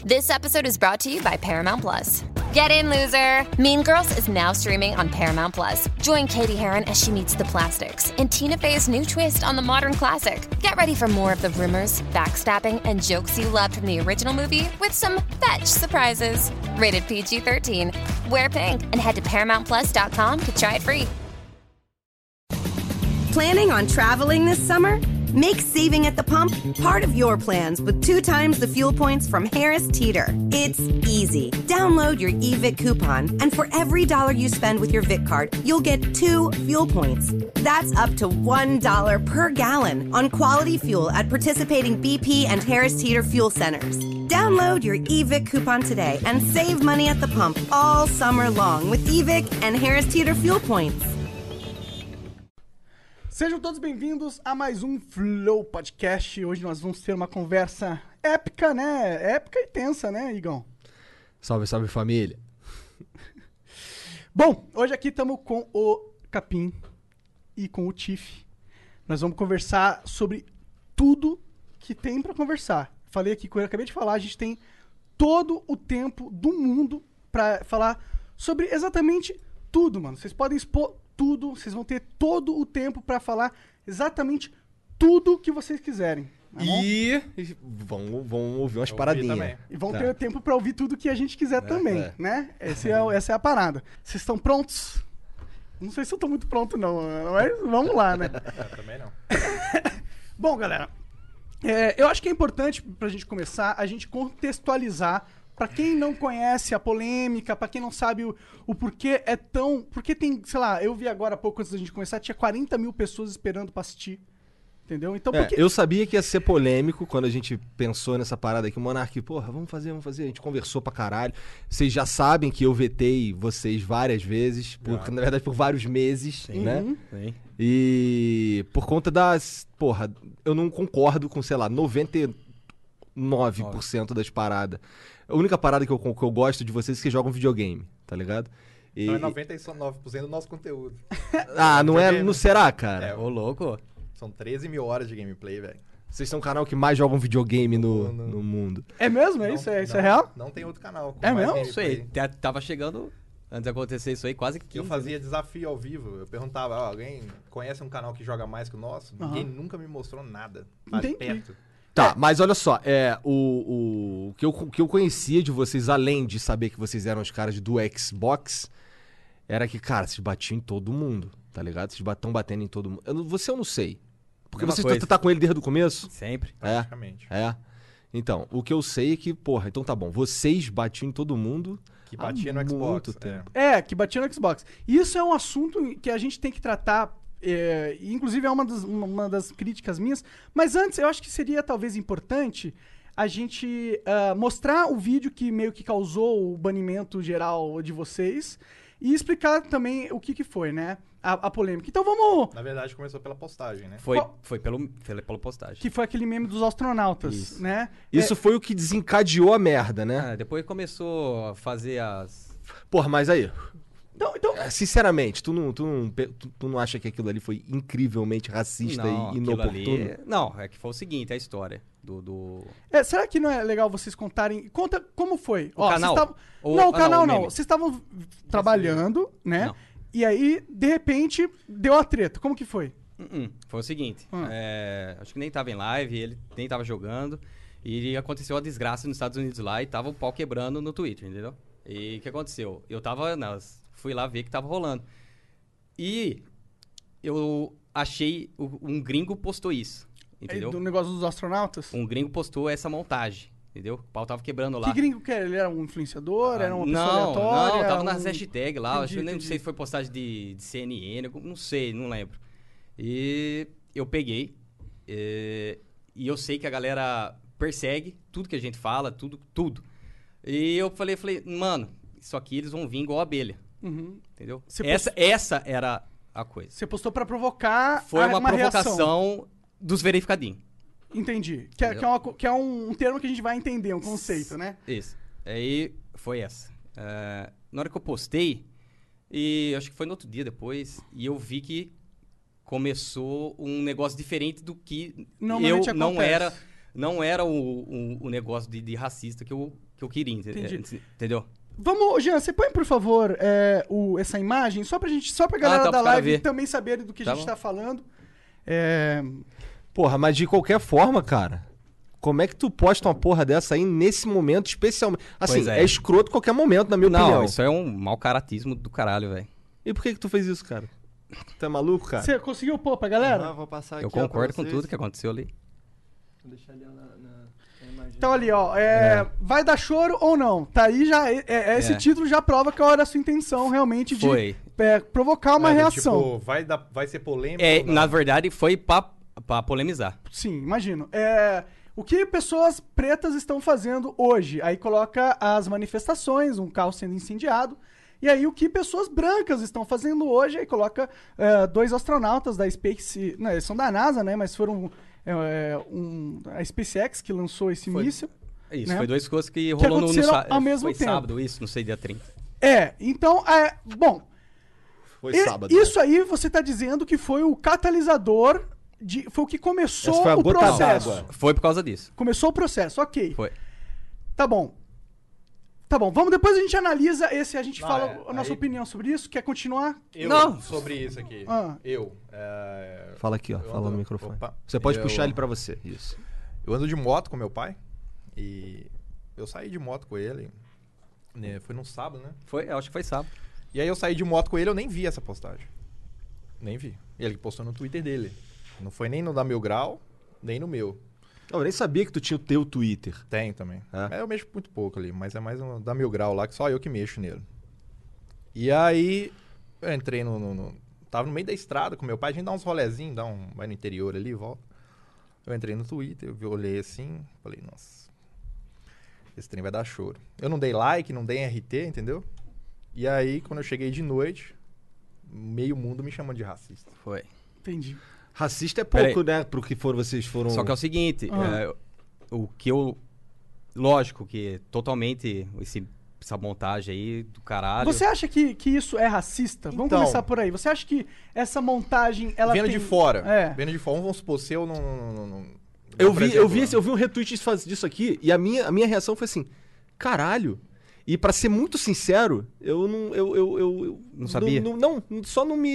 This episode is brought to you by Paramount Plus. Get in, loser! Mean Girls is now streaming on Paramount Plus. Join Katie Heron as she meets the plastics in Tina Fey's new twist on the modern classic. Get ready for more of the rumors, backstabbing, and jokes you loved from the original movie with some fetch surprises. Rated PG-13. Wear pink and head to ParamountPlus.com to try it free. Planning on traveling this summer? Make saving at the pump part of your plans with 2 times the fuel points from Harris Teeter. It's easy. Download your eVic coupon, and for every dollar you spend with your Vic card, you'll get 2 fuel points. That's up to $1 per gallon on quality fuel at participating BP and Harris Teeter fuel centers. Download your eVic coupon today and save money at the pump all summer long with eVic and Harris Teeter fuel points. Sejam todos bem-vindos a mais um Flow Podcast. Hoje nós vamos ter uma conversa épica, né? Épica e tensa, né, Igão? Salve, salve, família. Bom, hoje aqui estamos com o Capim e com o Tiff. Nós vamos conversar sobre tudo que tem pra conversar. Falei aqui, eu acabei de falar, a gente tem todo o tempo do mundo pra falar sobre exatamente tudo, mano. Vocês podem expor tudo, vocês vão ter todo o tempo pra falar exatamente tudo que vocês quiserem. Tá bom? E vão ouvir umas paradinhas. E vão ter tempo pra ouvir tudo que a gente quiser também, né? Essa é a parada. Vocês estão prontos? Não sei se eu tô muito pronto não, mas vamos lá, né? Também não. Bom, galera, eu acho que é importante pra gente começar, a gente contextualizar. Pra quem não conhece a polêmica, pra quem não sabe o porquê é tão... Porque tem, sei lá, eu vi agora há pouco antes da gente começar, tinha 40 mil pessoas esperando pra assistir. Entendeu? Então, porque... Eu sabia que ia ser polêmico quando a gente pensou nessa parada aqui. O Monark, porra, vamos fazer. A gente conversou pra caralho. Vocês já sabem que eu vetei vocês várias vezes, na verdade por vários meses, Sim. né? Sim. E por conta das... Porra, eu não concordo com, sei lá, 99% das paradas. A única parada que eu gosto de vocês é que jogam videogame, tá ligado? E... Então é 99% do nosso conteúdo. Não é? Não será, cara? Ô, louco. São 13 mil horas de gameplay, velho. Vocês são o canal que mais joga um videogame no mundo. É mesmo? Isso é real? Não tem outro canal. Com É mais mesmo? gameplay. Isso aí, tava chegando, antes de acontecer isso aí, quase que 15. Eu fazia desafio ao vivo. Eu perguntava, alguém conhece um canal que joga mais que o nosso? Ninguém nunca me mostrou nada. Entendi. Perto. Tá, mas olha só, o que eu conhecia de vocês, além de saber que vocês eram os caras do Xbox, era que, cara, vocês batiam em todo mundo, tá ligado? Vocês estão batendo em todo mundo. Você eu não sei. Porque você tá com ele desde o começo? Sempre. Praticamente. Então, o que eu sei é que, porra, então tá bom, vocês batiam em todo mundo Que batia no há Xbox. muito tempo. Que batia no Xbox. Isso é um assunto que a gente tem que tratar, inclusive é uma das críticas minhas, mas antes eu acho que seria talvez importante a gente mostrar o vídeo que meio que causou o banimento geral de vocês e explicar também o que foi, né? A polêmica. Então vamos... Na verdade, começou pela postagem, né? Foi pela postagem. Que foi aquele meme dos astronautas, Isso. né? Isso foi o que desencadeou a merda, né? Depois começou a fazer as... Porra, mas aí... Então, sinceramente, tu não acha que aquilo ali foi incrivelmente racista e inoportuno? Não, é que foi o seguinte, a história do... será que não é legal vocês contarem... Conta como foi. O canal? Não, o canal não. meme. Vocês estavam trabalhando, né? Não. E aí, de repente, deu a treta. Como que foi? Foi o seguinte, acho que nem tava em live, ele nem tava jogando, e aconteceu a desgraça nos Estados Unidos lá, e tava o pau quebrando no Twitter, entendeu? E o que aconteceu? Eu fui lá ver que tava rolando. E eu achei, um gringo postou isso, entendeu? Do negócio dos astronautas? Um gringo postou essa montagem, entendeu? O pau tava quebrando lá. Que gringo que era? Ele era um influenciador? Era uma pessoa aleatória? Não, tava nas hashtags lá. Entendi, acho que nem sei se foi postagem de CNN, não sei, não lembro. E eu peguei, e eu sei que a galera persegue tudo que a gente fala, tudo. E eu falei, mano, isso aqui eles vão vir igual abelha, entendeu? Essa era a coisa. Você postou pra provocar Foi uma provocação reação. dos verificadinhos. Entendi. Que é um termo que a gente vai entender, um conceito, né? Isso. Aí foi essa. Na hora que eu postei, e acho que foi no outro dia depois, e eu vi que começou um negócio diferente do que Normalmente eu não acontece. era... não era o negócio de racista que eu queria, entendeu? Vamos, Jean, você põe, por favor, essa imagem, só pra galera da live também saber do que a gente tá falando. Porra, mas de qualquer forma, cara, como é que tu posta uma porra dessa aí nesse momento, especialmente? Assim, é escroto qualquer momento, na minha opinião. Não, isso é um mau caratismo do caralho, velho. E por que tu fez isso, cara? Tu é maluco, cara? Você conseguiu pôr pra galera? Vou passar aqui. Eu concordo com tudo que aconteceu ali. Vou deixar ali na imagem. Então ali, ó, vai dar choro ou não? Tá aí já, esse título já prova qual era a sua intenção realmente de provocar uma reação. Tipo, vai ser polêmico? Na verdade, foi pra polemizar. Sim, imagino. O que pessoas pretas estão fazendo hoje? Aí coloca as manifestações, um carro sendo incendiado. E aí o que pessoas brancas estão fazendo hoje? Aí coloca 2 astronautas da Space... Não, eles são da NASA, né? Mas foram a SpaceX que lançou esse míssil. Isso, né? foi 2 coisas que rolou no ao mesmo tempo. Sábado, isso, não sei, dia 30. Então, bom... Foi sábado. Isso aí você tá dizendo que foi o catalisador... Foi o que começou o processo. Foi por causa disso. Começou o processo, ok. Foi. Tá bom. Depois a gente analisa a gente fala a nossa opinião sobre isso. Quer continuar? Sobre isso aqui. Fala aqui, ó. Fala no microfone. Você pode puxar ele pra você. Isso. Eu ando de moto com meu pai. E eu saí de moto com ele. Né, foi num sábado, né? Acho que foi sábado. E aí eu saí de moto com ele, eu nem vi essa postagem. Nem vi. Ele postou no Twitter dele. Não foi nem no da Mil Grau, nem no meu. Eu nem sabia que tu tinha o teu Twitter. Tem também. Eu mexo muito pouco ali, mas é mais um da Mil Grau lá, que só eu que mexo nele. E aí, eu entrei tava no meio da estrada com meu pai, a gente dá uns rolezinhos, vai no interior ali e volta. Eu entrei no Twitter, eu olhei assim, falei, nossa, esse trem vai dar choro. Eu não dei like, não dei RT, entendeu? E aí, quando eu cheguei de noite, meio mundo me chamando de racista. Foi. Entendi. Racista é pouco, né? Pro que vocês foram... Só que é o seguinte, o que eu... Lógico que totalmente essa montagem aí do caralho... Você acha que isso é racista? Vamos começar por aí. Você acha que essa montagem, ela vendo tem... de fora. Vendo de fora, vamos supor, se eu não... Eu vi um retweet disso aqui e a minha reação foi assim, caralho... E pra ser muito sincero, eu não sabia. Só não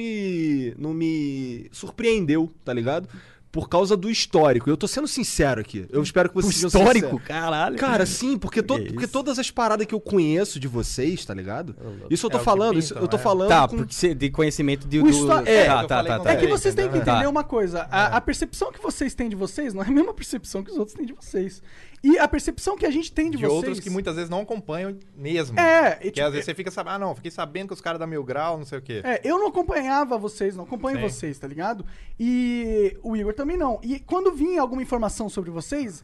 me surpreendeu, tá ligado? Por causa do histórico. Eu tô sendo sincero aqui. Eu espero que vocês sejam sinceros. Histórico? Caralho. Cara, sim, porque todas as paradas que eu conheço de vocês, tá ligado? Isso eu tô falando, eu tô falando. Tá, porque você de conhecimento de tá. É que vocês têm que entender uma coisa. A percepção que vocês têm de vocês não é a mesma percepção que os outros têm de vocês. E a percepção que a gente tem de vocês... outros que muitas vezes não acompanham mesmo. Que às vezes você fica sabendo, fiquei sabendo que os caras da Mil Grau, não sei o quê. Eu não acompanhava vocês, não acompanho vocês, tá ligado? E o Igor também não. E quando vinha alguma informação sobre vocês...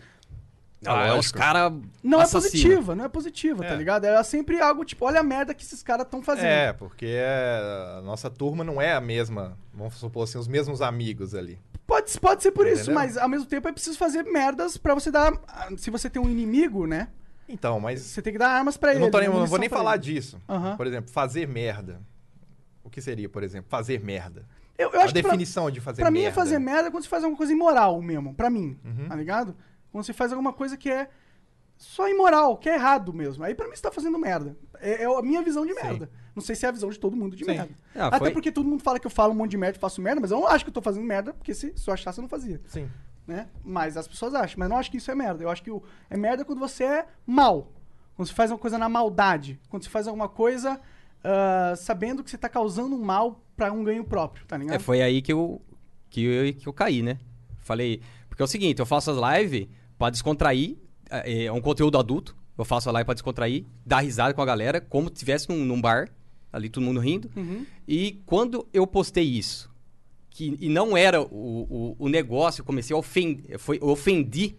os caras... Não é positiva, tá ligado? Era sempre algo tipo, olha a merda que esses caras estão fazendo. Porque a nossa turma não é a mesma, vamos supor assim, os mesmos amigos ali. Pode ser por isso, mas ao mesmo tempo é preciso fazer merdas pra você dar... Se você tem um inimigo, né? Então, mas... Você tem que dar armas pra ele. Não vou nem falar disso. Por exemplo, fazer merda. O que seria, por exemplo, fazer merda? Eu acho a definição de fazer merda. Pra merda. mim é fazer merda quando você faz alguma coisa imoral mesmo. Pra mim, tá ligado? Quando você faz alguma coisa que é só imoral, que é errado mesmo. Aí pra mim você tá fazendo merda. É a minha visão de merda. Não sei se é a visão de todo mundo de merda. Até porque todo mundo fala que eu falo um monte de merda e faço merda, mas eu não acho que eu tô fazendo merda, porque se eu achasse eu não fazia. Sim. Né? Mas as pessoas acham. Mas não acho que isso é merda. Eu acho que é merda quando você é mal. Quando você faz uma coisa na maldade. Quando você faz alguma coisa sabendo que você tá causando um mal pra um ganho próprio, tá ligado? Foi aí que eu caí, né? Falei... Porque é o seguinte, eu faço as lives pra descontrair. É um conteúdo adulto. Eu faço a live pra descontrair, dar risada com a galera, como se estivesse num bar, ali todo mundo rindo. E quando eu postei isso, e não era o negócio, eu comecei a ofendi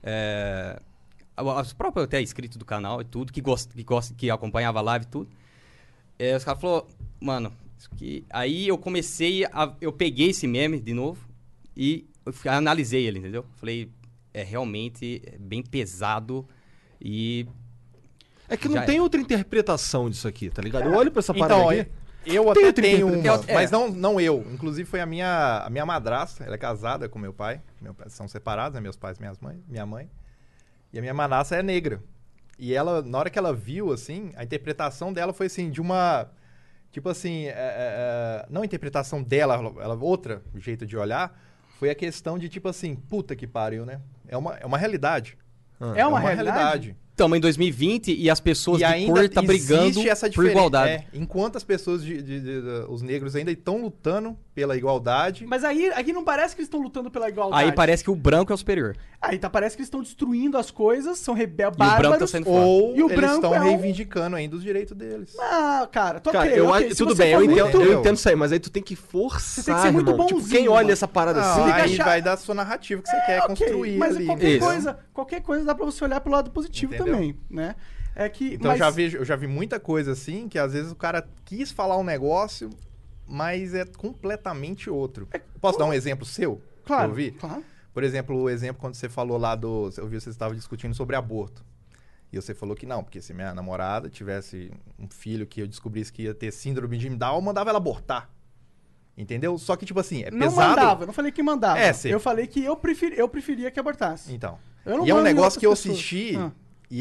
as próprias até inscritos do canal e tudo, que acompanhava a live e tudo. Os caras falaram, mano, aí eu eu peguei esse meme de novo e analisei ele, entendeu? Falei, realmente bem pesado. E... É que não tem outra interpretação disso aqui, tá ligado? Eu olho pra essa parada aqui... Eu até tenho 33. uma, mas não eu. Inclusive foi a minha madrasta, ela é casada com meu pai. São separados, né? Meus pais, minha mãe. E a minha madrasta é negra. E ela, na hora que ela viu, assim, a interpretação dela foi assim, de uma... Tipo assim, não a interpretação dela, outra jeito de olhar, foi a questão de tipo assim, puta que pariu, né? É uma realidade. É uma realidade? Estamos em 2020 e as pessoas E de ainda cor tá brigando existe essa por diferença. igualdade. Enquanto as pessoas, os negros ainda estão lutando pela igualdade. Mas aí, aqui não parece que eles estão lutando pela igualdade. Aí parece que o branco é o superior. Aí parece que eles estão destruindo as coisas, são E o branco bárbaros. tá saindo fora. Ou E o eles branco estão é um- reivindicando ainda os direitos deles. Ah, cara, Cara, ok, eu ok. acho, Se tudo você bem, for eu muito- entendo isso aí, mas aí tu tem que forçar, Você tem que ser muito irmão. Tipo, bonzinho, quem olha mano. essa parada Não, assim... aí deixar- vai dar a sua narrativa que você quer Ok, construir mas ali. qualquer entendeu? coisa dá pra você olhar pelo lado positivo Entendeu? também, né? É que, Então mas, eu já vi muita coisa assim, que às vezes o cara quis falar um negócio, mas é completamente outro. Posso dar um exemplo seu? Que eu claro, ouvi? claro. Por exemplo, o exemplo quando você falou lá eu vi que você estava discutindo sobre aborto. E você falou que não, porque se minha namorada tivesse um filho que eu descobrisse que ia ter síndrome de Down, eu mandava ela abortar. Entendeu? Só que, tipo assim, é Não pesado. mandava, não falei que mandava. É, sim. Eu falei que eu preferia que abortasse. Então. Eu não E é um mando em negócio que eu outras pessoas. assisti Ah.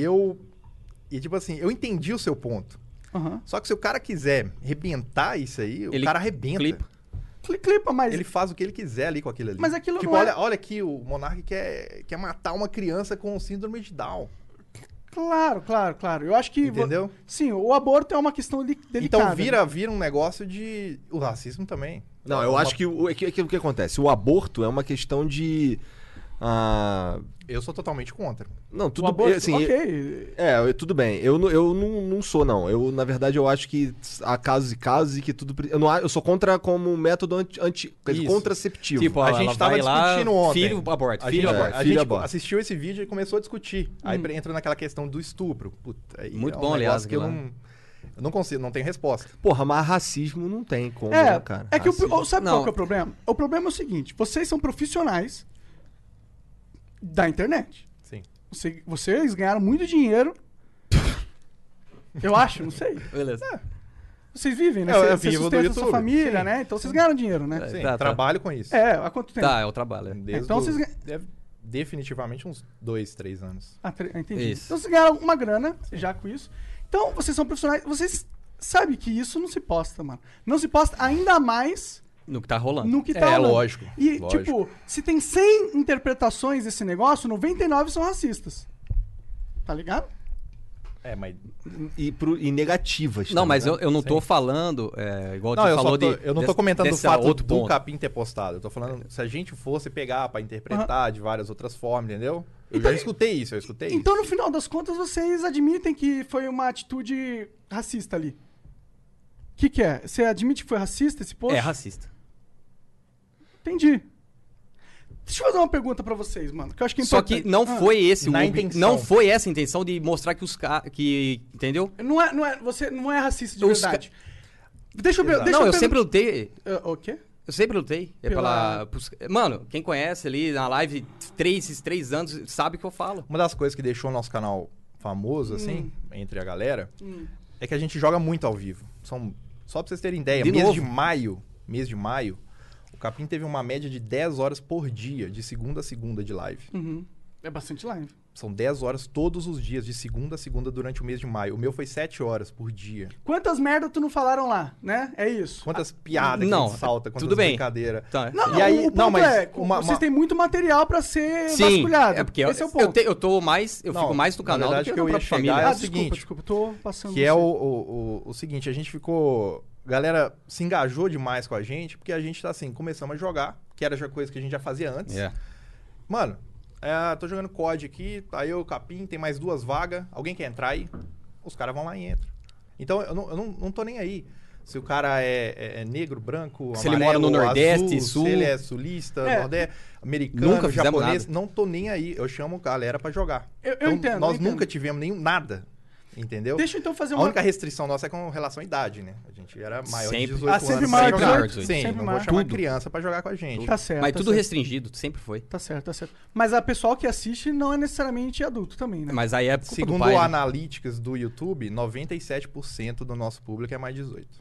e tipo assim, eu entendi o seu ponto. Aham. Só que se o cara quiser arrebentar isso aí, o Ele cara arrebenta. clipa. Clipa, mas... Ele faz o que ele quiser ali com aquilo ali. Mas aquilo tipo, não é- olha aqui, o Monark quer matar uma criança com síndrome de Down. Claro. Eu acho que... Entendeu? Sim, o aborto é uma questão delicada. Então vira um negócio de... O racismo também. Não, eu acho que o que acontece? O aborto é uma questão de... Eu sou totalmente contra. Não, O tudo aborto, bem, assim... ok. Tudo bem. Eu não sou, não. Eu, na verdade, eu acho que há casos e casos e que tudo... Eu sou contra como método Isso. contraceptivo. Tipo, A ela gente tava vai lá, discutindo ontem. filho aborta, A filho gente, aborta. a filho gente aborta. assistiu esse vídeo e começou a discutir. Aí entra naquela questão do estupro. Puta, aí Muito é um bom, aliás, negócio que eu aquilo não consigo, não tenho resposta. Porra, mas racismo não tem como, né, cara? É que Racismo- sabe Não. qual que é o problema? O problema é o seguinte, vocês são profissionais da internet. Sim. Vocês ganharam muito dinheiro. Eu acho, não sei. Beleza. Vocês vivem, né? Eu Você vivo do sustenta sua YouTube, família, sim. né? Então vocês ganharam dinheiro, né? Sim, tá. trabalho com isso. Há quanto tempo? Tá, é o trabalho. Desde Então vocês definitivamente uns 2, 3 anos. Entendi. Isso. Então vocês ganharam uma grana já com isso. Então vocês são profissionais. Vocês sabem que isso não se posta, mano. Não se posta ainda mais No que tá rolando. no que tá rolando. lógico. E, lógico. tipo, se tem 100 interpretações desse negócio, 99 são racistas. Tá ligado? Mas... E negativas. Não, tá mas ligado? eu não tô falando, igual Não, você eu, falou eu não tô desse- comentando do desse fato outro do ponto. capim ter postado. Eu tô falando se a gente fosse pegar pra interpretar de várias outras formas, entendeu? Eu já escutei isso, Então, no final das contas, vocês admitem que foi uma atitude racista ali. O que é? Você admite que foi racista esse post? É racista. Entendi. Deixa eu fazer uma pergunta pra vocês, mano, que eu acho que é Só importante. que não foi esse Na o intenção. não foi essa a intenção de mostrar que os caras que, entendeu? Você não é racista de Os verdade. Deixa eu Exato. deixa Não, eu pergun- sempre lutei. O quê? Eu sempre lutei. Pela- Mano, quem conhece ali na live esses 3 anos sabe o que eu falo. Uma das coisas que deixou o nosso canal famoso, assim, entre a galera, é que a gente joga muito ao vivo. Só pra vocês terem ideia, De mês novo. de maio, o Capim teve uma média de 10 horas por dia, de segunda a segunda de live. É bastante live. São 10 horas todos os dias, de segunda a segunda, durante o mês de maio. O meu foi 7 horas por dia. Quantas merda tu não falaram lá, né? É isso. Quantas piadas que não, a gente salta, quantas tudo bem. brincadeiras. Tá. Não, E aí- o ponto não, mas é, uma- vocês têm muito material pra ser Sim, vasculhado. é porque Esse é o ponto. eu fico mais no na canal do verdade, que que na eu ia própria chegar família. é o desculpa, seguinte, desculpa, tô passando. Que é você. o seguinte, a gente ficou... Galera se engajou demais com a gente, porque a gente tá assim, começamos a jogar, que era já coisa que a gente já fazia antes. É. Mano, tô jogando COD aqui, tá eu, o Capim, tem mais 2 vagas, alguém quer entrar aí? Os caras vão lá e entram. Então, eu não tô nem aí. Se o cara é negro, branco, Se ele amarelo, mora no Nordeste, azul, Sul. se ele é sulista, Nordeste, americano, Nunca fizemos japonês, nada. não tô nem aí. Eu chamo galera pra jogar. Eu entendo, Nós eu entendo. nunca tivemos nada, entendeu? Deixa eu então fazer A uma... única restrição nossa é com relação à idade, né? A gente era maior Sempre. de 18 sempre anos. maior pra de jogar. 18. Sim, Sempre não maior. vou chamar Tudo. criança pra jogar com a gente. Tá certo, Mas tá tudo certo. restringido, sempre foi. Tá certo, tá certo. Mas a pessoal que assiste não é necessariamente adulto também, né? Mas aí é culpa Segundo do pai. o né? Analytics do YouTube, 97% do nosso público é mais 18.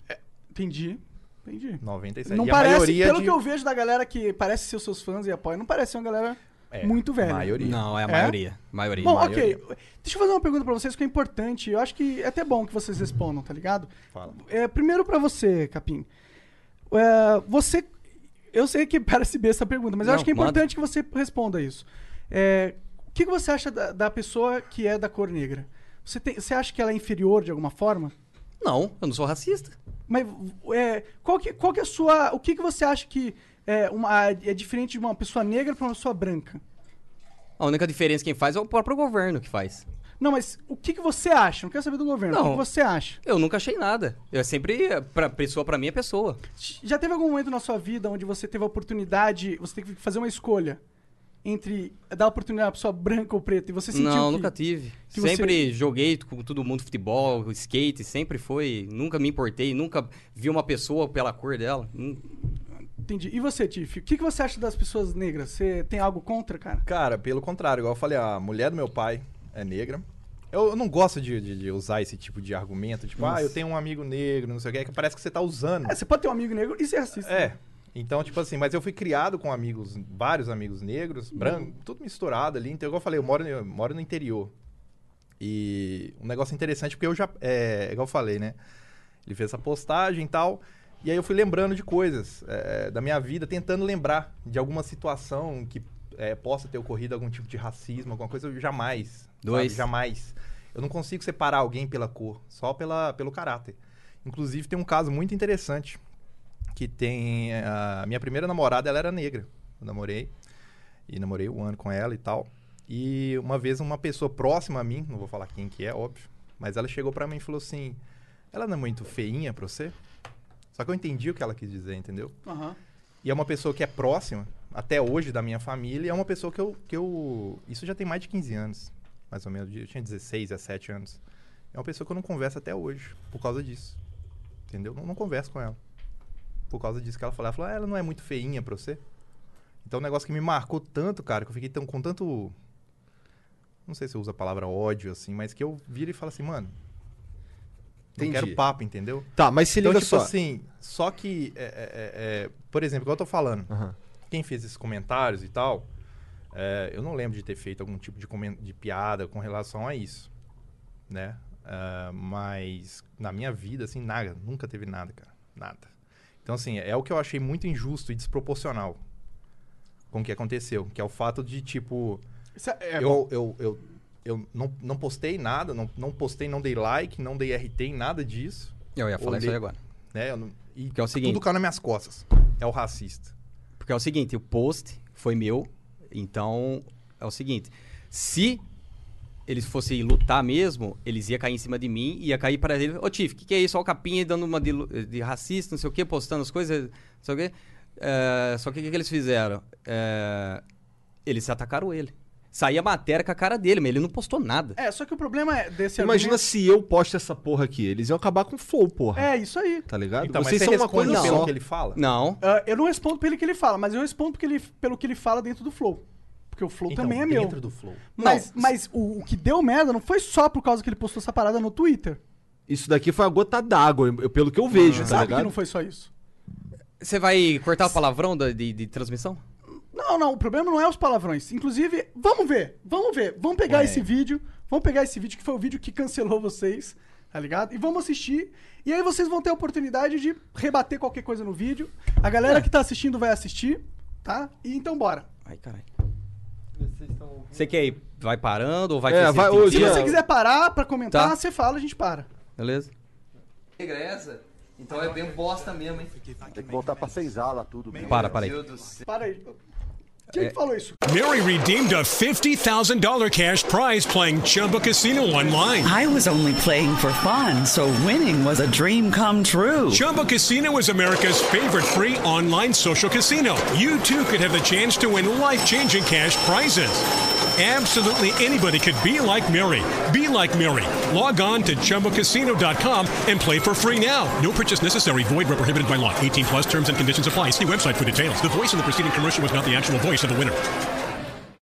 Entendi. 97. Não E parece, a maioria pelo que eu vejo da galera que parece ser os seus fãs e apoia, não parece ser uma galera muito velha. A maioria. Não, é a maioria. Maioria. Bom, maioria. ok. Deixa eu fazer uma pergunta pra vocês que é importante. Eu acho que é até bom que vocês respondam, tá ligado? Fala. Primeiro pra você, Capim. Você... Eu sei que parece besta a pergunta, mas eu Não, acho que é manda. importante que você responda isso. O que você acha da pessoa que é da cor negra? Você acha que ela é inferior de alguma forma? Não, eu não sou racista. Mas qual que é a sua... O que você acha que é diferente de uma pessoa negra pra uma pessoa branca? A única diferença quem faz é o próprio governo que faz. Não, mas o que você acha? Não quero saber do governo. Não. O que você acha? Eu nunca achei nada. Eu sempre... Pessoa pra mim é pessoa. Já teve algum momento na sua vida onde você teve a oportunidade... Você teve que fazer uma escolha entre dar oportunidade a pessoa branca ou preta e você sentiu Não, que... nunca tive. que você- Sempre joguei com todo mundo futebol, skate, sempre foi. Nunca me importei, nunca vi uma pessoa pela cor dela. Entendi. E você, Tiff? O que você acha das pessoas negras? Você tem algo contra, cara? Cara, pelo contrário, igual eu falei, a mulher do meu pai é negra. Eu não gosto de usar esse tipo de argumento, tipo, eu tenho um amigo negro, não sei o que parece que você tá usando. Você pode ter um amigo negro e ser racista. É. Então, tipo assim, mas eu fui criado com vários amigos negros, brancos, tudo misturado ali. Então, igual eu falei, eu moro no interior. E um negócio interessante, porque eu já... igual eu falei, né? Ele fez essa postagem e tal. E aí eu fui lembrando de coisas da minha vida, tentando lembrar de alguma situação que possa ter ocorrido algum tipo de racismo, alguma coisa. Eu jamais. Sabe? Jamais. Eu não consigo separar alguém pela cor, só pelo caráter. Inclusive, tem um caso muito interessante, que tem... A minha primeira namorada, ela era negra. Eu namorei 1 ano com ela e tal. E uma vez uma pessoa próxima a mim, não vou falar quem que é, óbvio, mas ela chegou pra mim e falou assim, ela não é muito feinha pra você? Só que eu entendi o que ela quis dizer, entendeu? Uhum. E é uma pessoa que é próxima, até hoje, da minha família, e é uma pessoa que eu... Isso já tem mais de 15 anos, mais ou menos. Eu tinha 16, 17 anos. É uma pessoa que eu não converso até hoje, por causa disso. Entendeu? Não converso com ela. Por causa disso que ela falou. Ela falou, ela não é muito feinha pra você? Então, um negócio que me marcou tanto, cara, que eu fiquei com tanto... Não sei se eu uso a palavra ódio, assim, mas que eu viro e falo assim, mano... Entendi. Não quero papo, entendeu? Tá, mas se liga Então, tipo só. assim, só que... por exemplo, igual eu tô falando, Aham. quem fez esses comentários e tal, eu não lembro de ter feito algum tipo de piada com relação a isso, né? Mas na minha vida, assim, nada, nunca teve nada, cara, nada. Então, assim, é o que eu achei muito injusto e desproporcional com o que aconteceu, que é o fato de, tipo, eu não postei nada, não postei, não dei like, não dei RT em nada disso. Eu ia falar Olhei, isso aí agora. né? E Que é o seguinte. tudo caiu nas minhas costas. É o racista. Porque é o seguinte, o post foi meu, então é o seguinte, se eles fossem lutar mesmo, eles iam cair em cima de mim, ia cair para ele, ô Tiff, o que é isso? Ó o Capinha dando uma de racista, não sei o que, postando as coisas, não sei o que. Só que o que eles fizeram? Eles atacaram ele. Saía matéria com a cara dele, mas ele não postou nada. Só que o problema é desse Imagina argumento... se eu posto essa porra aqui. Eles iam acabar com o flow, porra. É, isso aí. Tá ligado? Então, Vocês mas são você uma coisa responde só. pelo que ele fala? Não. Eu não respondo pelo que ele fala, mas eu respondo pelo que ele fala dentro do Flow. Porque o Flow Então, também é meu. dentro do flow. Mas o que deu merda não foi só por causa que ele postou essa parada no Twitter. Isso daqui foi a gota d'água, pelo que eu vejo, tá Sabe ligado? que não foi só isso. Você vai cortar o palavrão de transmissão? Não, o problema não é os palavrões. Inclusive, vamos ver. Vamos pegar esse vídeo. Vamos pegar esse vídeo, que foi o vídeo que cancelou vocês, tá ligado? E vamos assistir. E aí vocês vão ter a oportunidade de rebater qualquer coisa no vídeo. A galera que tá assistindo vai assistir, tá? E então bora. Ai, caralho. Você quer ir? Vai parando ou vai... vai, Se hoje você quiser parar pra comentar, Tá. você fala, a gente para. Beleza? Regressa. Então é bem bosta mesmo, hein? Tem que voltar pra 6 alas, tudo. Mesmo. Para aí. Para aí. Quem que falou isso? Mary redeemed a $50,000 cash prize playing Chumba Casino online. I was only playing for fun, so winning was a dream come true. Chumba Casino is America's favorite free online social casino. You too could have the chance to win life-changing cash prizes. Absolutely anybody could be like Mary. Be like Mary. Log on to ChumbaCasino.com and play for free now. No purchase necessary. Void where prohibited by law. 18 plus terms and conditions apply. See website for details. The voice in the preceding commercial was not the actual voice of the winner.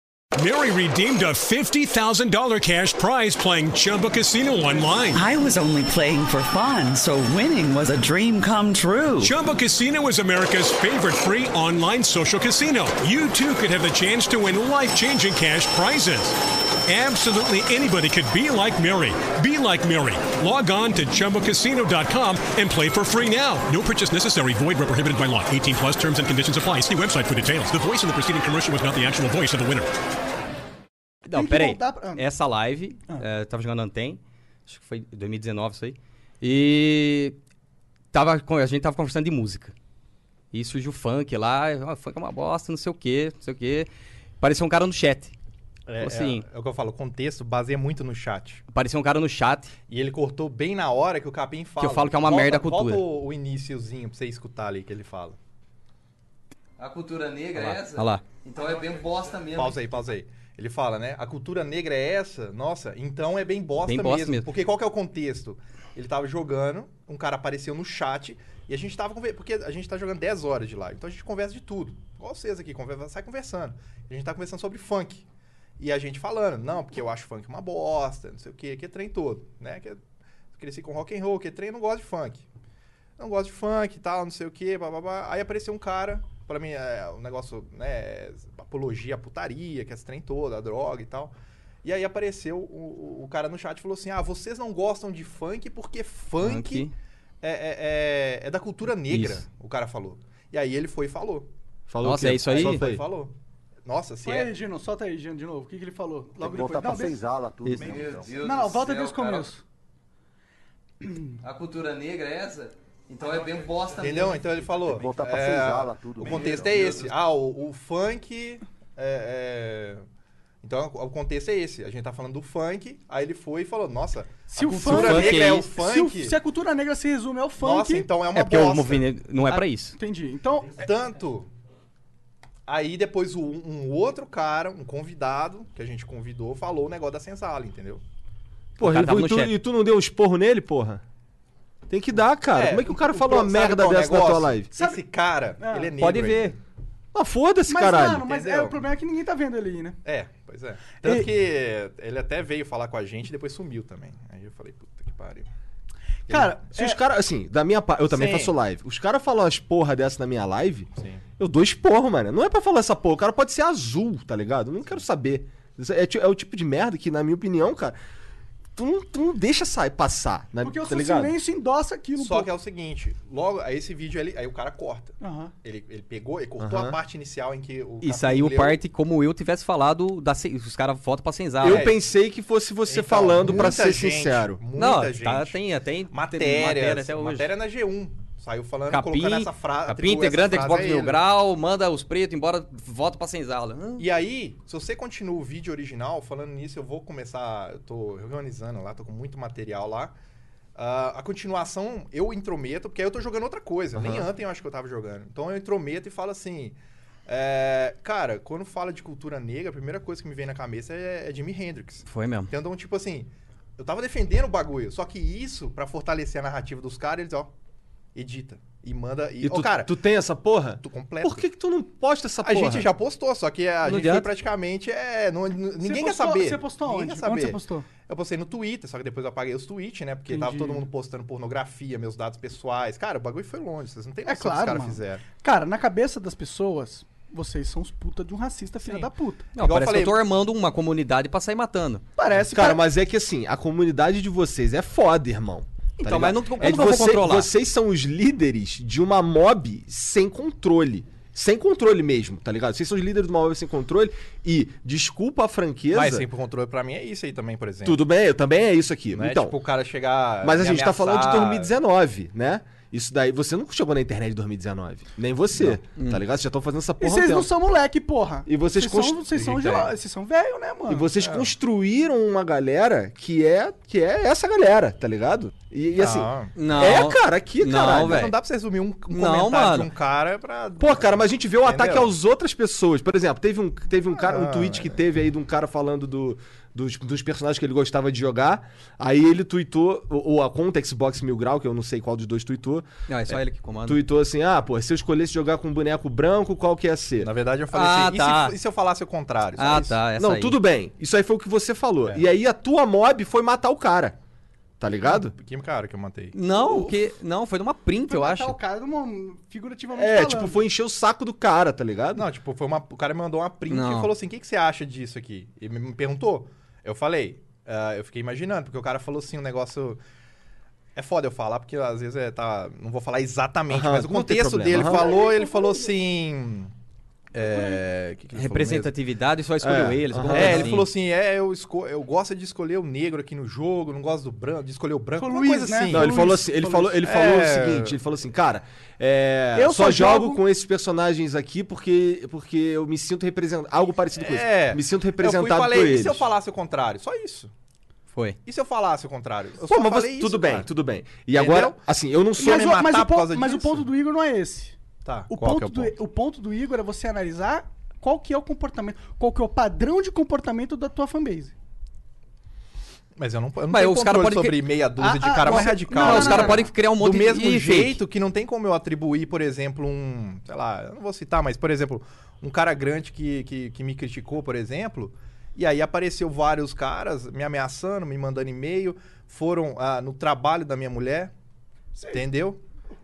Mary redeemed a $50,000 cash prize playing Chumba Casino online. I was only playing for fun, so winning was a dream come true. Chumba Casino is America's favorite free online social casino. You too could have the chance to win life-changing cash prizes. Absolutely anybody could be like Mary. Be like Mary. Log on to ChumbaCasino.com and play for free now. No purchase necessary. Void where prohibited by law. 18 plus terms and conditions apply. See website for details. The voice in the preceding commercial was not the actual voice of the winner. Não, peraí. Essa live, tava jogando Anthem. Acho que foi 2019 isso aí. E a gente tava conversando de música. E surgiu o funk lá. Funk é uma bosta, não sei o quê. Parecia um cara no chat. Assim, é o que eu falo, o contexto baseia muito no chat. Parecia um cara no chat. E ele cortou bem na hora que o Capim fala. Que eu falo que é uma merda a cultura. Volta o iniciozinho pra você escutar ali que ele fala. A cultura negra é essa? Olha lá. Então é bem bosta mesmo. Pausa aí. Ele fala, né? A cultura negra é essa? Nossa, então é bem bosta mesmo. Porque qual que é o contexto? Ele tava jogando, um cara apareceu no chat e a gente tava conversando. Porque a gente tá jogando 10 horas de live. Então a gente conversa de tudo. Igual vocês aqui, sai conversando. A gente tá conversando sobre funk. E a gente falando, não, porque eu acho funk uma bosta, não sei o que é trem todo, né? Que eu cresci com rock and roll, que é trem, não gosto de funk. Não gosto de funk e tal, não sei o que, bababá. Aí apareceu um cara, pra mim, um negócio, né, apologia à putaria, que é esse trem todo, a droga e tal. E aí apareceu o cara no chat e falou assim, vocês não gostam de funk porque funk é da cultura negra, isso. O cara falou. E aí ele foi e falou. Nossa, é isso aí? Só foi e falou. Nossa, se aí, Gino, solta aí, Gino, de novo. O que ele falou? Logo depois. Voltar pra senzala, tudo mesmo. Então. Não, volta desde o começo. A cultura negra é essa? Então é bem bosta mesmo. Entendeu? Então ele falou. Voltar pra senzala, tudo. O contexto é esse. O funk Então o contexto é esse. A gente tá falando do funk, aí ele foi e falou, nossa, se a cultura negra é o funk... Se a cultura negra se resume ao funk... Nossa, então é uma porque bosta. O movimento não é pra isso. Entendi. Então... Tanto... Aí depois um outro cara, um convidado, que a gente convidou, falou o negócio da senzala, entendeu? Porra, e tu não deu um esporro nele, porra? Tem que dar, cara. Como é que o cara falou uma merda dessa na tua live? Esse cara, ele é negro. Pode ver. Ah, foda-se, caralho. Mano, mas o problema é que ninguém tá vendo ele aí, né? Pois é. Tanto que ele até veio falar com a gente e depois sumiu também. Aí eu falei, puta que pariu. Cara, se os caras, assim, da minha parte, eu também faço live. Os caras falam umas porra dessa na minha live, eu dou esporro, mano. Não é pra falar essa porra, o cara pode ser azul, tá ligado? Eu não quero saber. É o tipo de merda que, na minha opinião, cara, tu não deixa passar, né? Porque o tá seu ligado? silêncio endossa aquilo. Só que é o seguinte, logo, aí esse vídeo aí o cara corta. Uhum. Ele pegou e cortou a parte inicial em que o E saiu parte como eu tivesse falado, os caras voltam pra senzala. Eu pensei que fosse você então, falando, pra ser sincero. Muita gente. Tá, tem matéria até hoje. Matéria na G1. Saiu falando, Capim, colocando essa frase. Capim integrante Xbox Mil Grau, manda os pretos embora, volta pra senzala. E aí, se você continua o vídeo original, falando nisso, eu vou começar, eu tô organizando lá, tô com muito material lá. A continuação, eu intrometo, porque aí eu tô jogando outra coisa. Nem ontem eu acho que eu tava jogando. Então eu intrometo e falo assim... cara, quando fala de cultura negra, a primeira coisa que me vem na cabeça é Jimi Hendrix. Foi mesmo. Então, tipo assim, eu tava defendendo o bagulho. Só que isso, pra fortalecer a narrativa dos caras, eles, edita. E manda... cara, tu tem essa porra? Tu completo. Por que tu não posta essa porra? A gente já postou, só que a gente foi praticamente... ninguém quer saber. Você postou onde? Onde você postou? Eu postei no Twitter, só que depois eu apaguei os tweets, né? Porque tava todo mundo postando pornografia, meus dados pessoais. Cara, o bagulho foi longe. Vocês não tem noção que os caras fizeram. Cara, na cabeça das pessoas, vocês são os puta de um racista filha da puta. Não, parece que eu tô armando uma comunidade pra sair matando. Parece, cara. Mas é que assim, a comunidade de vocês é foda, irmão. Então, mas como eu vou controlar? Vocês são os líderes de uma mob sem controle. Sem controle mesmo, tá ligado? Vocês são os líderes de uma mob sem controle e, desculpa a franqueza... Mas sem controle pra mim é isso aí também, por exemplo. Tudo bem, também é isso aqui. Não então, tipo o cara chegar... Mas a gente tá falando de 2019, né? Isso daí, você não chegou na internet em 2019. Nem você, tá ligado? Vocês já estão fazendo essa porra. E vocês não são moleque, porra. E vocês são velho, né, mano? E vocês construíram uma galera que é essa galera, tá ligado? E assim. Não. Cara, aqui, caralho. Não dá pra você resumir um comentário de um cara pra. Pô, cara, mas a gente vê o ataque às outras pessoas. Por exemplo, teve um cara, um tweet que teve aí de um cara falando dos personagens que ele gostava de jogar. Aí ele tweetou, ou a conta Xbox Mil Grau, que eu não sei qual dos dois tweetou. Não, é só ele que comanda. Tweetou assim, se eu escolhesse jogar com um boneco branco, qual que ia ser? Na verdade, eu falei assim, e se eu falasse o contrário? Só isso? Essa Não, aí. tudo bem. Isso aí foi o que você falou. E aí a tua mob foi matar o cara. Tá ligado? Que cara que eu matei? Não, foi numa print, eu acho. O cara figurativamente falando. Tipo, foi encher o saco do cara, tá ligado? Não, tipo, o cara me mandou uma print e falou assim, o que você acha disso aqui? E me perguntou. Eu falei, eu fiquei imaginando, porque o cara falou assim, um negócio... É foda eu falar, porque às vezes não vou falar exatamente, mas o contexto dele ele falou assim... que ele representatividade, só escolheu eles. Ele falou assim, eu gosto de escolher o negro aqui no jogo, não gosto do branco, de escolher o branco, uma coisa assim. Não, ele falou assim, ele falou o seguinte, ele falou assim, cara, eu só jogo com esses personagens aqui porque eu me sinto representado, algo parecido com isso. Me sinto representado por eles. E se eu falasse o contrário? Só isso. Foi. E se eu falasse o contrário? Tudo bem. E agora, assim, eu não sou me matar por causa disso. Mas o ponto do Igor não é esse. Tá, o ponto do Igor é você analisar qual que é o comportamento, qual que é o padrão de comportamento da tua fanbase. Mas eu não tenho controle sobre meia dúzia de cara mais radical. Os caras podem criar um monte do de... mesmo jeito que não tem como eu atribuir, por exemplo, sei lá, eu não vou citar, mas, por exemplo, um cara grande que me criticou, por exemplo, e aí apareceu vários caras me ameaçando, me mandando e-mail, foram no trabalho da minha mulher, entendeu?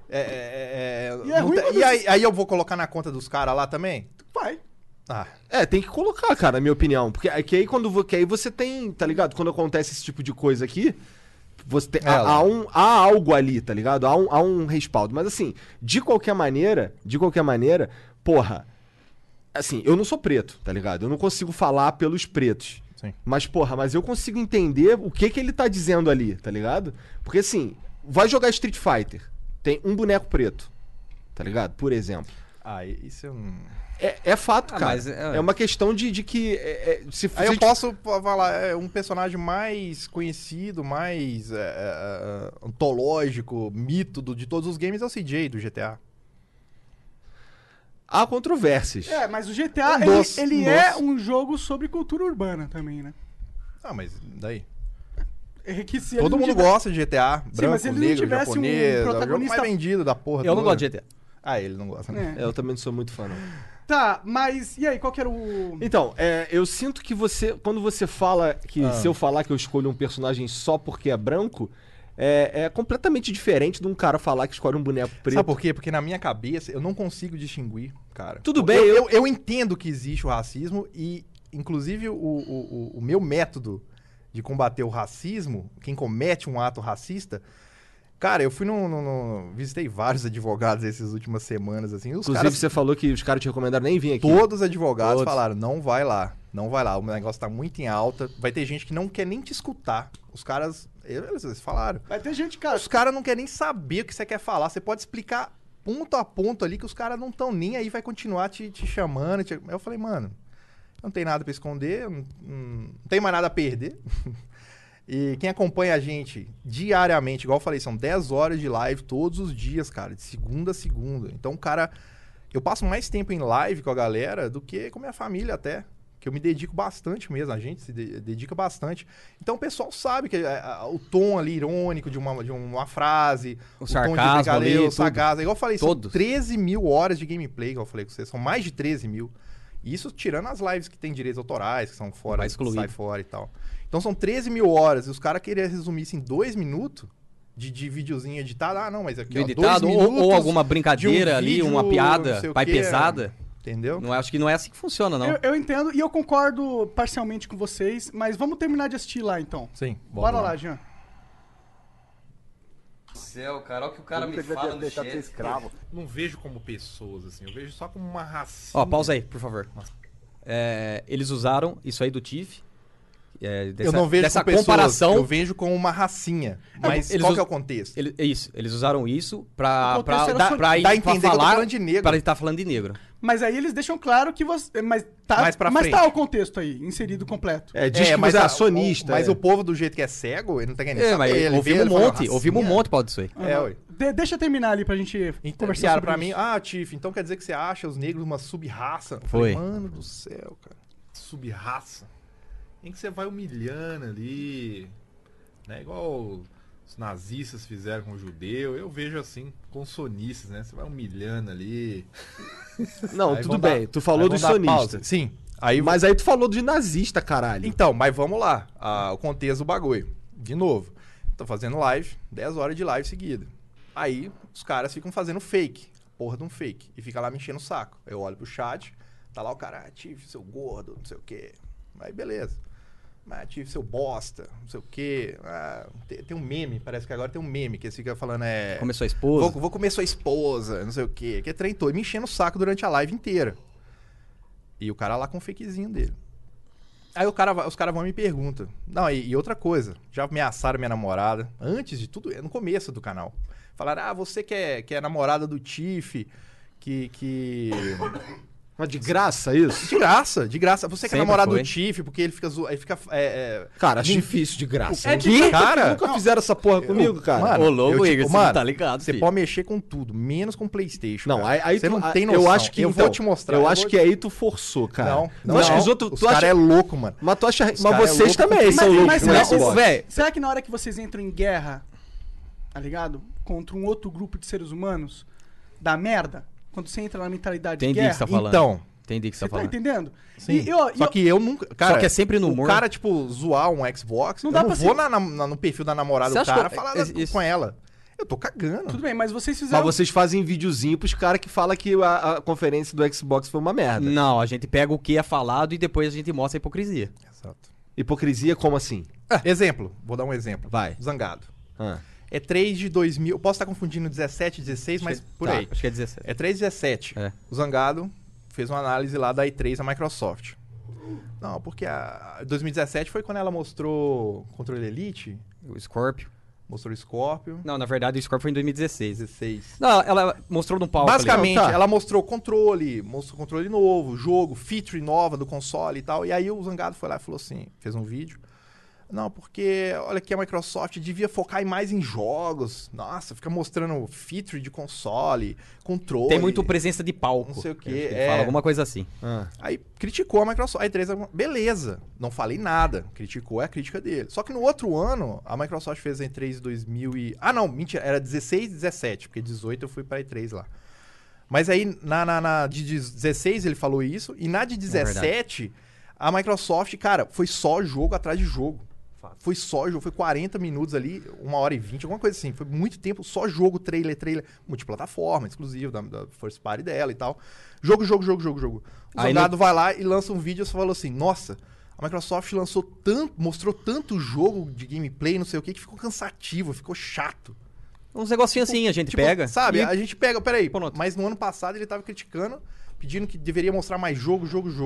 Aí eu vou colocar na conta dos caras lá também? Vai. Tem que colocar, cara, na minha opinião. Porque aí você tem, tá ligado? Quando acontece esse tipo de coisa aqui, você tem, há algo ali, tá ligado? Há um respaldo. Mas assim, de qualquer maneira, porra, assim, eu não sou preto, tá ligado? Eu não consigo falar pelos pretos. Sim. Mas, porra, eu consigo entender o que ele tá dizendo ali, tá ligado? Porque assim, vai jogar Street Fighter. Tem um boneco preto, tá ligado? Por exemplo. Isso eu não... É fato, cara. Mas é uma questão de que... eu posso falar, um personagem mais conhecido, mais antológico, mito de todos os games é o CJ do GTA. Há controvérsias. Mas o GTA, ele é um jogo sobre cultura urbana também, né? Mas daí... Todo mundo gosta de GTA, branco, mas se ele negro, não tivesse japonês, um protagonista... é o jogo mais vendido da porra. Eu não gosto de GTA. Ele não gosta, né? Eu também não sou muito fã, não. Tá, mas e aí, qual que era o... Então, eu sinto que quando você fala que se eu falar que eu escolho um personagem só porque é branco, é completamente diferente de um cara falar que escolhe um boneco preto. Sabe por quê? Porque na minha cabeça eu não consigo distinguir, cara. Tudo bem. Eu entendo que existe o racismo e, inclusive, o meu método de combater o racismo, quem comete um ato racista... Cara, eu fui visitei vários advogados essas últimas semanas, assim. Inclusive, você falou que os caras te recomendaram nem vir aqui. Todos os advogados falaram, não vai lá, o negócio tá muito em alta, vai ter gente que não quer nem te escutar. Os caras, eles falaram. Vai ter gente, cara... Os caras não querem nem saber o que você quer falar, você pode explicar ponto a ponto ali que os caras não estão nem aí, vai continuar te chamando. Eu falei, mano, não tem nada pra esconder, não tem mais nada a perder. E quem acompanha a gente diariamente, igual eu falei, são 10 horas de live todos os dias, cara, de segunda a segunda. Então, cara, eu passo mais tempo em live com a galera do que com minha família até. Que eu me dedico bastante mesmo, a gente se dedica bastante. Então o pessoal sabe que o tom ali irônico de uma frase, o sarcasmo ali, o sarcasmo. Igual eu falei, são 13 mil horas de gameplay, igual eu falei com vocês, são mais de 13 mil. Isso tirando as lives que tem direitos autorais, que são fora, que sai fora e tal. Então são 13 mil horas, e os caras queriam resumir isso em 2 minutos de videozinho editado. Não, mas aqui, editado, 2 minutos ou alguma brincadeira ali, uma piada, pai pesada. Entendeu? Acho que não é assim que funciona, não. Eu entendo, e eu concordo parcialmente com vocês, mas vamos terminar de assistir lá, então. Sim. Bora lá, Jean. Céu, cara, olha o que o cara me fala no chat. Escravo. Não vejo como pessoas, assim, eu vejo só como uma raça. Pausa aí, por favor. Eles usaram isso aí do Tiff. Eu não vejo dessa como pessoas, comparação. Eu vejo como uma racinha. Mas qual que é o contexto? Eles usaram isso pra entender que eu tô falando de negro. Pra ele estar falando de negro. Mas aí eles deixam claro que você... Mas tá o contexto aí, inserido completo. Diz que você é acionista. Mas o povo do jeito que é cego, ele não tá querendo saber. Ouvimos um monte pode disso aí. Deixa eu terminar ali pra gente conversar sobre pra isso. mim, Tiff, então quer dizer que você acha os negros uma sub-raça? Foi. Mano do céu, cara. Sub-raça. em que você vai humilhando ali, né? Igual os nazistas fizeram com o judeu. Eu vejo assim com os sonistas, né? Você vai humilhando ali. Não, Aí tudo vão bem. Tu falou aí dos vão dar pausa. sonistas. Sim. Aí, Mas aí tu falou de nazista, caralho. então, mas vamos lá. O contexto do bagulho. De novo. Tô fazendo live, 10 horas de live seguida. Aí os caras ficam fazendo fake. Porra de um fake. E fica lá me enchendo o saco. Eu olho pro chat, tá lá o cara, Tiff, seu gordo, não sei o quê. Aí beleza. Mas Tiff, seu bosta, não sei o quê. Tem um meme, parece que agora tem um meme que eles ficam falando Comer sua esposa. Vou comer sua esposa, não sei o quê. Que trem todo. Me enchendo o saco durante a live inteira. E o cara lá com o fakezinho dele. Aí os caras vão e me perguntam. Não, e outra coisa. Já ameaçaram minha namorada. Antes de tudo, no começo do canal. Falaram, você que é namorada do Tiff, que... Mas de graça isso? De graça. Você que é Sempre namorado foi. do Tiff, porque ele fica... Cara, acho difícil de graça. Cara... Nunca fizeram essa porra comigo, cara. Mano, Ô, louco, Igor, você não tá ligado, Você filho. pode mexer com tudo, menos com PlayStation. Não, cara. aí você tu, não tem noção. Eu acho que eu então, vou te mostrar. Eu acho que aí tu forçou, cara. Não, Tu acha que os outros, os tu acha... cara é louco, mano. Mas tu acha, Os mas cara é vocês louco também porque- são loucos Mas no será Xbox. velho, Será que na hora que vocês entram em guerra, tá ligado? Contra um outro grupo de seres humanos, dá merda? Quando você entra na mentalidade Entendi de o guerra? que você tá falando. Então, Entendi o que você Você tá tá falando. entendendo? sim. E Só que eu nunca... Cara, Só que é sempre no humor. O cara, tipo, zoar um Xbox, Não eu dá não pra vou ser- no perfil da namorada Você do acha cara que- falar isso- com ela. Eu tô cagando. Tudo bem, mas vocês fizeram... Mas vocês fazem videozinho pros caras que falam que a conferência do Xbox foi uma merda. Não, a gente pega o que é falado e depois a gente mostra a hipocrisia. Exato. Hipocrisia como assim? Exemplo. Vou dar um exemplo. Vai. Zangado. Ah. É 3 de 2000... Eu posso estar confundindo 17, 16, mas por Tá, aí. acho que é 17. É 3 de 17. É. O Zangado fez uma análise lá da E3 da Microsoft. Não, porque a 2017 foi quando ela mostrou controle Elite, O Scorpio. mostrou o Scorpio. Não, na verdade o Scorpio foi em 2016. 16. Não, ela mostrou no palco Basicamente, ali. ela mostrou controle novo, jogo, feature nova do console e tal. E aí o Zangado foi lá e falou assim, fez um vídeo. Não, porque olha aqui, a Microsoft devia focar mais em jogos. Nossa, fica mostrando feature de console, controle. Tem muito presença de palco. Não sei o quê, Ele é. fala alguma coisa assim. Aí criticou a Microsoft. A E3, beleza, não falei nada. Criticou, é a crítica dele. Só que no outro ano, a Microsoft fez a E3 em 2000 Ah, não, mentira, era 16 e 17, porque 18 eu fui pra E3 lá. Mas aí, na de 16 ele falou isso, e na de 17, a Microsoft, cara, foi só jogo atrás de jogo. Foi só jogo, foi 40 minutos ali, 1h20, alguma coisa assim. Foi muito tempo, só jogo, trailer, multiplataforma, exclusivo, da first party dela e tal. Jogo. O Aí Zangado vai lá e lança um vídeo e você falou assim, nossa, a Microsoft mostrou tanto jogo de gameplay, não sei o que ficou cansativo, ficou chato. Uns negocinhos assim, a gente pega. Sabe, e- a gente pega, peraí, Pronto. mas no ano passado ele tava criticando, pedindo que deveria mostrar mais jogo.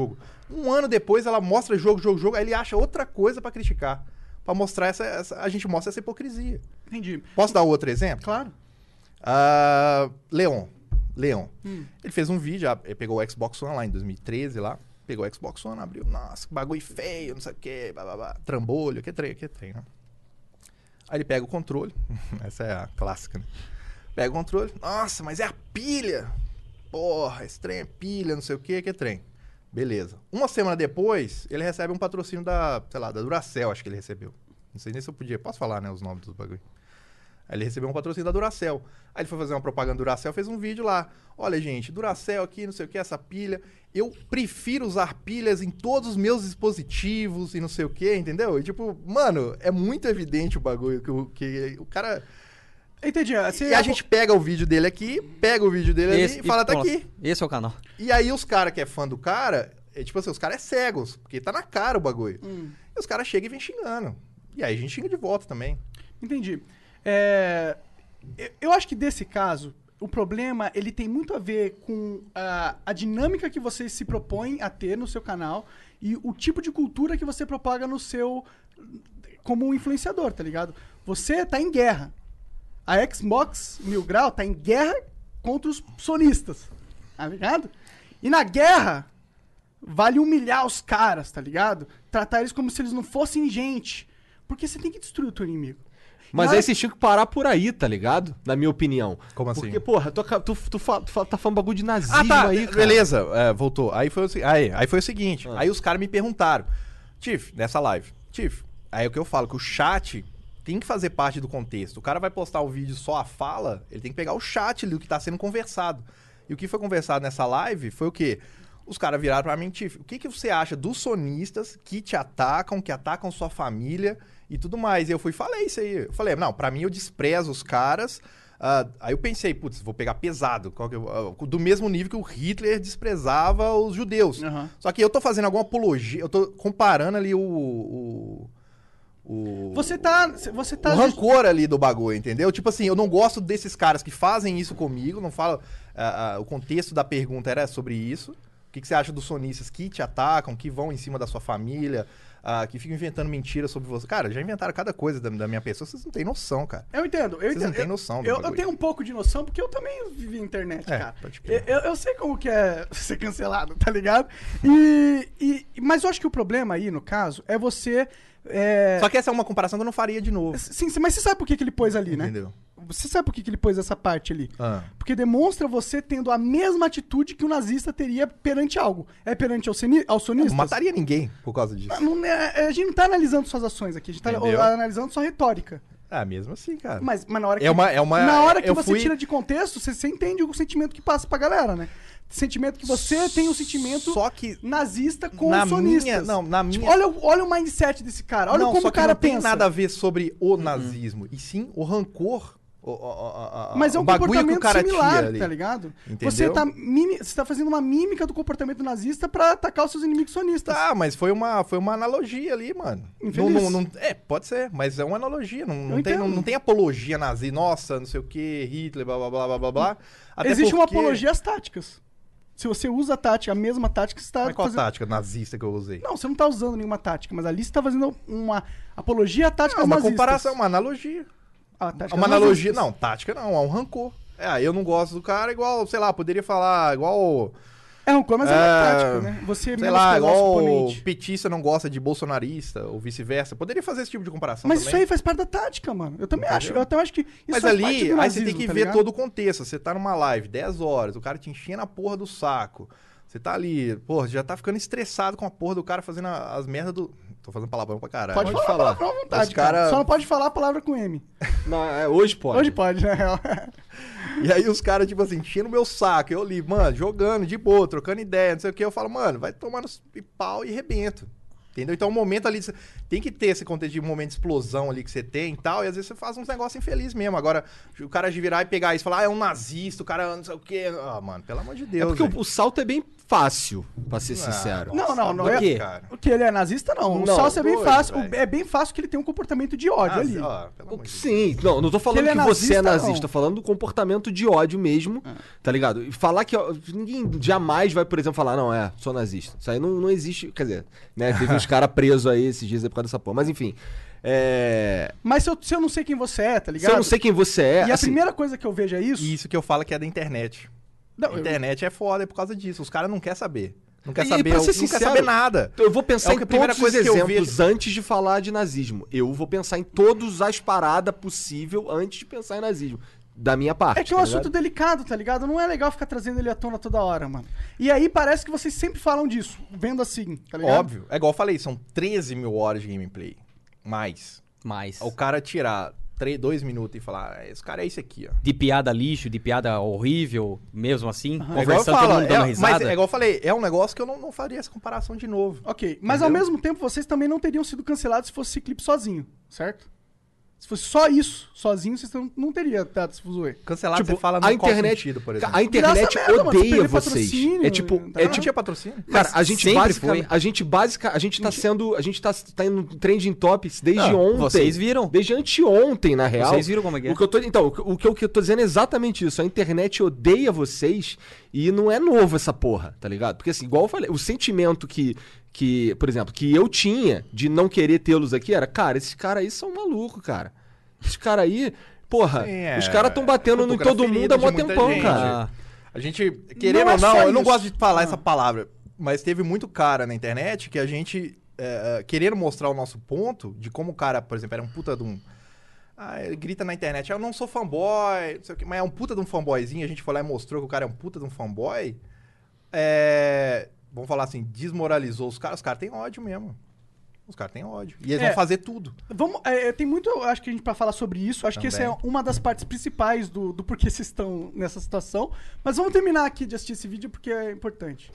Um ano depois ela mostra jogo, aí ele acha outra coisa pra criticar. Pra mostrar a gente mostra essa hipocrisia. Entendi. Posso dar outro exemplo? Claro. Leon. Ele fez um vídeo, ele pegou o Xbox One lá em 2013 lá, pegou o Xbox One, abriu, nossa, que bagulho feio, não sei o que, trambolho, que trem, né? Aí ele pega o controle, essa é a clássica, né? Pega o controle, nossa, mas é a pilha, porra, esse trem é pilha, não sei o que trem. Beleza. Uma semana depois, ele recebe um patrocínio da Duracell, acho que ele recebeu. Não sei nem se eu podia, posso falar, né, os nomes dos bagulho. Aí ele recebeu um patrocínio da Duracell. Aí ele foi fazer uma propaganda Duracell, fez um vídeo lá. Olha, gente, Duracell aqui, não sei o que, essa pilha. Eu prefiro usar pilhas em todos os meus dispositivos e não sei o que, entendeu? E tipo, mano, é muito evidente o bagulho que o cara... Entendi. E a gente pega o vídeo dele aqui, ali e fala, tá nossa, aqui. Esse é o canal. E aí os caras que é fã do cara, tipo assim, os caras é cegos, porque tá na cara o bagulho. E os caras chegam e vem xingando. E aí a gente xinga de volta também. Entendi. Eu acho que desse caso, o problema ele tem muito a ver com a dinâmica que você se propõe a ter no seu canal e o tipo de cultura que você propaga no seu... como um influenciador, tá ligado? Você tá em guerra. A Xbox Mil Grau tá em guerra contra os sonistas, tá ligado? E na guerra, vale humilhar os caras, tá ligado? Tratar eles como se eles não fossem gente. Porque você tem que destruir o teu inimigo. Mas Na aí vocês tinham que parar por aí, tá ligado? Na minha opinião. Como assim? Porque, porra, tu tá falando bagulho de nazismo Ah, tá. aí, cara. Beleza, voltou. Aí foi o seguinte. Aí os caras me perguntaram. Tiff, nessa live. Tiff, aí é o que eu falo, que o chat tem que fazer parte do contexto. O cara vai postar o vídeo só a fala, ele tem que pegar o chat ali, o que tá sendo conversado. E o que foi conversado nessa live foi o quê? Os caras viraram pra mim, Tiff, o que você acha dos sonistas que te atacam, que atacam sua família e tudo mais? E eu fui e falei isso aí. Eu falei, não, pra mim eu desprezo os caras. Aí eu pensei, putz, vou pegar pesado. Do mesmo nível que o Hitler desprezava os judeus. Uhum. Só que eu tô fazendo alguma apologia, eu tô comparando ali Você tá o rancor ali do bagulho, entendeu? Tipo assim, eu não gosto desses caras que fazem isso comigo, não falo... o contexto da pergunta era sobre isso. O que você acha dos sonistas que te atacam, que vão em cima da sua família, que ficam inventando mentiras sobre você? Cara, já inventaram cada coisa da minha pessoa, vocês não têm noção, cara. Eu entendo. Vocês não têm noção do eu bagulho. tenho um pouco de noção, porque eu também vivi a internet, cara. Pode crer. Eu sei como que é ser cancelado, tá ligado? Mas eu acho que o problema aí, no caso, é você... Só que essa é uma comparação que eu não faria de novo. Sim, mas você sabe por que ele pôs ali, né? Entendeu? Você sabe por que ele pôs essa parte ali? Porque demonstra você tendo a mesma atitude que o nazista teria perante algo. É perante aos sonistas? Não mataria ninguém por causa disso. A gente não tá analisando suas ações aqui, a gente tá analisando sua retórica. Mesmo assim, cara. Mas na hora que, na hora que você tira de contexto, você entende o sentimento que passa pra galera, né? Sentimento que você tem um sentimento só que nazista com os sonistas. Tipo, olha o mindset desse cara. Olha como o cara pensa. Não tem nada a ver sobre o nazismo, e sim o rancor. Mas é um bagulho que o cara similar, tira ali. tá ligado? Entendeu? Você tá fazendo uma mímica do comportamento nazista pra atacar os seus inimigos sonistas. Mas foi uma analogia ali, mano. Pode ser, mas é uma analogia. Não tem apologia nazi. Nossa, não sei o que, Hitler, blá, blá, blá, blá, blá, blá. Existe uma apologia às táticas. Se você usa a mesma tática, você tá... Mas qual tática nazista que eu usei? Não, você não tá usando nenhuma tática, mas ali você tá fazendo uma apologia a táticas nazistas. Uma comparação, uma analogia. Uma analogia, não, tática não, é um rancor. Eu não gosto do cara igual, sei lá, poderia falar igual... É rancor, mas é uma tática, né? Você sei lá, igual o petista não gosta de bolsonarista, ou vice-versa. Poderia fazer esse tipo de comparação mas também. isso aí faz parte da tática, mano. Eu também acho. Eu até acho que isso mas faz ali, parte do nazismo, aí você tem que tá ver ligado? todo o contexto. Você tá numa live, 10 horas, o cara te enchendo a porra do saco. Você tá ali, porra, já tá ficando estressado com a porra do cara fazendo as merdas do... Tô fazendo palavrão pra caralho. Pode falar à vontade, cara. Só não pode falar a palavra com M. Não, hoje pode. Hoje pode, né? E aí os caras, tipo assim, enchendo o meu saco. Eu ali, mano, jogando de boa, trocando ideia, não sei o que. Eu falo, mano, vai tomar no pau e rebento. Entendeu? Então, o momento ali, tem que ter esse contexto de momento de explosão ali que você tem e tal, e às vezes você faz uns negócios infelizes mesmo. Agora, o cara de virar e pegar isso e falar, é um nazista, o cara não sei o quê. Mano, pelo amor de Deus. É porque o salto é bem fácil, pra ser sincero. Não é. quê? O que ele é nazista, não. O salto é bem fácil. É bem fácil que ele tem um comportamento de ódio ali. Sim, não tô falando que você é nazista, tô falando do comportamento de ódio mesmo, tá ligado? E falar que ninguém jamais vai, por exemplo, falar, não, sou nazista. Isso aí não existe, quer dizer, né, teve uns caras presos aí esses dias aí por causa dessa porra, mas enfim. Mas se eu não sei quem você é, tá ligado? Se eu não sei quem você é... E a primeira coisa que eu vejo é isso... Isso que eu falo que é da internet. A internet é foda por causa disso, os caras não querem saber. Não quer saber, pra ser não sincero, quer saber nada. Eu vou pensar em primeira todos coisa os que eu exemplos antes de falar de nazismo. Eu vou pensar em todas as paradas possíveis antes de pensar em nazismo. Da minha parte. É que é um assunto delicado, tá ligado? Não é legal ficar trazendo ele à tona toda hora, mano. E aí parece que vocês sempre falam disso, vendo assim, tá ligado? Óbvio. É igual eu falei, são 13 mil horas de gameplay. Mais. O cara tirar 2 minutos e falar, esse cara é esse aqui, ó. De piada lixo, de piada horrível, mesmo assim, conversando, todo mundo dando risada. Mas é igual eu falei, é um negócio que eu não faria essa comparação de novo. Ok, mas ao mesmo tempo vocês também não teriam sido cancelados se fosse esse clipe sozinho, certo? Se fosse só isso, sozinho, vocês não teriam dado esse fuzuê. Cancelado, tipo, você fala no qual sentido, por exemplo. A internet odeia vocês. É tipo... Não tinha patrocínio? Cara, a gente tá indo no trending topics desde ontem. Vocês viram? Desde anteontem, na real. Vocês viram como é que é? O que eu tô dizendo é exatamente isso. A internet odeia vocês e não é novo essa porra, tá ligado? Porque assim, igual eu falei, o sentimento que, por exemplo, que eu tinha de não querer tê-los aqui era, cara, esses caras aí são malucos, cara. Esses caras aí, porra, os caras estão batendo em todo mundo há mó tempão, cara. A gente, querendo ou não, eu não gosto de falar essa palavra, mas teve muito cara na internet que a gente, querendo mostrar o nosso ponto, de como o cara, por exemplo, era um puta de um... ele grita na internet, eu não sou fanboy, não sei o quê, mas é um puta de um fanboyzinho, a gente foi lá e mostrou que o cara é um puta de um fanboy, vamos falar assim, desmoralizou os caras têm ódio mesmo. Os caras têm ódio. E eles vão fazer tudo. Tem muito, acho que a gente pra falar sobre isso. Acho que essa é uma das partes principais do porquê vocês estão nessa situação. Mas vamos terminar aqui de assistir esse vídeo porque é importante.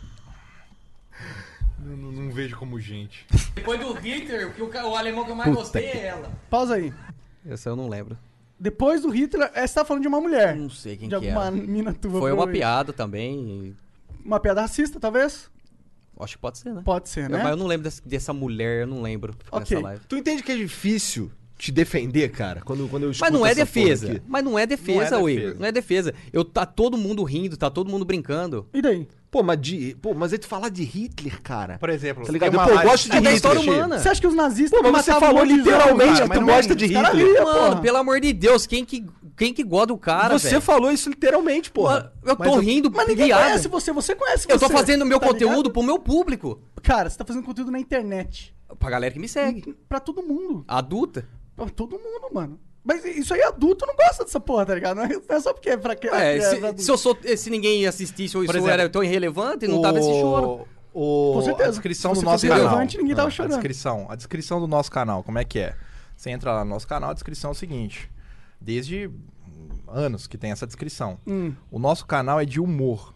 Não vejo como gente. Depois do Hitler, o alemão que eu mais gostei é ela. Pausa aí. Essa eu não lembro. Depois do Hitler, você tá falando de uma mulher. Não sei quem de que é. alguma mina tua. Foi uma piada também. Uma piada racista, talvez? Acho que pode ser, né? Pode ser, né? Mas eu não lembro dessa mulher, eu não lembro. Ok. Nessa live. Tu entende que é difícil te defender, cara? Quando eu escuto Mas não é essa porra defesa. aqui? Mas não é defesa, Igor. Não é defesa. Tá todo mundo rindo, tá todo mundo brincando. E daí? Pô, mas aí tu falar de Hitler, cara. Por exemplo, tá ligado? tem uma Pô, eu live- gosto de É da Hitler. história Chico. humana. Você acha que os nazistas Pô, mas você matavam falou um monte de literalmente, cara, tu gosta de Hitler. Mano, pelo amor de Deus, quem que gosta do cara, Você velho? falou isso literalmente, porra. Eu tô rindo, Mas ninguém piada. conhece você conhece Eu tô você, fazendo meu tá conteúdo ligado? pro meu público. Cara, você tá fazendo conteúdo na internet. Pra galera que me segue. Pra todo mundo. Adulta. Pra todo mundo, mano. Mas isso aí, adulto não gosta dessa porra, tá ligado? Não é só porque é pra que Se ninguém assistisse ou isso exemplo, era tão irrelevante, não tava esse choro. Com certeza. A descrição Se do você nosso fosse canal. relevante, ninguém tava chorando. A descrição do nosso canal, como é que é? Você entra lá no nosso canal, a descrição é o seguinte. Desde anos que tem essa descrição. O nosso canal é de humor.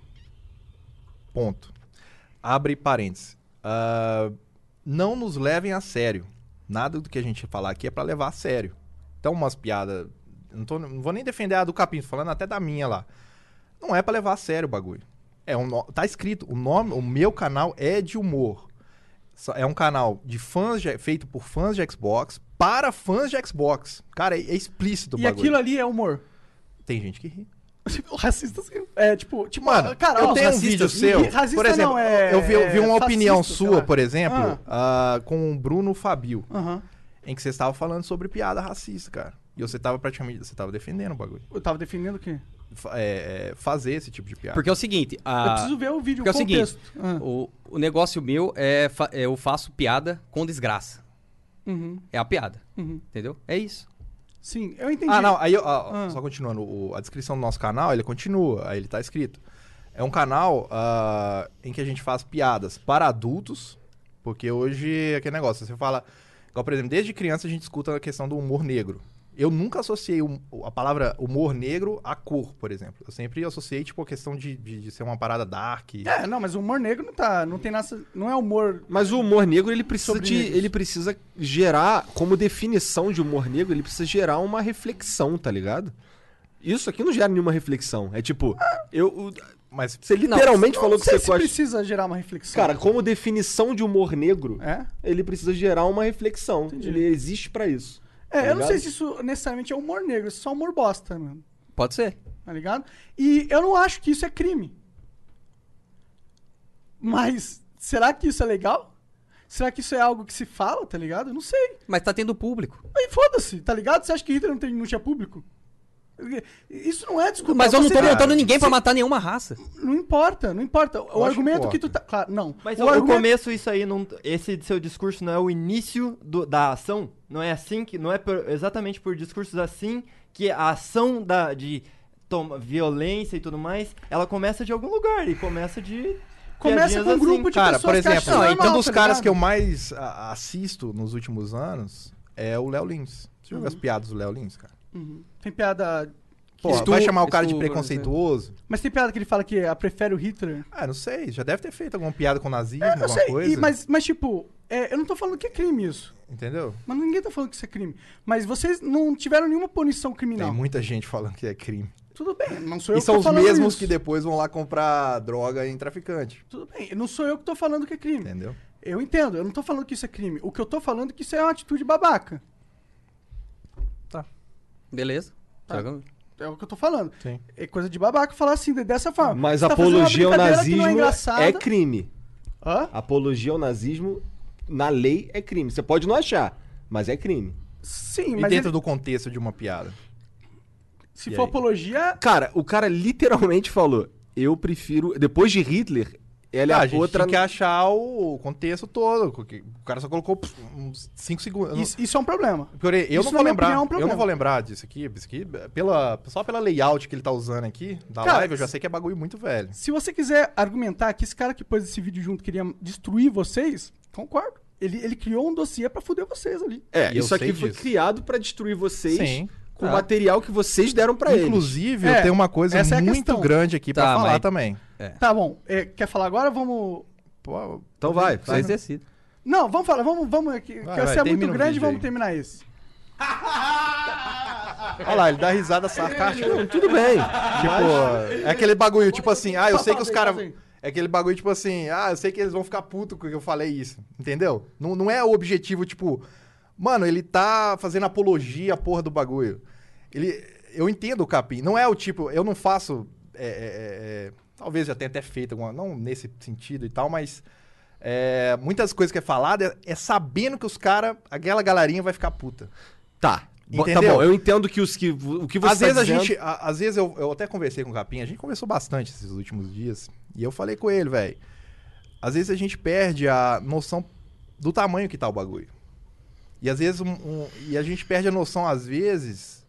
Ponto. Abre parênteses. Não nos levem a sério. Nada do que a gente falar aqui é pra levar a sério. Então, umas piadas... Não vou nem defender a do Capim, tô falando até da minha lá. Não é pra levar a sério o bagulho. Tá escrito, o meu canal é de humor. É um canal de fãs feito por fãs de Xbox para fãs de Xbox. Cara, é explícito o E bagulho. aquilo ali é humor. Tem gente que ri. Racista, sim. É, tipo, Mano, cara, eu ó, tenho um racista- vídeo seu, racista por exemplo, não, é- eu vi uma fascista, opinião sei sua, lá. por exemplo, com o Bruno Fabio, Aham. em que você estava falando sobre piada racista, cara. E você tava defendendo o bagulho. Eu tava defendendo o quê? Fazer esse tipo de piada. Porque é o seguinte... Eu preciso ver o vídeo, Porque é o o seguinte, contexto. o negócio meu eu faço piada com desgraça. Uhum. É a piada. Uhum. Entendeu? É isso. Sim, eu entendi. Não, aí, só continuando, a descrição do nosso canal, ele continua, aí ele tá escrito. É um canal em que a gente faz piadas para adultos, porque hoje é aquele negócio, você fala... Igual, por exemplo, desde criança a gente escuta a questão do humor negro. Eu nunca associei a palavra humor negro a cor, por exemplo. Eu sempre associei, tipo, a questão de ser uma parada dark. Não, mas o humor negro não tem nada... Não é humor... Mas o humor negro, ele precisa Sobre negros. ele precisa gerar, como definição de humor negro, ele precisa gerar uma reflexão, tá ligado? Isso aqui não gera nenhuma reflexão. É tipo, Mas você literalmente falou que você se gosta... precisa gerar uma reflexão. Cara, como definição de humor negro, É? ele precisa gerar uma reflexão. Ele existe pra isso. tá Eu não ligado? sei se isso necessariamente é humor negro, isso é só humor bosta, mano. Pode ser. Tá ligado? E eu não acho que isso é crime. Mas será que isso é legal? Será que isso é algo que se fala, tá ligado? Eu não sei. Mas tá tendo público. Aí foda-se, tá ligado? Você acha que Hitler não tinha público? Isso não é desculpa. Mas eu não tô Você- montando ninguém pra matar nenhuma raça. Não importa, não importa. O acho argumento que que tu tá... Claro, não. Mas o o argumento... começo, isso aí, não, esse seu discurso não é o início da ação? Não é assim que. Não é exatamente por discursos assim que a ação de violência e tudo mais, ela começa de algum lugar e começa de. Começa com um grupo de Cara, por pessoas que exemplo, acham normal, um dos tá caras ligado? que eu mais assisto nos últimos anos é o Léo Lins. Você já viu as piadas do Léo Lins, cara? Uhum. Tem piada... Pô, vai chamar o cara de preconceituoso? Mas tem piada que ele fala que prefere o Hitler? Não sei. Já deve ter feito alguma piada com nazismo, Eu alguma sei, coisa. mas tipo, eu não tô falando que é crime isso. Entendeu? Mas ninguém tá falando que isso é crime. Mas vocês não tiveram nenhuma punição criminal. Tem muita gente falando que é crime. Tudo bem, não sou eu E que são tô os falando mesmos isso. que depois vão lá comprar droga em traficante. Tudo bem, não sou eu que tô falando que é crime. Entendeu? Eu entendo, eu não tô falando que isso é crime. O que eu tô falando é que isso é uma atitude babaca. Beleza. É o que eu tô falando. Sim. É coisa de babaca falar assim, dessa forma. Mas Você tá fazendo uma apologia ao brincadeira que não nazismo engraçada. é crime. Hã? Apologia ao nazismo, na lei, é crime. Você pode não achar, mas é crime. Sim, E mas dentro do contexto de uma piada? se E for aí? apologia... Cara, o cara literalmente falou, eu prefiro... Depois de Hitler, ela é a a gente outra... tem que achar o contexto todo. Porque o cara só colocou uns 5 segundos. Isso é um problema. Eu Isso, não vou na minha lembrar. opinião, é um Eu problema. não vou lembrar disso aqui. Só pela layout que ele tá usando aqui da Cara, live, eu já sei que é bagulho muito velho. Se você quiser argumentar que esse cara que pôs esse vídeo junto queria destruir vocês, concordo. Ele criou um dossiê pra fuder vocês ali. É, E eu isso aqui sei foi disso. criado pra destruir vocês Sim. com o material que vocês deram pra eles. Inclusive, É, eu tenho uma coisa essa é a muito questão. grande aqui pra Tá, falar mas- também. Tá bom. Quer falar agora ou vamos... Pô, Então vai. Vocês decidem. Não, vamos falar. Vamos aqui. Vai, Que esse vai, é muito termina o grande, vídeo vamos aí. terminar esse. Olha lá, ele dá risada sarcástica. Tudo bem. Tipo, é aquele bagulho, tipo assim, eu sei que os caras... Faz aí. É aquele bagulho, tipo assim, eu sei que eles vão ficar putos porque eu falei isso, entendeu? Não é o objetivo, tipo... Mano, ele tá fazendo apologia à porra do bagulho. Eu entendo o Capim, não é o tipo... Eu não faço... talvez já tenha até feito alguma... Não nesse sentido e tal, mas... muitas coisas que é falada é sabendo que os caras... Aquela galerinha vai ficar puta. Tá. Tá Entendeu? bom, eu entendo que o que você Às vezes tá dizendo... às vezes eu até conversei com o Capim, a gente conversou bastante esses últimos dias, e eu falei com ele, velho, às vezes a gente perde a noção do tamanho que tá o bagulho. E às vezes e a gente perde a noção, às vezes,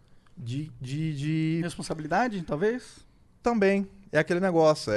de... Responsabilidade, talvez? Também. É aquele negócio,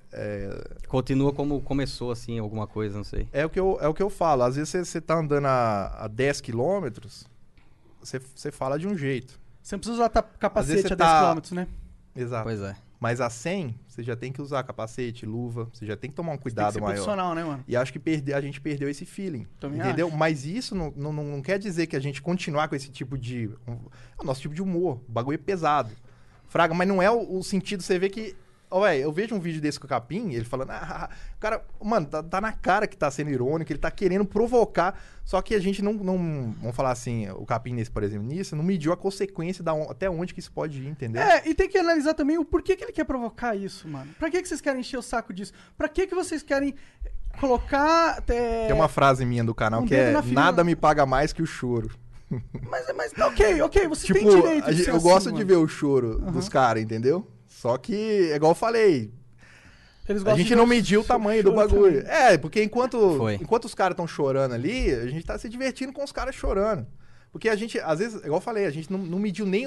Continua como começou, assim, alguma coisa, não sei. é o que eu falo, às vezes você tá andando a 10 quilômetros, você fala de um jeito. Você não precisa usar capacete Às vezes a você 10 tá- km, né? Exato. Pois é. Mas a 100, você já tem que usar capacete, luva, você já tem que tomar um Tem que cuidado ser maior. profissional, né, mano? E acho que a gente perdeu esse feeling. Também Entendeu? acho. Mas isso não quer dizer que a gente continuar com esse tipo de... É o nosso tipo de humor. O bagulho é pesado. Fraga, mas não é o sentido... Você vê que... eu vejo um vídeo desse com o Capim, ele falando... o cara, mano, tá na cara que tá sendo irônico, ele tá querendo provocar. Só que a gente não... Vamos falar assim, o Capim, por exemplo, nisso, não mediu a consequência até onde que isso pode ir, entendeu? E tem que analisar também o porquê que ele quer provocar isso, mano. Pra que vocês querem encher o saco disso? Pra que vocês querem colocar... Tem uma frase minha do canal um que dedo é... na ferida. Nada me paga mais que o choro. Mas ok, você tem Tipo, direito de ser eu assim, gosto mano. de ver o choro dos caras, entendeu? Só que, é igual eu falei, Eles a gostam gente de não ver mediu o tamanho do choro bagulho. também. Porque enquanto os caras estão chorando ali, a gente tá se divertindo com os caras chorando. Porque a gente, às vezes, igual eu falei, a gente não mediu nem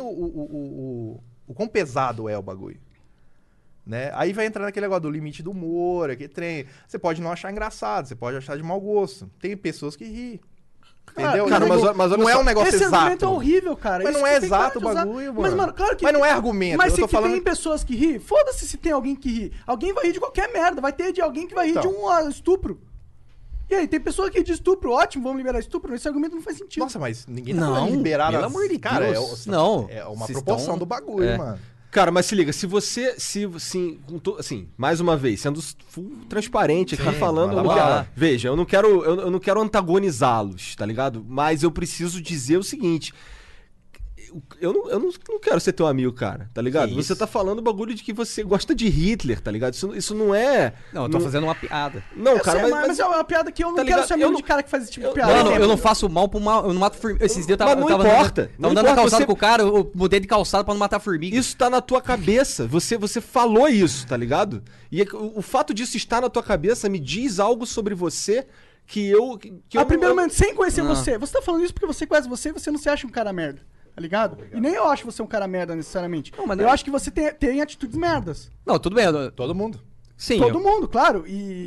o quão pesado é o bagulho. Né? Aí vai entrar naquele negócio do limite do humor, aquele trem. Você pode não achar engraçado, você pode achar de mau gosto. Tem pessoas que riem. Entendeu? Cara, mas olha não é só, um negócio Esse exato. argumento é horrível, cara. Mas Isso não que é tem exato o que usar. bagulho, Mas, mano. mano, claro que... Mas não é argumento, Mas eu se tô que falando- tem pessoas que ri, foda-se se tem alguém que ri. Alguém vai rir de qualquer merda. Vai ter de alguém que vai rir Então. de um estupro. E aí, tem pessoa que ri de estupro. Ótimo, vamos liberar estupro. Esse argumento não faz sentido. Nossa, mas ninguém tá Não, falando de liberar... pelo amor de Cara, Deus. Não. É uma Vocês proporção estão- do bagulho, É. mano. Cara, mas se liga, se você, assim, mais uma vez, sendo full transparente aqui, Sim, falando, eu manda não bala. quero, veja, eu não quero antagonizá-los, tá ligado? Mas eu preciso dizer o seguinte, eu não quero ser teu amigo, cara, tá ligado? Que Você isso? tá falando o bagulho de que você gosta de Hitler, tá ligado? Isso não é... Não, eu tô fazendo uma piada. Não, Eu cara, sei, mas é uma piada que eu não tá quero ligado? ser amigo Eu de não- cara que faz esse tipo de eu- piada. Mano, eu não faço mal pro mal, eu não mato formiga. Esses dias eu tava, Mas não eu tava importa, andando, não tava andando na importa, calçada você- com o cara, eu mudei de calçada pra não matar formiga. Isso tá na tua cabeça. Você falou isso, tá ligado? E o fato disso estar na tua cabeça me diz algo sobre você que eu. Primeiro momento, sem conhecer Não. você. Você tá falando isso porque você conhece você e você não se acha um cara merda. Tá ligado? E nem eu acho você um cara merda necessariamente. Não, mas eu não- acho que você tem atitudes merdas. Não, tudo bem. Todo mundo. Sim. Todo eu- mundo, claro.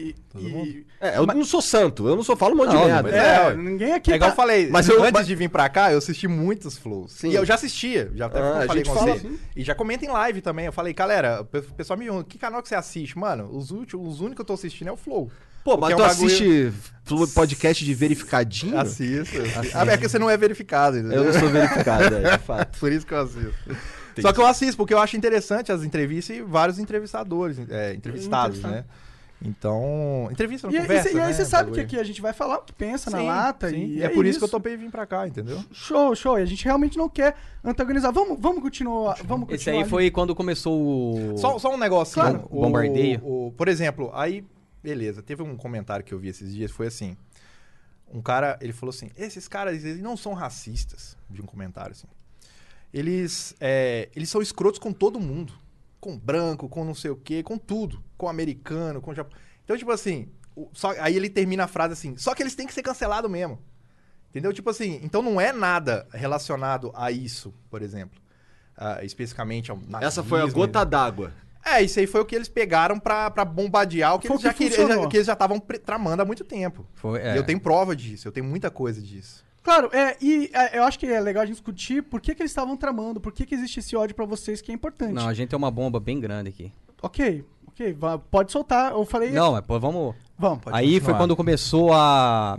eu não sou santo, eu não sou falo um monte de Não, merda. mas Ninguém aqui É igual tá... eu falei, Mas antes de vir pra cá, eu assisti muitos flows. Sim. E eu já assistia, já até Ah, a falei gente com fala você. assim. E já comenta em live também. Eu falei, galera, o pessoal me pergunta, que canal que você assiste? Mano, os únicos que eu tô assistindo é o Flow. Pô, Porque mas é tu um bagulho- assiste podcast de verificadinho? Assisto. É que você não é verificado, entendeu? Eu não sou verificado, de fato. Por isso que eu assisto. Só que eu assisto, porque eu acho interessante as entrevistas e vários entrevistadores, entrevistados, né? Então, entrevista não E, conversa, e aí né, você sabe que bagulho. aqui a gente vai falar o que pensa na Sim, lata. sim. E é por isso que eu topei vir pra cá, entendeu? Show. E a gente realmente não quer antagonizar. Vamos continuar. Vamos Esse continuar aí foi quando começou o... Só um negócio. Claro. O bombardeio. Por exemplo, aí, beleza, teve um comentário que eu vi esses dias, foi assim, um cara, ele falou assim, esses caras, eles não são racistas, de um comentário assim. Eles são escrotos com todo mundo, com branco, com não sei o quê, com tudo, com americano, com japonês. Então, tipo assim, aí ele termina a frase assim, só que eles têm que ser cancelados mesmo. Entendeu? Tipo assim, então não é nada relacionado a isso, por exemplo. Especificamente ao nazismo. Essa foi a gota d'água. Isso aí foi o que eles pegaram pra bombardear o que Foi eles o já que queriam, funcionou. que eles já estavam tramando há muito tempo. E eu tenho prova disso, eu tenho muita coisa disso. Claro, eu acho que é legal a gente discutir por que eles estavam tramando, por que existe esse ódio pra vocês que é importante. Não, a gente tem uma bomba bem grande aqui. Ok, pode soltar, eu falei... Não, mas pô, vamos... Vamos, pode Aí continuar. foi quando começou a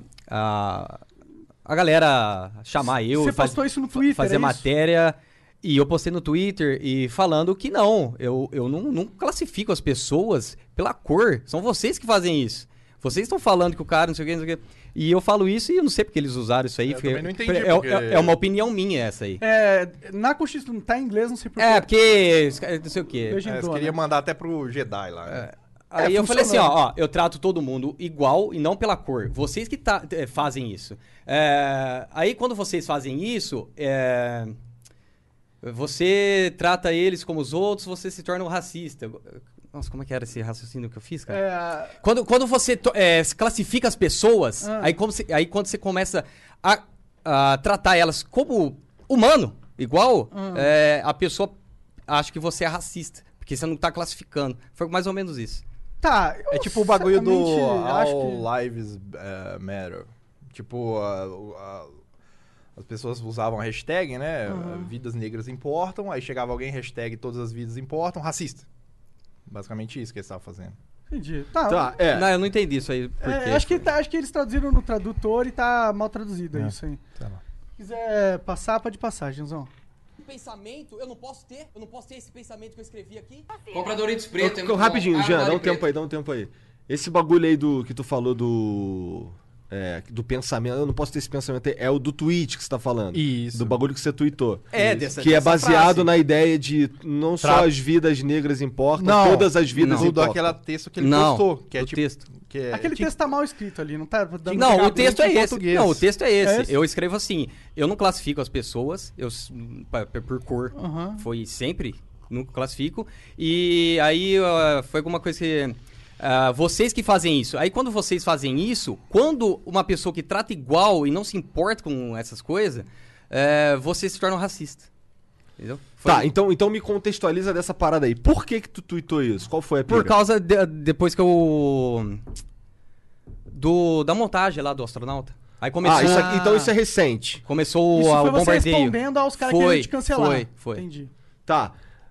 galera chamar eu... Você postou isso no Twitter, fazer é isso? matéria... E eu postei no Twitter e falando que não, eu não classifico as pessoas pela cor. São vocês que fazem isso. Vocês estão falando que o cara não sei o que, não sei o que. E eu falo isso e eu não sei porque eles usaram isso aí. Eu também não entendi, porque... É uma opinião minha essa aí. Na Constituição não tá em inglês, não sei porquê. Porque... Não sei o quê. Eles queriam mandar até pro Jedi lá. Aí eu falei assim, ó, eu trato todo mundo igual e não pela cor. Vocês que fazem isso. Aí quando vocês fazem isso... Você trata eles como os outros, você se torna um racista. Nossa, como é que era esse raciocínio que eu fiz, cara? Quando você classifica as pessoas, aí quando você começa a tratar elas como humano, igual, a pessoa acha que você é racista, porque você não tá classificando. Foi mais ou menos isso. Tá. É tipo o bagulho do All Lives Matter. Tipo, as pessoas usavam a hashtag, né? Vidas negras importam. Aí chegava alguém, hashtag todas as vidas importam. Racista. Basicamente isso que eles estavam fazendo. Entendi. Não, eu não entendi isso aí. Por quê? Acho que eles traduziram no tradutor e tá mal traduzido, é isso aí. Tá lá. Se quiser passar, pode passar, Genzão. Pensamento, eu não posso ter esse pensamento que eu escrevi aqui. Compra Doritos preto, é muito Rapidinho, bom. Jean, dá um preto. tempo aí. Esse bagulho aí que tu falou do pensamento, eu não posso ter esse pensamento, é o do tweet que você tá falando. Isso. Do bagulho que você tweetou. Que é baseado na ideia de não só as vidas negras importam, todas as vidas importam. Aquele texto que ele postou. Que é o tipo, texto. Aquele texto tá mal escrito ali, não tá dando Não, o texto é esse. português. Não, o texto é esse. É esse? Eu escrevo assim, eu não classifico as pessoas, por cor. Foi sempre, nunca classifico. E aí foi alguma coisa que... vocês que fazem isso. Aí quando vocês fazem isso, quando uma pessoa que trata igual e não se importa com essas coisas, você se torna um racista. Entendeu? Tá, então me contextualiza dessa parada aí. Por que tu tweetou isso? Qual foi a pira? Por causa depois que eu... da montagem lá do astronauta. Aí começou... então isso é recente. Começou Isso o foi você bombardeio. respondendo aos caras que queriam te cancelar. Foi. Entendi. Tá.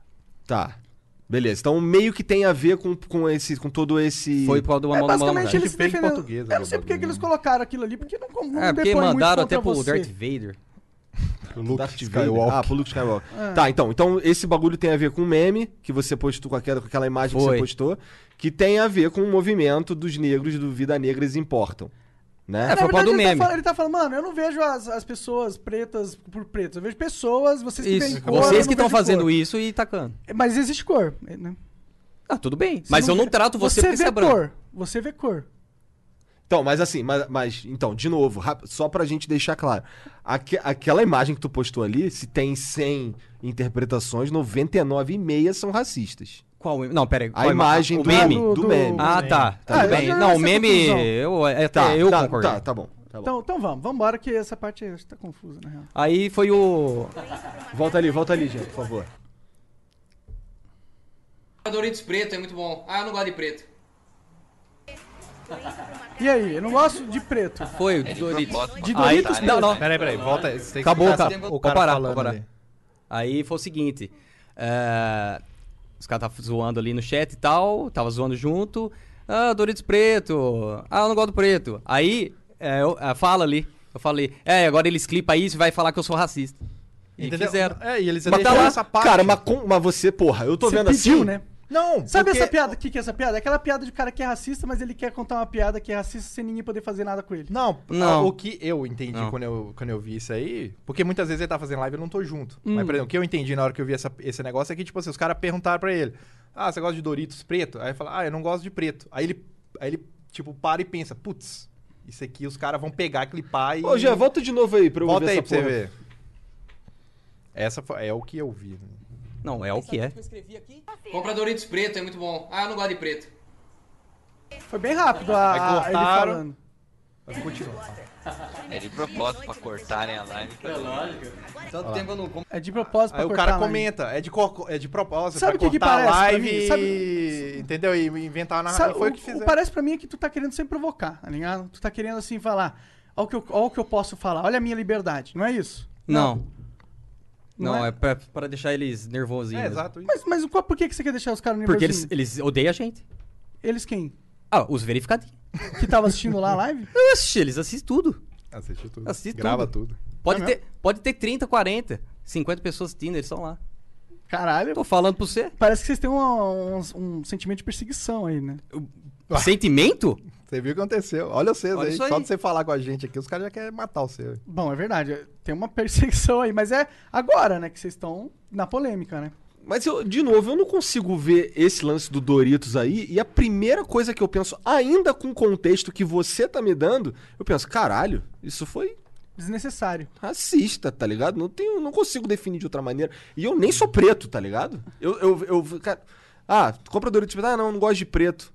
Beleza. Então meio que tem a ver com todo esse... Foi por causa do uma basicamente eles se fez em defendendo. português, Eu não sei porque que eles colocaram aquilo ali, porque não porque depõe muito mandaram contra até pro você. Darth Vader. Darth Skywalker. Pro Luke Skywalker. Tá, então esse bagulho tem a ver com o meme que você postou, com aquela imagem que você postou, que tem a ver com o movimento dos negros, do Vida Negras Importam. Né? Foi por causa do meme. Ele tá falando, mano, eu não vejo as pessoas pretas por pretas, eu vejo pessoas, vocês que veem cor. Vocês que estão vejo fazendo cor. isso e tacando. Mas existe cor, né? Tudo bem. Mas eu não trato você porque você é branco. Você vê cor. Então, mas assim, então, de novo, só pra gente deixar claro. Aquela imagem que tu postou ali, se tem 100 interpretações, 99,5 são racistas. Qual? Não, pera aí. A imagem do meme. Do meme. Tá. Tudo bem. Não, o meme, eu concordo. Tá bom. Então vamos embora que essa parte aí tá confusa, na real. Aí foi o... Volta ali, gente, por favor. Doritos preto, é muito bom. Eu não gosto de preto. E aí, eu não gosto de preto. Foi o Doritos. De Doritos preto. Não. Peraí, volta. Acabou, o cara falando parar. ali. Aí foi o seguinte, os caras estavam zoando ali no chat e tal, tava zoando junto, Doritos preto, eu não gosto do preto. Aí, eu falei, agora eles clipam isso e vai falar que eu sou racista. E fizeram. E eles mas deixaram essa parte. Cara, mas você, porra, eu tô Você vendo pediu, assim... né? Não, Sabe porque... essa piada? O que é essa piada? É aquela piada de cara que é racista, mas ele quer contar uma piada que é racista sem ninguém poder fazer nada com ele. Não. O que eu entendi quando eu vi isso aí... Porque muitas vezes ele tá fazendo live e eu não tô junto. Mas, por exemplo, o que eu entendi na hora que eu vi esse negócio é que, tipo assim, os caras perguntaram pra ele... você gosta de Doritos preto? Aí ele fala, eu não gosto de preto. Aí ele tipo, para e pensa... Putz, isso aqui os caras vão pegar, clipar e... Ô, Jean, volta de novo aí pra eu ver essa porra. Volta aí pra você ver. Essa é o que eu vi. Não, é o que é. Compra Doritos preto, é muito bom. Eu não gosto de preto. Foi bem rápido Aí ele cortaram. falando. Vai continuar. É de propósito pra cortarem a live. É lógico. Tanto tempo eu não como. É de propósito pra Aí o cortar cara a live. comenta, é de propósito Sabe pra o que cortar parece a pra live mim? Sabe- entendeu? E inventar uma Sabe, narrativa. Foi o que fizeram. parece pra mim é que tu tá querendo sempre provocar, tá ligado? Tu tá querendo assim falar, ó o que eu posso falar, olha a minha liberdade, não é isso? Não. Não Não, é? é pra deixar eles nervosinhos. É, mesmo. exato. Isso. Mas por que você quer deixar os caras Porque nervosinhos? eles odeiam a gente. Eles quem? Ah, os verificadinhos. Que tava assistindo lá a live? Oxi, eles assistem tudo. Assiste tudo. Assiste Grava tudo. tudo. Pode ter 30, 40, 50 pessoas assistindo, eles estão lá. Caralho. Tô falando pra você. Parece que vocês têm um sentimento de perseguição aí, né? Sentimento? Você viu o que aconteceu? Olha vocês Olha aí. isso aí. Só de você falar com a gente aqui, os caras já querem matar o seu. Bom, é verdade, tem uma perseguição aí, mas é agora, né, que vocês estão na polêmica, né? Mas, de novo, eu não consigo ver esse lance do Doritos aí. E a primeira coisa que eu penso, ainda com o contexto que você tá me dando, eu penso, caralho, isso foi Desnecessário. racista, tá ligado? Não consigo definir de outra maneira. E eu nem sou preto, tá ligado? Cara, compra Doritos preto. Ah, não gosto de preto.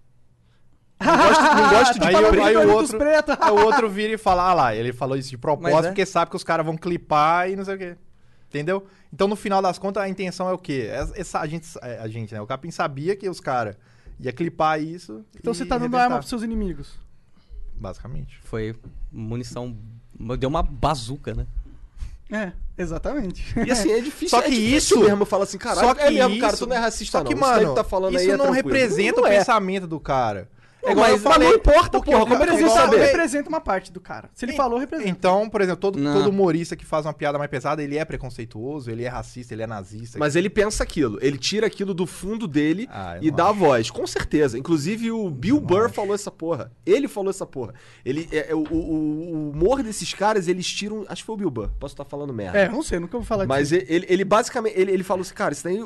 Não gosto de Aí, preto. aí o Doritos outro, preto. aí o outro vira e fala, lá, ele falou isso de propósito Mas é. porque sabe que os caras vão clipar e não sei o quê. Entendeu? Então, no final das contas, a intenção é o quê? A gente, né? O Capim sabia que os caras iam clipar isso. Então e você tá dando arrebentar. arma pros seus inimigos. Basicamente. Foi munição. Deu uma bazuca, né? É, exatamente. E assim, é difícil. Só que é difícil isso- mesmo falar assim, caralho, só que é mesmo, isso- cara, tu não é racista Só que, não. Isso daí mano, que tá falando isso aí é não tranquilo. representa Não o é. pensamento do cara. Não, igual mas eu falei, não importa, porque porra, o como é que cara- eu vou igual- saber? Representa uma parte do cara. Se ele falou, representa. Então, por exemplo, Não. todo humorista que faz uma piada mais pesada, ele é preconceituoso, ele é racista, ele é nazista. Mas ele pensa aquilo, ele tira aquilo do fundo dele Ah, eu e não dá a acho. voz, com certeza. Inclusive o Bill Burr falou essa porra. Ele falou essa porra. O humor desses caras, eles tiram. Acho que foi o Bill Burr, posso estar falando merda. É, não sei, nunca vou falar Mas disso. ele basicamente, ele falou assim, cara, isso daí,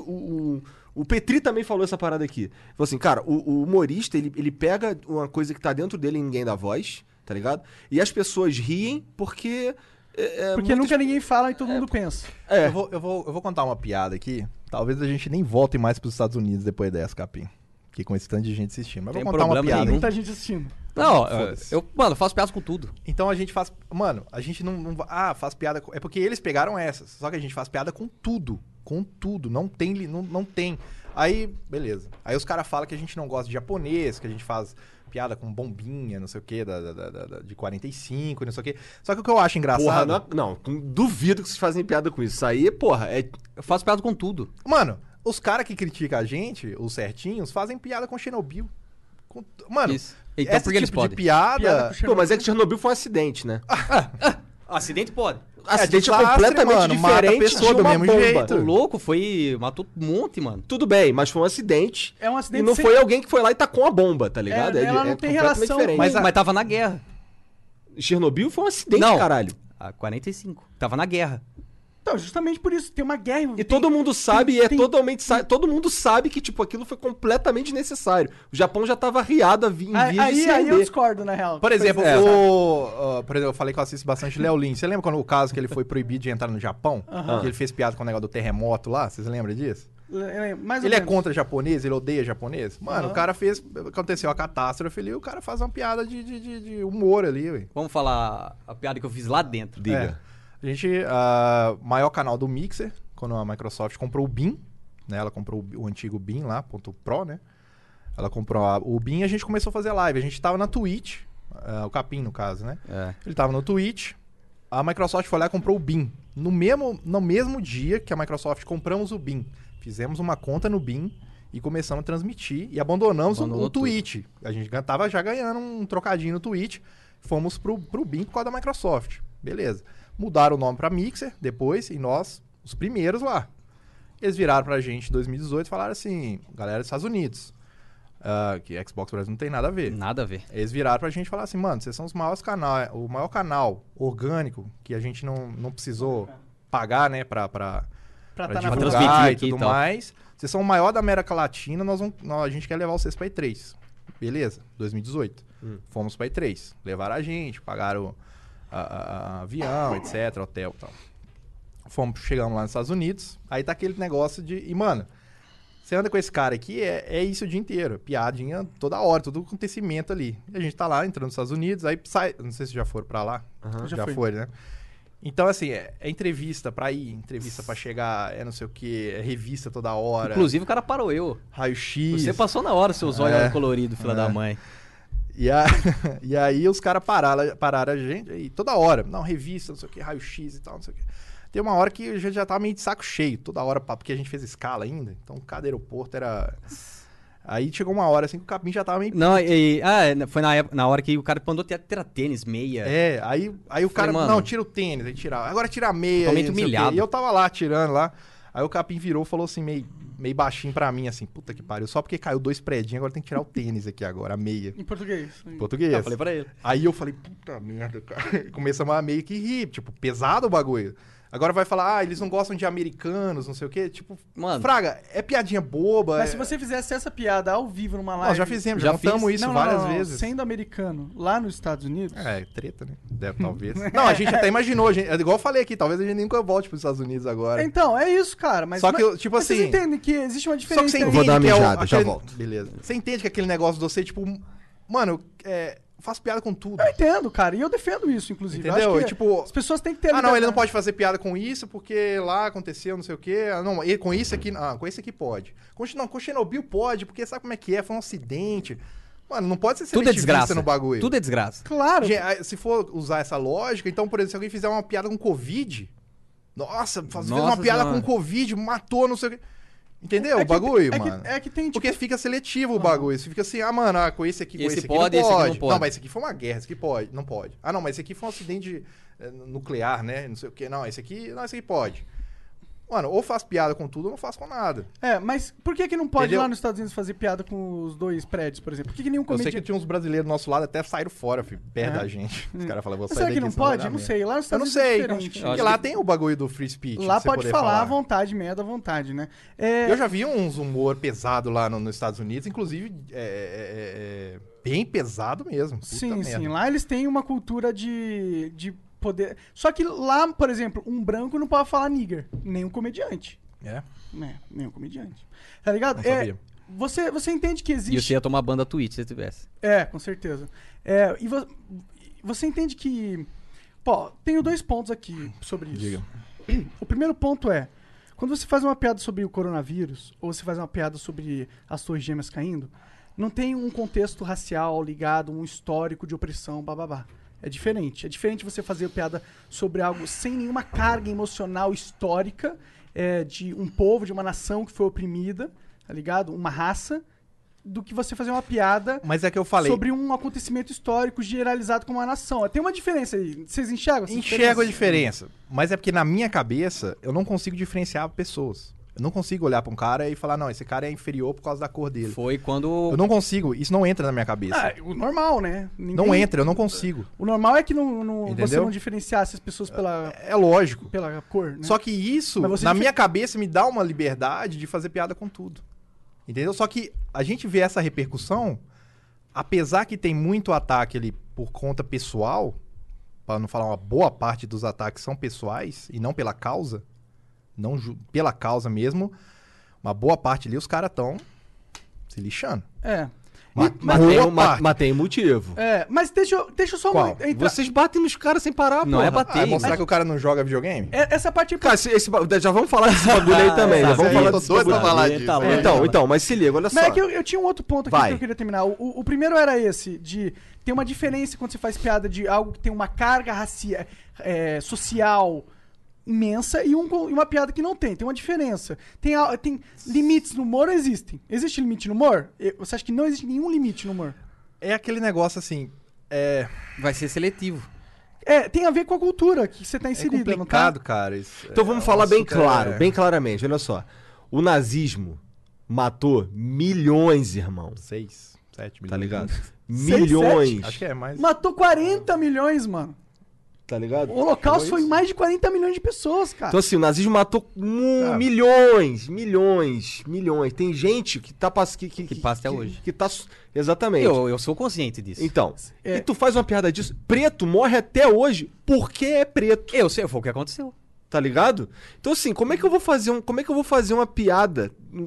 o Petri também falou essa parada aqui. Falou assim, cara, o humorista, ele pega uma coisa que tá dentro dele e ninguém dá voz, tá ligado? E as pessoas riem porque... Porque nunca ninguém fala e todo mundo pensa. É. Eu vou contar uma piada aqui. Talvez a gente nem volte mais pros Estados Unidos depois dessa, Capim. Porque com esse tanto de gente assistindo. Mas Tem vou contar uma problema piada. nenhum. Muita gente assistindo. Não, Foda-se. eu faço piadas com tudo. Então a gente faz... Mano, a gente não... faz piada... É porque eles pegaram essas. Só que a gente faz piada com tudo. Com tudo. Não tem... Não tem. Aí, beleza. Aí os caras falam que a gente não gosta de japonês, que a gente faz piada com bombinha, não sei o quê, de 45, não sei o quê. Só que o que eu acho engraçado... Porra, não, duvido que vocês fazem piada com isso. Isso aí, porra, Eu faço piada com tudo. Mano, os caras que criticam a gente, os certinhos, fazem piada com Chernobyl. Mano, Isso. Então esse por que eles tipo de podem? piada... Pô, mas é que Chernobyl foi um acidente, né? Acidente pode. Acidente é desastre, completamente mano, mata a diferente pessoa de do uma mesmo bomba. jeito. O louco foi... Matou um monte, mano. Tudo bem, mas foi um acidente. É um acidente E não sem- foi alguém que foi lá e tacou uma bomba, tá ligado? ela não tem completamente relação diferente. com- Mas tava na guerra. Chernobyl foi um acidente, Não. caralho. A 45. Tava na guerra. Então, justamente por isso, tem uma guerra. E todo mundo sabe, todo mundo sabe que, tipo, aquilo foi completamente desnecessário. O Japão já tava riado em vias de Aí se eu render. discordo, na real. Por exemplo, É. por exemplo, eu falei que eu assisto bastante Léo Lins. Você lembra quando o caso que ele foi proibido de entrar no Japão? Que ele fez piada com o negócio do terremoto lá? Vocês lembram disso? Mais ou Ele é menos. contra japonês, ele odeia japonês. Mano, o cara fez... Aconteceu a catástrofe ali, o cara faz uma piada de humor ali, ué. Vamos falar a piada que eu fiz lá dentro. Diga. A gente, maior canal do Mixer, quando a Microsoft comprou o Beam, né? Ela comprou o antigo Beam lá, .pro, né? Ela comprou o Beam e a gente começou a fazer live. A gente tava na Twitch, o Capim, no caso, né? É. Ele tava no Twitch, a Microsoft foi lá e comprou o Beam. No mesmo dia que a Microsoft compramos o Beam, fizemos uma conta no Beam e começamos a transmitir e abandonamos Abandonou o Twitch. A gente tava já ganhando um trocadinho no Twitch, fomos pro Beam por causa da Microsoft. Beleza. Mudaram o nome pra Mixer depois e nós, os primeiros lá. Eles viraram pra gente em 2018 e falaram assim, galera dos Estados Unidos, que Xbox Brasil não tem nada a ver. Nada a ver. Eles viraram pra gente e falaram assim, mano, vocês são os maiores canais, o maior canal orgânico que a gente não precisou pagar, né, pra tá na divulgar transmitir e aqui tudo e tal. mais. Vocês são o maior da América Latina, a gente quer levar vocês pra E3. Beleza, 2018. Fomos pra E3. Levaram a gente, pagaram avião, etc, hotel e tal. Chegamos lá nos Estados Unidos, aí tá aquele negócio de... E, mano, Você anda com esse cara aqui, é isso o dia inteiro. Piadinha toda hora, todo acontecimento ali. E a gente tá lá, entrando nos Estados Unidos, aí sai... Não sei se já foram pra lá. Já foi, né? Então, assim, é entrevista pra ir, entrevista pra chegar, não sei o quê, é revista toda hora. Inclusive, o cara parou eu. Raio-X. Você passou na hora, seus olhos coloridos, filha da mãe. E aí os caram pararam a gente, e toda hora. Não, revista, não sei o quê, raio-x e tal, não sei o quê. Tem uma hora que a gente já tava meio de saco cheio, toda hora, porque a gente fez escala ainda. Então, cada aeroporto era... Aí chegou uma hora assim que o Capim já tava meio... Não, foi na hora que o cara mandou tirar tênis, meia. Aí o cara, falei, não, tira o tênis, aí tirava. Agora tira a meia. Totalmente humilhado. E eu tava lá, tirando lá. Aí o Capim virou e falou assim, meio baixinho pra mim, assim, puta que pariu. Só porque caiu 2 predinhos, agora tem que tirar o tênis aqui agora, a meia. Em português. Em português. Eu falei pra ele. Aí eu falei, puta merda, cara. Começamos a meio que rir, tipo, pesado o bagulho. Agora vai falar, eles não gostam de americanos, não sei o quê. Tipo, mano, fraga, é piadinha boba. Mas se você fizesse essa piada ao vivo numa live... Nós já fizemos, já contamos isso várias vezes. Sendo americano, lá nos Estados Unidos... É, treta, né? Deve, talvez. Não, a gente até imaginou, igual eu falei aqui, talvez a gente nunca volte pros Estados Unidos agora. Então, é isso, cara. Mas, só que, tipo assim... Vocês entendem que existe uma diferença... Só que você entende vou dar uma mijada, aquele... já volto. Beleza. Você entende que aquele negócio de você, tipo... Mano, eu faço piada com tudo. Eu entendo, cara. E eu defendo isso, inclusive. Entendeu? Acho que tipo, as pessoas têm que ter... não, ele não pode fazer piada com isso porque lá aconteceu não sei o quê. Não, ele, com isso aqui... com esse aqui pode. Com Chernobyl pode, porque sabe como é que é? Foi um acidente. Mano, não pode ser seletivista no bagulho. Tudo é desgraça. Claro. Se for usar essa lógica, então, por exemplo, se alguém fizer uma piada com Covid... Nossa, fez uma piada com Covid, matou, não sei o quê... Entendeu o bagulho, mano? É que tem, tipo... Porque fica seletivo o bagulho. Você fica assim, mano, com esse aqui, com esse aqui pode, não esse pode. aqui não pode. Não, mas esse aqui foi uma guerra, esse aqui pode. Não pode. Ah, não, mas esse aqui foi um acidente nuclear, né? Não sei o quê. Não, esse aqui pode. Mano, ou faz piada com tudo ou não faz com nada. Mas por que não pode Entendeu? lá nos Estados Unidos fazer piada com os 2 prédios, por exemplo? Por que nenhum Eu sei comediante... que tinha uns brasileiros do nosso lado até saíram fora, filho, perto da gente. Os caras falavam, vou sair Será daqui. que não senão vai pode? dar Eu não merda. sei. Lá nos Eu Estados não Unidos sei. é diferente. Porque lá tem o bagulho do free speech. Lá você pode poder falar à vontade, merda à vontade, né? Eu já vi uns humor pesado lá nos Estados Unidos, inclusive bem pesado mesmo. Puta Sim, merda. sim. Lá eles têm uma cultura de poder... Só que lá, por exemplo, um branco não pode falar nigger. Nem um comediante. Nem um comediante. Tá ligado? Não sabia. Você entende que existe... E você ia tomar banda Twitch se tivesse. Com certeza. E você entende que... Pô, tenho 2 pontos aqui sobre isso. Diga. O primeiro ponto é... Quando você faz uma piada sobre o coronavírus, ou você faz uma piada sobre as torres gêmeas caindo, não tem um contexto racial ligado, um histórico de opressão, bababá. É diferente. É diferente você fazer piada sobre algo sem nenhuma carga emocional histórica, de um povo, de uma nação que foi oprimida, tá ligado? Uma raça, do que você fazer uma piada Mas é que eu falei. sobre um acontecimento histórico generalizado com uma nação. Tem uma diferença aí. Vocês enxergam essa Enxergo a diferença. Mas é porque na minha cabeça eu não consigo diferenciar pessoas. Eu não consigo olhar pra um cara e falar, não, esse cara é inferior por causa da cor dele. Foi quando... Eu não consigo, isso não entra na minha cabeça. O normal, né? Não entra, eu não consigo. O normal é que você Entendeu? não diferenciasse as pessoas pela... É lógico. Pela cor, né? Só que isso, Mas você na minha cabeça, me dá uma liberdade de fazer piada com tudo. Entendeu? Só que a gente vê essa repercussão, apesar que tem muito ataque ali por conta pessoal, para não falar uma boa parte dos ataques são pessoais e não pela causa, pela causa mesmo, uma boa parte ali os caras estão se lixando. Mas tem motivo. Mas deixa eu só... Qual? Vocês batem nos caras sem parar, Não porra. é bater. Mostrar que o cara não joga videogame? Essa parte... Cara, já vamos falar desse bagulho aí também, né? Vamos falar tô desse doido bagulho. pra falar disso. Então, mas se liga, olha só. Mas é que eu tinha um outro ponto aqui Vai. que eu queria terminar. O primeiro era esse, de ter uma diferença quando você faz piada de algo que tem uma carga social imensa e uma piada que não tem. Tem uma diferença. Tem limites no humor ou existem? Existe limite no humor? Você acha que não existe nenhum limite no humor? É aquele negócio assim... Vai ser seletivo. Tem a ver com a cultura que você tá inserida, É complicado, cara. Isso Então vamos falar bem açúcar claro, bem claramente. Olha só. O nazismo matou milhões, irmão. 6, 7 milhões. Tá ligado? 6, Milhões. 7? Acho que é mais. Matou 40 milhões, mano. Tá ligado? O Holocausto foi mais de 40 milhões de pessoas, cara. Então assim, o nazismo matou milhões. Tem gente que tá passando... Que passa até hoje. Que tá... Exatamente. Eu sou consciente disso. Então, e tu faz uma piada disso. Preto morre até hoje porque é preto. Eu sei, foi o que aconteceu. Tá ligado? Então assim, como é que eu vou fazer uma piada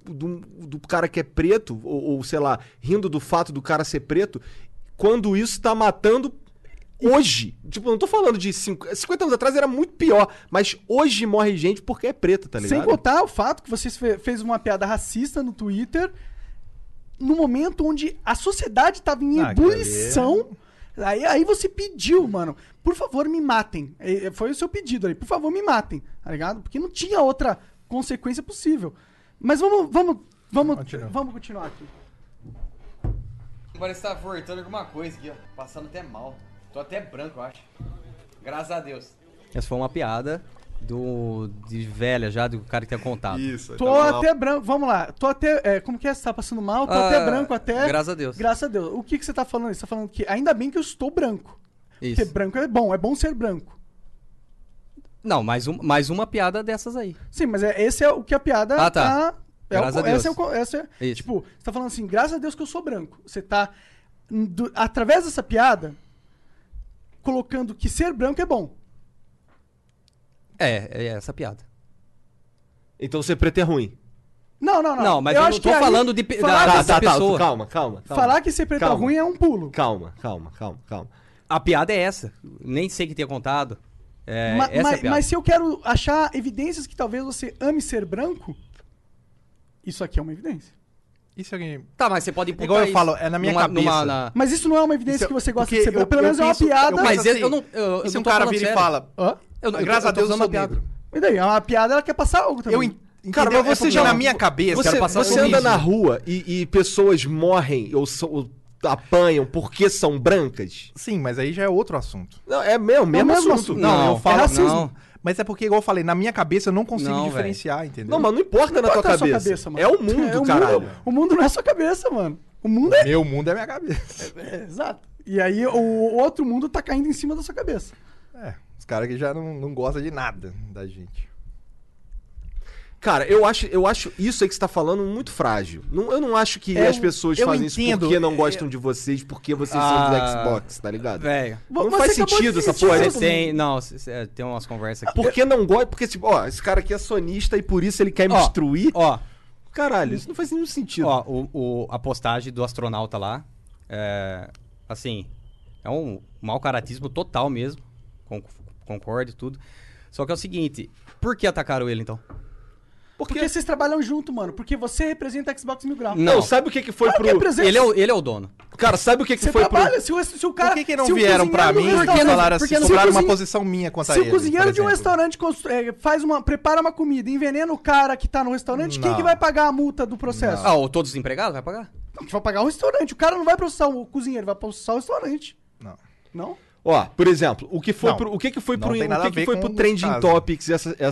do cara que é preto, ou sei lá, rindo do fato do cara ser preto, quando isso tá matando hoje. Tipo, não tô falando de 50 anos atrás era muito pior, mas hoje morre gente porque é preta, tá ligado? Sem contar o fato que você fez uma piada racista no Twitter no momento onde a sociedade tava em ebulição. Aí você pediu, mano, por favor, me matem. Foi o seu pedido ali, por favor, me matem, tá ligado? Porque não tinha outra consequência possível. Mas vamos continuar aqui. Parece que tá voltando alguma coisa aqui, ó. Passando até mal. Tô até branco, eu acho. Graças a Deus. Essa foi uma piada de velha já, do cara que tinha contado. Isso. Tô até branco, vamos lá. Tô até, como que é? Você tá passando mal? Tô até branco até... Graças a Deus. Graças a Deus. O que você tá falando? Você tá falando que ainda bem que eu estou branco. Isso. Porque branco é bom ser branco. Não, mais uma piada dessas aí. Sim, mas esse é o que a piada tá. Graças a Deus. Tipo, você tá falando assim, graças a Deus que eu sou branco. Você tá, através dessa piada, colocando que ser branco é bom. É essa piada. Então ser preto é ruim. Não, mas eu não tô falando dessa pessoa. Calma. Falar que ser preto é ruim é um pulo. Calma. A piada é essa. Nem sei quem tinha contado. Essa é a piada. Mas se eu quero achar evidências que talvez você ame ser branco, isso aqui é uma evidência. Isso alguém... Tá, mas você pode imputar igual eu isso falo, é na minha cabeça. Mas isso não é uma evidência que você gosta de ser branco. Pelo menos é uma piada. Mas eu não... E se um cara vira e fala... Graças a Deus eu sou negro. E daí? É uma piada, ela quer passar algo também. Cara, mas você já na minha cabeça... Você anda na rua e pessoas morrem ou apanham porque são brancas? Sim, mas aí já é outro assunto. Não, é mesmo assunto. Não, eu falo racismo. não. Mas é porque, igual eu falei, na minha cabeça eu não consigo diferenciar, entendeu? Não, mas não importa na tua cabeça. Mano. É o mundo, caralho. O mundo não é sua cabeça, mano. O mundo é... Meu mundo é minha cabeça. Exato. E aí o outro mundo tá caindo em cima da sua cabeça. Os caras que já não gostam de nada da gente. Cara, eu acho isso aí que você tá falando muito frágil. Eu não acho que as pessoas fazem isso porque não gostam de vocês, porque vocês são do Xbox, tá ligado? Velho. Não faz sentido essa porra. Tem umas conversas aqui. Porque não gosta, porque tipo, esse cara aqui é sonista e por isso ele quer me destruir. Caralho, isso não faz nenhum sentido. A postagem do astronauta lá, assim, é um mau caratismo total mesmo. Concordo e tudo. Só que é o seguinte, por que atacaram ele então? Porque vocês trabalham junto, mano. Porque você representa a Xbox Mil Grau. Não, sabe o que foi pro... Ele é o dono. Cara, sabe o que foi trabalha, pro... Se o cara... Por que não vieram pra mim e falaram assim, sobraram uma posição minha contra ele? Se o cozinheiro de um restaurante prepara uma comida e envenena o cara que tá no restaurante, quem que vai pagar a multa do processo? Todos os empregados vai pagar? Não, que vai pagar o restaurante. O cara não vai processar o cozinheiro, vai processar o restaurante. Não? Ó, por exemplo, o que foi pro Trending Topics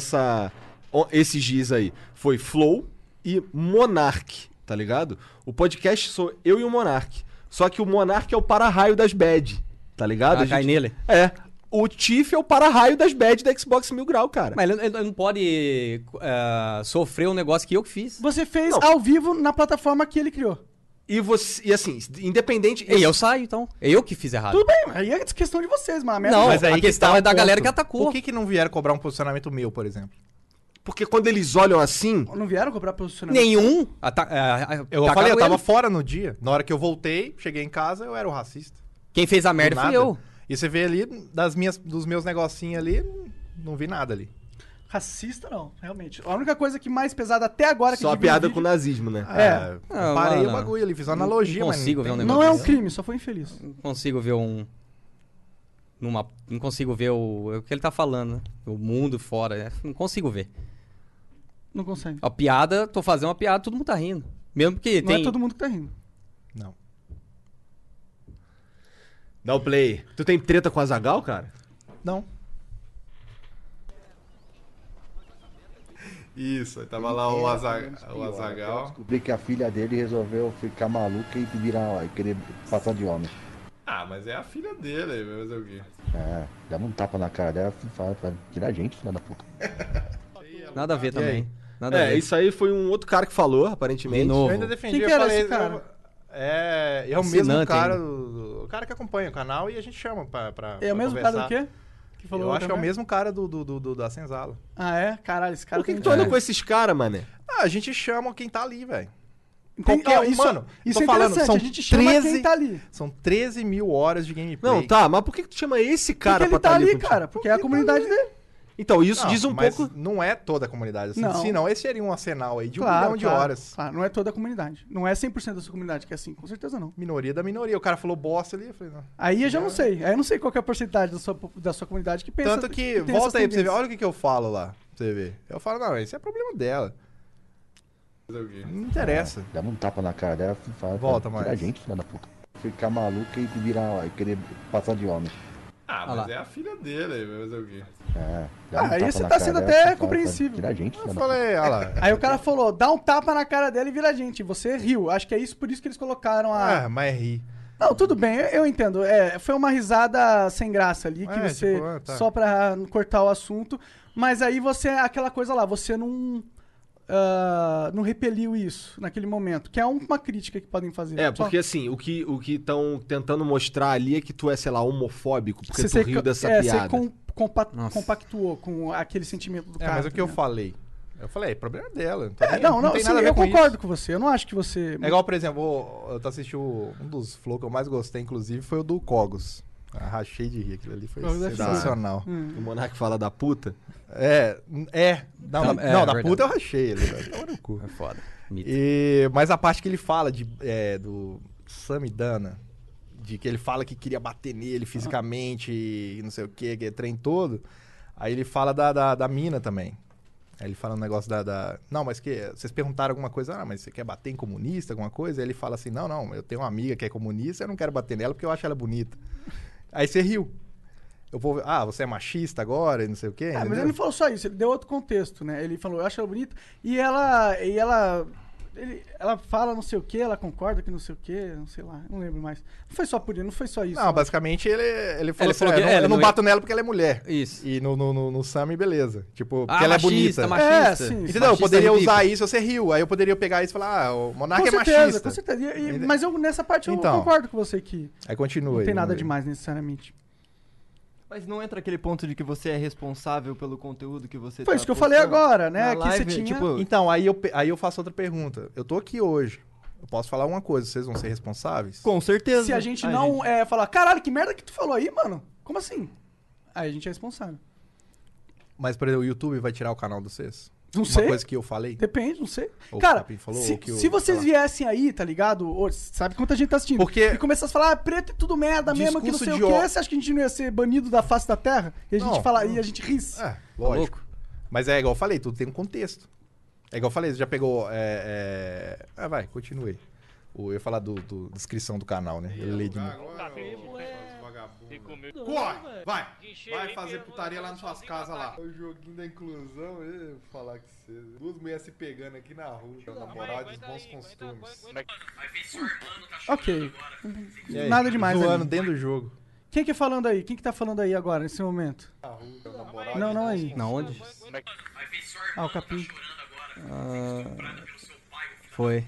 esses dias aí? Foi Flow e Monark, tá ligado? O podcast sou eu e o Monark. Só que o Monark é o para-raio das bad, tá ligado? Cai nele. O Tiff é o para-raio das bad da Xbox Mil Grau, cara. Mas ele não pode sofrer um negócio que eu que fiz. Você fez ao vivo na plataforma que ele criou. E assim, independente... E eu saio, então. Eu que fiz errado. Tudo bem, aí é questão de vocês, mano. Não, mas aí a questão é da galera que atacou. Por que não vieram cobrar um posicionamento meu, por exemplo? Porque quando eles olham assim... Não vieram cobrar posicionamento? Nenhum. Eu falei, eu tava fora no dia. Na hora que eu voltei, cheguei em casa, eu era o racista. Quem fez a merda fui eu. E você vê ali, dos meus negocinhos ali, não vi nada ali. Racista, não, realmente. A única coisa que mais pesada até agora... Só a piada com o nazismo, né? Parei o bagulho ali, fiz uma analogia, mas... Não é um crime, só foi infeliz. Não consigo ver não consigo ver o que ele tá falando, né? O mundo fora, não consigo ver. Não consegue. A piada, tô fazendo uma piada, todo mundo tá rindo. Mesmo porque não é todo mundo que tá rindo. Não. Dá o play. Tu tem treta com a Azaghal, cara? Não. Isso, aí tava lá o Azaghal. Descobri que a filha dele resolveu ficar maluca e querer passar de homem. Mas é a filha dele, vai fazer o quê? Dá um tapa na cara dela e fala pra tirar a gente, filha da puta. Nada a ver também. Nada a ver. Isso aí foi um outro cara que falou, aparentemente. Eu ainda defendi, Quem que era esse cara? É o mesmo cara o cara que acompanha o canal e a gente chama pra É o mesmo conversar. cara do quê? Que falou eu acho que é o mesmo cara da Senzala. Ah, é? Caralho, esse cara... Por que tu anda com esses caras, mané? A gente chama quem tá ali, velho. Qualquer um, mano. Isso tô é falando, interessante, são a gente chama quem tá ali. São 13 mil horas de gameplay. Não, tá, mas por que tu chama esse cara Porque ele pra tá ali ali, contigo? cara, porque é a comunidade dele. Então, isso Não, diz um mas pouco... não é toda a comunidade assim. Não. Senão esse seria um arsenal aí de um Claro, milhão de horas. Claro, não é toda a comunidade. Não é 100% da sua comunidade que é assim, com certeza não. Minoria da minoria. O cara falou bosta ali, eu falei, não. Aí eu já não sei. Aí eu não sei qual que é a porcentagem da sua comunidade que pensa... Tanto que, tem volta essas aí pra você ver, tendências. olha o que eu falo lá, pra você ver. Eu falo, não, esse é problema dela. Não interessa. Dá um tapa na cara dela e fala. Volta, tira a mais. gente, filha da puta. Ficar maluco e virar. E querer passar de homem. Ah, mas é a filha dele, vai fazer o quê? Dá um aí tapa você na tá cara sendo dela até e fala, compreensível. Tira a gente, filha Eu da falei, olha lá. Aí o cara falou, dá um tapa na cara dela e vira gente. Você riu. Acho que é isso, por isso que eles colocaram a... Mas ri. Não, tudo bem, eu entendo. Foi uma risada sem graça ali, que você... tipo, tá. Só pra cortar o assunto. Mas aí você... Aquela coisa lá, você não... não repeliu isso naquele momento. Que é uma crítica que podem fazer. É, Só- porque assim, o que estão tentando mostrar ali é que tu é, sei lá, homofóbico, porque Você tu riu dessa Você piada. compactuou com aquele sentimento do cara. Mas o que eu tá ligado? falei? Eu falei, problema dela. Não, tem sim, nada a ver eu com concordo isso. com você. Eu não acho que você... É igual, por exemplo, eu assisti um dos flow que eu mais gostei, inclusive, foi o do Cogos. Rachei de rir, aquilo ali foi Cogos é sensacional. O Monark fala da puta. Não, da verdade. puta eu rachei ele. Tava no cu. É foda. Mito. Mas a parte que ele fala do Samidana, de que ele fala que queria bater nele fisicamente e não sei o que é trem todo, aí ele fala da mina também. Aí ele fala um negócio Não, mas que... Vocês perguntaram alguma coisa, mas você quer bater em comunista, alguma coisa? Aí ele fala assim, não, eu tenho uma amiga que é comunista, eu não quero bater nela porque eu acho ela bonita. Aí você riu. Eu vou... você é machista agora e não sei o quê? Mas entendeu? ele não falou só isso, ele deu outro contexto, né? Ele falou, eu acho ela bonita, e ela fala não sei o que, ela concorda que não sei o que, não sei lá, não lembro mais. Não foi só por isso, não foi só isso. Não, basicamente ele falou assim, falou que eu não não bato nela porque ela é mulher. Isso. E no Sammy, beleza. Tipo, porque ela é machista, bonita. machista. Sim, Entendeu? Eu Machista poderia ridículo. usar isso, você riu. Aí eu poderia pegar isso e falar, o Monark é Com certeza, machista. com certeza. Mas eu, nessa parte eu Então. concordo com você que Aí continua não aí. tem nada vamos ver. demais necessariamente. Mas não entra aquele ponto de que você é responsável pelo conteúdo que você Foi tá isso que eu falei postando? agora, né? Na Que você live, tinha... tipo, Então, aí eu faço outra pergunta. Eu tô aqui hoje. Eu posso falar uma coisa, vocês vão ser responsáveis? com certeza. Se a gente não falar, caralho, que merda que tu falou aí, mano? Como assim? Aí a gente é responsável. Mas, por exemplo, o YouTube vai tirar o canal de vocês? Não Uma sei. coisa que eu falei? Depende, não sei. Ou o Cara, Capim falou, se, ou que o- se vocês sei lá. viessem aí, tá ligado? Ô, sabe quanta gente tá assistindo? Porque- E começasse a falar, preto é tudo merda mesmo, que não sei o Discurso quê. de Você acha que a gente não ia ser banido da face da terra? E a gente Não, fala, não. e a gente risse? Lógico. Mas é igual eu falei, tudo tem um contexto. É igual eu falei, você já pegou... vai, continue. Eu ia falar do descrição do canal, né? Eu leio de novo. Corre! Vai! Vai fazer putaria lá nas suas casas lá. O joguinho da inclusão, eu vou falar que você... Duas mulheres se pegando aqui na rua. Namorados, bons costumes. Ok. E aí, Nada demais. zoando ali. dentro do jogo. Quem que é falando aí? Quem que tá falando aí agora, nesse momento? Não, não aí. Na onde? Ah, o Capim. Foi.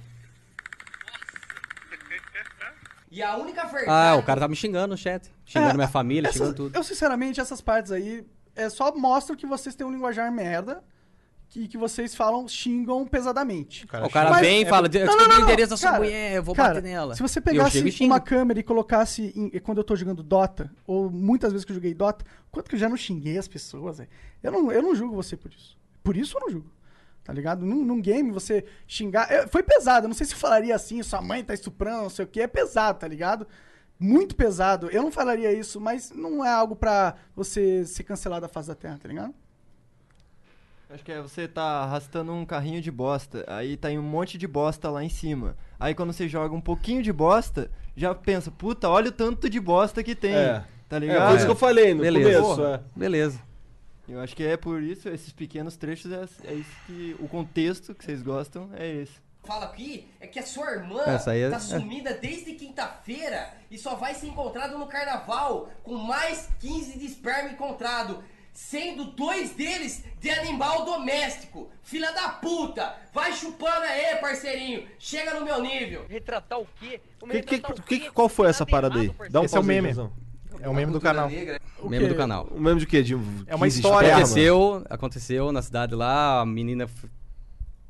E a única verdade... O cara tá me xingando no chat. Xingando minha família, xingando tudo. Eu, sinceramente, essas partes aí só mostram que vocês têm um linguajar merda e que vocês xingam pesadamente. O cara vem e fala, descobri o endereço da sua mulher, eu vou cara, bater nela. Se você E eu chego e pegasse xingo. uma câmera e colocasse quando eu tô jogando Dota, ou muitas vezes que eu joguei Dota, quanto que eu já não xinguei as pessoas, velho? Eu não julgo você por isso. Por isso eu não julgo. Tá ligado? Num game, você xingar... foi pesado, eu não sei se eu falaria assim, sua mãe tá estuprando, não sei o que, é pesado, tá ligado? Muito pesado. Eu não falaria isso, mas não é algo pra você ser cancelado da face da terra, tá ligado? Acho que você tá arrastando um carrinho de bosta, aí tá em um monte de bosta lá em cima. Aí quando você joga um pouquinho de bosta, já pensa, puta, olha o tanto de bosta que tem, tá ligado? Foi isso que eu falei no Beleza. começo. Beleza. Eu acho que é por isso, esses pequenos trechos, é isso que o contexto que vocês gostam é esse. Fala aqui é que a sua irmã Essa aí tá sumida desde quinta-feira e só vai ser encontrada no carnaval com mais 15 de esperma encontrado, sendo 2 deles de animal doméstico. Filha da puta! Vai chupando aí, parceirinho! Chega no meu nível! Retratar o quê? Qual foi essa parada aí? Dá um Esse é o pause aí, meme. Joãozão. É o meme do canal. O meme do canal. O meme de quê? De É uma 15 história. esperma? Aconteceu na cidade lá, a menina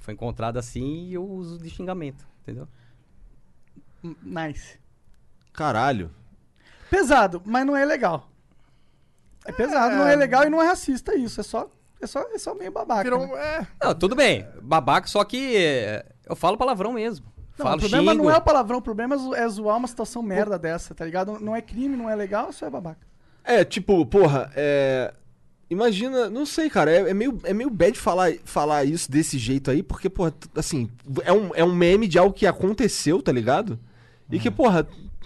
Foi encontrado assim e eu uso de xingamento, entendeu? Nice. Caralho. Pesado, mas não é legal. É pesado, não é legal e não é racista isso. É só meio babaca. né? Não, tudo bem. Babaca, só que eu falo palavrão mesmo. Não, Falo, o problema xingo. não é o palavrão, o problema é zoar uma situação merda dessa, tá ligado? Não é crime, não é legal, só é babaca. Tipo, porra, imagina, não sei, cara, é meio bad falar isso desse jeito aí, porque, porra, assim, é um meme de algo que aconteceu, tá ligado? E que, porra,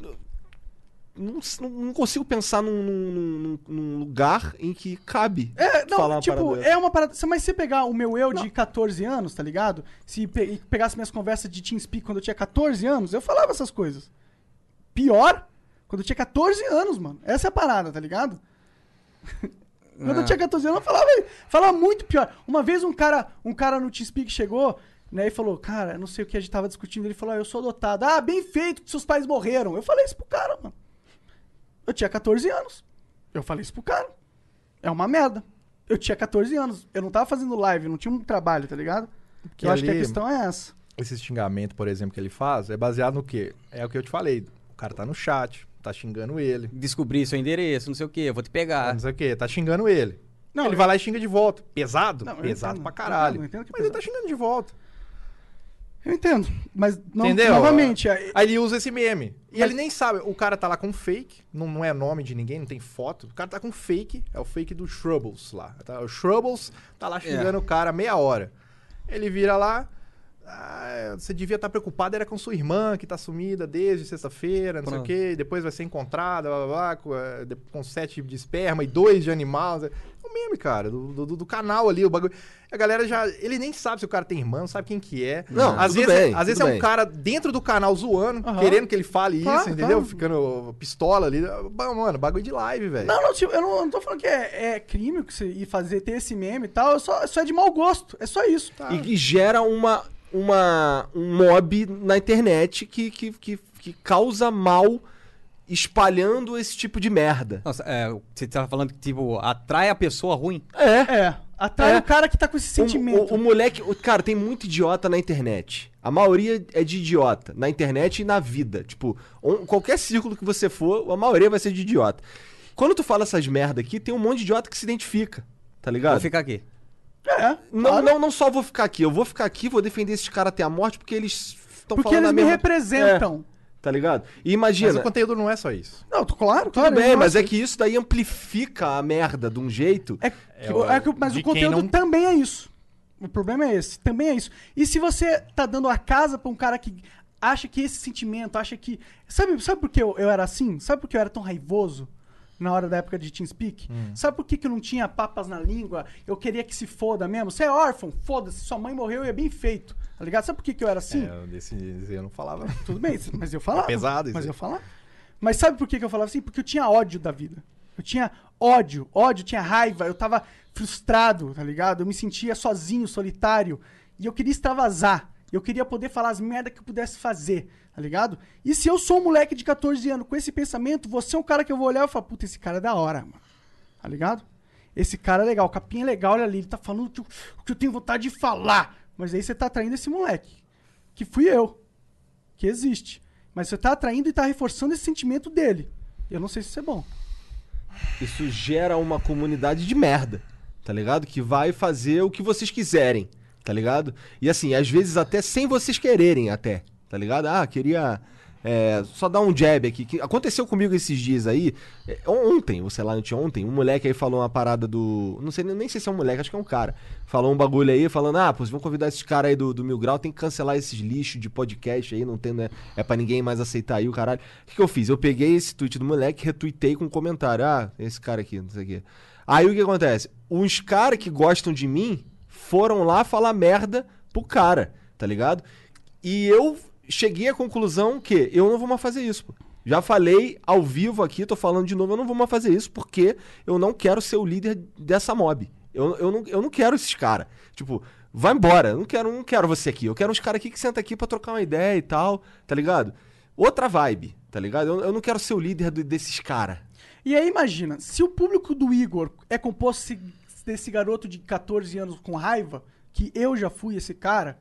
não consigo pensar num lugar em que cabe falar uma parada. Mas se você pegar o meu eu de 14 anos, tá ligado? Se pegasse minhas conversas de TeamSpeak quando eu tinha 14 anos, eu falava essas coisas. Pior, quando eu tinha 14 anos, mano. Essa é a parada, tá ligado? Quando eu tinha 14 anos, eu falava muito pior. Uma vez um cara no TeamSpeak chegou, né, e falou, cara, não sei o que a gente tava discutindo. Ele falou, eu sou adotado. Ah, bem feito que seus pais morreram. Eu falei isso pro cara, mano. Eu tinha 14 anos. Eu falei isso pro cara. É uma merda. Eu tinha 14 anos. Eu não tava fazendo live, não tinha um trabalho, tá ligado? Eu acho que a questão é essa. Esse xingamento, por exemplo, que ele faz, é baseado no quê? É o que eu te falei. O cara tá no chat, tá xingando ele. Descobrir seu endereço, não sei o quê, eu vou te pegar. Não sei o quê, tá xingando ele. Ele vai lá e xinga de volta. Pesado? Não, pesado pra caralho. Eu entendo que é mas ele tá xingando de volta. Eu entendo, mas não, entendeu? Novamente... Aí ele usa esse meme. E ele nem sabe. O cara tá lá com fake, não é nome de ninguém, não tem foto. O cara tá com fake, é o fake do Shrubbles lá. O Shrubbles tá lá xingando o cara meia hora. Ele vira lá... você devia estar preocupado, era com sua irmã, que tá sumida desde sexta-feira, não sei o quê. Depois vai ser encontrada, com 7 de esperma e 2 de animal. É o meme, cara, do canal ali, o bagulho. A galera já... Ele nem sabe se o cara tem irmã, não sabe quem que é. Não, às vezes é um cara dentro do canal zoando, querendo que ele fale isso, entendeu? Ficando pistola ali. Mano, bagulho de live, velho. Não, tipo, eu não tô falando que é crime que você ir ter esse meme e tal. Só é de mau gosto. É só isso. Tá? E gera um mob na internet que causa mal espalhando esse tipo de merda. Nossa, você tava falando que, tipo, atrai a pessoa ruim? Atrai o cara que tá com esse sentimento. O moleque... Cara, tem muito idiota na internet. A maioria é de idiota. Na internet e na vida. Tipo, qualquer círculo que você for, a maioria vai ser de idiota. Quando tu fala essas merda aqui, tem um monte de idiota que se identifica. Tá ligado? Vou ficar aqui. Não só vou ficar aqui. Eu vou ficar aqui, vou defender esses caras até a morte, porque eles estão falando Porque eles me representam. Tá ligado? E imagina... Mas o conteúdo não é só isso. Não, claro. Tudo bem, mas é que isso daí amplifica a merda de um jeito... Mas o conteúdo também é isso. O problema é esse. Também é isso. E se você tá dando a casa pra um cara que acha que esse sentimento, acha que... Sabe por que eu era assim? Sabe por que eu era tão raivoso? Na hora da época de TeamSpeak? Sabe por que eu não tinha papas na língua? Eu queria que se foda mesmo. Você é órfão? Foda-se. Sua mãe morreu e é bem feito. Tá ligado? Sabe por que eu era assim? Eu não falava. Tudo bem, mas eu falava. É pesado isso. Mas eu falava. Mas sabe por que eu falava assim? Porque eu tinha ódio da vida. Eu tinha ódio, tinha raiva. Eu tava frustrado, tá ligado? Eu me sentia sozinho, solitário. E eu queria extravasar. Eu queria poder falar as merdas que eu pudesse fazer, tá ligado? E se eu sou um moleque de 14 anos com esse pensamento, você é um cara que eu vou olhar e falar, puta, esse cara é da hora, mano. Tá ligado? Esse cara é legal, o capinha é legal, olha ali, ele tá falando o que eu tenho vontade de falar. Mas aí você tá atraindo esse moleque, que fui eu, que existe. Mas você tá atraindo e tá reforçando esse sentimento dele. Eu não sei se isso é bom. Isso gera uma comunidade de merda, tá ligado? Que vai fazer o que vocês quiserem. Tá ligado? E assim, às vezes até sem vocês quererem até, tá ligado? Queria só dar um jab aqui. Que aconteceu comigo esses dias aí, ontem, ou sei lá, ontem, um moleque aí falou uma parada do... Não sei, nem sei se é um moleque, acho que é um cara. Falou um bagulho aí, falando, vocês vão convidar esses caras aí do Mil Grau, tem que cancelar esses lixos de podcast aí, não tem, né? É pra ninguém mais aceitar aí o caralho. O que eu fiz? Eu peguei esse tweet do moleque, retuitei com um comentário. Esse cara aqui, não sei o quê. Aí o que acontece? Os caras que gostam de mim foram lá falar merda pro cara, tá ligado? E eu cheguei à conclusão que eu não vou mais fazer isso, pô. Já falei ao vivo aqui, tô falando de novo, eu não vou mais fazer isso porque eu não quero ser o líder dessa mob. Eu não quero esses caras. Tipo, vai embora, eu não quero você aqui. Eu quero uns caras aqui que sentam aqui pra trocar uma ideia e tal, tá ligado? Outra vibe, tá ligado? Eu não quero ser o líder desses caras. E aí imagina, se o público do Igor é composto desse garoto de 14 anos com raiva, que eu já fui esse cara,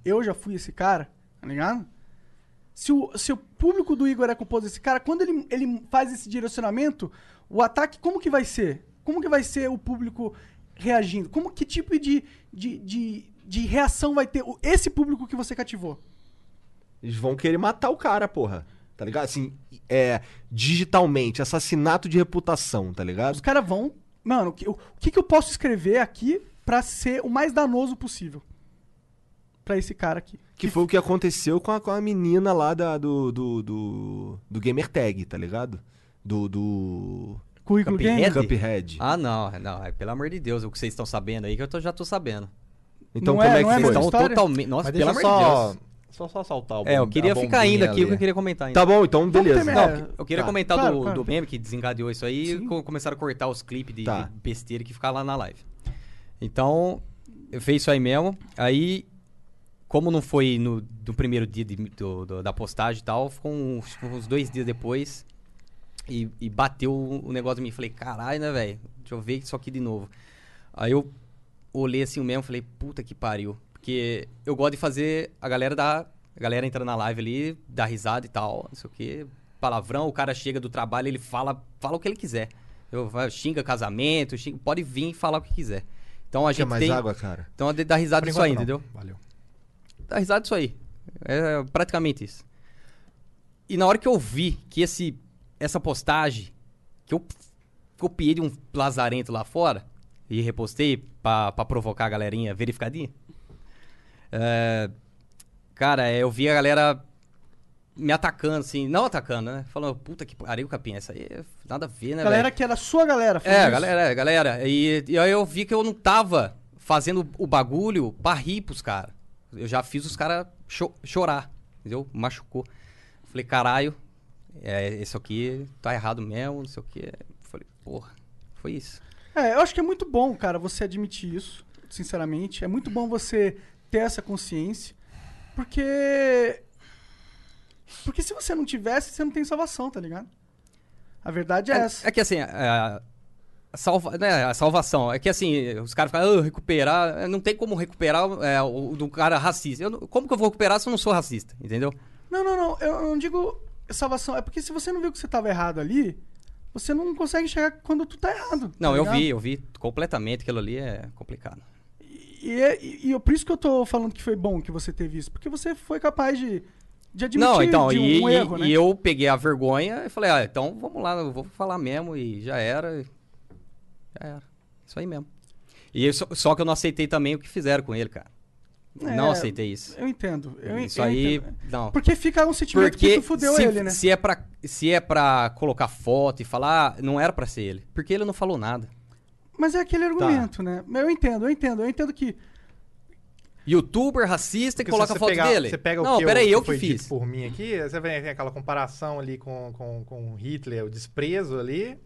tá ligado? Se o público do Igor é composto desse cara, quando ele faz esse direcionamento, o ataque, como que vai ser? Como que vai ser o público reagindo? Que tipo de reação vai ter esse público que você cativou? Eles vão querer matar o cara, porra. Tá ligado? Assim, digitalmente, assassinato de reputação, tá ligado? Os caras vão... Mano, o que eu posso escrever aqui pra ser o mais danoso possível? Pra esse cara aqui. Que foi o que aconteceu com a menina lá do Gamer Tag, tá ligado? Currículo Cuphead? Cuphead. Ah, não. Pelo amor de Deus, o que vocês estão sabendo aí, que eu já tô sabendo. Então como é que vocês foi? estão totalmente... Nossa, pelo amor de Deus. Só saltar o eu queria ficar ainda aqui, o que eu queria comentar ainda. Tá bom, então beleza. Não, eu queria comentar claro. do meme que desencadeou isso aí e começaram a cortar os clipes de besteira que ficavam lá na live. Então, eu fiz isso aí mesmo. Aí, como não foi no primeiro dia da postagem e tal, ficou uns 2 dias depois e bateu o negócio em mim. Falei, caralho, né, velho? Deixa eu ver isso aqui de novo. Aí eu olhei assim o meme e falei, puta que pariu. Porque eu gosto de fazer a galera entra na live ali, dá risada e tal, não sei o que, palavrão, o cara chega do trabalho, ele fala o que ele quiser. Xinga casamento, pode vir e falar o que quiser. Então a gente mais tem... água, cara? Então dá risada disso aí, entendeu? Valeu. Dá risada disso aí. É praticamente isso. E na hora que eu vi que essa postagem, que eu copiei de um lazarento lá fora e repostei pra provocar a galerinha verificadinha, cara, eu vi a galera me atacando, assim, não atacando, né? Falando, puta que pariu, Capinha, isso aí nada a ver, né, Galera que era sua galera. Galera. E aí eu vi que eu não tava fazendo o bagulho pra rir pros caras. Eu já fiz os caras chorar, entendeu? Machucou. Falei, caralho, isso aqui tá errado mesmo, não sei o quê. Falei, porra, foi isso. Eu acho que é muito bom, cara, você admitir isso, sinceramente. É muito bom você ter essa consciência, porque se você não tivesse, você não tem salvação, tá ligado? A verdade é essa. É que assim, a salvação, é que assim, os caras falam, recuperar, não tem como recuperar do cara racista. Como que eu vou recuperar se eu não sou racista, entendeu? Não, eu não digo salvação, é porque se você não viu que você tava errado ali, você não consegue chegar quando tu tá errado. Não, tá eu vi completamente, aquilo ali é complicado. E por isso que eu tô falando que foi bom que você teve isso, porque você foi capaz de admitir um erro, né? E eu peguei a vergonha e falei, então vamos lá, eu vou falar mesmo, e já era. Isso aí mesmo. E só que eu não aceitei também o que fizeram com ele, cara. Não aceitei isso. Eu entendo. Isso aí, não. Porque fica um sentimento que tu fudeu ele, né? Se é pra colocar foto e falar, não era pra ser ele. Porque ele não falou nada. Mas é aquele argumento, né? Eu entendo que... Youtuber racista Porque e coloca a foto dele. Você pega não, peraí, eu que fiz. Por mim aqui, você vem aquela comparação ali com Hitler, o desprezo ali.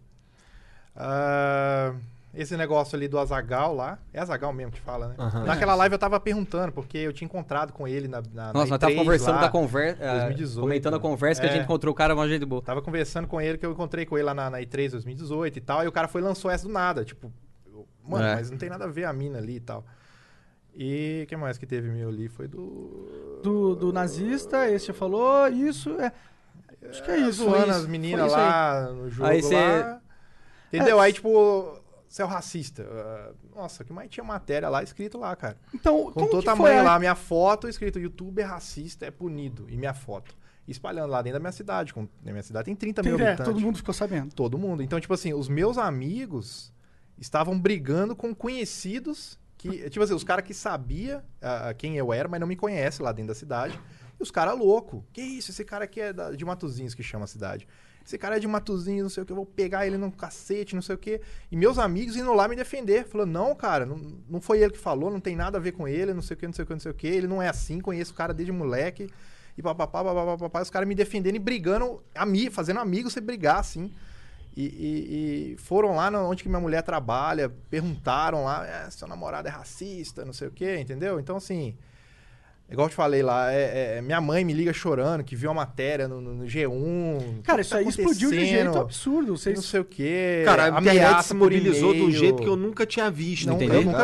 Esse negócio ali do Azaghal lá. É Azaghal mesmo que fala, né? Naquela live eu tava perguntando, porque eu tinha encontrado com ele na Nossa, nós tava conversando da conversa. 2018. Comentando a conversa que a gente encontrou o cara uma gente boa. Tava conversando com ele, que eu encontrei com ele lá na E3 2018 e tal. E o cara lançou essa do nada. Tipo, mano, mas não tem nada a ver a mina ali e tal. E o que mais que teve meu ali? Foi do nazista, esse já falou, isso. Acho que é isso. Zoando as meninas lá no jogo lá. Entendeu? Aí, tipo, você é o racista. Nossa, que mais tinha matéria lá escrito lá, cara. Então, com todo tamanho lá, minha foto escrito youtuber racista é punido. E minha foto. Espalhando lá dentro da minha cidade. Na minha cidade tem 30 mil habitantes. Todo mundo ficou sabendo. Todo mundo. Então, tipo assim, os meus amigos estavam brigando com conhecidos que, tipo assim, os caras que sabiam quem eu era, mas não me conhecem lá dentro da cidade. E os caras loucos. Que isso? Esse cara aqui é de Matozinhos, que chama a cidade. Esse cara é de Matozinhos, não sei o que, eu vou pegar ele no cacete, não sei o que. E meus amigos indo lá me defender. Falando, não, cara, não foi ele que falou, não tem nada a ver com ele, não sei o que, não sei o que, não sei o que. Ele não é assim, conheço o cara desde moleque. E papapá, os caras me defendendo e brigando, fazendo amigos você brigar, assim. E foram lá onde que minha mulher trabalha, perguntaram lá, seu namorado é racista, não sei o que, entendeu? Então, assim, igual eu te falei lá, minha mãe me liga chorando, que viu a matéria no G1. Cara, isso aí explodiu de um jeito absurdo. Não sei o que. Cara, a internet se mobilizou de um jeito que eu nunca tinha visto, entendeu? Eu nunca vi.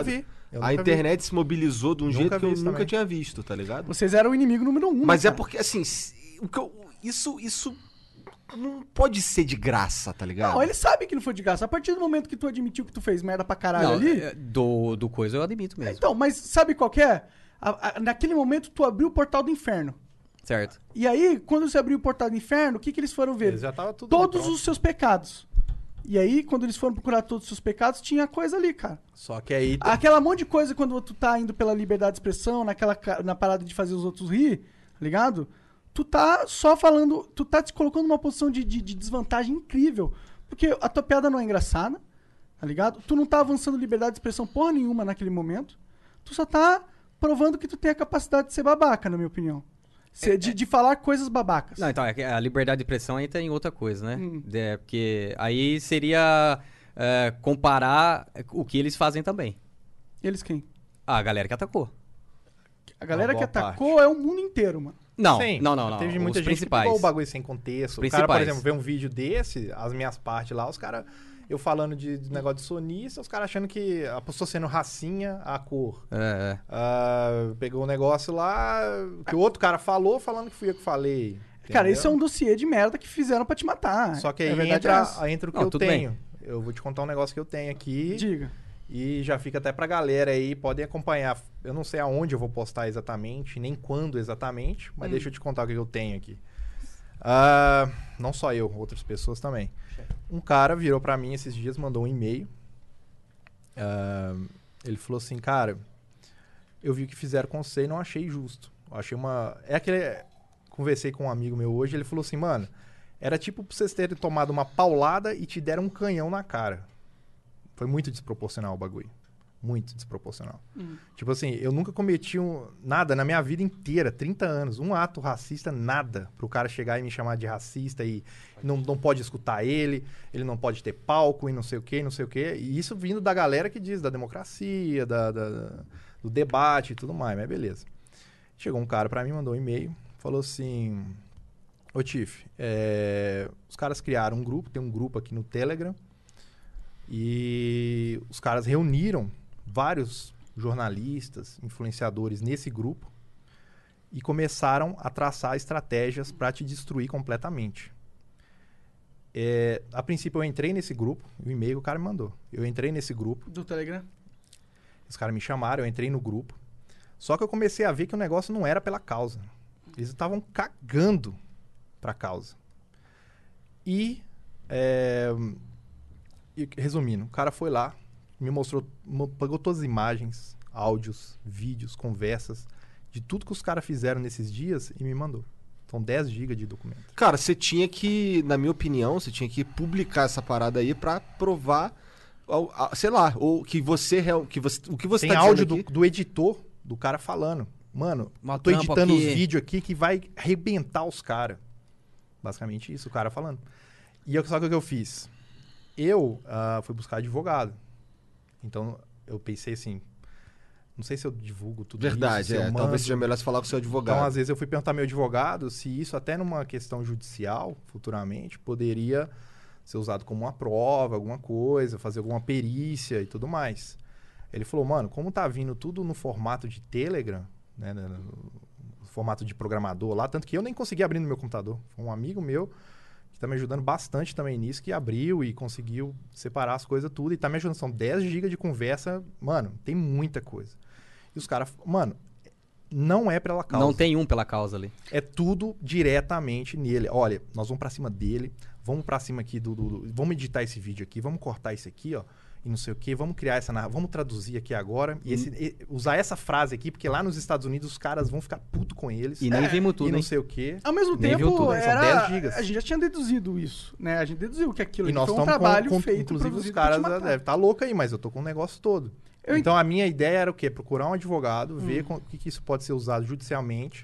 A internet se mobilizou de um jeito que eu nunca também. tinha visto, tá ligado? Vocês eram o inimigo número 1. Mas né, é porque, assim, isso não pode ser de graça, tá ligado? Não, ele sabe que não foi de graça. A partir do momento que tu admitiu que tu fez merda pra caralho Não, ali... do coisa eu admito mesmo. Então, mas sabe qual que é? Naquele momento, tu abriu o portal do inferno. Certo. E aí, quando você abriu o portal do inferno, o que eles foram ver? Eles já tava tudo Todos pronto. os seus pecados. E aí, quando eles foram procurar todos os seus pecados, tinha coisa ali, cara. Só que aí... Aquela monte de coisa quando tu tá indo pela liberdade de expressão, na parada de fazer os outros rir, tá ligado? Tu tá só falando... Tu tá te colocando numa posição de desvantagem incrível. Porque a tua piada não é engraçada, tá ligado? Tu não tá avançando liberdade de expressão porra nenhuma naquele momento. Tu só tá provando que tu tem a capacidade de ser babaca, na minha opinião. De falar coisas babacas. Não, então, a liberdade de expressão entra em outra coisa, né? Porque aí seria comparar o que eles fazem também. Eles quem? A galera que atacou. A galera que atacou é o mundo inteiro, mano. Não, Sim, não. Teve Os muita gente principais. que pegou o bagulho sem contexto. O cara, por Principais. exemplo, vê um vídeo desse, as minhas partes lá, os caras... Eu falando de negócio de sonista, os caras achando que a pessoa sendo racinha, a cor. Pegou um negócio lá que o outro cara falou, falando que fui eu que falei. Cara, entendeu? isso é um dossiê de merda que fizeram pra te matar. Só que A aí verdade é essa. entra o que Não, eu tudo tenho. bem. Eu vou te contar um negócio que eu tenho aqui. Diga. E já fica até pra galera aí, podem acompanhar. Eu não sei aonde eu vou postar exatamente, nem quando exatamente, mas deixa eu te contar o que eu tenho aqui. Não só eu, outras pessoas também. Um cara virou pra mim esses dias, mandou um e-mail. Ele falou assim, cara, eu vi o que fizeram com você e não achei justo. Eu achei uma... Conversei com um amigo meu hoje, ele falou assim, mano, era tipo pra vocês terem tomado uma paulada e te deram um canhão na cara. Foi muito desproporcional o bagulho. Muito desproporcional. Tipo assim, eu nunca cometi nada na minha vida inteira, 30 anos, um ato racista, nada. Pro cara chegar e me chamar de racista e não pode escutar ele não pode ter palco e não sei o que, não sei o que. E isso vindo da galera que diz da democracia, do debate e tudo mais, mas beleza. Chegou um cara pra mim, mandou um e-mail, falou assim... Ô Tiff, os caras criaram um grupo, tem um grupo aqui no Telegram, e os caras reuniram vários jornalistas, influenciadores nesse grupo e começaram a traçar estratégias para te destruir completamente. A princípio eu entrei nesse grupo, o e-mail o cara me mandou. Eu entrei nesse grupo. Do Telegram? Os caras me chamaram, eu entrei no grupo. Só que eu comecei a ver que o negócio não era pela causa. Eles estavam cagando pra causa. E resumindo, o cara foi lá, me mostrou, pegou todas as imagens, áudios, vídeos, conversas, de tudo que os caras fizeram nesses dias e me mandou. São 10 GB de documento. Cara, você tinha que, na minha opinião, você tinha que publicar essa parada aí pra provar, sei lá, o que você tem tá áudio dizendo aqui. do editor, do cara falando. Mano, Uma tô trampa editando aqui. os vídeos aqui que vai arrebentar os caras. Basicamente isso, o cara falando. E só que o que eu fiz? Eu fui buscar advogado. Então, eu pensei assim... Não sei se eu divulgo tudo Verdade, isso. Se eu mando. talvez seja melhor você falar com o seu advogado. Então, às vezes, eu fui perguntar ao meu advogado se isso, até numa questão judicial, futuramente, poderia ser usado como uma prova, alguma coisa, fazer alguma perícia e tudo mais. Ele falou, mano, como tá vindo tudo no formato de Telegram, né, no formato de programador lá, tanto que eu nem consegui abrir no meu computador. Foi um amigo meu que tá me ajudando bastante também nisso, que abriu e conseguiu separar as coisas tudo e tá me ajudando. São 10 GB de conversa, mano, tem muita coisa. E os caras, mano, não é pela causa. Não tem um pela causa ali. É tudo diretamente nele. Olha, nós vamos pra cima dele, vamos pra cima aqui vamos editar esse vídeo aqui, vamos cortar isso aqui, ó, e não sei o que, vamos criar essa narrativa, vamos traduzir aqui agora, usar essa frase aqui, porque lá nos Estados Unidos os caras vão ficar puto com eles. E nem vimos tudo, e não hein? sei o que. Ao mesmo Nem viu tempo, tudo, né? São 10 gigas. a gente já tinha deduzido isso, né? A gente deduziu que aquilo E nós foi um estamos trabalho feito, inclusive os produzido caras pra te matar. devem estar loucos aí, mas eu tô com o negócio todo. Então a minha ideia era o quê? Procurar um advogado, ver o que isso pode ser usado judicialmente.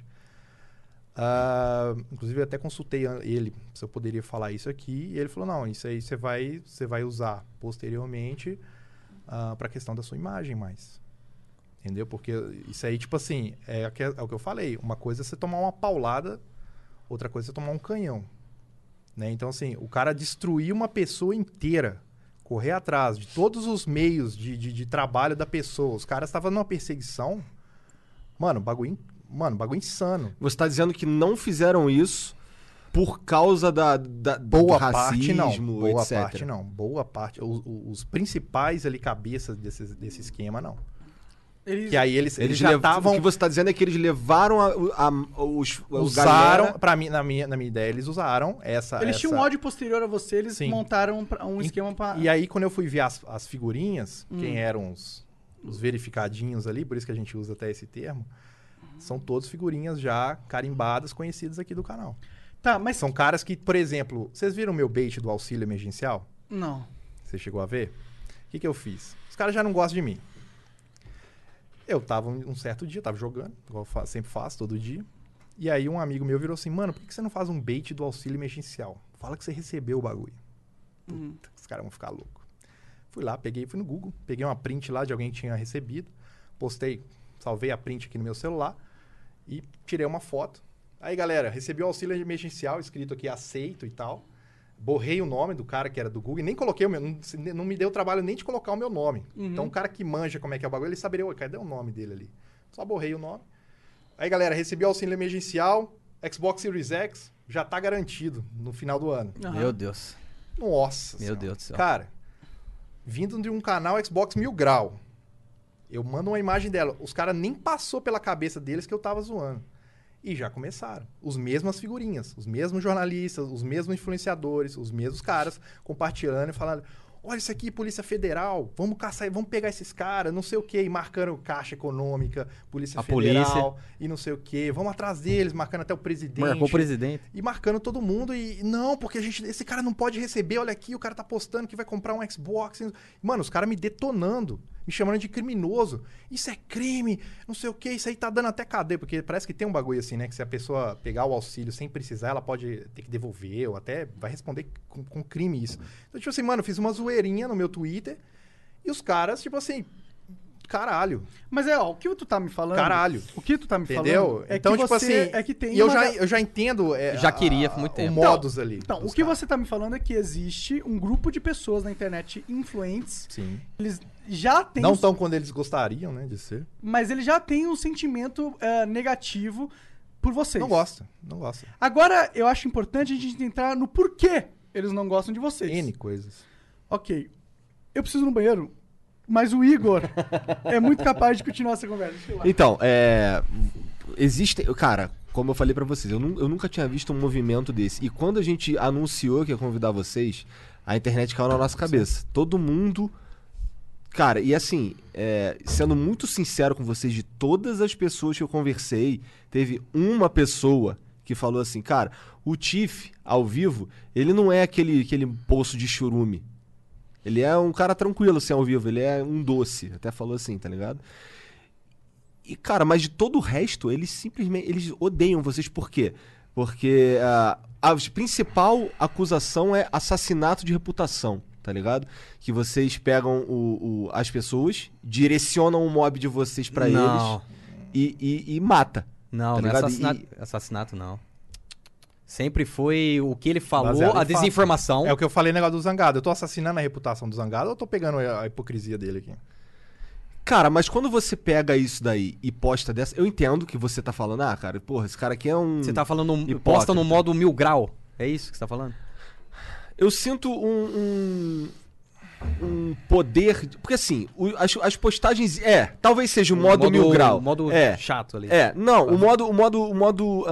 Inclusive eu até consultei ele se eu poderia falar isso aqui, e ele falou, não, isso aí você vai usar posteriormente para a questão da sua imagem mais. Entendeu? Porque isso aí, tipo assim, é o que eu falei. Uma coisa é você tomar uma paulada, outra coisa é você tomar um canhão. Né? Então, assim, o cara destruiu uma pessoa inteira correr atrás de todos os meios de trabalho da pessoa. Os caras estavam numa perseguição. Mano, bagulho insano. Você tá dizendo que não fizeram isso por causa do racismo, Boa etc. parte não. Boa parte. Os principais ali cabeças desse esquema, não. Que aí eles já estavam... O que você tá dizendo é que eles levaram usaram, na minha ideia, eles usaram essa... Eles tinham um ódio posterior a você, eles montaram um esquema pra... E aí, quando eu fui ver as figurinhas, quem eram os verificadinhos ali, por isso que a gente usa até esse termo, são todos figurinhas já carimbadas, conhecidas aqui do canal. Tá, mas... São caras que, por exemplo, vocês viram o meu bait do auxílio emergencial? Não. Você chegou a ver? O que eu fiz? Os caras já não gostam de mim. Eu tava um certo dia, tava jogando, igual eu sempre faço, todo dia. E aí um amigo meu virou assim, mano, por que você não faz um bait do auxílio emergencial? Fala que você recebeu o bagulho. Puta, os caras vão ficar loucos. Fui lá, fui no Google, peguei uma print lá de alguém que tinha recebido, postei, salvei a print aqui no meu celular e tirei uma foto. Aí, galera, recebi o auxílio emergencial, escrito aqui, aceito e tal. Borrei o nome do cara que era do Google e nem coloquei o meu... Não me deu trabalho nem de colocar o meu nome. Então, o cara que manja como é que é o bagulho, ele saberia, cadê o nome dele ali? Só borrei o nome. Aí, galera, recebi o auxílio emergencial, Xbox Series X, já tá garantido no final do ano. Meu Deus. Nossa Meu Deus do céu. Cara, vindo de um canal Xbox 1000 Grau, eu mando uma imagem dela. Os caras nem passou pela cabeça deles que eu tava zoando. E já começaram. Os mesmas figurinhas, os mesmos jornalistas, os mesmos influenciadores, os mesmos caras compartilhando e falando: olha isso aqui, Polícia Federal, vamos caçar, vamos pegar esses caras, não sei o quê. E marcando Caixa Econômica, Polícia Federal e não sei o quê. Vamos atrás deles, marcando até o presidente. Marcou o presidente. E marcando todo mundo. E não, porque esse cara não pode receber, olha aqui, o cara tá postando que vai comprar um Xbox. Mano, os caras me detonando. Me chamando de criminoso. Isso é crime, não sei o que, isso aí tá dando até cadeia. Porque parece que tem um bagulho assim, né? Que se a pessoa pegar o auxílio sem precisar, ela pode ter que devolver ou até vai responder com crime isso. Então, tipo assim, mano, eu fiz uma zoeirinha no meu Twitter e os caras, tipo assim, caralho. Mas o que tu tá me falando... Caralho. O que tu tá me falando... É então, que tipo você, assim... é que tem e eu já entendo... já queria há muito tempo. O modus ali. Então, o que você tá me falando é que existe um grupo de pessoas na internet influentes. Sim. Eles já têm... Não tão quando eles gostariam, né, de ser. Mas eles já têm um sentimento negativo por vocês. Não gosta. Agora, eu acho importante a gente entrar no porquê eles não gostam de vocês. N coisas. Ok. Eu preciso ir no banheiro... Mas o Igor é muito capaz de continuar essa conversa. Então, existe... Cara, como eu falei pra vocês, eu nunca tinha visto um movimento desse. E quando a gente anunciou que ia convidar vocês, a internet caiu na nossa cabeça. Todo mundo... Cara, e assim, sendo muito sincero com vocês, de todas as pessoas que eu conversei, teve uma pessoa que falou assim, cara, o Tiff, ao vivo, ele não é aquele poço de churume. Ele é um cara tranquilo, assim, ao vivo. Ele é um doce. Até falou assim, tá ligado? E, cara, mas de todo o resto, eles simplesmente... Eles odeiam vocês. Por quê? Porque a principal acusação é assassinato de reputação, tá ligado? Que vocês pegam as pessoas, direcionam o mob de vocês pra eles e mata. Não, tá não é assassinato, não. Sempre foi o que ele falou, a desinformação. É o que eu falei, negócio do Zangado. Eu tô assassinando a reputação do Zangado ou eu tô pegando a hipocrisia dele aqui? Cara, mas quando você pega isso daí e posta dessa... Eu entendo que você tá falando, cara, porra, esse cara aqui é um... Você tá falando, posta no modo 1000 grau. É isso que você tá falando? Eu sinto um poder... Porque assim, as postagens... talvez seja o modo 1000 grau. O modo chato ali. O modo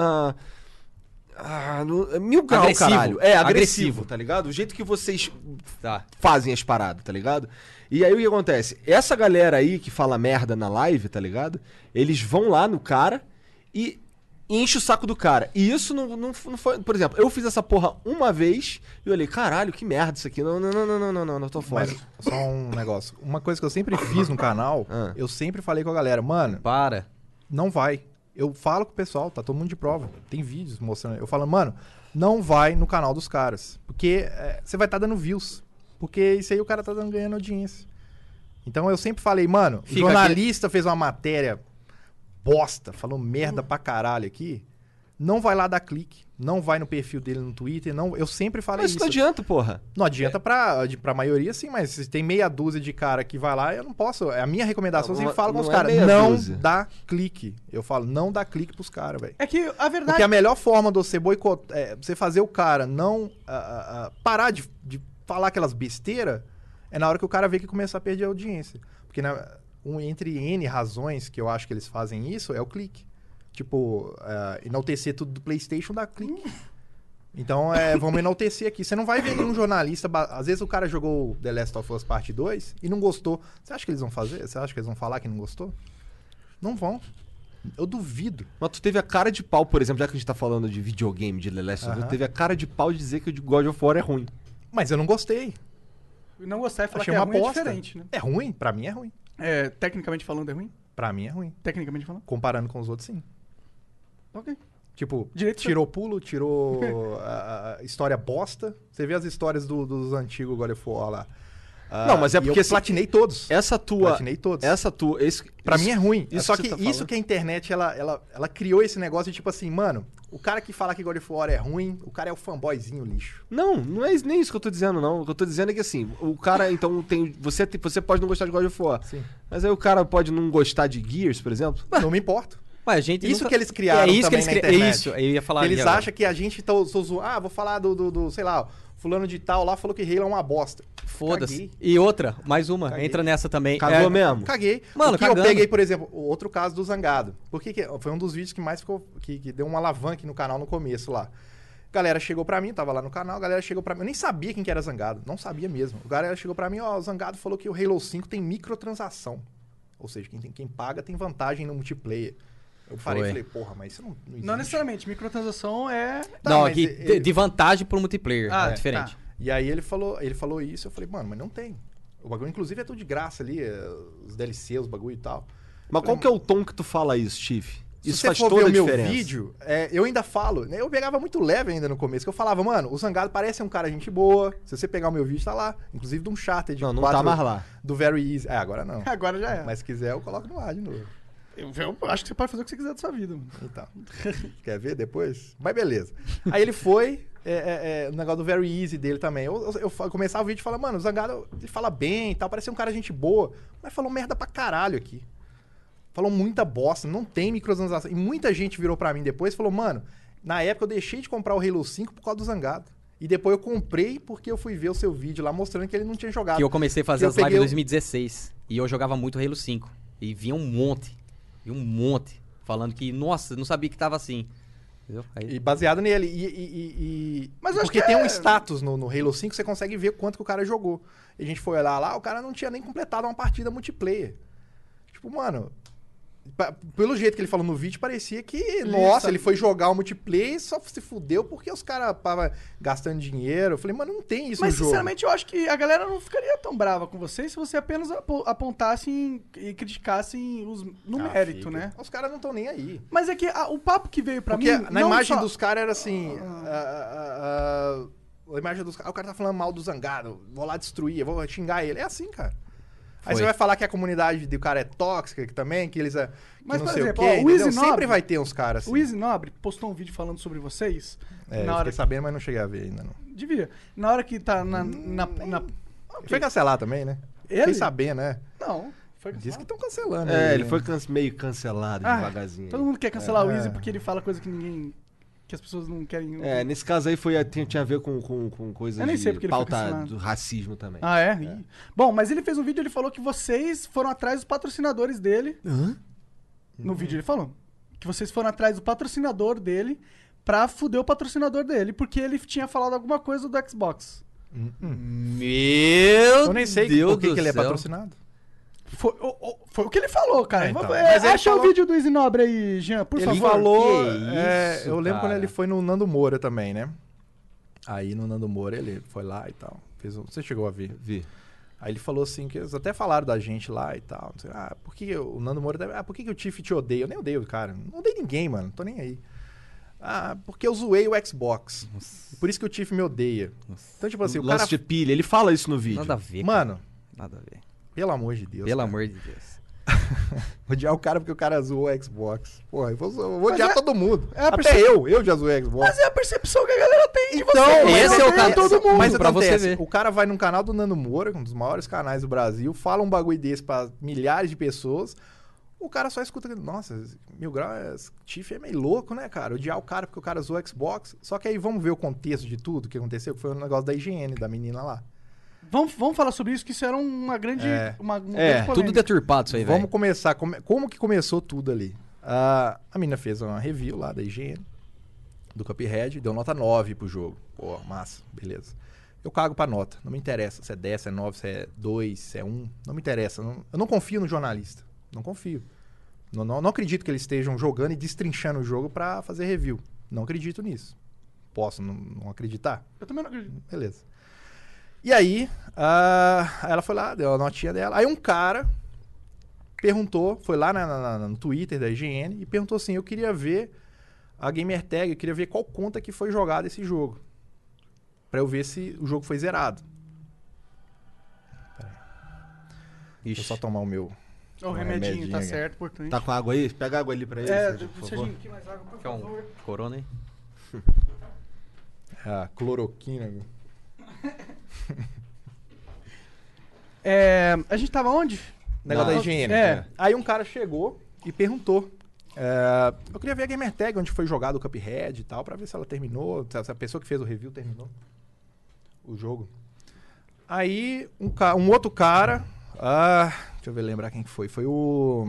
1000 grau, agressivo. caralho. Agressivo, tá ligado? O jeito que vocês fazem as paradas, tá ligado? E aí o que acontece? Essa galera aí que fala merda na live, tá ligado? Eles vão lá no cara e enche o saco do cara. E isso não foi... Por exemplo, eu fiz essa porra uma vez e eu olhei, caralho, que merda isso aqui. Não, tô fora. Mas só um negócio. Uma coisa que eu sempre fiz no canal, eu sempre falei com a galera, mano... Não vai. Eu falo com o pessoal, tá todo mundo de prova. Tem vídeos mostrando. Eu falo, mano, não vai no canal dos caras. Porque você vai estar dando views. Porque isso aí o cara tá ganhando audiência. Então eu sempre falei, mano, o jornalista fez uma matéria bosta, falou merda pra caralho aqui. não vai lá dar clique, não vai no perfil dele no Twitter, não, eu sempre falei Mas isso. não adianta, porra. Não adianta pra maioria, sim, mas se tem meia dúzia de cara que vai lá, eu não posso. A minha recomendação, eu sempre falo com os caras, não dá clique. Eu falo, não dá clique pros caras, velho. É que a verdade... Porque a melhor forma de você boicotar, você fazer o cara não parar de falar aquelas besteiras, é na hora que o cara vê que começa a perder a audiência. Porque entre N razões que eu acho que eles fazem isso, é o clique. Tipo, enaltecer tudo do PlayStation dá clique. Então, vamos enaltecer aqui. Você não vai ver nenhum jornalista... Às vezes o cara jogou The Last of Us Part 2 e não gostou. Você acha que eles vão fazer? Você acha que eles vão falar que não gostou? Não vão. Eu duvido. Mas tu teve a cara de pau, por exemplo, já que a gente tá falando de videogame, de The Last of Us, teve a cara de pau de dizer que o God of War é ruim. Mas eu não gostei. Não gostar e falar Achei que é uma ruim bosta. é diferente, né? É ruim? Pra mim é ruim. Tecnicamente falando é ruim? Pra mim é ruim. Tecnicamente falando? Comparando com os outros, sim. Ok. Tipo, Direito tirou pulo, tirou a história bosta. Você vê as histórias dos antigos God of War lá. Não, mas é porque eu platinei todos. Platinei todos. Pra mim é ruim. Só que isso que a internet, ela criou esse negócio de tipo assim, mano, o cara que fala que God of War é ruim, o cara é o fanboyzinho lixo. Não é nem isso que eu tô dizendo, não. O que eu tô dizendo é que assim, o cara, então, você pode não gostar de God of War. Sim. Mas aí o cara pode não gostar de Gears, por exemplo? Não me importo. Mas a gente isso nunca... que eles criaram isso também que eles na internet. Isso, eu ia falar. Eles acham que a gente tá zoando. Vou falar do sei lá, fulano de tal lá falou que Halo é uma bosta. Foda-se. Caguei. E outra, mais uma, Caguei. entra nessa também. Cagou mesmo? Caguei. Mano, porque cagando. eu peguei, por exemplo, o outro caso do Zangado. Porque foi um dos vídeos que mais ficou... Que deu um alavanque no canal no começo lá. Galera chegou pra mim, tava lá no canal, a galera chegou pra mim. Eu nem sabia quem que era Zangado. Não sabia mesmo. A galera chegou pra mim, o Zangado falou que o Halo 5 tem microtransação. Ou seja, quem paga tem vantagem no multiplayer. Eu parei e falei, porra, mas isso não existe. Não necessariamente, microtransação é... Não, aqui de vantagem pro multiplayer, é diferente. Tá. E aí ele falou isso, eu falei, mano, mas não tem. O bagulho, inclusive, é tudo de graça ali, os DLC, os bagulho e tal. Mas qual que é o tom que tu fala isso, Chief? Isso Se faz você for toda ver a o meu diferença. vídeo, eu ainda falo, né? Eu pegava muito leve ainda no começo, que eu falava, mano, o Zangado parece um cara gente boa. Se você pegar o meu vídeo, tá lá. Inclusive de um charter de não tá mais lá. Do Very Easy. Agora não. Agora já é. Mas se quiser, eu coloco no ar de novo. Eu acho que você pode fazer o que você quiser da sua vida, mano. Então. Quer ver depois? Mas beleza. Aí ele foi, o negócio do Very Easy dele também. Eu começava o vídeo e falava, mano, o Zangado, ele fala bem e tal, parece um cara gente boa. Mas falou merda pra caralho aqui. Falou muita bosta, não tem microtransação. E muita gente virou pra mim depois e falou, mano, na época eu deixei de comprar o Halo 5 por causa do Zangado. E depois eu comprei porque eu fui ver o seu vídeo lá mostrando que ele não tinha jogado. Que eu comecei a fazer as lives em 2016. E eu jogava muito Halo 5. E vinha um monte. Falando que, nossa, não sabia que tava assim. Entendeu? Aí... E baseado nele. Mas eu acho porque que tem um status no Halo 5, você consegue ver quanto que o cara jogou. E a gente foi olhar lá, o cara não tinha nem completado uma partida multiplayer. Tipo, mano... Pelo jeito que ele falou no vídeo, parecia que, nossa, ele foi jogar o multiplayer e só se fudeu porque os caras estavam gastando dinheiro. Eu falei, mano, não tem isso no jogo. Mas, sinceramente, eu acho que a galera não ficaria tão brava com você se você apenas apontasse e criticasse no mérito, né? Os caras não estão nem aí. Mas é que o papo que veio pra porque mim... na imagem dos caras era assim... A imagem dos caras... O cara tá falando mal do Zangado. Vou lá destruir, eu vou xingar ele. É assim, cara. Aí você vai falar que a comunidade do cara é tóxica também, que eles... Mas, não por sei exemplo, o quê, o Easy Nobre, sempre vai ter uns caras assim. O Easy Nobre postou um vídeo falando sobre vocês. Eu fiquei sabendo, mas não cheguei a ver ainda, não. Devia. Na hora que tá Ele foi cancelar também, né? Ele? Fiquei sabendo, né? Não. Foi Diz que estão cancelando. Ele foi meio cancelado devagarzinho. Todo mundo quer cancelar o Easy porque ele fala coisa que ninguém... Que as pessoas não querem... Nesse caso aí tinha a ver com coisas de pauta do racismo também. Ah, é? Bom, mas ele fez um vídeo, ele falou que vocês foram atrás dos patrocinadores dele. No vídeo ele falou. Que vocês foram atrás do patrocinador dele pra fuder o patrocinador dele, porque ele tinha falado alguma coisa do Xbox. Eu nem sei por que ele é patrocinado. Foi o que ele falou, cara. Então. Mas acha o vídeo do Easy Nobre aí, Jean, por favor. Ele falou... isso, eu lembro cara. quando ele foi no Nando Moura também, né? Aí no Nando Moura ele foi lá e tal. Você chegou a ver? Vi. Aí ele falou assim, que eles até falaram da gente lá e tal. Por que o Nando Moura... por que o Tiff te odeia? Eu nem odeio o cara. Não odeio ninguém, mano. Não tô nem aí. Porque eu zoei o Xbox. Por isso que o Tiff me odeia. Então, tipo assim, o lance cara... de pilha, ele fala isso no vídeo. Nada a ver, Mano... Nada a ver. Pelo amor de Deus. Pelo amor de Deus. Odiar o cara porque o cara zoou o Xbox. Porra, eu vou odiar é- todo mundo. é a Até perce- eu já zoei o Xbox. Mas é a percepção que a galera tem de Então, você. mas esse é o eu cara- tenho todo mundo. Mas pra acontece, você ver. o cara vai num canal do Nando Moura, um dos maiores canais do Brasil, fala um bagulho desse pra milhares de pessoas, o cara só escuta, nossa, Mil Grau, Tiff é meio louco, né, cara? Odiar o cara porque o cara zoou o Xbox. Só que aí vamos ver o contexto de tudo que aconteceu, que foi o negócio da higiene da menina lá. Vamos falar sobre isso, que isso era uma grande, uma grande Tudo polêmica. deturpado isso aí, velho. Vamos começar, como que começou tudo ali? A menina fez uma review lá da higiene, do Cuphead, deu nota 9 pro jogo. Pô, massa, beleza. Eu cago pra nota, não me interessa se é 10, se é 9, se é 2, se é 1, não me interessa. Eu não confio no jornalista, não confio. Não acredito que eles estejam jogando e destrinchando o jogo pra fazer review. Não acredito nisso. Posso não acreditar? Eu também não acredito. Beleza. E aí, ela foi lá, deu a notinha dela. Aí um cara perguntou, foi lá no Twitter da IGN e perguntou assim, eu queria ver a gamertag, eu queria ver qual conta que foi jogado esse jogo. Pra eu ver se o jogo foi zerado. Pera aí. Deixa eu só tomar o meu... O remedinho, tá aqui. certo, importante. Tá com água aí? Pega água ali pra ele, Sérgio, por favor. Serginho, aqui mais água, por Quer um favor. corona aí? A cloroquina. viu? A gente tava onde? Negócio da higiene. Aí um cara chegou e perguntou. Eu queria ver a gamertag, onde foi jogado o Cuphead e tal, pra ver se ela terminou, se a pessoa que fez o review terminou o jogo. Aí um outro cara... deixa eu ver, lembrar quem que foi. Foi o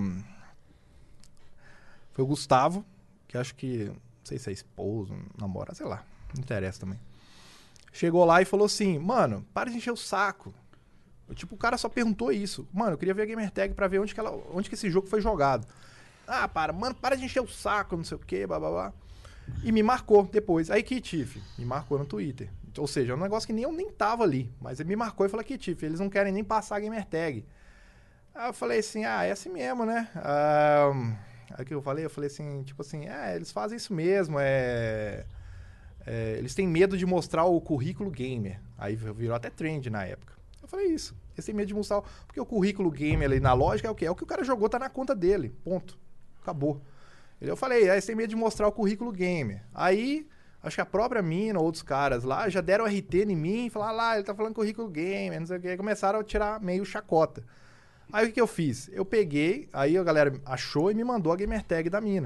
Gustavo, que acho que... Não sei se é esposo, namorado, sei lá. Não interessa também. Chegou lá e falou assim, mano, para de encher o saco. Tipo, o cara só perguntou isso. Mano, eu queria ver a gamertag pra ver onde que esse jogo foi jogado. Mano, para de encher o saco, não sei o que, blá, blá, blá. E me marcou depois. Aí, Tiff, me marcou no Twitter. Ou seja, é um negócio que eu nem tava ali. Mas ele me marcou e falou, Tiff, eles não querem nem passar a gamertag. Aí eu falei assim, é assim mesmo, né? Aí que eu falei assim, tipo assim, eles fazem isso mesmo, eles têm medo de mostrar o currículo gamer. Aí virou até trend na época. Eu falei isso, eles têm medo de mostrar, porque o currículo gamer ali na lógica é o quê? É o que o cara jogou, tá na conta dele, ponto. Acabou. Eu falei, eles têm medo de mostrar o currículo gamer. Aí, acho que a própria mina, outros caras lá, já deram RT em mim, falaram, ele tá falando currículo gamer, não sei o quê. Começaram a tirar meio chacota. Aí o que eu fiz? Eu peguei, aí a galera achou e me mandou a gamertag da mina.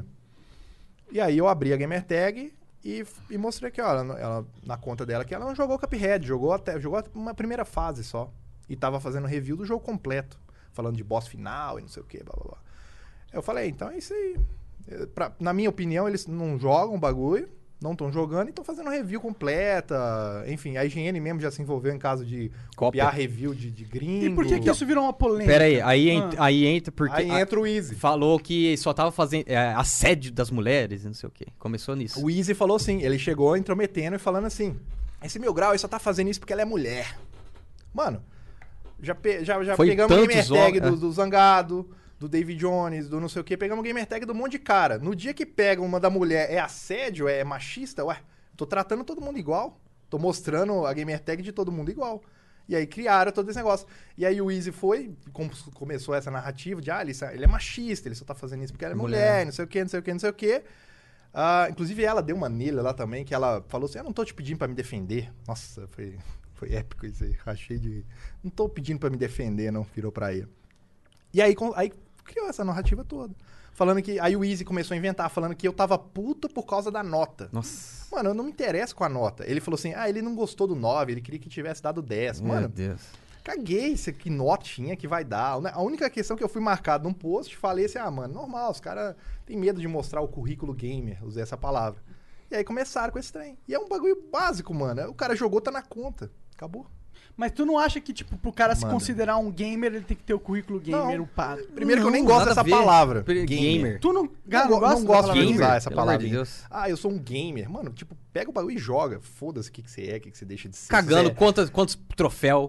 E aí eu abri a gamertag e mostrei aqui, ó, ela, na conta dela que ela não jogou Cuphead, jogou uma primeira fase só. E tava fazendo review do jogo completo, falando de boss final e não sei o que, blá blá blá. Eu falei, então é isso aí. Na minha opinião, eles não jogam o bagulho, não estão jogando e estão fazendo review completa. Enfim, a IGN mesmo já se envolveu em caso de copiar review de gringo. E por que isso virou uma polêmica? Pera aí entra porque... Aí entra o Easy. Falou que só tava fazendo assédio das mulheres e não sei o quê. Começou nisso. O Easy falou assim, ele chegou intrometendo e falando assim, esse Mil Grau, ele só tá fazendo isso porque ela é mulher. Mano, já pegamos o gamertag do Zangado, do David Jones, do não sei o que, pegamos o gamertag do monte de cara. No dia que pega uma da mulher, é assédio, é machista, tô tratando todo mundo igual. Tô mostrando a gamertag de todo mundo igual. E aí criaram todo esse negócio. E aí o Easy começou essa narrativa de, ele é machista, ele só tá fazendo isso porque ela é mulher, não sei o que, não sei o que, não sei o que. Inclusive ela deu uma nele lá também, que ela falou assim, eu não tô te pedindo pra me defender. Nossa, foi épico isso aí, achei de... Não tô pedindo pra me defender, não, virou pra ele. E aí criou essa narrativa toda. Falando que... Aí o Easy começou a inventar, falando que eu tava puto por causa da nota. Nossa. Mano, eu não me interesso com a nota. Ele falou assim, ele não gostou do 9, ele queria que tivesse dado 10. Meu Mano, Deus. caguei que notinha que vai dar. A única questão que eu fui marcado num post, falei assim, mano, normal, os caras têm medo de mostrar o currículo gamer, usei essa palavra. E aí começaram com esse trem. E é um bagulho básico, mano. O cara jogou, tá na conta. Acabou. Mas tu não acha que, tipo, pro cara se considerar um gamer, ele tem que ter o currículo gamer, o pá? Primeiro que eu nem gosto dessa palavra. Gamer. Tu não gosto de usar essa pelo palavra. amor de Deus. Eu sou um gamer. Mano, tipo, pega o bagulho e joga. Foda-se o que você é, o que você deixa de ser. Cagando quantos troféus,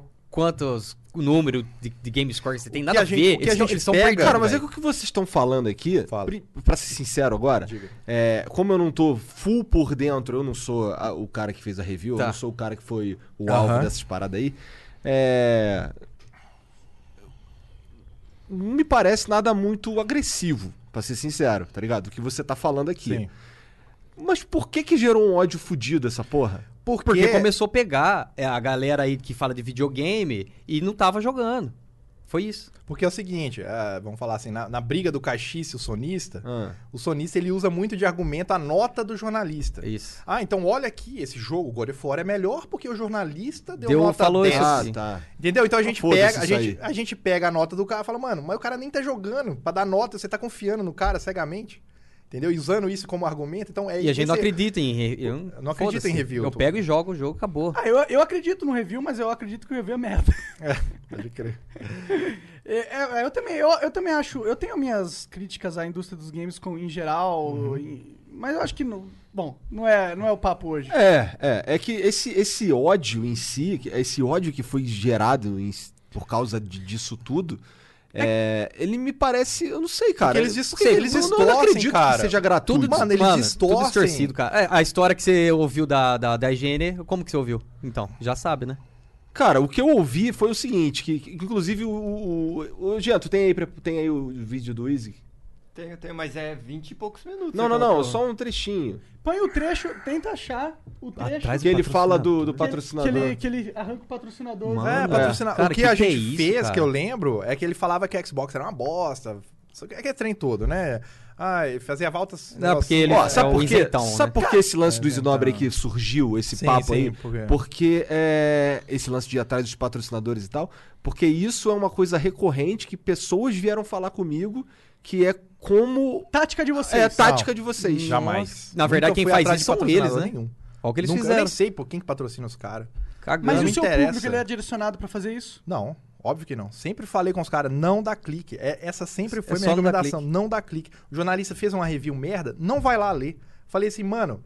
o número de game score que você tem, nada a ver. Eles são perdidos. Cara, mas é que o que vocês estão falando aqui, pra ser sincero agora, como eu não tô full por dentro, eu não sou o cara que fez a review, eu não sou o cara que foi o alvo dessas paradas aí. não me parece nada muito agressivo, pra ser sincero, tá ligado? O que você tá falando aqui. Sim. Mas por que gerou um ódio fudido essa porra? Porque começou a pegar a galera aí que fala de videogame e não tava jogando. Foi isso. Porque é o seguinte, vamos falar assim, na briga do caxice e o sonista, o sonista ele usa muito de argumento a nota do jornalista. Isso. Então olha aqui, esse jogo, God of War, é melhor porque o jornalista deu Deu nota falou 10. isso. Tá. Entendeu? Então a gente Foda-se pega, isso a gente pega a nota do cara e fala, mano, mas o cara nem tá jogando pra dar nota, você tá confiando no cara cegamente. Entendeu? E usando isso como argumento, então E a gente não acredita em review. Eu não acredito em review. Eu pego e jogo o jogo, acabou. Eu acredito no review, mas eu acredito que o review é merda. Pode crer. Eu também acho... Eu tenho minhas críticas à indústria dos games em geral, mas eu acho que não é o papo hoje. É que esse ódio em si, esse ódio que foi gerado por causa disso tudo... ele me parece, eu não sei, cara. Porque eles eu distorcem, não acredito cara. que seja gratuito. Mano, eles distorcem. Tudo distorcido, cara. A história que você ouviu da higiene, como que você ouviu? Então, já sabe, né? Cara, o que eu ouvi foi o seguinte, que inclusive o Jean, tu tem aí o vídeo do Easy? Tenho, mas é 20 e poucos minutos. Não, só um trechinho. Põe o trecho, tenta achar o trecho. Atrás que ele fala do patrocinador. Que ele arranca o patrocinador. Patrocinador. Cara, o que a gente é isso, fez, cara? que eu lembro, é que ele falava que a Xbox era uma bosta. É que é trem todo, né? Fazia voltas... Não, porque ele sabe por quê? isentão, Sabe por que esse lance do Isinobre aí que surgiu, esse papo aí? Por quê? Porque esse lance de ir atrás dos patrocinadores e tal, porque isso é uma coisa recorrente que pessoas vieram falar comigo, que é como... Tática de vocês. É, tática de vocês. Jamais. Na verdade, Nunca quem fui faz atrás isso de são eles, patrocinador né? nenhum. Olha o que eles Eu fizeram. nem sei por quem que patrocina os caras. Cagando. Mas Não o seu interessa. público, ele é direcionado pra fazer isso? Não, óbvio que não. Sempre falei com os caras, não dá clique. Essa sempre foi minha só não dá recomendação, não dá clique. O jornalista fez uma review merda, não vai lá ler. Falei assim, mano,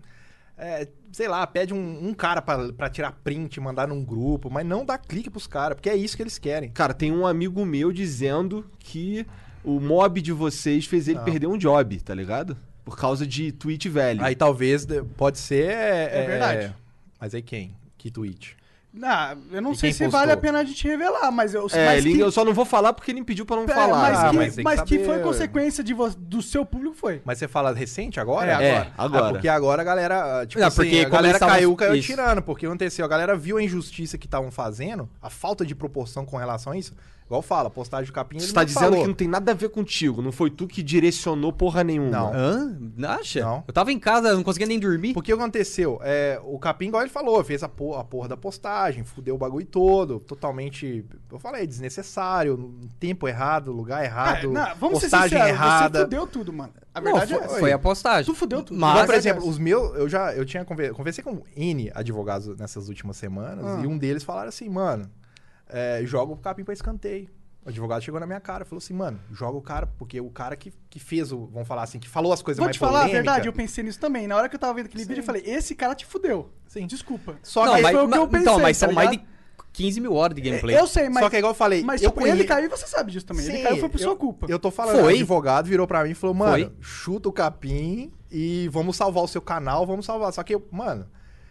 sei lá, pede um cara pra tirar print, mandar num grupo, mas não dá clique pros caras, porque é isso que eles querem. Cara, tem um amigo meu dizendo que o mob de vocês fez ele perder um job, tá ligado? Por causa de tweet velho. Aí talvez, pode ser... É verdade. Mas aí quem? Que tweet? Eu não E sei quem se postou? vale a pena a gente revelar, mas eu... Eu só não vou falar porque ele me pediu pra não falar. mas tem que Mas que saber. foi consequência do seu público, foi. Mas você fala recente agora? Agora. Porque agora a galera, tipo Não, assim, porque a galera como eles caiu isso. tirando, porque aconteceu, a galera viu a injustiça que estavam fazendo, a falta de proporção com relação a isso. Igual fala, postagem do Capinha, Você ele tá não dizendo falou. que não tem nada a ver contigo, não foi tu que direcionou porra nenhuma. Não. Hã? Acha? Não. Eu tava em casa, não conseguia nem dormir. Porque o que aconteceu? O Capim, igual ele falou, fez a porra da postagem, fudeu o bagulho todo, totalmente, eu falei, desnecessário, no tempo errado, lugar errado, Vamos ser postagem sinceros, errada. você fudeu tudo, mano. A Não, verdade foi a postagem. Tu fudeu tudo. Igual, Mas, por exemplo, os meus, eu tinha conversei com N advogados nessas últimas semanas, e um deles falaram assim, mano, joga o Capim pra escanteio. O advogado chegou na minha cara e falou assim, mano, joga o cara, porque o cara que fez vamos falar assim, que falou as coisas Vou mais te falar a polêmicas. verdade, eu pensei nisso também. Na hora que eu tava vendo aquele vídeo, eu falei, esse cara te fudeu. Sim. Desculpa. Só não, que mas, foi o que eu pensei, então, mas tá são mais ligado? de 15 mil horas de gameplay. Eu sei, mas... Só que é igual eu falei, Mas eu tipo, ele caiu e você sabe disso também. Ele Sim, caiu foi por sua culpa. Eu tô falando, Foi? o advogado virou pra mim e falou, mano, Foi? chuta o Capim e vamos salvar o seu canal, vamos salvar. Só que, mano,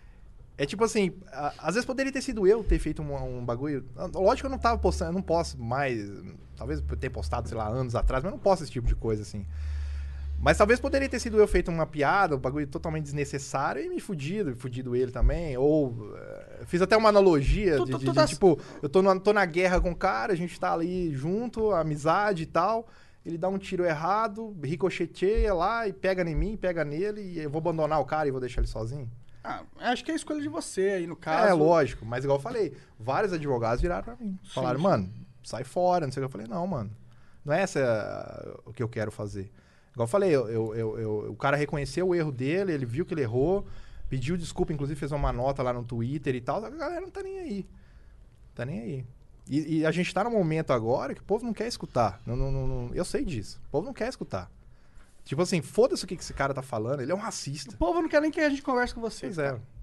é tipo assim, às vezes poderia ter sido eu ter feito um bagulho. Lógico que eu não tava postando, eu não posso mais, talvez eu tenha postado, sei lá, anos atrás, mas eu não posto esse tipo de coisa assim. Mas talvez poderia ter sido eu feito uma piada, um bagulho totalmente desnecessário e me fudido ele também. Ou fiz até uma analogia de tipo, eu tô na guerra com o cara, a gente tá ali junto, amizade e tal. Ele dá um tiro errado, ricocheteia lá e pega em mim, pega nele e eu vou abandonar o cara e vou deixar ele sozinho. Acho que é a escolha de você aí, no caso. É, lógico. Mas igual eu falei, vários advogados viraram pra mim. Falaram, mano, sai fora, não sei o que. Eu falei, não, mano, não é essa o que eu quero fazer. Igual eu falei, o cara reconheceu o erro dele, ele viu que ele errou, pediu desculpa, inclusive fez uma nota lá no Twitter e tal. A galera não tá nem aí. Tá nem aí. E a gente tá num momento agora que o povo não quer escutar. Eu sei disso. O povo não quer escutar. Tipo assim, foda-se o que esse cara tá falando, ele é um racista. O povo não quer nem que a gente converse com vocês.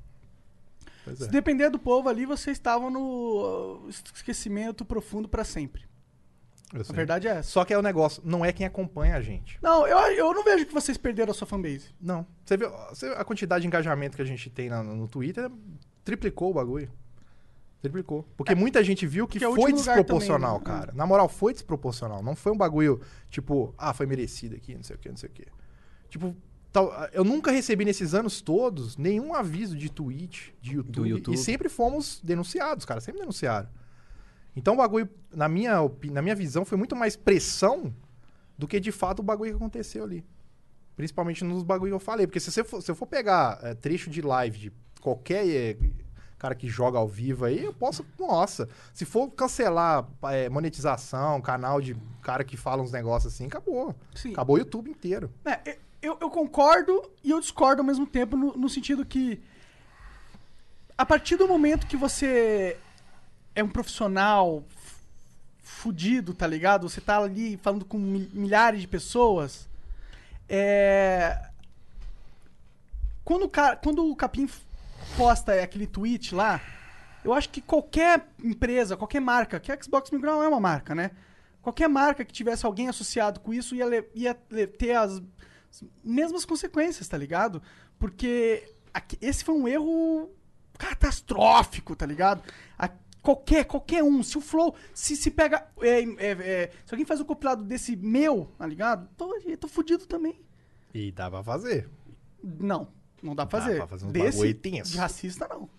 Pois Se depender do povo ali, vocês estavam no esquecimento profundo pra sempre. A verdade é essa. Só que é o negócio, não é quem acompanha a gente. Não, eu não vejo que vocês perderam a sua fanbase. Não. Você viu a quantidade de engajamento que a gente tem no Twitter, triplicou o bagulho. Triplicou. Porque muita gente viu que Porque é o foi último lugar desproporcional, também, né? cara. Na moral, foi desproporcional. Não foi um bagulho, tipo, foi merecido aqui, não sei o quê. Tipo, eu nunca recebi nesses anos todos nenhum aviso de Twitch, de YouTube. E sempre fomos denunciados, cara. Sempre denunciaram. Então o bagulho, na minha visão, foi muito mais pressão do que de fato o bagulho que aconteceu ali. Principalmente nos bagulhos que eu falei. Porque se eu for pegar trecho de live de qualquer cara que joga ao vivo aí, eu posso... Nossa, se for cancelar monetização, canal de cara que fala uns negócios assim, acabou. Sim. Acabou o YouTube inteiro. Eu concordo e eu discordo ao mesmo tempo no sentido que a partir do momento que você é um profissional fudido, tá ligado? Você tá ali falando com milhares de pessoas. Quando o Capim posta aquele tweet lá, eu acho que qualquer empresa, qualquer marca, que a Xbox Mil Grau é uma marca, né? Qualquer marca que tivesse alguém associado com isso ia ter as mesmas consequências, tá ligado? Porque esse foi um erro catastrófico, tá ligado? Qualquer um. Se o Flow... Se pega... se alguém faz um compilado desse meu, tá ligado? Eu tô fudido também. E dá pra fazer. Não dá pra fazer. Dá pra fazer uns Desse, bagulho tenso. de racista, não.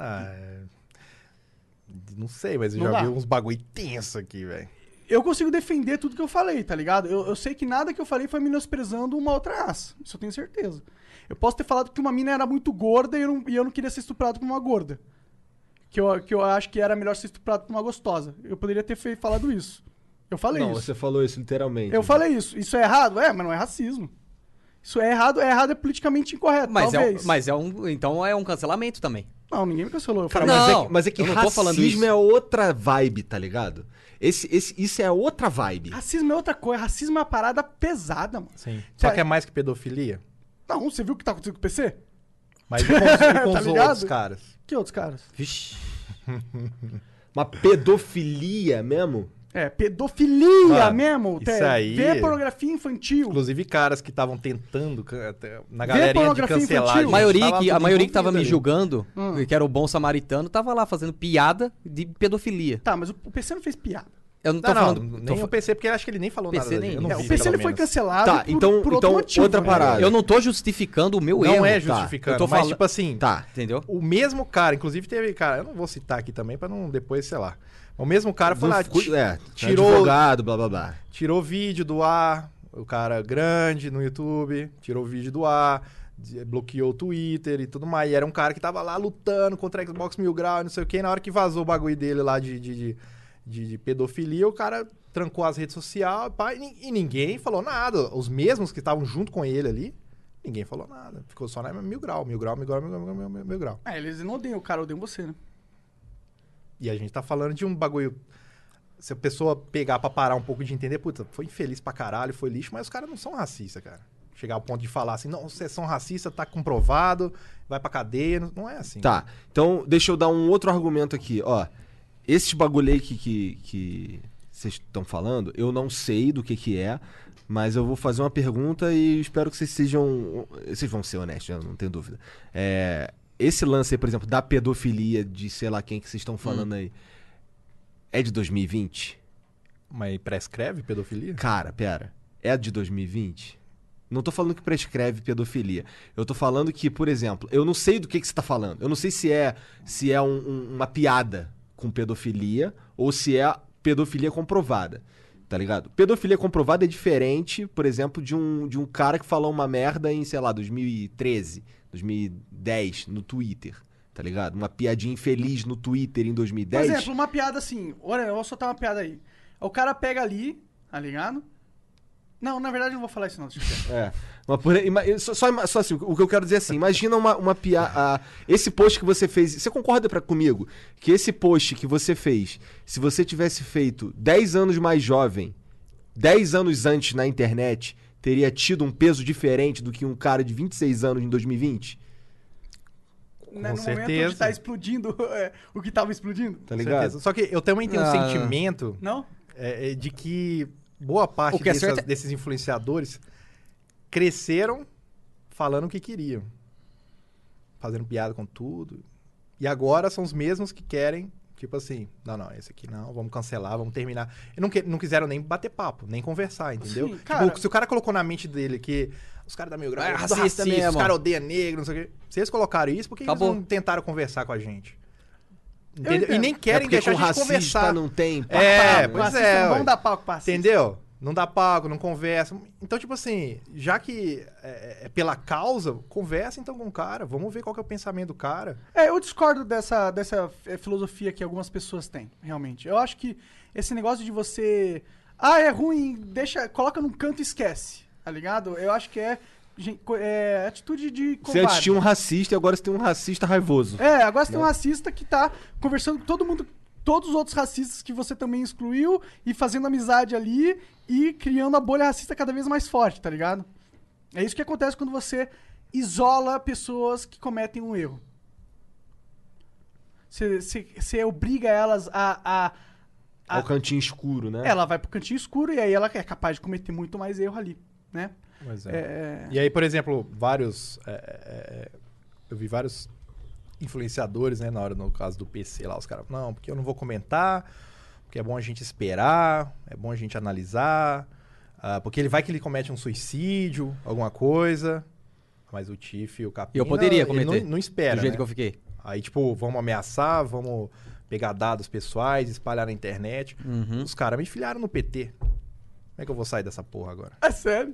Não sei, mas eu Não já dá. vi uns bagulho tenso aqui, velho. Eu consigo defender tudo que eu falei, tá ligado? Eu sei que nada que eu falei foi menosprezando uma outra raça. Isso eu tenho certeza. Eu posso ter falado que uma mina era muito gorda e eu não queria ser estuprado por uma gorda. Que eu acho que era melhor ser estuprado por uma gostosa. Eu poderia ter falado isso. Eu falei isso. Não, você falou isso literalmente. Eu falei isso. Isso é errado? Mas não é racismo. Isso é errado. É politicamente incorreto, talvez. Então é um cancelamento também. Não, ninguém me cancelou. Eu Cara, falei, mas é que eu não tô falando racismo isso. é outra vibe, tá ligado? Isso é outra vibe. Racismo é outra coisa. Racismo é uma parada pesada, mano. Sim. Só que é mais que pedofilia? Não, você viu o que tá acontecendo com o PC? Mas e com Tá os ligado? outros caras? Que outros caras? Vixe. Uma pedofilia mesmo? Pedofilia Mano, mesmo. isso aí- Ver pornografia infantil. Inclusive caras que estavam tentando, na galerinha de pornografia cancelar. infantil. A maioria tava que tudo tava me envolvido ali. julgando, que era o bom samaritano, tava lá fazendo piada de pedofilia. Tá, mas o PC não fez piada. Eu não tô Não, falando... nem o PC, porque eu acho que ele nem falou PC nada. nem- Eu não vi, O PC pelo ele foi menos. cancelado Tá, por outro motivo. outra né? parada. Eu não tô justificando o meu erro. Não é tá? justificando, Eu tô mas falando... tipo assim, Tá. Entendeu? o mesmo cara, inclusive teve, cara, eu não vou citar aqui também pra não depois, sei lá. O mesmo cara foi lá, tirou advogado, blá blá blá. tirou vídeo do ar, o cara grande no YouTube, tirou vídeo do ar, bloqueou o Twitter e tudo mais. E era um cara que tava lá lutando contra a Xbox Mil Grau e não sei o que. Na hora que vazou o bagulho dele lá de pedofilia, o cara trancou as redes sociais e ninguém falou nada. Os mesmos que estavam junto com ele ali, ninguém falou nada. Ficou só na Mil Grau. Eles não odeiam o cara, odeiam você, né? E a gente tá falando de um bagulho... Se a pessoa pegar pra parar um pouco de entender, puta, foi infeliz pra caralho, foi lixo, mas os caras não são racistas, cara. Chegar ao ponto de falar assim, não, vocês são racistas, tá comprovado, vai pra cadeia, não é assim. Tá, então deixa eu dar um outro argumento aqui, ó. Esses bagulho aí que vocês estão falando, eu não sei do que é, mas eu vou fazer uma pergunta e espero que vocês sejam... Vocês vão ser honestos, né? Não tenho dúvida. Esse lance aí, por exemplo, da pedofilia de sei lá quem que vocês estão falando aí, é de 2020? Mas prescreve pedofilia? Cara, pera. É de 2020? Não tô falando que prescreve pedofilia. Eu tô falando que, por exemplo, eu não sei do que você tá falando. Eu não sei se é uma piada com pedofilia ou se é pedofilia comprovada. Tá ligado? Pedofilia comprovada é diferente, por exemplo, de um cara que falou uma merda em, sei lá, 2013, 2010, no Twitter. Tá ligado? Uma piadinha infeliz no Twitter em 2010. Por exemplo, uma piada assim. Olha, eu vou soltar uma piada aí. O cara pega ali, tá ligado? Não, na verdade eu não vou falar isso não. Mas só assim, o que eu quero dizer é assim, imagina uma piada... esse post que você fez, você concorda comigo? Que esse post que você fez, se você tivesse feito 10 anos mais jovem, 10 anos antes na internet, teria tido um peso diferente do que um cara de 26 anos em 2020? No momento onde tá explodindo o que tava explodindo. Tá ligado? Só que eu também tenho um sentimento não? De que boa parte desses influenciadores cresceram falando o que queriam. Fazendo piada com tudo. E agora são os mesmos que querem Tipo assim, não, esse aqui não, vamos cancelar, vamos terminar. E não quiseram nem bater papo, nem conversar, entendeu? Sim, cara. Tipo, se o cara colocou na mente dele que os caras da Mil Grau É tudo racista mesmo. os caras odeiam negro, não sei o quê. Se eles colocaram isso, por que eles Acabou. não tentaram conversar com a gente? Eu Entendeu? entendo. E nem querem porque deixar com a gente racista conversar. não tem papo, É, né? pois Racista, é. não ué. vão dar palco pra racista. Entendeu? Não dá pago, não conversa. Então, tipo assim, já que é pela causa, conversa então com o cara. Vamos ver qual que é o pensamento do cara. Eu discordo dessa filosofia que algumas pessoas têm, realmente. Eu acho que esse negócio de você... é ruim, coloca num canto e esquece, tá ligado? Eu acho que é atitude de Você covarde. antes tinha um racista e agora você tem um racista raivoso. Agora você tem um racista que tá conversando com todo mundo, todos os outros racistas que você também excluiu e fazendo amizade ali e criando a bolha racista cada vez mais forte, tá ligado? É isso que acontece quando você isola pessoas que cometem um erro. Você obriga elas Ao cantinho escuro, né? Ela vai pro cantinho escuro e aí ela é capaz de cometer muito mais erro ali, né? Pois é. E aí, por exemplo, eu vi vários influenciadores, né, no caso do PC lá, os caras, não, porque eu não vou comentar, porque é bom a gente esperar, é bom a gente analisar, porque vai que ele comete um suicídio, alguma coisa, mas o Tiff e o Capina... Eu poderia cometer, não espera, do jeito né? que eu fiquei. Aí, tipo, vamos ameaçar, vamos pegar dados pessoais, espalhar na internet. Os caras me filiaram no PT. Como é que eu vou sair dessa porra agora? É sério?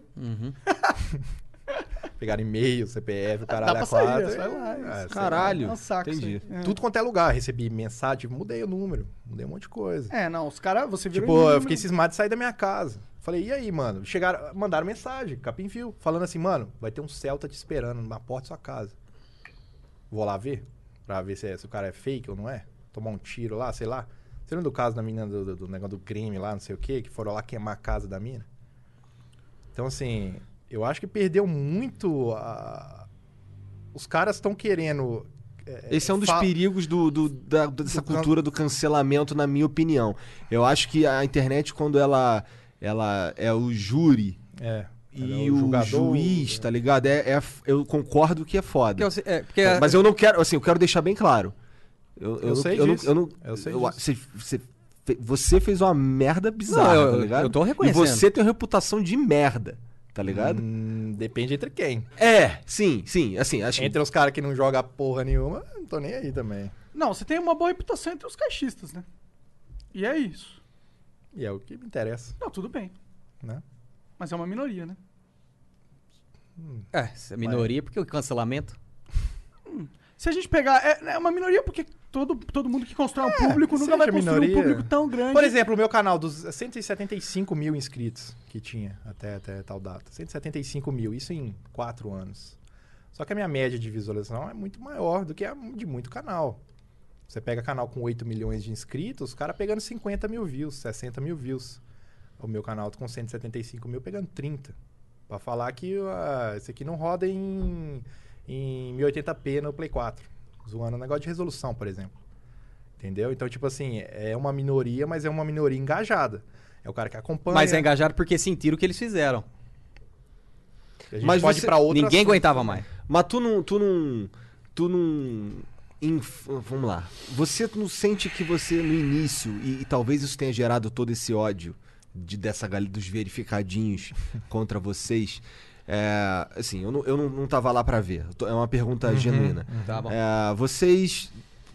Pegaram e-mail, CPF, o Dá caralho pra a sair, quatro. sai lá. Caralho. É um saco Entendi. isso aí. Tudo quanto é lugar. Recebi mensagem, tipo, mudei o número, mudei um monte de coisa. Não, os caras, você virou... Tipo, eu fiquei cismado de sair da minha casa. Falei, e aí, mano? Mandaram mensagem, Capim Fio, falando assim, mano, vai ter um Celta te esperando na porta da sua casa. Vou lá ver, pra ver se o cara é fake ou não é. Tomar um tiro lá, sei lá. Você lembra do caso da menina do negócio do crime lá, não sei o quê, que foram lá queimar a casa da mina? Então, assim, eu acho que perdeu muito os caras estão querendo... Esse é um dos perigos dessa cultura do cancelamento, na minha opinião. Eu acho que a internet, quando ela é o júri e o julgador, juiz, tá ligado? Eu concordo que é foda. Porque Mas eu não quero, assim, eu quero deixar bem claro. Eu sei disso. Você fez uma merda bizarra, tá ligado? Eu tô reconhecendo. E você tem uma reputação de merda, tá ligado? Depende entre quem. Sim, assim, acho Entre os caras que não jogam porra nenhuma, não tô nem aí também. Não, você tem uma boa reputação entre os caixistas, né? E é isso. E é o que me interessa. Não, tudo bem. Né? Mas é uma minoria, né? É minoria porque o cancelamento... Se a gente pegar... É uma minoria porque todo mundo que constrói um público nunca vai construir um público tão grande. Por exemplo, o meu canal dos 175 mil inscritos que tinha até tal data. 175 mil, isso em 4 anos. Só que a minha média de visualização é muito maior do que a de muito canal. Você pega canal com 8 milhões de inscritos, os caras pegando 50 mil views, 60 mil views. O meu canal com 175 mil pegando 30. Pra falar que esse aqui não roda em 1080p no Play 4. Zoando o negócio de resolução, por exemplo. Entendeu? Então, tipo assim, é uma minoria, mas é uma minoria engajada. É o cara que acompanha. Mas é engajado porque sentiram o que eles fizeram. A gente pode ir pra outra Ninguém assunto, aguentava né? mais. Mas tu não... Vamos lá. Você não sente que você, no início, e talvez isso tenha gerado todo esse ódio dessa galera dos verificadinhos contra vocês... assim, eu não tava lá pra ver. É uma pergunta genuína. Tá bom. Vocês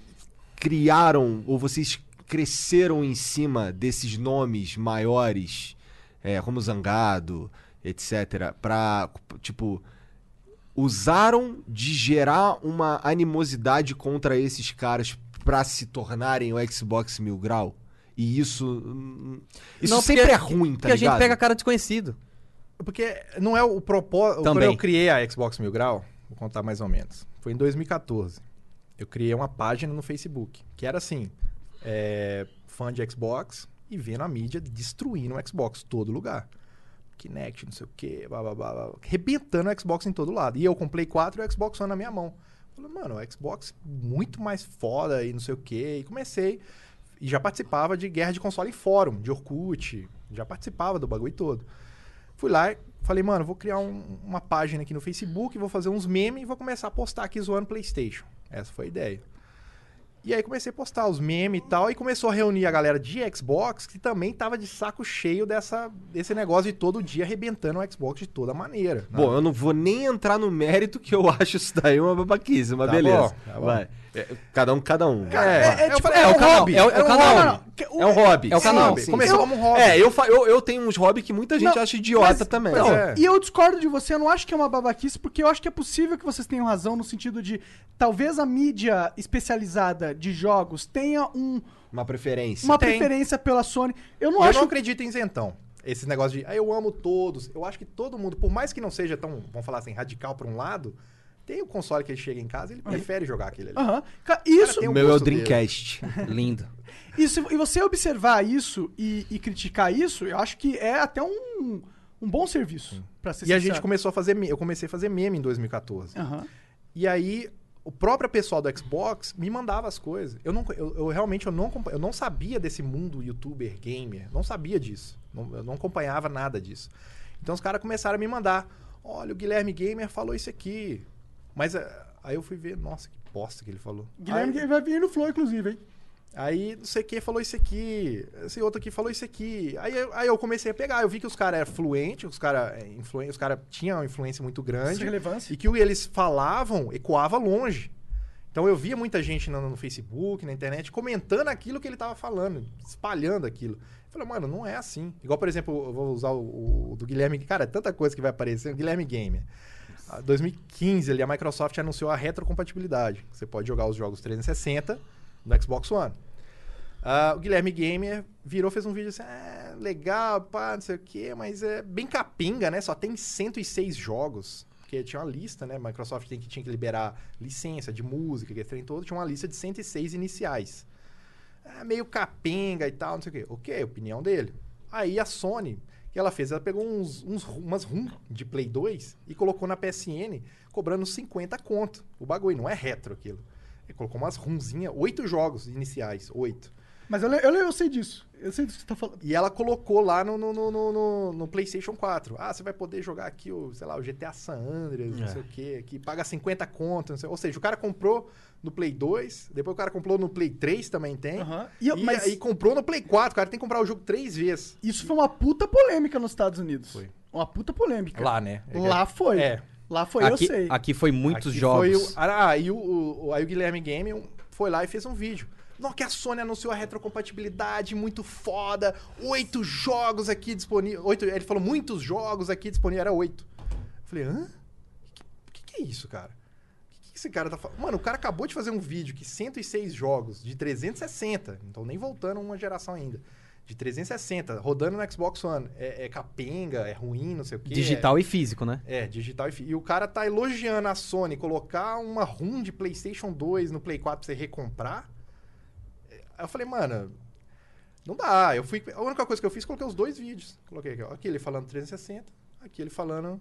criaram ou vocês cresceram em cima desses nomes maiores, como Zangado, etc., pra, tipo, usaram de gerar uma animosidade contra esses caras pra se tornarem o Xbox Mil Grau? E isso Não, sempre porque- é ruim, tá Porque a ligado? gente pega cara desconhecido. Porque não é o propósito... Quando Também. eu criei a Xbox Mil Grau, vou contar mais ou menos, foi em 2014. Eu criei uma página no Facebook, que era assim, fã de Xbox e vendo a mídia destruindo o Xbox todo lugar. Kinect, não sei o quê, blá, blá, blá, blá, arrebentando o Xbox em todo lado. E eu com Play 4 e o Xbox One na minha mão. Falei, mano, o Xbox muito mais foda e não sei o quê. E comecei... E já participava de guerra de console em fórum, de Orkut. Já participava do bagulho todo. Fui lá e falei, mano, vou criar uma página aqui no Facebook, vou fazer uns memes e vou começar a postar aqui zoando PlayStation. Essa foi a ideia. E aí comecei a postar os memes e tal, e começou a reunir a galera de Xbox, que também tava de saco cheio desse negócio de todo dia arrebentando o Xbox de toda maneira. Né? Bom, eu não vou nem entrar no mérito que eu acho isso daí uma babaquice, mas Tá beleza. bom, tá bom. Vai. Cada um. Eu falei, o canal. hobby. É o canal. É um hobby. É o canal. Sim, Começou sim. como um hobby. Eu tenho uns hobbies que muita gente Não, acha idiota mas- também. Pois Não, é. E eu discordo de você, eu não acho que é uma babaquice, porque eu acho que é possível que vocês tenham razão no sentido de talvez a mídia especializada de jogos tenha Uma preferência. uma Tem. preferência pela Sony. Eu não Eu acho. não acredito em isentão. Esse negócio de, eu amo todos. Eu acho que todo mundo, por mais que não seja tão, vamos falar assim, radical por um lado, tem o console que ele chega em casa e ele prefere jogar aquele ali. Aham. Isso, tem O um meu é o gosto dele. Dreamcast. Lindo. e você observar isso e criticar isso, eu acho que é até um bom serviço, pra ser E a sincero. gente começou a fazer, eu comecei a fazer meme em 2014. Aham. E aí, o próprio pessoal do Xbox me mandava as coisas. Eu realmente eu não sabia desse mundo youtuber, gamer. Não sabia disso. Eu não acompanhava nada disso. Então os caras começaram a me mandar. Olha, o Guilherme Gamer falou isso aqui. Mas aí eu fui ver, nossa, que bosta que ele falou. Guilherme vai vir no Flow, inclusive, hein? Aí não sei o que falou isso aqui. Esse outro aqui falou isso aqui. Aí eu comecei a pegar. Eu vi que os caras eram fluentes, os caras tinham uma influência muito grande. Relevância. E que o que eles falavam ecoava longe. Então eu via muita gente no Facebook, na internet, comentando aquilo que ele tava falando, espalhando aquilo. Eu falei, mano, não é assim. Igual, por exemplo, eu vou usar o do Guilherme. Cara, é tanta coisa que vai aparecer. O Guilherme Gamer. Em 2015, ali, a Microsoft anunciou a retrocompatibilidade. Você pode jogar os jogos 360 no Xbox One. O Guilherme Gamer virou, fez um vídeo assim, legal, pá, não sei o quê, mas é bem capinga, né? Só tem 106 jogos. Porque tinha uma lista, né? Microsoft tinha que liberar licença de música, que trem todo. Tinha uma lista de 106 iniciais. Meio capenga e tal, não sei o quê. Ok, opinião dele. Aí a Sony, o que ela fez? Ela pegou umas ROM de Play 2 e colocou na PSN, cobrando 50 conto. O bagulho, não é retro aquilo. Ele colocou umas ROMzinhas, 8 jogos iniciais, 8. Mas eu sei disso. Eu sei disso que você tá falando. E ela colocou lá no PlayStation 4. Você vai poder jogar aqui o GTA San Andreas, não sei o quê, que paga 50 conto, não sei. Ou seja, o cara comprou no Play 2, depois o cara comprou no Play 3 também tem. Mas E comprou no Play 4, o cara tem que comprar o jogo 3 vezes. isso foi uma puta polêmica nos Estados Unidos. Foi. Uma puta polêmica. Lá, né? Lá foi. Lá foi, eu sei. Aqui foi muitos Aqui jogos. Aí o Guilherme Game foi lá e fez um vídeo. Não, que a Sony anunciou a retrocompatibilidade, muito foda. 8 jogos aqui disponíveis. Ele falou muitos jogos aqui disponíveis, era 8. Eu falei, hã? O que é isso, cara? O que esse cara tá falando? Mano, o cara acabou de fazer um vídeo que 106 jogos de 360, não tô nem voltando uma geração ainda. De 360, rodando no Xbox One. É capenga, é ruim, não sei o quê. Digital e físico, né? Digital e físico. E o cara tá elogiando a Sony colocar uma ROM de PlayStation 2 no Play 4 pra você recomprar. Aí eu falei, mano, não dá. A única coisa que eu fiz, coloquei os 2 vídeos. Coloquei aqui ele falando 360, aqui ele falando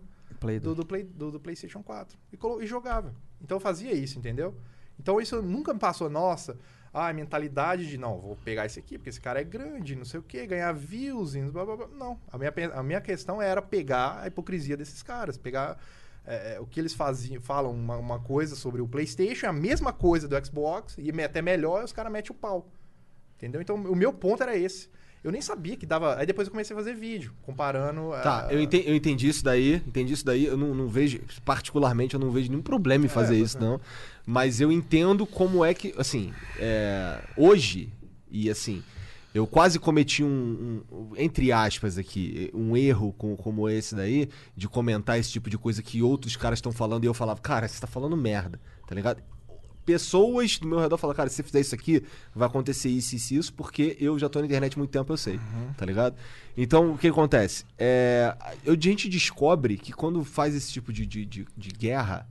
do PlayStation 4. E jogava. Então eu fazia isso, entendeu? Então isso nunca me passou, nossa, a mentalidade de, não, vou pegar esse aqui, porque esse cara é grande, não sei o quê, ganhar views, blá, blá, blá. Não. A minha questão era pegar a hipocrisia desses caras, pegar o que eles falam uma coisa sobre o PlayStation, a mesma coisa do Xbox, e até melhor, os caras metem o pau. Entendeu? Então, o meu ponto era esse. Eu nem sabia que dava... Aí depois eu comecei a fazer vídeo, comparando... Tá, eu entendi isso daí. Eu não vejo... Particularmente, eu não vejo nenhum problema em fazer isso, não. Mas eu entendo como é que... Assim, hoje, e assim... Eu quase cometi entre aspas aqui, um erro como esse daí, de comentar esse tipo de coisa que outros caras estão falando, e eu falava, cara, você tá falando merda, tá ligado? Pessoas do meu redor falam, cara, se você fizer isso aqui, vai acontecer isso, isso, isso, porque eu já tô na internet há muito tempo, eu sei, tá ligado? Então, o que acontece? A gente descobre que quando faz esse tipo de guerra,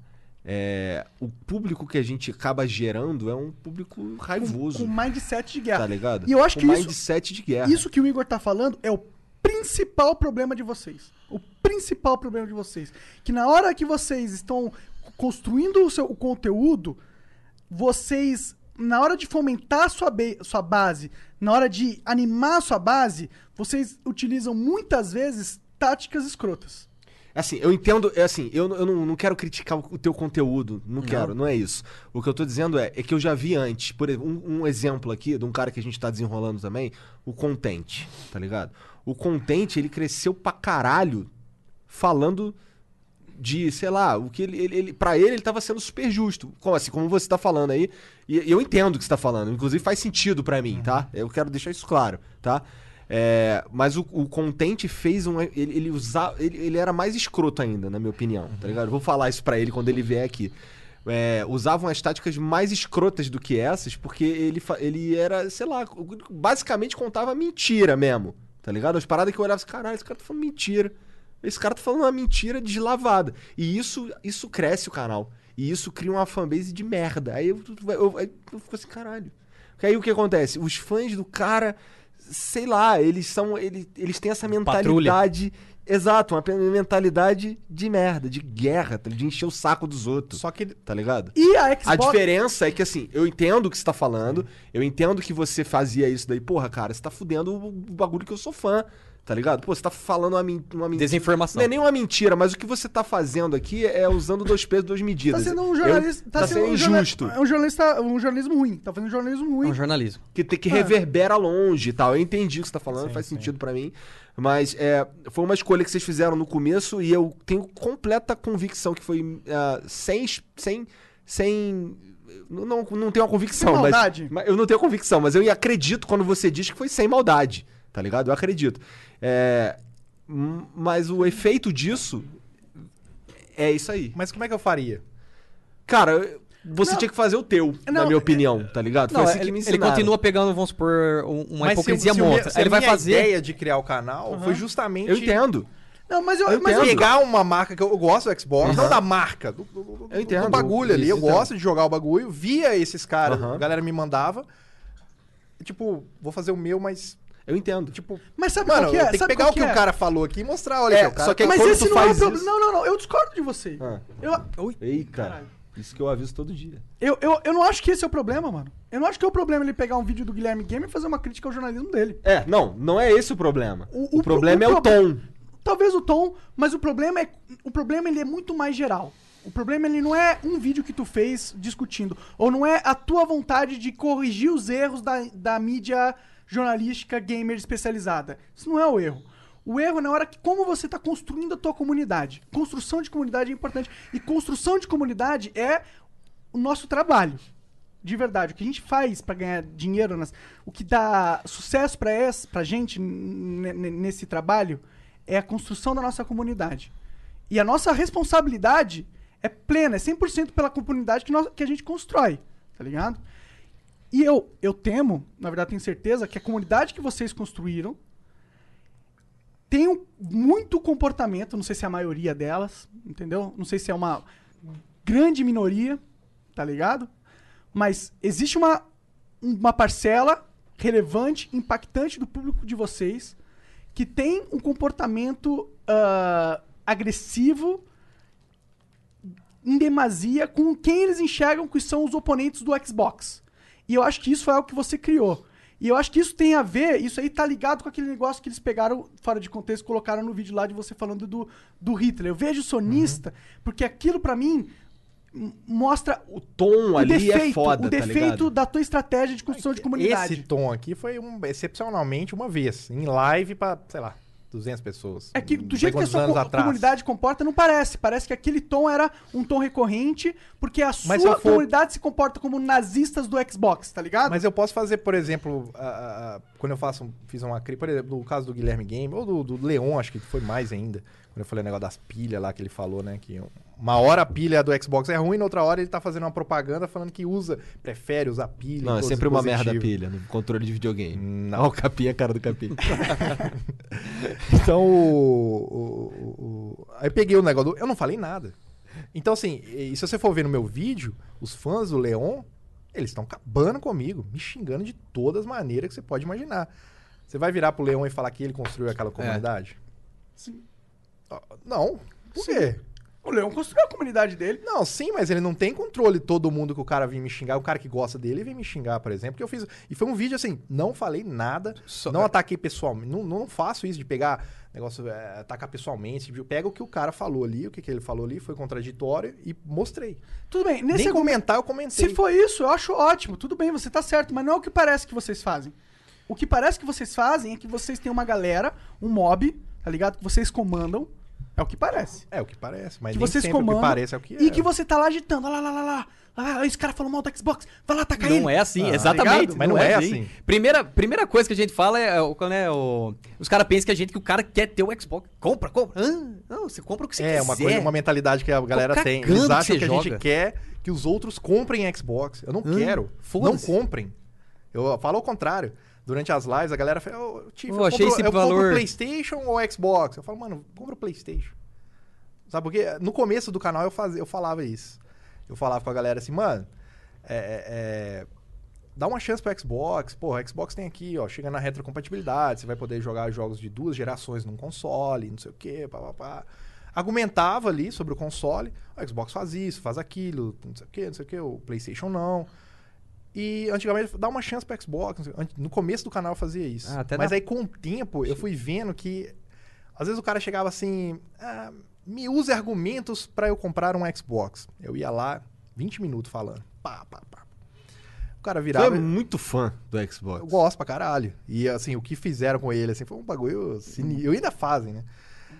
o público que a gente acaba gerando é um público raivoso. Com mindset de guerra. Tá ligado? E eu acho que mindset de guerra. Isso que o Igor tá falando é o principal problema de vocês. O principal problema de vocês. Que na hora que vocês estão construindo o conteúdo, vocês, na hora de fomentar a sua base, na hora de animar a sua base, vocês utilizam muitas vezes táticas escrotas. Assim, eu entendo, eu não quero criticar o teu conteúdo, não é isso. O que eu tô dizendo é que eu já vi antes, por exemplo, um exemplo aqui de um cara que a gente tá desenrolando também, o Content, tá ligado? O Content, ele cresceu pra caralho falando de, sei lá, o que ele pra ele tava sendo super justo. Como você tá falando aí, e eu entendo o que você tá falando, inclusive faz sentido pra mim, tá? Eu quero deixar isso claro, tá? Mas o Content fez ele era mais escroto ainda, na minha opinião, tá ligado? Eu vou falar isso pra ele quando ele vier aqui. Usavam as táticas mais escrotas do que essas, porque ele era, sei lá, basicamente contava mentira mesmo, tá ligado? As paradas que eu olhava assim, caralho, esse cara tá falando mentira. Esse cara tá falando uma mentira deslavada. E isso cresce o canal. E isso cria uma fanbase de merda. Aí eu fico assim, caralho. Porque aí o que acontece? Os fãs do cara, sei lá, eles têm essa mentalidade... Patrulha. Exato, uma mentalidade de merda, de guerra, de encher o saco dos outros. Só que, tá ligado? E a Xbox... A diferença é que, assim, eu entendo o que você tá falando, eu entendo que você fazia isso daí. Porra, cara, você tá fudendo o bagulho que eu sou fã, tá ligado? Pô, você tá falando uma mentira. Desinformação. Não é nem uma mentira, mas o que você tá fazendo aqui é usando 2 pesos, 2 medidas. Tá sendo um jornalista... Tá sendo injusto. É um jornalismo ruim. Tá fazendo jornalismo ruim. É um jornalismo. Que tem que reverbera longe e tal. Eu entendi o que você tá falando, faz sentido pra mim. Mas foi uma escolha que vocês fizeram no começo e eu tenho completa convicção que foi sem não tenho uma convicção. Sem maldade. Mas eu não tenho convicção, mas eu acredito quando você diz que foi sem maldade, tá ligado? Eu acredito. Mas o efeito disso é isso aí. Mas como é que eu faria? Cara... Você tinha que fazer o teu, na minha opinião, tá ligado? Foi assim que me ensinaram. Ele continua pegando, vamos supor, uma hipocrisia monstro. Ele vai fazer... A ideia de criar o canal foi justamente... Eu entendo. Não, mas eu pegar uma marca que eu gosto do Xbox, não da marca, do bagulho ali. Eu gosto de jogar o bagulho, via esses caras, a galera me mandava. Tipo, vou fazer o meu, mas... Eu entendo. Tipo, mas sabe mano, qual que é? Tem que sabe pegar o que o cara falou aqui e mostrar, olha que o cara... Só que mas quando esse tu não é o faz problema. isso... Não, eu discordo de você. Ei, cara. Isso que eu aviso todo dia. Eu não acho que esse é o problema, mano. Eu não acho que é o problema ele pegar um vídeo do Guilherme Gamer e fazer uma crítica ao jornalismo dele. Não é esse o problema. O problema é o tom. Talvez o tom, mas o problema ele é muito mais geral. O problema ele não é um vídeo que tu fez discutindo, ou não é a tua vontade de corrigir os erros da mídia jornalística gamer especializada. Isso não é o erro. O erro é na hora que como você está construindo a tua comunidade. Construção de comunidade é importante. E construção de comunidade é o nosso trabalho. De verdade. O que a gente faz para ganhar dinheiro, o que dá sucesso pra gente nesse trabalho é a construção da nossa comunidade. E a nossa responsabilidade é plena, é 100% pela comunidade que a gente constrói. Tá ligado? E eu temo, na verdade tenho certeza, que a comunidade que vocês construíram tem muito comportamento, não sei se é a maioria delas, entendeu? Não sei se é uma grande minoria, tá ligado? Mas existe uma parcela relevante, impactante do público de vocês que tem um comportamento agressivo em demasia com quem eles enxergam que são os oponentes do Xbox. E eu acho que isso foi algo que você criou. E eu acho que isso tem a ver, isso aí tá ligado com aquele negócio que eles pegaram fora de contexto e colocaram no vídeo lá de você falando do Hitler. Eu vejo sonista, porque aquilo pra mim mostra o tom ali defeito, é foda, o defeito da tua estratégia de construção de comunidade. Esse tom aqui foi excepcionalmente uma vez, em live pra, sei lá, 200 pessoas. É que do jeito que a sua comunidade comporta, não parece. Parece que aquele tom era um tom recorrente, porque a sua comunidade se comporta como nazistas do Xbox, tá ligado? Mas eu posso fazer, por exemplo, quando eu fiz uma crítica, por exemplo, no caso do Guilherme Game, ou do Leon, acho que foi mais ainda, quando eu falei o negócio das pilhas lá que ele falou, né, que uma hora a pilha do Xbox é ruim, na outra hora ele tá fazendo uma propaganda falando que prefere usar pilha. Não, é sempre uma merda a pilha no controle de videogame. Não. Olha o capinha, a cara do capinha. Então, aí peguei o negócio eu não falei nada. Então, assim, e se você for ver no meu vídeo, os fãs do Leon, eles estão acabando comigo, me xingando de todas as maneiras que você pode imaginar. Você vai virar pro Leon e falar que ele construiu aquela comunidade? Sim. Não. Por quê? O Leão construiu a comunidade dele. Não, sim, mas ele não tem controle todo mundo que o cara vem me xingar. O cara que gosta dele vem me xingar, por exemplo. Que eu fiz. E foi um vídeo assim, não falei nada, não ataquei pessoalmente. Não faço isso de pegar negócio, atacar pessoalmente. Pega o que o cara falou ali, o que ele falou ali, foi contraditório e mostrei. Tudo bem. Nem comentar, eu comentei. Se foi isso, eu acho ótimo. Tudo bem, você tá certo, mas não é o que parece que vocês fazem. O que parece que vocês fazem é que vocês têm uma galera, um mob, tá ligado? Que vocês comandam. É o que parece. É o que parece, mas que nem vocês sempre comandam, o que parece é o que é. E que você tá lá agitando. Olha lá. Esse cara falou mal do Xbox. Vai lá, taca ele. Não é assim, exatamente. Mas não é assim. Primeira coisa que a gente fala é quando os caras pensam que o cara quer ter o Xbox. Compra. Não, você compra o que você quiser. É uma mentalidade que a galera tem. Eles acham que a gente quer que os outros comprem Xbox. Eu não quero. Não comprem. Eu falo ao contrário. Durante as lives, a galera fala, eu compro PlayStation ou Xbox? Eu falo, mano, compra o PlayStation. Sabe por quê? No começo do canal eu falava isso. Eu falava com a galera assim, mano, dá uma chance pro Xbox. Porra, o Xbox tem aqui, ó, chega na retrocompatibilidade, você vai poder jogar jogos de 2 gerações num console, não sei o quê, papapá. Argumentava ali sobre o console, o Xbox faz isso, faz aquilo, não sei o quê, o PlayStation não. E antigamente, dá uma chance pro Xbox. No começo do canal eu fazia isso. Mas aí com o tempo eu fui vendo que às vezes o cara chegava assim, me use argumentos pra eu comprar um Xbox. Eu ia lá, 20 minutos falando. Pá. O cara virava... Você é muito fã do Xbox. Eu gosto pra caralho. E assim, o que fizeram com ele assim, foi um bagulho sinistro. Ainda fazem, né?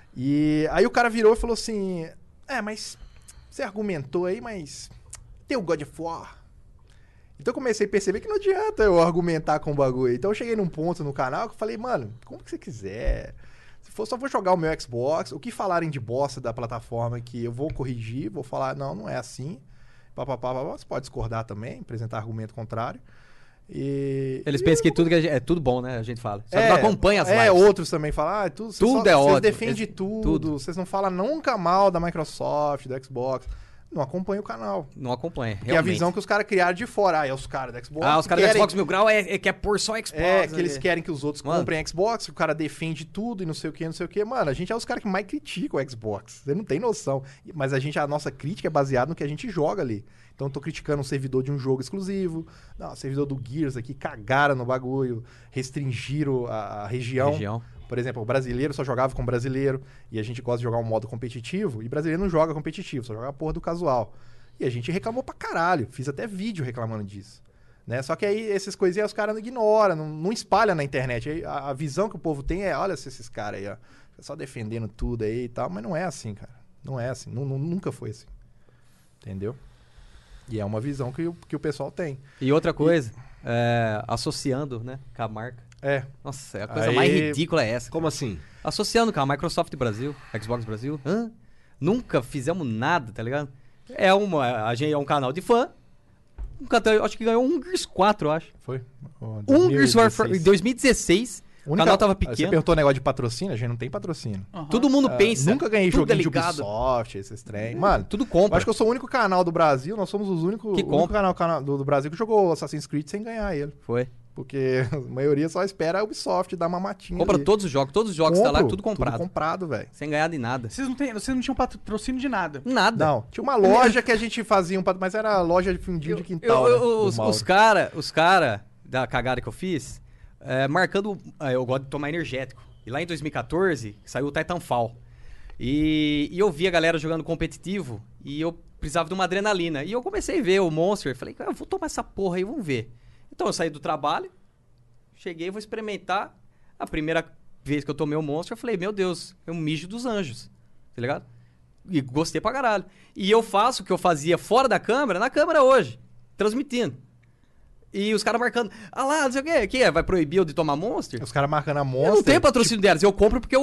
E aí o cara virou e falou assim, mas você argumentou aí, mas tem o God of War. Então eu comecei a perceber que não adianta eu argumentar com o bagulho. Então eu cheguei num ponto no canal que eu falei, mano, como que você quiser. Se for, só vou jogar o meu Xbox. O que falarem de bosta da plataforma que eu vou corrigir, vou falar, não é assim. Você pode discordar também, apresentar argumento contrário. Eles pensam que tudo é tudo bom, né? A gente fala. Só que não acompanha as lives. Outros também falam, tudo é ótimo. Vocês defendem tudo. Vocês não falam nunca mal da Microsoft, do Xbox. Não acompanha o canal. Não acompanha, realmente. E a visão que os caras criaram de fora. É os caras do Xbox. Os caras do Xbox Mil Grau quer pôr só Xbox. Que eles querem que os outros comprem Xbox, que o cara defende tudo e não sei o que. Mano, a gente é os caras que mais criticam o Xbox. Você não tem noção. Mas a nossa crítica é baseada no que a gente joga ali. Então eu tô criticando um servidor de um jogo exclusivo. Não, o servidor do Gears aqui, cagaram no bagulho, restringiram a região. Por exemplo, o brasileiro só jogava com brasileiro, e a gente gosta de jogar um modo competitivo, e brasileiro não joga competitivo, só joga a porra do casual. E a gente reclamou pra caralho, fiz até vídeo reclamando disso. Né? Só que aí essas coisinhas os caras não ignoram, não espalham na internet. Aí, a visão que o povo tem é, olha esses caras aí, ó, só defendendo tudo aí e tal, mas não é assim, cara. Não é assim, nunca foi assim. Entendeu? E é uma visão que o pessoal tem. E outra coisa, associando, né, com a marca. Nossa, a coisa mais ridícula é essa. Como assim? Associando com a Microsoft Brasil, Xbox Brasil. Nunca fizemos nada, tá ligado? A gente é um canal de fã. Acho que ganhou um Gears 4, eu acho. Foi? Um Gears 4 em 2016. O canal tava pequeno. Você perguntou negócio de patrocínio? A gente não tem patrocínio. Todo mundo pensa. Nunca ganhei joguinho de Ubisoft, esses trem. Mano, tudo compra. Eu acho que eu sou o único canal do Brasil, nós somos os únicos canal do Brasil que jogou Assassin's Creed sem ganhar ele. Foi. Porque a maioria só espera a Ubisoft dar uma matinha. Compra ali. Todos os jogos tá lá, tudo comprado. Tudo comprado, velho. Sem ganhar de nada. Vocês não tinham patrocínio de nada? Nada. Não, tinha uma loja que a gente fazia, mas era loja de fundinho de quintal. Os cara da cagada que eu fiz, marcando... eu gosto de tomar energético. E lá em 2014, saiu o Titanfall. E eu vi a galera jogando competitivo e eu precisava de uma adrenalina. E eu comecei a ver o Monster, falei, eu vou tomar essa porra aí, vamos ver. Então eu saí do trabalho, cheguei, vou experimentar. A primeira vez que eu tomei o Monster, eu falei, meu Deus, é um mijo dos anjos, tá ligado? E gostei pra caralho. E eu faço o que eu fazia fora da câmera, na câmera hoje, transmitindo. E os caras marcando, lá, não sei o quê, vai proibir eu de tomar Monster? Os caras marcando a Monster. Eu não tenho patrocínio delas, eu compro porque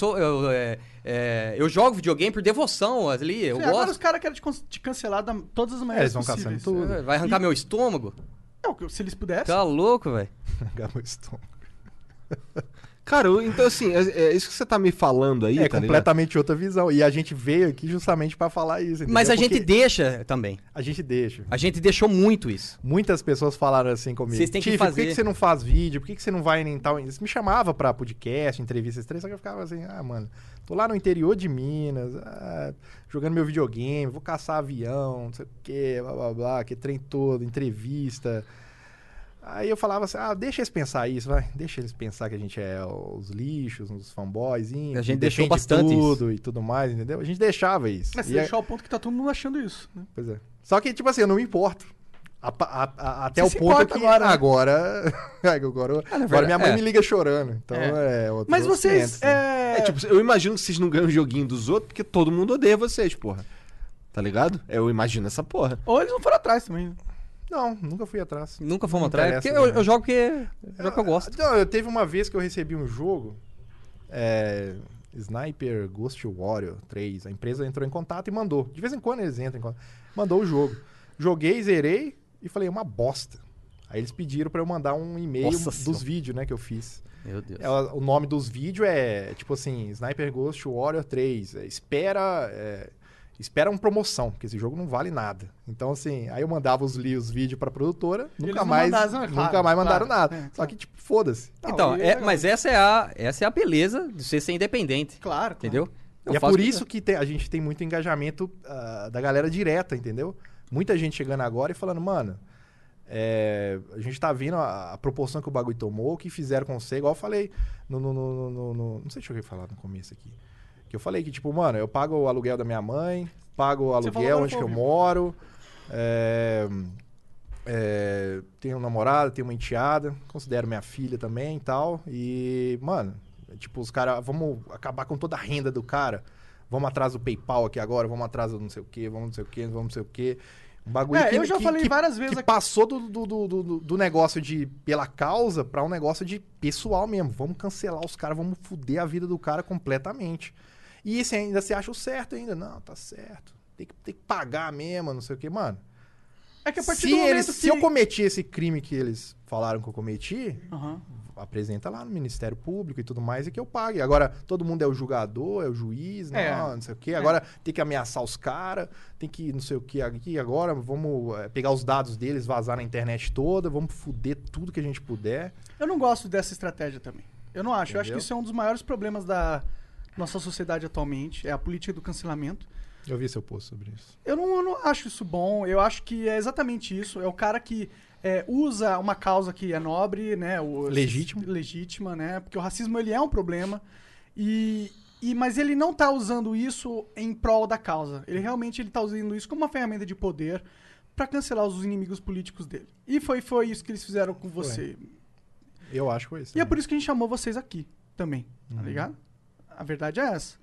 eu jogo videogame por devoção ali, eu gosto. Agora os caras querem te cancelar todas as maneiras possíveis. Eles vão caçando tudo. Vai arrancar meu estômago? Se eles pudessem. Tá louco, velho. Arrancar meu estômago. Cara, então assim, isso que você tá me falando aí, tá completamente outra visão. E a gente veio aqui justamente pra falar isso, entendeu? Mas a gente deixa também. A gente deixa. A gente deixou muito isso. Muitas pessoas falaram assim comigo. Vocês têm que fazer. Por que você não faz vídeo? Por que você não vai em tal... Eles me chamavam pra podcast, entrevista, só que eu ficava assim, mano, Tô lá no interior de Minas, jogando meu videogame, vou caçar avião, não sei o que, blá, blá, blá, que trem todo, entrevista. Aí eu falava assim, deixa eles pensar isso, vai. Deixa eles pensar que a gente é os lixos, os fanboys. A gente deixou bastante tudo e tudo mais, entendeu? A gente deixava isso. Mas você deixou ao ponto que tá todo mundo achando isso, né? Pois é. Só que, tipo assim, eu não me importo. Até Você o ponto que agora, né? agora minha mãe me liga chorando. Então Mas vocês... tipo, eu imagino que vocês não ganham o joguinho dos outros porque todo mundo odeia vocês, porra. Tá ligado? Eu imagino essa porra. Ou eles não foram atrás também, né? Não, nunca fui atrás. Nunca fomos atrás? Porque eu jogo que eu gosto. Não, teve uma vez que eu recebi um jogo, Sniper Ghost Warrior 3. A empresa entrou em contato e mandou. De vez em quando eles entram em contato. Mandou o jogo. Joguei, zerei e falei, uma bosta. Aí eles pediram pra eu mandar um e-mail dos vídeos, né, que eu fiz. Meu Deus. O nome dos vídeos é, tipo assim, Sniper Ghost Warrior 3. Espera uma promoção, porque esse jogo não vale nada. Então, assim, aí eu mandava os vídeos pra produtora, nunca mais mandaram nada. Só que, tipo, foda-se. Então, mas essa é a beleza de você ser independente. Claro. Entendeu? E é por isso que a gente tem muito engajamento da galera direta, entendeu? Muita gente chegando agora e falando, mano, a gente tá vendo a proporção que o bagulho tomou, o que fizeram com você, igual eu falei não sei se eu ia falar no começo aqui. Que eu falei que, tipo, mano, eu pago o aluguel da minha mãe, pago o aluguel onde que eu moro, tenho um namorado, tenho uma enteada, considero minha filha também e tal. E, mano, tipo, os caras, vamos acabar com toda a renda do cara. Vamos atrás do PayPal aqui agora, vamos atrás do não sei o quê, vamos não sei o quê, vamos não sei o quê. Um bagulho eu já falei várias vezes que aqui. passou do negócio de pela causa pra um negócio de pessoal mesmo. Vamos cancelar os caras, vamos foder a vida do cara completamente. E esse ainda se acha o certo ainda. Não, tá certo. Tem que pagar mesmo, não sei o quê. Mano, é que a partir do momento se eu cometi esse crime que eles falaram que eu cometi, apresenta lá no Ministério Público e tudo mais e que eu pague. Agora, todo mundo é o julgador, é o juiz, não sei o quê. Agora tem que ameaçar os caras, tem que não sei o quê aqui. Agora vamos pegar os dados deles, vazar na internet toda, vamos foder tudo que a gente puder. Eu não gosto dessa estratégia também. Eu não acho. Entendeu? Eu acho que isso é um dos maiores problemas da nossa sociedade atualmente, é a política do cancelamento. Eu vi seu post sobre isso. Eu não acho isso bom. Eu acho que é exatamente isso. É o cara que usa uma causa que é nobre, né? Legítima, né? Porque o racismo, ele é um problema. Mas ele não tá usando isso em prol da causa. Ele realmente tá usando isso como uma ferramenta de poder para cancelar os inimigos políticos dele. E foi isso que eles fizeram com você. Eu acho que foi isso. E é por isso que a gente chamou vocês aqui também, tá ligado? A verdade é essa.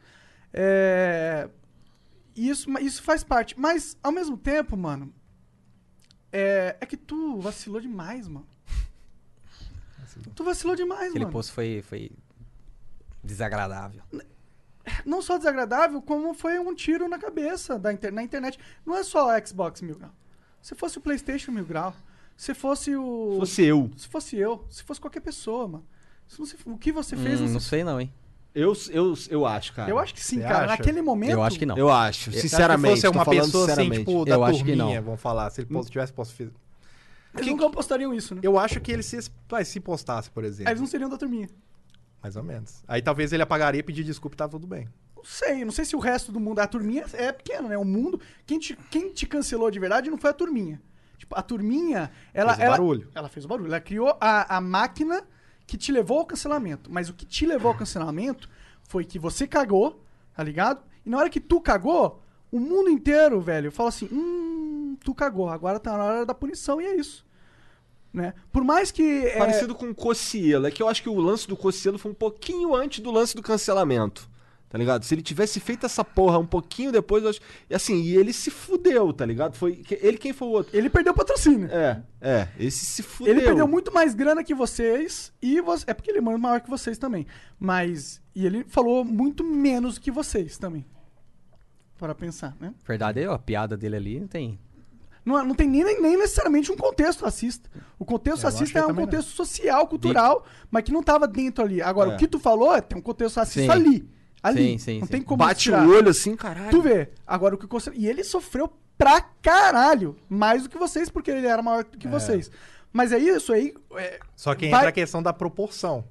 Isso faz parte. Mas, ao mesmo tempo, mano, é que tu vacilou demais, mano. Tu vacilou demais, Aquele mano. post foi desagradável. Não só desagradável, como foi um tiro na cabeça na internet. Não é só o Xbox 1000 grau. Se fosse o PlayStation 1000 grau, se fosse o... Se fosse eu. Se fosse eu. Se fosse qualquer pessoa, mano. O que você fez... Não sei não, hein. Eu acho, cara. Eu acho que sim, Você cara. acha? Naquele momento... Eu acho que não. Eu acho, sinceramente. Se fosse uma pessoa assim, sinceramente. tipo, da Eu acho que turminha, não. vamos falar. Se ele tivesse posto... Eles nunca postariam isso, né? Eu acho que ele se postasse, por exemplo. Aí eles não seriam da turminha. Mais ou menos. Aí talvez ele apagaria, pedir desculpa e tá tudo bem. Não sei se o resto do mundo... A turminha é pequena, né? O mundo... Quem te cancelou de verdade não foi a turminha. Tipo, a turminha... Ela fez o barulho. Ela criou a máquina que te levou ao cancelamento. Mas o que te levou ao cancelamento foi que você cagou, tá ligado? E na hora que tu cagou, o mundo inteiro, velho, fala assim... tu cagou. Agora tá na hora da punição e é isso. Né? Por mais que... Parecido com o Cossielo. É que eu acho que o lance do Cossielo foi um pouquinho antes do lance do cancelamento. Tá ligado? Se ele tivesse feito essa porra um pouquinho depois, eu acho... Assim, e ele se fudeu, tá ligado? Foi ele quem foi o outro. Ele perdeu patrocínio. Esse se fudeu. Ele perdeu muito mais grana que vocês e é porque ele é maior que vocês também. Mas... E ele falou muito menos que vocês também. Para pensar, né? Verdade, a piada dele ali não tem... Não tem nem necessariamente um contexto racista. O contexto racista é um contexto social, cultural, mas que não tava dentro ali. Agora, o que tu falou tem um contexto racista ali. Sim. Não tem como bate tirar. o olho assim, caralho. Tu vê. Agora, o que e ele sofreu pra caralho. Mais do que vocês, porque ele era maior do que vocês. Mas é isso aí... Só que entra a questão da proporção.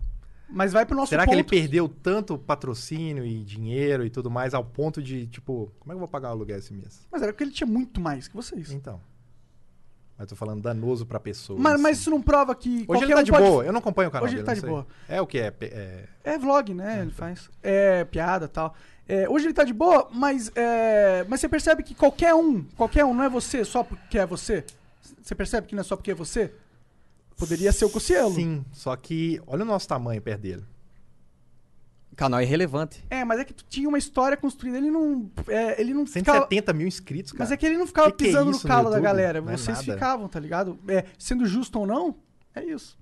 Mas vai pro nosso Será ponto. que ele perdeu tanto patrocínio e dinheiro e tudo mais ao ponto de, tipo, como é que eu vou pagar o aluguel esse mês? Mas era porque ele tinha muito mais que vocês. Então. Mas tô falando danoso pra pessoa. Mas isso não prova que Hoje qualquer ele tá um de pode... boa. Eu não acompanho o canal Hoje dele, ele tá não de sei. boa. É o que? É vlog, né? Ele faz. É piada e tal. Hoje ele tá de boa, mas você percebe que qualquer um não é você só porque é você? Você percebe que não é só porque é você? Poderia ser o Cossielo. Sim, só que olha o nosso tamanho perto dele. O canal é irrelevante. Mas é que tu tinha uma história construída, ele não 170 mil inscritos, cara. Mas é que ele não ficava Que é pisando no isso calo no da YouTube? galera. Não é Vocês nada. ficavam, tá ligado? Sendo justo ou não, é isso.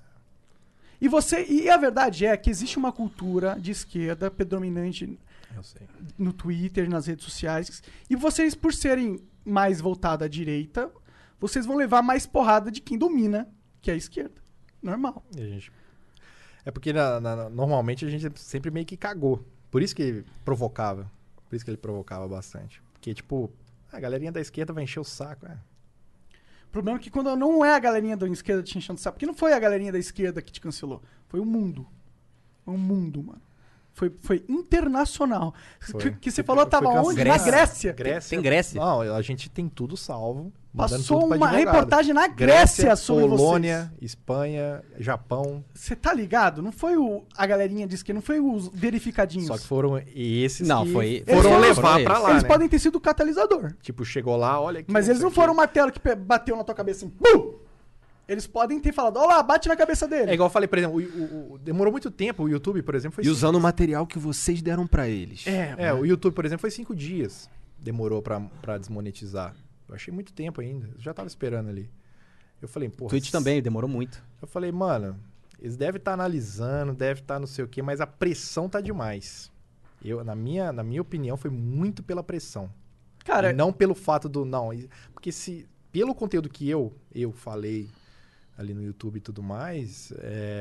E a verdade é que existe uma cultura de esquerda predominante Eu sei. no Twitter, nas redes sociais, e vocês, por serem mais voltados à direita, vocês vão levar mais porrada de quem domina, que é a esquerda. Normal. E a gente... É porque normalmente a gente sempre meio que cagou. Por isso que provocava. Por isso que ele provocava bastante. Porque, tipo, a galerinha da esquerda vai encher o saco. O problema é que quando não é a galerinha da esquerda te enchendo o saco, porque não foi a galerinha da esquerda que te cancelou, foi o mundo. Foi o mundo, mano. Foi internacional. Que você falou tava onde? Na Grécia. Tem Grécia. Não, a gente tem tudo salvo. Passou uma reportagem na Grécia sobre Polônia, vocês. Espanha, Japão. Você tá ligado? Não foi a galerinha de esquerda, não foi os verificadinhos. Só que foram esses Não, que foram foram eles. levar pra lá, Eles né? podem ter sido o catalisador. Tipo, chegou lá, olha aqui. Mas eles não foram o martelo que bateu na tua cabeça assim. Bum! Eles podem ter falado, olha lá, bate na cabeça dele. É igual eu falei, por exemplo, demorou muito tempo, o YouTube, por exemplo, foi E usando o material que vocês deram pra eles. o YouTube, por exemplo, foi 5 dias. Demorou pra desmonetizar. Eu achei muito tempo ainda. Eu já tava esperando ali. Eu falei, porra... Twitch também, demorou muito. Eu falei, mano, eles devem estar analisando, devem estar não sei o quê, mas a pressão tá demais. Na minha opinião, foi muito pela pressão. Cara... E não pelo fato do... Não, porque pelo conteúdo que eu falei ali no YouTube e tudo mais,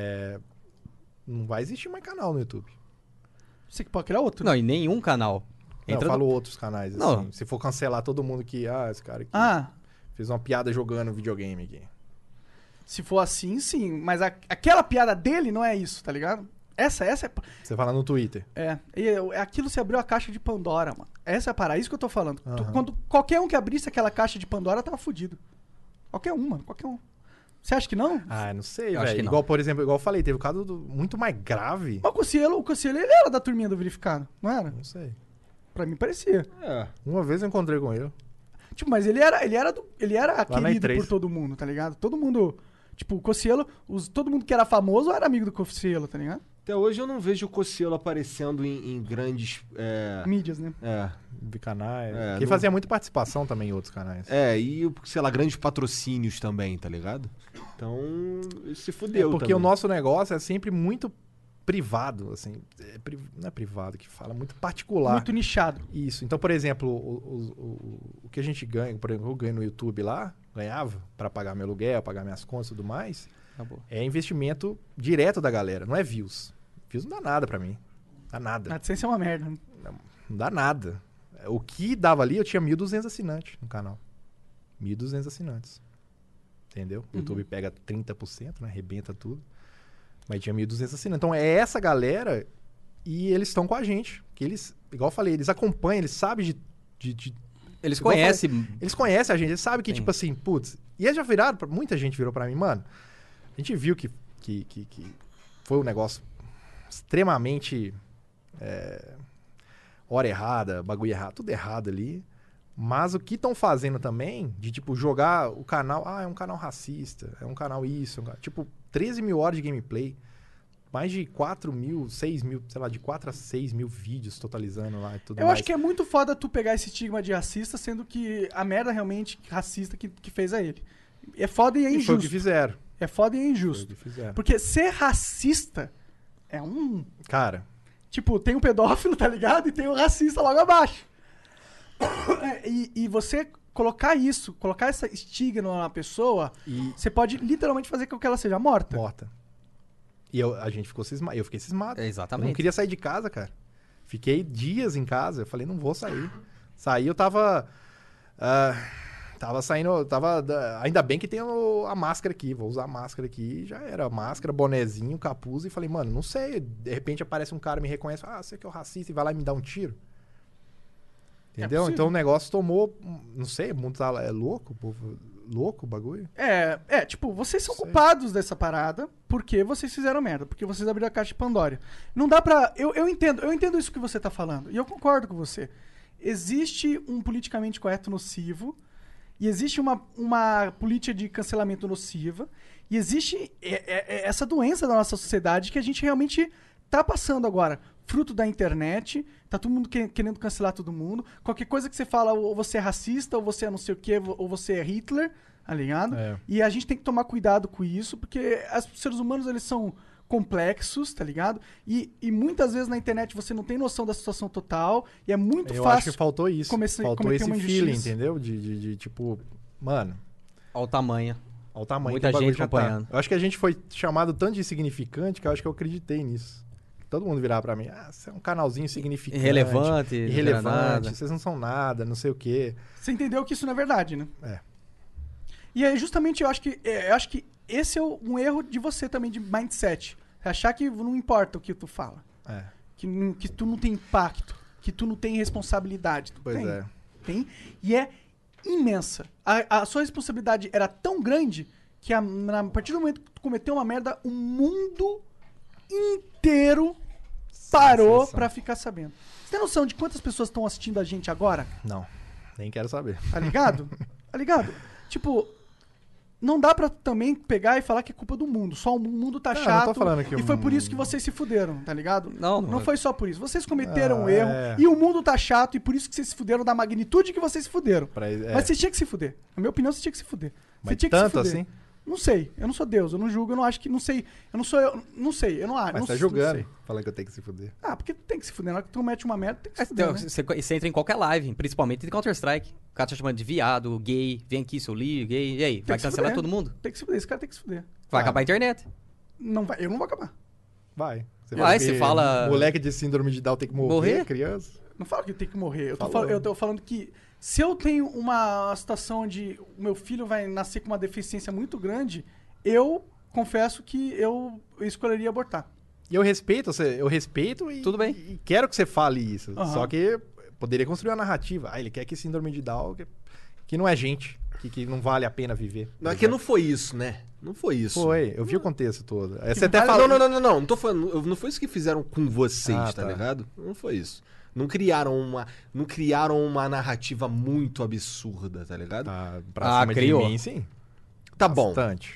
não vai existir mais canal no YouTube. Você que pode criar outro. Não, e nenhum canal. Não, eu falo outros canais, Não. assim. Se for cancelar todo mundo que... esse cara aqui fez uma piada jogando videogame aqui. Se for assim, sim. Mas aquela piada dele não é isso, tá ligado? Essa é... Você fala no Twitter. Aquilo se abriu a caixa de Pandora, mano. Essa é a parada, isso que eu tô falando. Aham. Quando qualquer um que abrisse aquela caixa de Pandora, tava fudido. Qualquer um, mano. Qualquer um. Você acha que não? Não sei, Eu acho que velho. não. Igual, por exemplo, igual eu falei, teve um caso muito mais grave. Mas o Cossielo, ele era da turminha do verificado, não era? Não sei. Pra mim parecia. Uma vez eu encontrei com ele. Tipo, mas ele era na querido E3. por todo mundo, tá ligado? Todo mundo... Tipo, o Cossielo... Todo mundo que era famoso era amigo do Cossielo, tá ligado? Até hoje eu não vejo o Cossielo aparecendo em grandes... Mídias, né? De canais. É, Ele não- fazia muita participação também em outros canais. E, sei lá, grandes patrocínios também, tá ligado? Então, se fudeu Porque também. o nosso negócio é sempre muito privado, assim. Não é privado que fala, muito particular. Muito nichado. Isso. Então, por exemplo, o que a gente ganha, por exemplo, eu ganho no YouTube lá, ganhava pra pagar meu aluguel, pagar minhas contas e tudo mais, é investimento direto da galera, não é views. Views não dá nada pra mim. Dá nada. A AdSense é uma merda. Né? Não dá nada. O que dava ali, eu tinha 1.200 assinantes no canal. 1.200 assinantes. Entendeu? O YouTube pega 30%, né? Arrebenta tudo. Mas tinha 1.200 assinantes. Então é essa galera e eles estão com a gente. Que eles, igual eu falei, eles acompanham, eles sabem de Eles igual eu conhecem. falei, eles conhecem a gente, eles sabem que, tipo assim, putz. E eles já viraram, muita gente virou pra mim, mano. A gente viu que foi um negócio extremamente. Hora errada, bagulho errado, tudo errado ali. Mas o que estão fazendo também, de tipo, jogar o canal, é um canal racista, é um canal isso, tipo, 13 mil horas de gameplay, mais de 4 mil, 6 mil, sei lá, de 4 a 6 mil vídeos totalizando lá e tudo mais. Eu acho que é muito foda tu pegar esse estigma de racista, sendo que a merda realmente racista que fez a ele. É foda e é injusto. Foi o que fizeram. É foda e é injusto. Foi o que fizeram. Porque ser racista é um... Cara... Tipo, tem o pedófilo, tá ligado? E tem o racista logo abaixo. E você colocar essa estigma na pessoa, você pode literalmente fazer com que ela seja morta. Morta. E a gente ficou cismado. Eu fiquei cismado. Exatamente. Eu não queria sair de casa, cara. Fiquei dias em casa. Eu falei, não vou sair. Saí, eu tava Tava saindo, ainda bem que tem a máscara aqui, vou usar a máscara aqui, já era, máscara, bonezinho, capuz, e falei, mano, não sei, de repente aparece um cara, me reconhece, você que é o racista, e vai lá e me dá um tiro. Entendeu? Então o negócio tomou, não sei, muito é louco, povo, louco o bagulho. Tipo, vocês são culpados dessa parada porque vocês fizeram merda, porque vocês abriram a caixa de Pandora. Não dá pra... Eu entendo isso que você tá falando, e eu concordo com você. Existe um politicamente correto nocivo, e existe uma política de cancelamento nociva, e existe essa doença da nossa sociedade que a gente realmente tá passando agora. Fruto da internet, tá todo mundo querendo cancelar todo mundo. Qualquer coisa que você fala, ou você é racista, ou você é não sei o quê, ou você é Hitler, tá ligado? E a gente tem que tomar cuidado com isso, porque os seres humanos, eles são complexos, tá ligado? E muitas vezes na internet você não tem noção da situação total, e é muito fácil... Eu acho que faltou isso, faltou esse uma feeling, entendeu? De tipo, mano... Olha o tamanho. Olha o tamanho Muita que o bagulho gente já acompanhando. Eu acho que a gente foi chamado tanto de insignificante que eu acho que eu acreditei nisso. Todo mundo virava pra mim, você é um canalzinho insignificante. Irrelevante, vocês não são nada, não sei o quê. Você entendeu que isso não é verdade, né? E aí, justamente, eu acho que esse é um erro de você também, de mindset. Achar que não importa o que tu fala. Que tu não tem impacto, que tu não tem responsabilidade. Tem. E é imensa. A sua responsabilidade era tão grande que a partir do momento que tu cometeu uma merda, o mundo inteiro parou pra ficar sabendo. Você tem noção de quantas pessoas estão assistindo a gente agora? Não, nem quero saber. Tá ligado? Tá ligado? Tipo, não dá pra também pegar e falar que é culpa do mundo. Só o mundo tá chato. Não tô falando que e foi por isso que vocês se fuderam, tá ligado? Não foi só por isso. Vocês cometeram um erro e o mundo tá chato e por isso que vocês se fuderam da magnitude que vocês se fuderam. Mas vocês tinham que se fuder. Na minha opinião, vocês tinham que se fuder. Mas tinha tanto que se fuder. assim? Não sei, eu não sou Deus, eu não julgo, eu não acho que, não sei, eu não sei, eu não acho. Mas tá julgando, falando que eu tenho que se fuder. Porque tem que se fuder, na hora que tu comete uma merda, tem que se fuder, Então, você entra em qualquer live, principalmente de Counter-Strike. O cara tá chamando de viado, gay, vem aqui, seu lírio, gay, e aí? Vai cancelar todo mundo? Tem que se fuder, esse cara tem que se fuder. Vai acabar a internet. Não vai, eu não vou acabar. Vai. Você fala... Moleque de síndrome de Down tem que morrer? Criança? Não falo que tem que morrer, eu tô falando que se eu tenho uma situação onde o meu filho vai nascer com uma deficiência muito grande... Eu confesso que eu escolheria abortar. E eu respeito e, tudo bem. E quero que você fale isso. Só que poderia construir uma narrativa. Ele quer que síndrome de Down, que não é gente, que não vale a pena viver. Não, é que não foi isso, né? Não foi isso. Foi, eu vi o contexto todo. Você até falou... Não tô falando... Não foi isso que fizeram com vocês, tá ligado? Não foi isso. Não criaram uma narrativa muito absurda, tá ligado? Pra cima de mim, sim. Tá bom.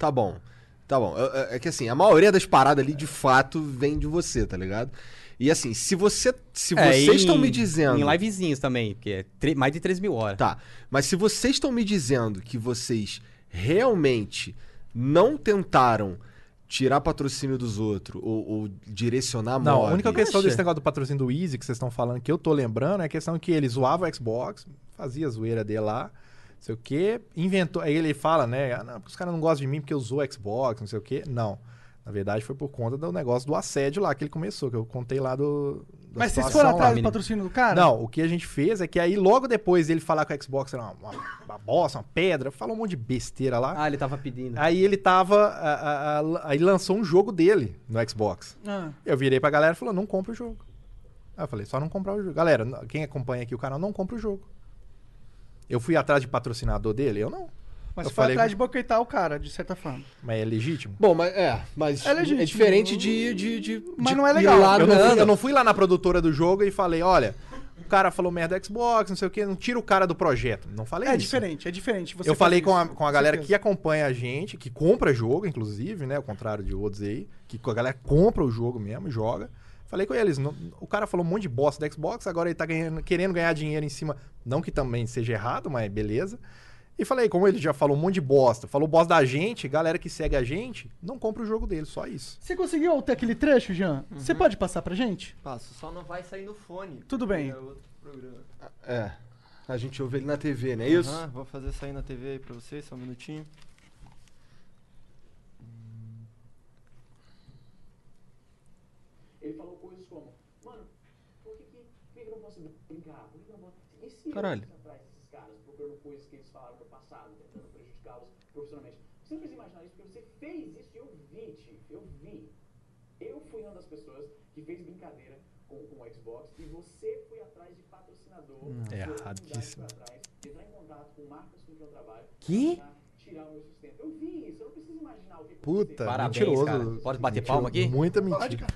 É que assim, a maioria das paradas ali, de fato, vem de você, tá ligado? E assim, se vocês estão me dizendo... Em livezinhos também, porque é mais de 3 mil horas. Tá, mas se vocês estão me dizendo que vocês realmente não tentaram tirar patrocínio dos outros ou direcionar a Não, a única questão desse negócio do patrocínio do Easy que vocês estão falando, que eu tô lembrando, é a questão que ele zoava o Xbox, fazia a zoeira dele lá, não sei o que, inventou. Aí ele fala, né? Os caras não gostam de mim porque eu usou Xbox, não sei o que. Não. Na verdade, foi por conta do negócio do assédio lá que ele começou, que eu contei lá do. Mas vocês foram atrás do patrocínio do cara? Não, o que a gente fez é que aí, logo depois dele falar que o Xbox era uma bosta, uma pedra, falou um monte de besteira lá. Ele tava pedindo. Aí ele tava. Aí lançou um jogo dele no Xbox. Eu virei pra galera e falou: não compra o jogo. Aí eu falei: só não comprar o jogo. Galera, quem acompanha aqui o canal, não compra o jogo. Eu fui atrás de patrocinador dele? Eu não. Mas foi atrás de boquetar o cara, de certa forma. Mas é legítimo? Bom, mas é legítimo. É diferente de mas não é legal. Eu não fui lá na produtora do jogo e falei, olha, o cara falou merda do Xbox, não sei o quê, não tira o cara do projeto. Não falei isso. É diferente. Eu falei com a galera que acompanha a gente, que compra jogo, inclusive, né? Ao contrário de outros aí, que a galera compra o jogo mesmo e joga. Falei com eles, o cara falou um monte de bosta do Xbox, agora ele tá querendo ganhar dinheiro em cima, não que também seja errado, mas beleza. E falei, como ele já falou um monte de bosta, falou bosta da gente, galera que segue a gente, não compra o jogo dele, só isso. Você conseguiu ter aquele trecho, Jean? Você pode passar pra gente? Passo, só não vai sair no fone. Tudo bem. É outro programa. A gente ouve ele na TV, não é isso? Vou fazer sair na TV aí pra vocês, só um minutinho. Ele falou coisas como, mano, por que eu não posso brincar? Por que eu não posso... E se Caralho. eu atrás desses caras procurando coisas que eles falaram que eu passei? passado, tentando prejudicá-los profissionalmente. Você não precisa imaginar isso porque você fez isso e eu vi, Tiff, eu vi. Eu fui uma das pessoas que fez brincadeira com o Xbox e você foi atrás de patrocinador. É erradíssimo. Atrás, de entrar em contato com marcas com quem eu trabalho. Que? Tirar o meu sustento. Eu vi isso, eu não preciso imaginar o que Puta, Parabéns, mentiroso. cara. Pode bater palma aqui? Muita mentira.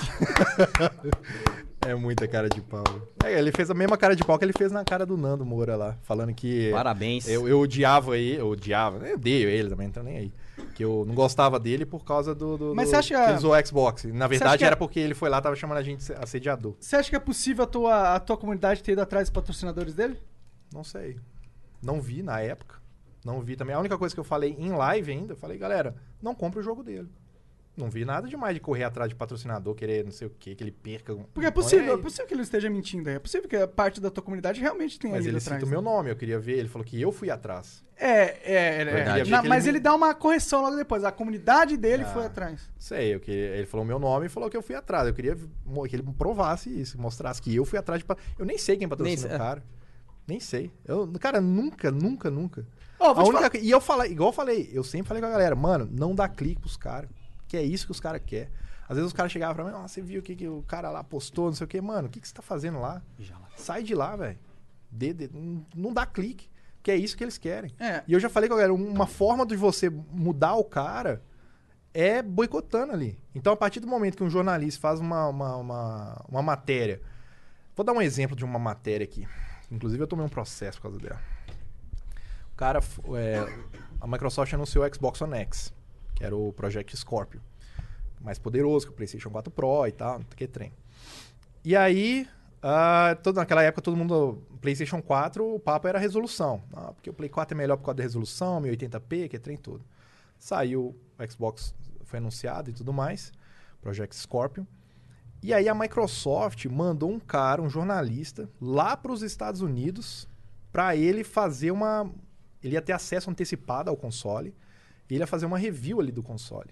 É muita cara de pau. Ele fez a mesma cara de pau que ele fez na cara do Nando Moura lá, falando que... Parabéns. Eu odiava ele, eu odeio ele também, não tô nem aí. Que eu não gostava dele por causa Mas você acha... que ele usou o Xbox. Na verdade era que... porque ele foi lá e tava chamando a gente de assediador. Você acha que é possível a tua comunidade ter ido atrás dos patrocinadores dele? Não sei. Não vi na época. Não vi também. A única coisa que eu falei em live ainda, eu falei, galera, não compre o jogo dele. Não vi nada demais de correr atrás de patrocinador, querer não sei o quê, que ele perca. Porque é possível que ele esteja mentindo. É possível que a parte da tua comunidade realmente tenha Mas ido ele atrás. cita o meu nome, eu queria ver. Ele falou que eu fui atrás. Mas ele dá uma correção logo depois. A comunidade dele foi atrás. Sei, ele falou o meu nome e falou que eu fui atrás. Eu queria que ele provasse isso, mostrasse que eu fui atrás de... Eu nem sei quem patrocina o cara. Nem sei. Cara, nunca. E eu falei, igual eu falei, eu sempre falei com a galera, mano, não dá clique pros caras. Que é isso que os caras querem. Às vezes os caras chegavam pra mim, você viu o que o cara lá postou, não sei o que, mano, o que você tá fazendo lá? Sai de lá, velho. Não dá clique. Que é isso que eles querem. E eu já falei com a galera, uma forma de você mudar o cara é boicotando ali. Então, a partir do momento que um jornalista faz uma matéria... Vou dar um exemplo de uma matéria aqui. Inclusive, eu tomei um processo por causa dela. O cara... a Microsoft anunciou o Xbox One X, que era o Project Scorpio. Mais poderoso que o PlayStation 4 Pro e tal, que trem. E aí... naquela época, todo mundo... PlayStation 4, o papo era resolução. Porque o Play 4 é melhor por causa da resolução, 1080p, que é trem todo. Saiu o Xbox, foi anunciado e tudo mais. Project Scorpio. E aí a Microsoft mandou um jornalista, lá para os Estados Unidos, para ele fazer ele ia ter acesso antecipado ao console. E ele ia fazer uma review ali do console.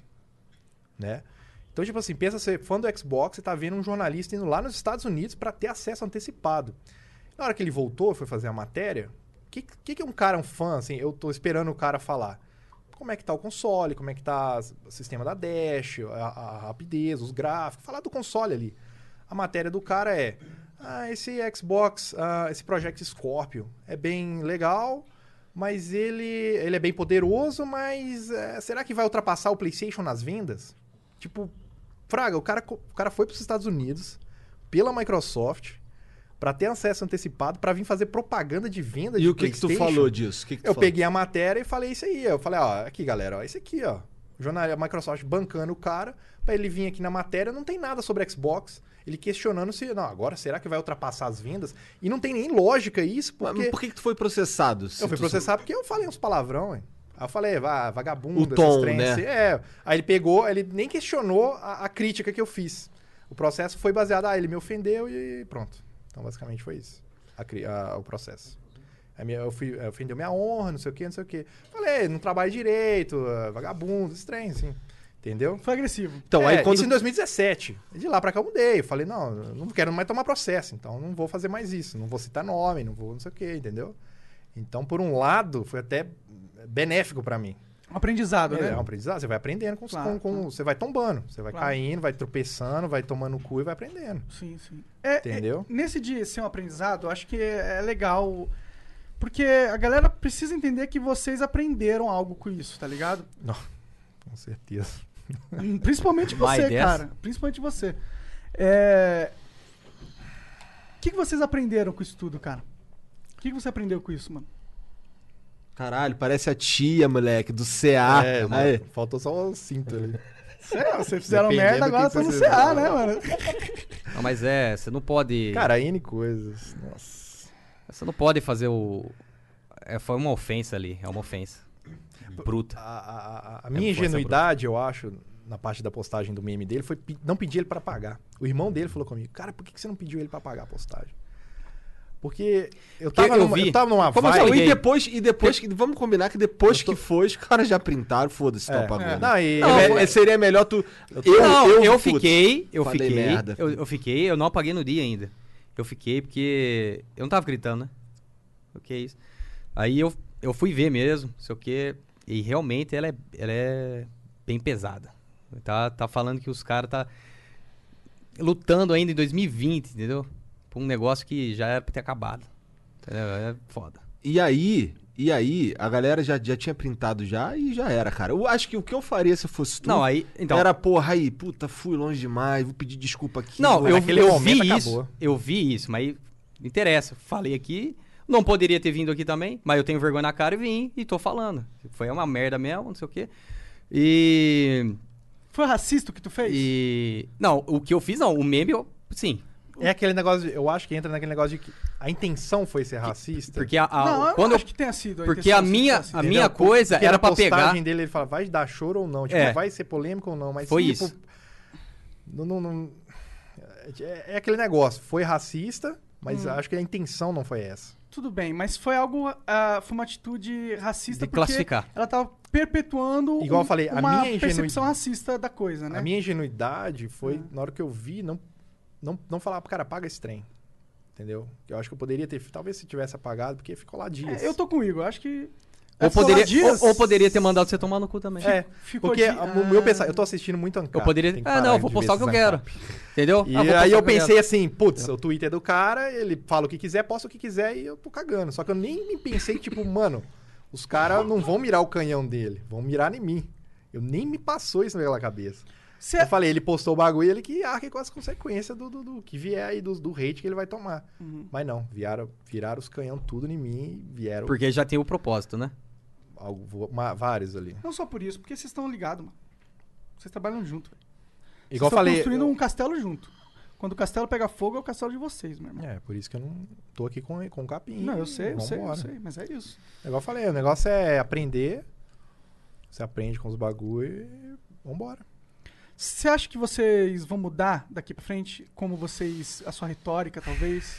Né? Então, tipo assim, pensa ser fã do Xbox e tá vendo um jornalista indo lá nos Estados Unidos para ter acesso antecipado. Na hora que ele voltou, foi fazer a matéria, o que um fã, assim, eu tô esperando o cara falar. Como é que tá o console, como é que tá o sistema da Dash, a rapidez, os gráficos, falar do console ali. A matéria do cara é, esse Xbox, esse Project Scorpio é bem legal, mas ele é bem poderoso, mas será que vai ultrapassar o PlayStation nas vendas? Tipo, fraga, o cara foi para os Estados Unidos, pela Microsoft, para ter acesso antecipado, para vir fazer propaganda de venda de PlayStation. E o que tu falou disso? Eu peguei a matéria e falei isso aí. Eu falei, aqui galera, esse aqui, ó. A Microsoft bancando o cara, para ele vir aqui na matéria, não tem nada sobre Xbox. Ele questionando se, agora será que vai ultrapassar as vendas? E não tem nem lógica isso, porque... Mas por que tu foi processado? Eu fui processado porque eu falei uns palavrão, hein. Aí eu falei, vagabundo, o tom, né? Assim. Aí ele pegou, ele nem questionou a crítica que eu fiz. O processo foi baseado, ele me ofendeu e pronto. Então, basicamente, foi isso. O processo. Ofendeu minha honra, não sei o quê. Falei, não trabalha direito, vagabundo, estranho, assim. Entendeu? Foi agressivo. Então, isso em 2017. De lá pra cá eu mudei. Eu falei, não quero mais tomar processo. Então, não vou fazer mais isso. Não vou citar nome, não sei o quê, entendeu? Então, por um lado, foi até benéfico pra mim. Um aprendizado, né? É um aprendizado. Você vai aprendendo você vai tombando. Você vai caindo, vai tropeçando, vai tomando o cu e vai aprendendo. Sim. Entendeu? Nesse de ser um aprendizado, eu acho que é legal. Porque a galera precisa entender que vocês aprenderam algo com isso, tá ligado? Não, com certeza. Principalmente você, cara. Principalmente você. O que vocês aprenderam com isso tudo, cara? O que você aprendeu com isso, mano? Caralho, parece a tia, moleque, do CA. Faltou só um cinto ali. Vocês fizeram merda, agora estão no CA, né, mano? Não, mas você não pode... Cara, N coisas. Nossa. Você não pode fazer foi uma ofensa ali, é uma ofensa. Bruta. A minha ingenuidade, eu acho, na parte da postagem do meme dele, foi não pedir ele pra pagar. O irmão dele falou comigo, cara, por que você não pediu ele pra pagar a postagem? Porque eu tava numa vibe... E depois que... Vamos combinar que depois que foi, os caras já printaram, foda-se, tá pagando. Seria melhor tu... Eu fiquei, merda. Eu não apaguei no dia ainda. Eu fiquei porque... Eu não tava gritando, né? O que é isso? Aí eu fui ver mesmo, não sei o quê, e realmente ela é bem pesada. Tá falando que os caras tá lutando ainda em 2020, entendeu? Por um negócio que já era pra ter acabado. Entendeu? É foda. E aí, a galera já tinha printado já e já era, cara. Eu acho que o que eu faria se eu fosse tu Não, aí, então, era, porra, aí, puta, fui longe demais, vou pedir desculpa aqui. Não, eu vi acabou. isso. Eu vi isso, mas não interessa. Falei aqui, não poderia ter vindo aqui também, mas eu tenho vergonha na cara e vim e tô falando. Foi uma merda mesmo, não sei o quê. E... Foi racista o que tu fez? Não, o que eu fiz não. O meme, sim. É aquele negócio, eu acho que entra naquele negócio de que a intenção foi ser racista. Porque Não, quando eu acho que tenha sido. Porque a minha coisa porque era na pra pegar... postagem dele, ele fala, vai dar choro ou não? Tipo, vai ser polêmico ou não? Mas foi tipo, isso. É aquele negócio, foi racista, mas acho que a intenção não foi essa. Tudo bem, mas foi algo... foi uma atitude racista De porque classificar. ela tava perpetuando Igual eu falei, a uma minha percepção racista da coisa, né? A minha ingenuidade foi, na hora que eu vi, não falar pro cara, paga esse trem. Entendeu? Eu acho que eu poderia ter... Talvez se tivesse apagado, porque ficou lá dias. Eu tô com o Igor, acho que... Ou poderia ter mandado você tomar no cu também. Porque o meu pensar, eu tô assistindo muito ANCAP. Eu poderia... eu vou postar o que eu quero. Entendeu? E aí eu pensei assim, putz, o Twitter é do cara, ele fala o que quiser, posta o que quiser e eu tô cagando. Só que eu nem me pensei, tipo, mano, os caras não vão mirar o canhão dele, vão mirar em mim. Eu nem me passou isso naquela cabeça. Eu falei, ele postou o bagulho e ele que arque com as consequências do que vier aí, do hate que ele vai tomar. Mas não, viraram os canhão tudo em mim e vieram... Porque já tem o propósito, né? Vários ali. Não só por isso, porque vocês estão ligados, mano. Vocês trabalham junto, velho. Igual vocês falei... estão construindo um castelo junto. Quando o castelo pega fogo, é o castelo de vocês, meu irmão. Por isso que eu não tô aqui com o capim. Não, eu sei, mas é isso. Igual eu falei, o negócio é aprender. Você aprende com os bagulho e vambora. Você acha que vocês vão mudar daqui pra frente? Como vocês... A sua retórica, talvez?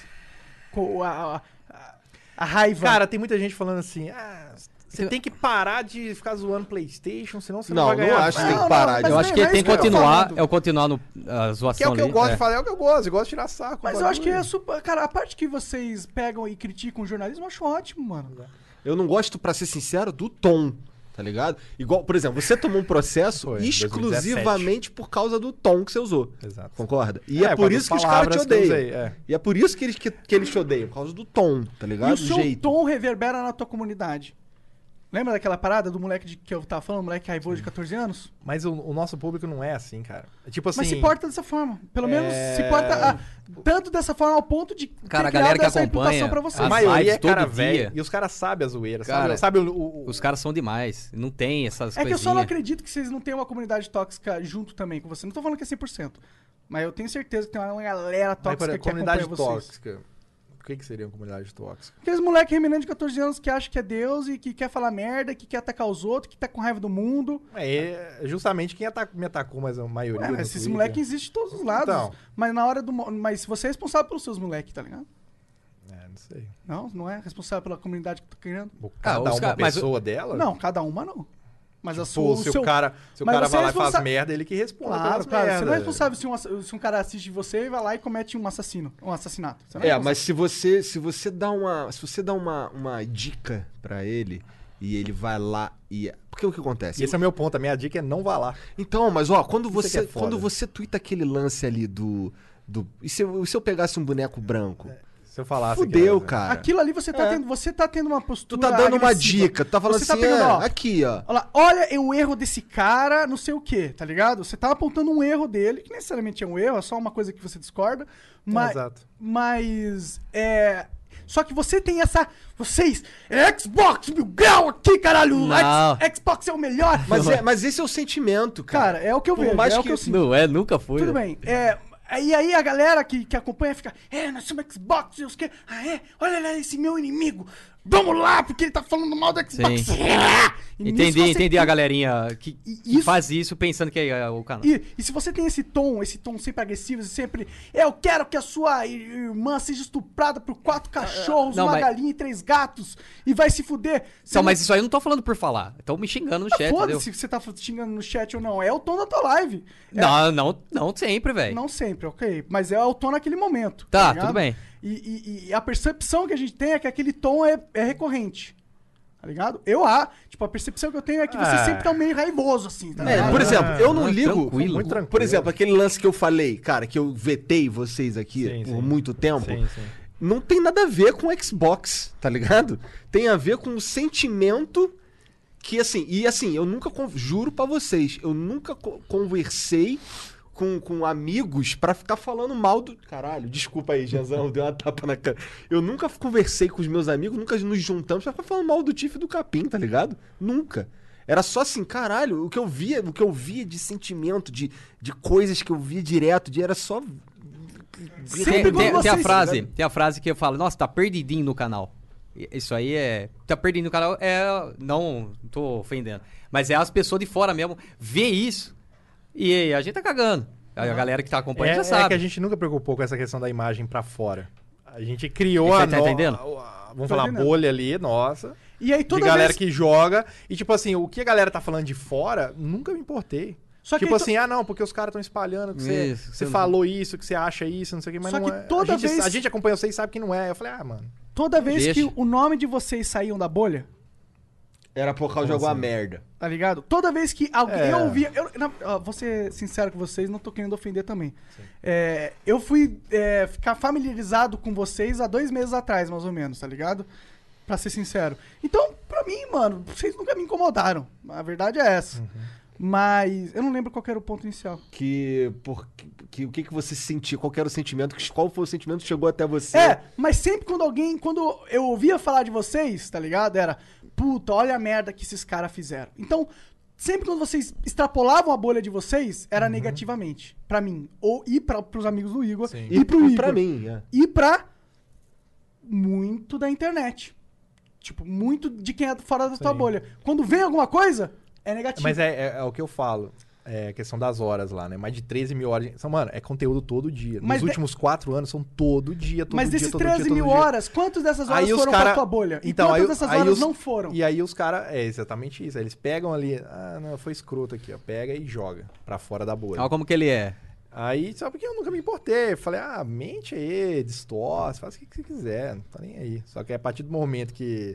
A raiva? Cara, tem muita gente falando assim... Você tem que parar de ficar zoando PlayStation, senão você não vai ganhar. Não acho que tem que parar. Eu acho que tem que continuar... É o continuar a zoação. Que é o que eu gosto de falar, é o que eu gosto. Eu gosto de tirar saco. Mas eu acho que é super... Cara, a parte que vocês pegam e criticam o jornalismo, eu acho ótimo, mano. Eu não gosto, pra ser sincero, do tom. Tá ligado? Igual, por exemplo, você tomou um processo exclusivamente 2017. Por causa do tom que você usou. Exato. Concorda? E é por isso que os caras te odeiam. E é por isso que eles te odeiam, por causa do tom, tá ligado? E o seu tom reverbera na tua comunidade. Lembra daquela parada do moleque que eu tava falando, moleque raivoso de 14 anos? Mas o nosso público não é assim, cara. Tipo assim... Mas se porta dessa forma. Pelo menos se porta tanto dessa forma ao ponto de cara, a galera que acompanha pra vocês. A maioria é cara velho. E os caras sabem a zoeira. Cara, sabe os caras são demais. Não tem essas coisinhas. Que eu só não acredito que vocês não tenham uma comunidade tóxica junto também com você. Não tô falando que é 100%. Mas eu tenho certeza que tem uma galera tóxica que acompanha vocês. Tóxica. O que seria uma comunidade tóxica? Aqueles moleque reminando de 14 anos que acha que é Deus e que quer falar merda, que quer atacar os outros, que tá com raiva do mundo. É justamente quem me atacou, mas a maioria. Esses moleques existem de todos os lados. Então. Mas na hora do. Mas você é responsável pelos seus moleques, tá ligado? Não sei. Não é responsável pela comunidade que tu tá criando? Cada uma pessoa dela? Não, cada uma não. Mas tipo, se o cara vai lá e faz merda, ele que responde. Claro. Você não é responsável se um cara assiste você e vai lá e comete um assassinato. Mas se você dá uma dica pra ele e ele vai lá e... Porque o que acontece? Esse é o meu ponto, a minha dica é não vá lá. Então, mas quando você tuita aquele lance ali do... E se eu pegasse um boneco branco... Se eu falasse... Fudeu, cara. Aquilo ali você tá tendo uma postura Tu tá dando agressiva. Uma dica. Tu tá falando assim, aqui, ó. Olha o erro desse cara, não sei o quê, tá ligado? Você tá apontando um erro dele, que necessariamente é um erro, é só uma coisa que você discorda. Exato. Mas, só que você tem essa... Vocês, Xbox, mil grau aqui, caralho! Xbox é o melhor! Mas esse é o sentimento, cara. Cara, é o que eu vejo, mais o que eu sinto. Não nunca foi. Tudo bem, E aí a galera que acompanha fica, nós somos Xbox, e os que... olha lá esse meu inimigo. Vamos lá, porque ele tá falando mal do Xbox. Entendi a galerinha que faz isso pensando que é o canal. E se você tem esse tom sempre agressivo, sempre... Eu quero que a sua irmã seja estuprada por 4 cachorros, uma galinha e 3 gatos, e vai se fuder. Mas isso aí eu não tô falando por falar. Estão me xingando no chat, foda-se se você tá xingando no chat ou não. É o tom da tua live. Não sempre, velho. Não sempre, ok. Mas é o tom naquele momento. Tá tudo bem. E a percepção que a gente tem é que aquele tom é recorrente. Tá ligado? Tipo, a percepção que eu tenho é que você sempre tá meio raivoso, assim, tá ligado? Por exemplo, eu não ligo. Tranquilo. Muito tranquilo. Por exemplo, aquele lance que eu falei, cara, que eu vetei vocês aqui por muito tempo. Sim. Não tem nada a ver com Xbox, tá ligado? Tem a ver com o sentimento que, assim... E, assim, eu nunca... Juro pra vocês, eu nunca conversei com amigos pra ficar falando mal do... Caralho, desculpa aí, Jezão, deu uma tapa na cara. Eu nunca conversei com os meus amigos, nunca nos juntamos pra ficar falando mal do Tiff e do Capim, tá ligado? Nunca. Era só assim, caralho, o que eu via de sentimento, de coisas que eu via direto, era só... Tem a frase que eu falo, nossa, tá perdidinho no canal. Isso aí tá perdidinho no canal, não tô ofendendo. Mas é as pessoas de fora mesmo, vê isso e a gente tá cagando. A galera que tá acompanhando já sabe. É que a gente nunca preocupou com essa questão da imagem pra fora. A gente criou Você tá entendendo? Vamos falar, a bolha ali, nossa. E aí toda de galera vez... que joga. E tipo assim, o que a galera tá falando de fora, nunca me importei. Só que tipo assim, não, porque os caras estão espalhando que você falou isso, que você acha isso, não sei o que, mas só não que é. toda vez... A gente acompanha vocês e sabe que não é. Eu falei, mano. Toda vez que o nome de vocês saíam da bolha... Era por causa de alguma merda. Tá ligado? Toda vez que alguém ouvia... Vou ser sincero com vocês, não tô querendo ofender também. Eu fui ficar familiarizado com vocês há 2 meses atrás, mais ou menos, tá ligado? Pra ser sincero. Então, pra mim, mano, vocês nunca me incomodaram. A verdade é essa. Mas eu não lembro qual era o ponto inicial. O que você sentiu? Qual era o sentimento? Qual foi o sentimento que chegou até você? Mas sempre quando eu ouvia falar de vocês, tá ligado? Era, puta, olha a merda que esses caras fizeram. Então, sempre quando vocês extrapolavam a bolha de vocês, era negativamente. Pra mim. E pros amigos do Igor. Sim. E pro Igor. Pra mim, E pra muito da internet. Tipo, muito de quem é fora da tua bolha. Quando vem alguma coisa, é negativo. Mas é o que eu falo. É a questão das horas lá, né? Mais de 13 mil horas. Mano, é conteúdo todo dia. Nos últimos 4 anos são todo dia, todo dia. Mas desses 13 mil horas, quantas dessas horas foram pra tua bolha? Então, quantas dessas horas não foram? E aí os caras... É exatamente isso. Aí eles pegam ali... não, foi escroto aqui, ó. Pega e joga pra fora da bolha. Olha como que ele é. Aí, só porque eu nunca me importei. Falei, mente aí, distorce, faz o que você quiser. Não tá nem aí. Só que é a partir do momento que...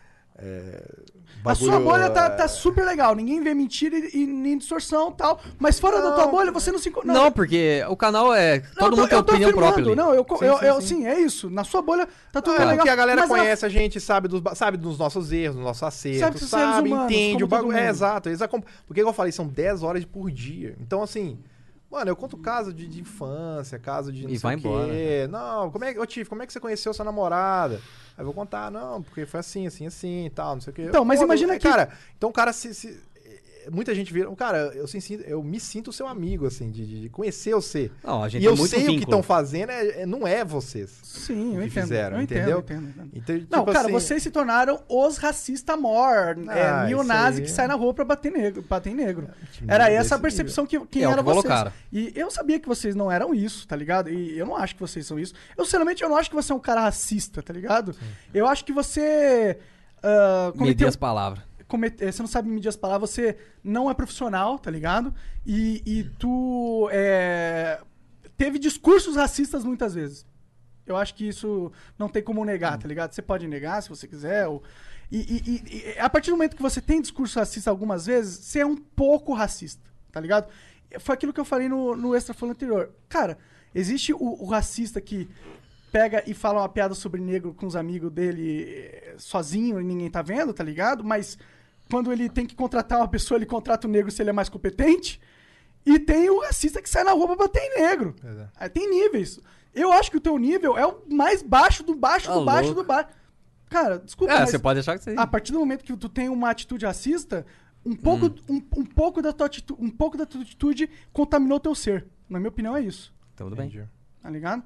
a sua bolha tá super legal. Ninguém vê mentira e nem distorção e tal. Mas fora da tua bolha, você não se... Não, porque o canal todo mundo tem opinião própria ali. Não, sim, é isso. Na sua bolha tá tudo legal. Porque a galera conhece a gente, sabe dos nossos erros, dos nossos acertos, sabe, entende o bagulho. Exato. Porque, como eu falei, são 10 horas por dia. Então, assim... Mano, eu conto caso de infância, caso de não sei o quê. Não, como é que você conheceu sua namorada? Aí eu vou contar, não, porque foi assim e tal, não sei o quê. Então, mas imagina que... Cara, então o cara muita gente vira... Cara, eu me sinto seu amigo, assim, de conhecer você. Não, a gente e eu sei o que estão fazendo, não é vocês. Sim, eu entendo. Fizeram, eu entendeu? Entendo. Então, não, tipo cara, assim... vocês se tornaram os racistas neonazi que sai na rua pra bater em negro. Era essa a percepção que quem era vocês. Colocaram. E eu sabia que vocês não eram isso, tá ligado? E eu não acho que vocês são isso. Eu não acho que você é um cara racista, tá ligado? Sim. Eu acho que você... medir as palavras. Você não sabe medir as palavras, você não é profissional, tá ligado? E tu teve discursos racistas muitas vezes. Eu acho que isso não tem como negar, tá ligado? Você pode negar se você quiser. E a partir do momento que você tem discurso racista algumas vezes, você é um pouco racista, tá ligado? Foi aquilo que eu falei no Extra Flow anterior. Cara, existe o racista que pega e fala uma piada sobre negro com os amigos dele sozinho e ninguém tá vendo, tá ligado? Mas quando ele tem que contratar uma pessoa, ele contrata o negro se ele é mais competente. E tem o racista que sai na rua pra bater em negro. Aí tem níveis. Eu acho que o teu nível é o mais baixo do baixo do baixo do baixo. Cara, desculpa, mas você pode achar que sim. A partir do momento que tu tem uma atitude racista, um pouco da tua atitude contaminou teu ser. Na minha opinião, é isso. Tudo bem. Tá ligado?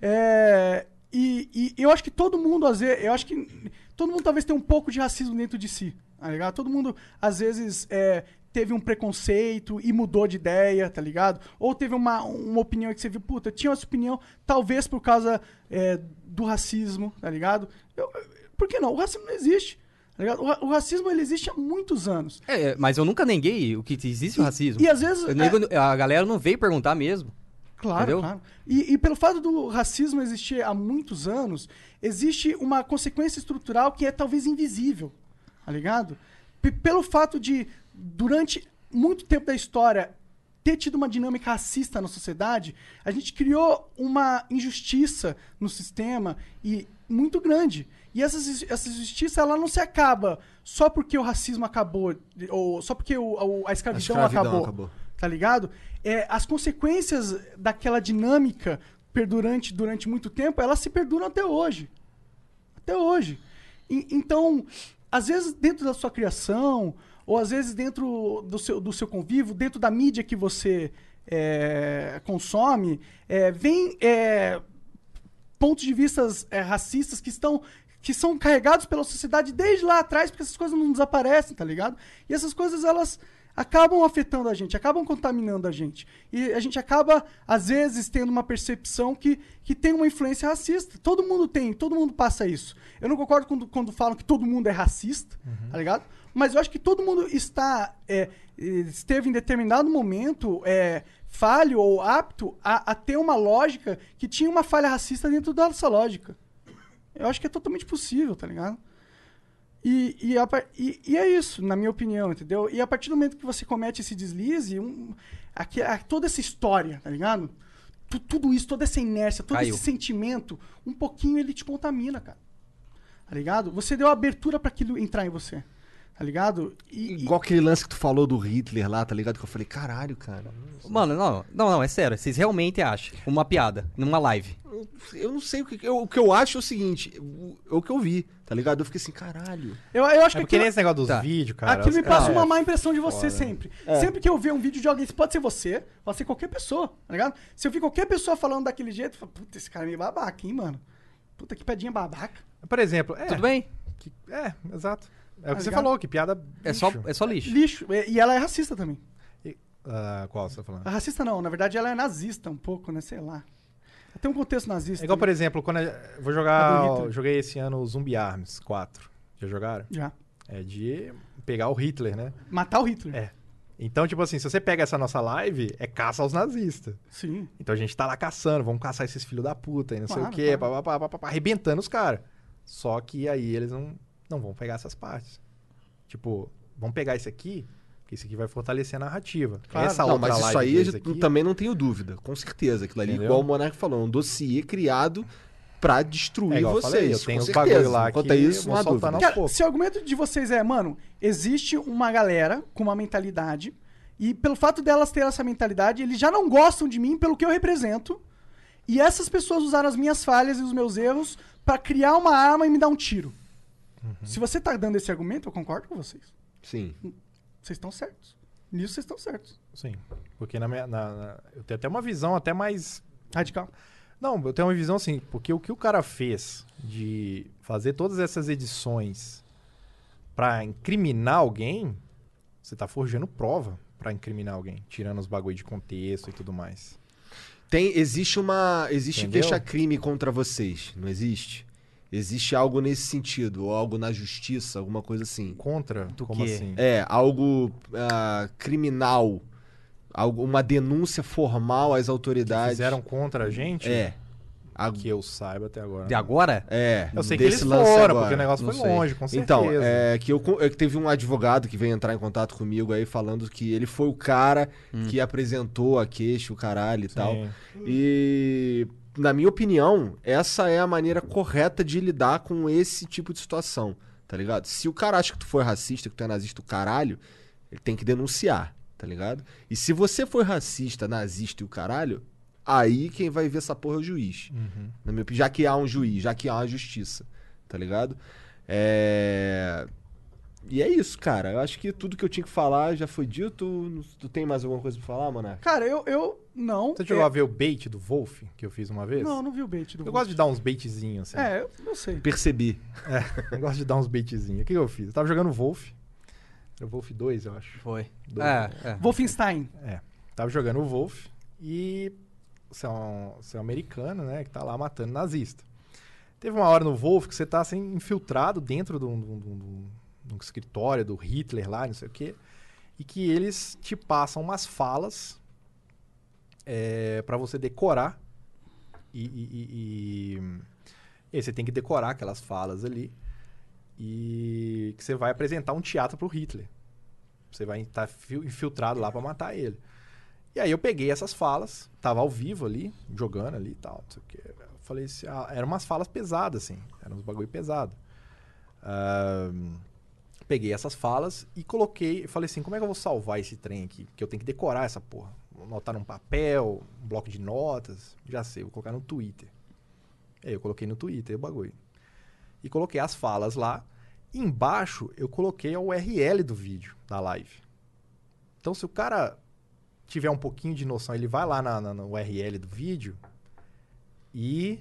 E eu acho que todo mundo, às vezes... Eu acho que todo mundo talvez tenha um pouco de racismo dentro de si. Tá ligado? Todo mundo, às vezes, teve um preconceito e mudou de ideia, tá ligado? Ou teve uma opinião que você viu, puta, tinha essa opinião, talvez por causa do racismo, tá ligado? Por que não? O racismo não existe. Tá ligado? O racismo, ele existe há muitos anos. Mas eu nunca neguei o que existe o racismo. E às vezes... A galera não veio perguntar mesmo. Claro, entendeu? Claro. E pelo fato do racismo existir há muitos anos, existe uma consequência estrutural que é talvez invisível. tá ligado? Pelo fato de, durante muito tempo da história, ter tido uma dinâmica racista na sociedade, a gente criou uma injustiça no sistema e muito grande. E essa injustiça, ela não se acaba só porque o racismo acabou, ou só porque a escravidão acabou. Tá ligado? As consequências daquela dinâmica durante muito tempo, elas se perduram até hoje. Até hoje. Então, às vezes dentro da sua criação, ou às vezes dentro do seu convívio, dentro da mídia que você consome, vem pontos de vista racistas que são carregados pela sociedade desde lá atrás, porque essas coisas não desaparecem, tá ligado? E essas coisas, elas acabam afetando a gente, acabam contaminando a gente. E a gente acaba, às vezes, tendo uma percepção que tem uma influência racista. Todo mundo passa isso. Eu não concordo quando falam que todo mundo é racista, tá ligado? Mas eu acho que todo mundo esteve em determinado momento falho ou apto a ter uma lógica que tinha uma falha racista dentro dessa lógica. Eu acho que é totalmente possível, tá ligado? E é isso, na minha opinião, entendeu? E a partir do momento que você comete esse deslize, toda essa história, tá ligado? Tudo isso, toda essa inércia, todo esse sentimento, um pouquinho ele te contamina, cara. Tá ligado? Você deu abertura pra aquilo entrar em você. Tá ligado? Igual aquele lance que tu falou do Hitler lá, tá ligado? Que eu falei, caralho, cara. Mano, não, é sério. Vocês realmente acham uma piada numa live? Eu não sei o que eu acho é o seguinte, o que eu vi, tá ligado? Eu fiquei assim, caralho. Eu acho que porque nem esse negócio dos vídeos, cara. Aquilo me passa uma má impressão de você sempre. Sempre que eu ver um vídeo de alguém, pode ser você, pode ser qualquer pessoa, tá ligado? Se eu vi qualquer pessoa falando daquele jeito, eu falo, puta, esse cara é meio babaca, hein, mano? Puta, que pedinha babaca. Por exemplo, tudo bem? Exato. É o que você falou, que piada lixo. É só lixo. Lixo. E ela é racista também. Qual você tá falando? Racista não, na verdade ela é nazista um pouco, né? Sei lá. Tem um contexto nazista. É igual, por exemplo, quando eu vou joguei esse ano o Zumbi Arms 4. Já jogaram? Já. É de pegar o Hitler, né? Matar o Hitler. Então, tipo assim, se você pega essa nossa live, é caça aos nazistas. Sim. Então a gente tá lá caçando, vamos caçar esses filhos da puta e não sei o quê, arrebentando os caras. Só que aí eles não vão pegar essas partes. Tipo, vamos pegar esse aqui, porque esse aqui vai fortalecer a narrativa. Claro. Essa outra mas isso aí aqui, também não tenho dúvida, com certeza. Aquilo ali, igual o Monark falou, um dossiê criado pra destruir vocês. Falei, eu tenho com uns bagulho lá quanto que a isso, não há dúvida. Cara, se o argumento de vocês mano, existe uma galera com uma mentalidade, e pelo fato delas terem essa mentalidade, eles já não gostam de mim pelo que eu represento, e essas pessoas usaram as minhas falhas e os meus erros pra criar uma arma e me dar um tiro. Se você tá dando esse argumento, eu concordo com vocês. Sim. Vocês estão certos. Nisso vocês estão certos. Sim. Porque eu tenho até uma visão até mais... radical. Não, eu tenho uma visão assim, porque o que o cara fez de fazer todas essas edições pra incriminar alguém, você tá forjando prova pra incriminar alguém, tirando os bagulho de contexto e tudo mais. Existe queixa-crime contra vocês, não existe? Existe algo nesse sentido, ou algo na justiça, alguma coisa assim. Contra? Como assim? Algo criminal, uma denúncia formal às autoridades. Que fizeram contra a gente? Que eu saiba até agora. De agora? Eu sei que eles foram, porque o negócio foi longe, com certeza. Então, que teve um advogado que veio entrar em contato comigo aí falando que ele foi o cara que apresentou a queixa, o caralho e tal. E... na minha opinião, essa é a maneira correta de lidar com esse tipo de situação, tá ligado? Se o cara acha que tu foi racista, que tu é nazista do caralho, ele tem que denunciar, tá ligado? E se você foi racista, nazista e o caralho, aí quem vai ver essa porra é o juiz. Na minha opinião, já que há um juiz, já que há uma justiça, tá ligado? E é isso, cara. Eu acho que tudo que eu tinha que falar já foi dito. Tu tem mais alguma coisa pra falar, Monark? Cara, eu não. Você chegou a ver o bait do Wolf que eu fiz uma vez? Não vi o bait do Wolf. Eu gosto de dar uns baitzinhos, assim. Eu sei. Percebi. Eu gosto de dar uns baitzinhos. O que eu fiz? Eu tava jogando Wolf. Era o Wolf 2, eu acho. Foi. Wolfenstein. Tava jogando o Wolf e você é um americano, né, que tá lá matando nazista. Teve uma hora no Wolf que você tá assim, infiltrado dentro de um escritório do Hitler lá, não sei o quê, e que eles te passam umas falas pra você decorar e aí você tem que decorar aquelas falas ali e que você vai apresentar um teatro pro Hitler. Você vai estar infiltrado lá pra matar ele. E aí eu peguei essas falas, tava ao vivo ali, jogando ali e tal, não sei o quê. Eu falei assim, eram umas falas pesadas, assim, eram uns bagulho pesado. Peguei essas falas e coloquei, falei assim, como é que eu vou salvar esse trem aqui? Porque eu tenho que decorar essa porra. Vou anotar num papel, um bloco de notas, já sei, vou colocar no Twitter. Aí eu coloquei no Twitter o bagulho. E coloquei as falas lá. E embaixo eu coloquei a URL do vídeo, da live. Então se o cara tiver um pouquinho de noção, ele vai lá na URL do vídeo e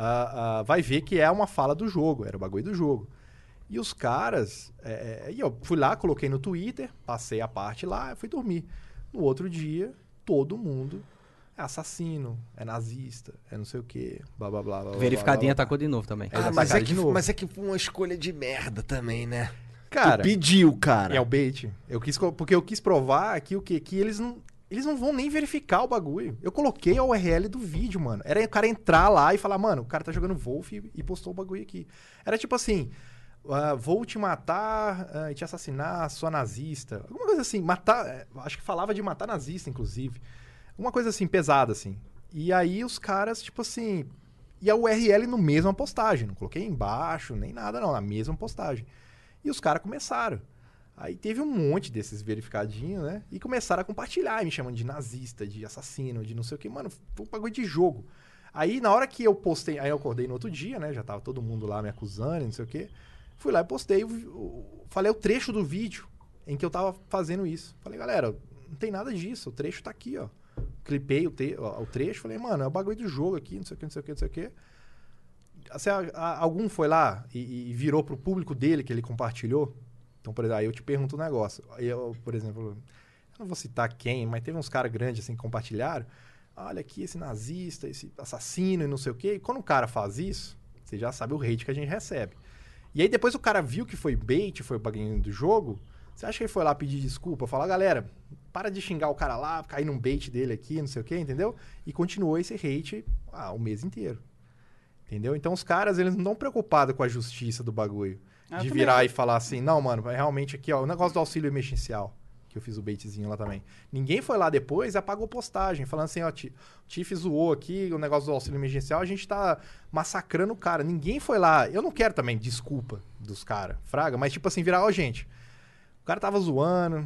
vai ver que é uma fala do jogo, era o bagulho do jogo. E os caras... e eu fui lá, coloquei no Twitter, passei a parte lá, fui dormir. No outro dia, todo mundo é assassino, é nazista, é não sei o quê, blá, blá, blá, blá. Verificadinha atacou de novo também. Mas é que foi uma escolha de merda também, né? Cara... Tu pediu, cara. É o bait. Porque eu quis provar que o quê? Que eles não vão nem verificar o bagulho. Eu coloquei a URL do vídeo, mano. Era o cara entrar lá e falar, mano, o cara tá jogando Wolf e postou o bagulho aqui. Era tipo assim... vou te matar e te assassinar, sua nazista. Alguma coisa assim, matar... acho que falava de matar nazista, inclusive. Uma coisa assim, pesada, assim. E aí os caras, tipo assim... E a URL no mesma postagem. Não coloquei embaixo, nem nada, não. Na mesma postagem. E os caras começaram. Aí teve um monte desses verificadinhos, né? E começaram a compartilhar, me chamando de nazista, de assassino, de não sei o que. Mano, foi um bagulho de jogo. Aí, na hora que eu postei... Aí eu acordei no outro dia, né? Já tava todo mundo lá me acusando, não sei o quê. Fui lá e postei, falei o trecho do vídeo em que eu tava fazendo isso. Falei, galera, não tem nada disso, o trecho tá aqui, ó. Clipei o trecho, falei, mano, é o bagulho do jogo aqui, não sei o que, não sei o que, não sei o que. Assim, algum foi lá e virou pro público dele que ele compartilhou? Então, por exemplo, aí eu te pergunto um negócio. Aí eu, por exemplo, eu não vou citar quem, mas teve uns caras grandes assim que compartilharam. Olha aqui esse nazista, esse assassino e não sei o que. E quando o cara faz isso, você já sabe o hate que a gente recebe. E aí depois o cara viu que foi bait, foi o bagulho do jogo, você acha que ele foi lá pedir desculpa, falar, galera, para de xingar o cara lá, cair num bait dele aqui, não sei o que, entendeu? E continuou esse hate o mês inteiro. Entendeu? Então os caras, eles não estão preocupados com a justiça do bagulho. De virar e falar assim, não, mano, realmente aqui, ó, o negócio do auxílio emergencial, que eu fiz o baitzinho lá também. Ninguém foi lá depois e apagou postagem, falando assim, ó, o Tiff zoou aqui o negócio do auxílio emergencial, a gente tá massacrando o cara. Ninguém foi lá. Eu não quero também desculpa dos caras, fraga, mas tipo assim, virar, ó, gente, o cara tava zoando,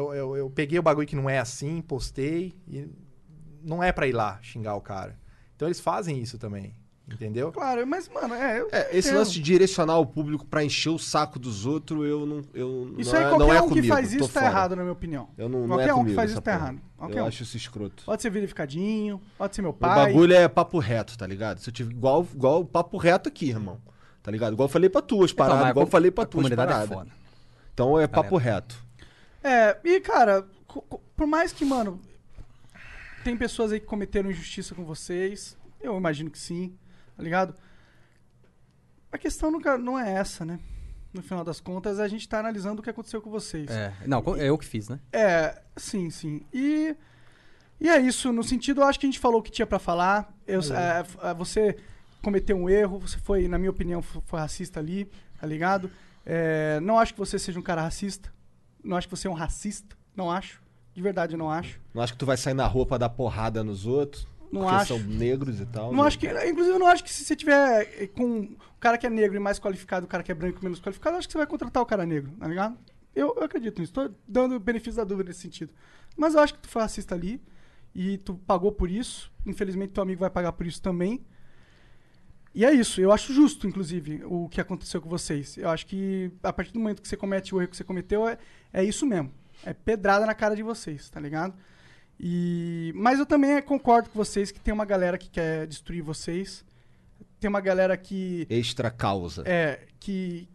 eu peguei o bagulho que não é assim, postei, e não é pra ir lá xingar o cara. Então eles fazem isso também. Entendeu? Claro, mas, mano, esse lance de direcionar o público pra encher o saco dos outros, isso aí, qualquer um que faz isso tá errado, na minha opinião. Qualquer um que faz isso tá errado. Eu acho isso escroto. Pode ser verificadinho, pode ser meu O pai. bagulho é papo reto, tá ligado? Se eu tive igual papo reto aqui, irmão. Tá ligado? Igual eu falei pra tuas paradas, igual eu falei pra tuas paradas. Então é papo reto. E cara, por mais que, mano, tem pessoas aí que cometeram injustiça com vocês, eu imagino que sim. Tá ligado? A questão não é essa, né? No final das contas, a gente tá analisando o que aconteceu com vocês. É eu que fiz, né? Sim. E é isso. No sentido, eu acho que a gente falou o que tinha pra falar. Você cometeu um erro, você foi, na minha opinião, foi racista ali, tá ligado? Não acho que você seja um cara racista. Não acho que você é um racista. Não acho. De verdade, eu não acho. Não acho que tu vai sair na rua pra dar porrada nos outros? Não porque acho. são negros e tal. Não acho que, inclusive, eu não acho que se você tiver com o cara que é negro e mais qualificado, o cara que é branco e menos qualificado, eu acho que você vai contratar o cara negro, tá ligado? Eu acredito nisso. Tô dando benefício da dúvida nesse sentido. Mas eu acho que tu foi racista ali e tu pagou por isso. Infelizmente, teu amigo vai pagar por isso também. E é isso. Eu acho justo, inclusive, o que aconteceu com vocês. Eu acho que a partir do momento que você comete o erro que você cometeu, é isso mesmo. É pedrada na cara de vocês, tá ligado? Mas eu também concordo com vocês que tem uma galera que quer destruir vocês. Tem uma galera que... Extra causa. Que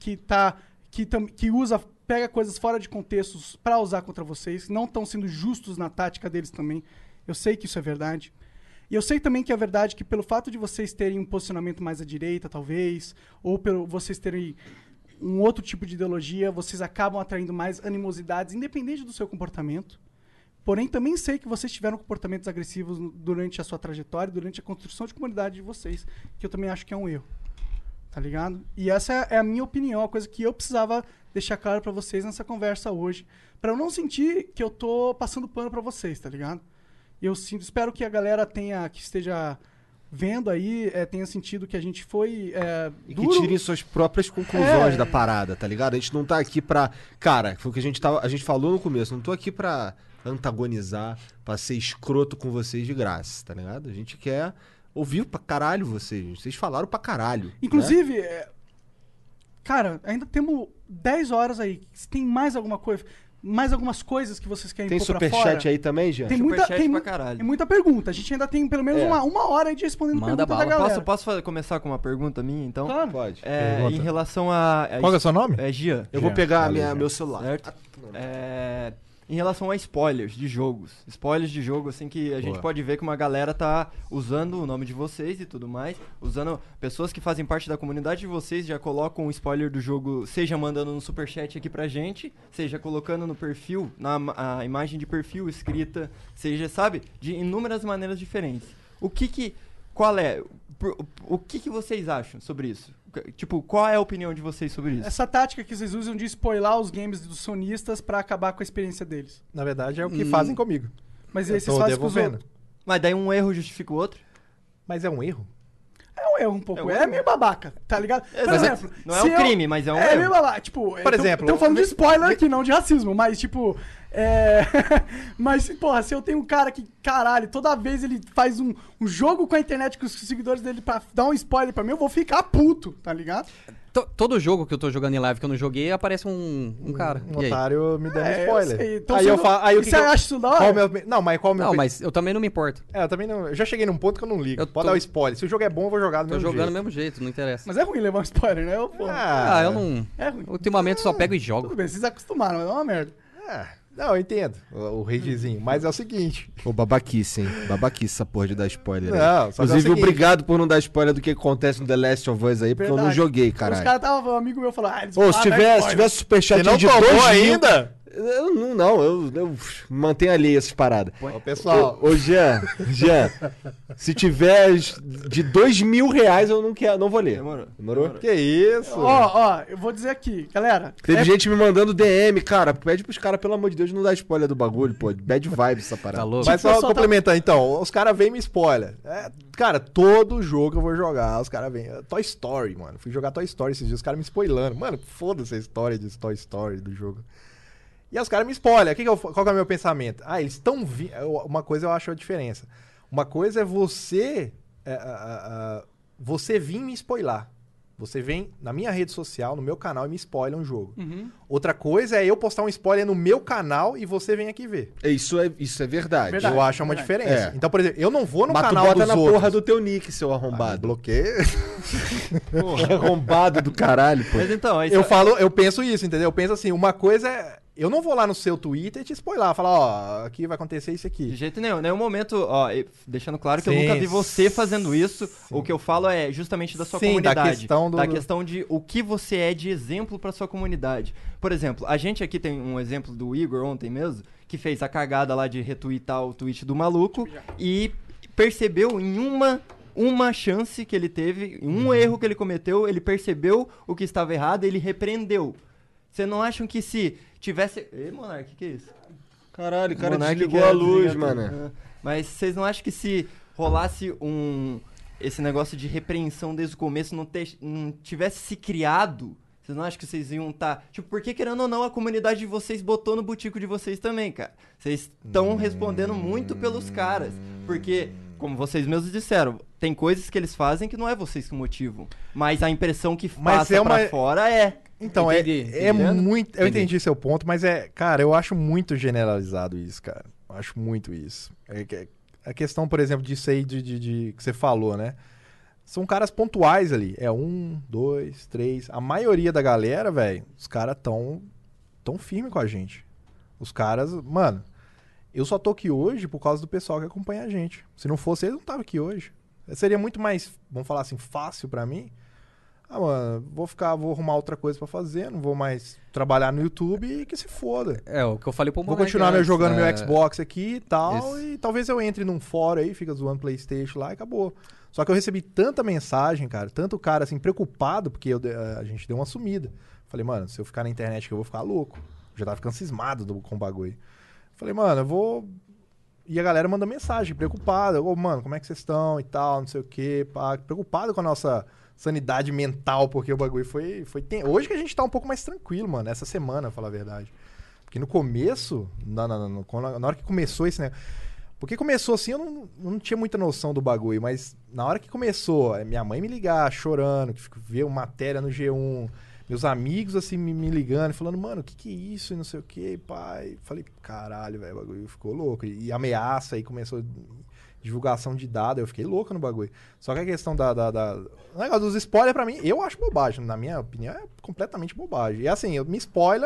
pega coisas fora de contextos pra usar contra vocês. Não estão sendo justos na tática deles também. Eu sei que isso é verdade. E eu sei também que é verdade que pelo fato de vocês terem um posicionamento mais à direita, talvez, ou pelo vocês terem um outro tipo de ideologia, vocês acabam atraindo mais animosidades, independente do seu comportamento. Porém, também sei que vocês tiveram comportamentos agressivos durante a sua trajetória, durante a construção de comunidade de vocês, que eu também acho que é um erro. tá ligado? E essa é a minha opinião, a coisa que eu precisava deixar claro pra vocês nessa conversa hoje, pra eu não sentir que eu tô passando pano pra vocês, tá ligado? Eu espero que a galera que esteja vendo aí, tenha sentido que a gente foi E duro. que tirem suas próprias conclusões da parada, tá ligado? A gente não tá aqui pra... Cara, foi o que a gente falou no começo, não tô aqui pra antagonizar, pra ser escroto com vocês de graça, tá ligado? A gente quer ouvir pra caralho vocês. Vocês falaram pra caralho. Inclusive, cara, ainda temos 10 horas aí. Se tem mais alguma coisa, mais algumas coisas que vocês querem Tem pôr pra fora. superchat aí também, Jean? Tem muita pergunta. A gente ainda tem pelo menos uma hora aí de respondendo pergunta da galera. Posso começar com uma pergunta minha, então? Claro. Pode. Em relação a... Qual é o seu nome? É Gian. Eu vou pegar meu celular. Certo? Em relação a spoilers de jogos. Spoilers de jogo, assim, que a gente pode ver que uma galera tá usando o nome de vocês e tudo mais. Usando pessoas que fazem parte da comunidade de vocês, já colocam o spoiler do jogo, seja mandando no superchat aqui pra gente, seja colocando no perfil, a imagem de perfil escrita, seja, sabe? De inúmeras maneiras diferentes. O que vocês acham sobre isso? Tipo, qual é a opinião de vocês sobre isso? Essa tática que vocês usam de spoiler os games dos sonistas pra acabar com a experiência deles. Na verdade, é o que fazem comigo. Mas aí vocês fazem com os outros. Mas daí um erro justifica o outro? Mas é um erro? É um erro um pouco. É meio babaca, tá ligado? Por exemplo... Não é um crime, mas é um erro. É meio babaca. Tipo, por exemplo... Estamos falando de spoiler aqui, não de racismo, mas tipo... Mas, porra, se eu tenho um cara que, caralho, toda vez ele faz um jogo com a internet, com os seguidores dele pra dar um spoiler pra mim, eu vou ficar puto, tá ligado? Todo jogo que eu tô jogando em live que eu não joguei, aparece um cara. Um otário me dando spoiler. Eu sei. Então, aí eu falo... Aí você acha isso da hora? Não, mas qual o meu... Não, mas eu também não me importo. Eu também não... Eu já cheguei num ponto que eu não ligo. Pode dar o spoiler. Se o jogo é bom, eu vou jogar do mesmo jeito. Tô jogando do mesmo jeito, não interessa. Mas é ruim levar um spoiler, né? Eu não... É ruim. Ultimamente só pego e jogo. Tudo bem, vocês acostumaram, mas é uma merda. Não, eu entendo o ragezinho, mas é o seguinte... Ô, babaquice, hein? Babaquice essa porra de dar spoiler aí. Não, só inclusive, que é o seguinte... obrigado por não dar spoiler do que acontece no The Last of Us aí, porque eu não joguei, caralho. Os caras estavam... Um amigo meu falou... eles Ô, se tivesse superchat de 2 mil... ainda? Eu mantenho ali essas paradas. Ô, pessoal... Ô, Jean, se tiver de R$2.000, eu não vou ler. Demorou? Que isso? Ó, eu vou dizer aqui, galera. Teve gente me mandando DM, cara. Pede pros caras, pelo amor de Deus, não dar spoiler do bagulho, pô. Bad vibes essa parada. Tá louco? Mas só complementar, então. Os caras vêm e me spoiler. Cara, todo jogo eu vou jogar, os caras vêm. Toy Story, mano. Fui jogar Toy Story esses dias, os caras me spoilando. Mano, foda-se a história de Toy Story do jogo. E aí os caras me spoilem. Qual que é o meu pensamento? Eles estão... Uma coisa eu acho a diferença. Uma coisa é você... você vir me spoiler. Você vem na minha rede social, no meu canal e me spoiler um jogo. Uhum. Outra coisa é eu postar um spoiler no meu canal e você vem aqui ver. Isso é verdade. Eu acho uma diferença. Então, por exemplo, eu não vou no canal bota dos na outros. porra do teu nick, seu arrombado. Bloqueia. Arrombado do caralho, pô. Mas então... Eu penso isso, entendeu? Eu penso assim, uma coisa é... Eu não vou lá no seu Twitter e te spoiler, falar, ó, aqui vai acontecer isso aqui. De jeito nenhum. Nenhum momento, ó, deixando claro que eu nunca vi você fazendo isso. Sim. O que eu falo é justamente da sua comunidade. Da questão de o que você é de exemplo pra sua comunidade. Por exemplo, a gente aqui tem um exemplo do Igor ontem mesmo, que fez a cagada lá de retweetar o tweet do maluco e percebeu em uma chance que ele teve, em erro que ele cometeu, ele percebeu o que estava errado e ele repreendeu. Vocês não acham que se tivesse... Ei, Monark, que é isso? Caralho, o cara desligou a luz, mano. Mas vocês não acham que se rolasse esse negócio de repreensão desde o começo, não tivesse se criado, vocês não acham que vocês iam estar... Tipo, porque querendo ou não, a comunidade de vocês botou no butico de vocês também, cara. Vocês estão respondendo muito pelos caras. Porque, como vocês mesmos disseram, tem coisas que eles fazem que não é vocês que motivam. Mas a impressão que passa pra fora é... Então, é muito... Eu entendi seu ponto, mas cara, eu acho muito generalizado isso, cara. Eu acho muito isso. A questão, por exemplo, disso aí que você falou, né? São caras pontuais ali. É 1, 2, 3. A maioria da galera, velho, os caras tão firme com a gente. Os caras... Mano, eu só tô aqui hoje por causa do pessoal que acompanha a gente. Se não fosse eles, não tava aqui hoje. Seria muito mais, vamos falar assim, fácil pra mim. Mano, vou arrumar outra coisa pra fazer, não vou mais trabalhar no YouTube e que se foda. O que eu falei pro Vou continuar jogando meu Xbox aqui e tal, e talvez eu entre num fórum aí, fica zoando PlayStation lá e acabou. Só que eu recebi tanta mensagem, cara, tanto cara, assim, preocupado, porque a gente deu uma sumida. Falei, mano, se eu ficar na internet que eu vou ficar louco. Já tava ficando cismado com o bagulho. Falei, mano, eu vou... E a galera manda mensagem, preocupada. Ô, mano, como é que vocês estão e tal, não sei o quê. Pá. Preocupado com a nossa sanidade mental, porque o bagulho foi... Hoje que a gente tá um pouco mais tranquilo, mano, essa semana, pra falar a verdade. Porque no começo, na hora que começou esse negócio... Porque começou assim, eu não tinha muita noção do bagulho, mas na hora que começou, minha mãe me ligar, chorando, que viu matéria no G1, meus amigos assim me ligando, falando, mano, o que é isso e não sei o que, pai. Falei, caralho, velho, o bagulho ficou louco. E ameaça, aí começou divulgação de dados, eu fiquei louco no bagulho. Só que a questão o negócio dos spoilers, pra mim, eu acho bobagem. Na minha opinião, é completamente bobagem. E assim, eu me spoiler...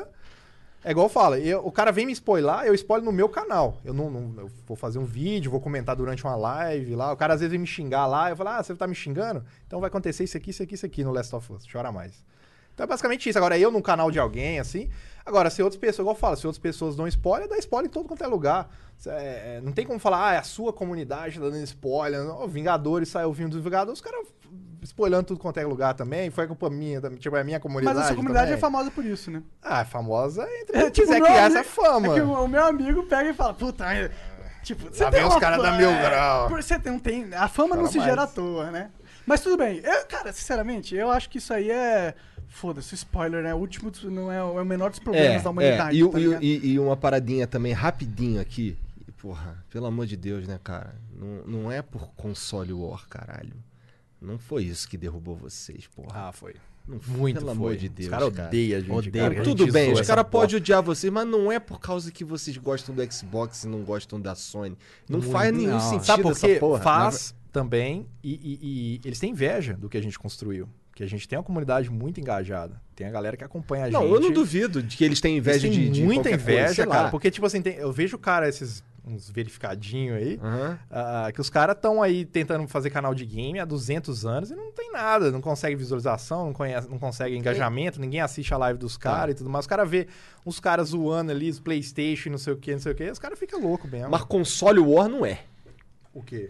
É igual eu falo, o cara vem me spoiler, eu spoiler no meu canal. Eu eu vou fazer um vídeo, vou comentar durante uma live lá. O cara às vezes vem me xingar lá, eu falo, você tá me xingando? Então vai acontecer isso aqui no Last of Us, chora mais. Então é basicamente isso. Agora, eu num canal de alguém, assim... Agora, se outras pessoas, igual eu falo, se outras pessoas dão spoiler, dá spoiler em todo quanto é lugar. Não tem como falar, é a sua comunidade tá dando spoiler. O Vingadores saiu vindo dos Vingadores, os caras spoilando tudo quanto é lugar também. Foi culpa minha, tipo, é a minha comunidade. Mas a sua comunidade também. É famosa por isso, né? É famosa entre quem quiser criar essa fama. É que o meu amigo pega e fala, puta, tipo, você lá tem vem os caras da Mil Grau. Você não tem... A fama não se gera à toa, né? Mas tudo bem. Cara, sinceramente, eu acho que isso aí é... Foda-se, spoiler, né? O último não é o menor dos problemas da humanidade. E uma paradinha também, rapidinho aqui. Porra, pelo amor de Deus, né, cara? Não é por console war, caralho. Não foi isso que derrubou vocês, porra. Ah, foi. Não, muito pelo foi. amor de Deus, Os caras odeiam a gente. Odeio. Cara, Tudo bem, os caras podem porra. odiar vocês, mas não é por causa que vocês gostam do Xbox e não gostam da Sony. Não faz nenhum sentido. Sabe por quê? Essa porra. Faz também, e eles têm inveja do que a gente construiu. Que a gente tem uma comunidade muito engajada. Tem a galera que acompanha a gente. Não, eu não duvido de que eles tenham inveja de muita inveja, coisa, cara. Porque, tipo assim, eu vejo, cara, uns verificadinhos aí, que os caras estão aí tentando fazer canal de game há 200 anos e não tem nada. Não consegue visualização, não consegue engajamento, ninguém assiste a live dos caras e tudo mais. Os caras vê uns caras zoando ali, os PlayStation, não sei o que, os caras ficam loucos mesmo. Mas console war não é. O quê?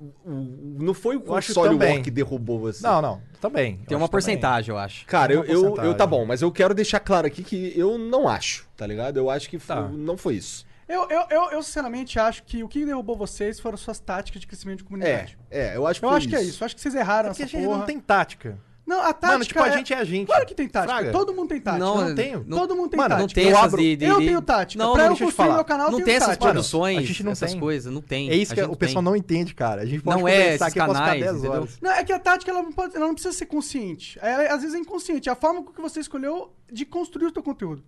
Não foi o console war que derrubou você. Não, também. Tem uma porcentagem, eu acho. Cara, eu tá bom, mas eu quero deixar claro aqui que eu não acho, tá ligado? Eu acho que não foi isso. Eu sinceramente acho que o que derrubou vocês foram suas táticas de crescimento de comunidade. Eu acho que foi isso. Que é isso. Eu acho que vocês erraram essa porque a gente porra. não tem tática. Não, a tática. Mano, tipo, a gente é a gente. Claro que tem tática. Fraga. Todo mundo tem tática. Não tenho. Todo mundo tem Mano, tática. não tem essas Eu tenho tática. Não, pra eu deixa eu te construir falar. meu canal, não eu tem tenho essas tática. produções, a gente não essas tem. coisas, não tem. É isso que o pessoal não entende, cara. A gente pode não conversar esses aqui, eu posso ficar canais, 10 entendeu? horas. Não, é que a tática ela não precisa ser consciente. Às vezes é inconsciente. É a forma que você escolheu de construir o seu conteúdo.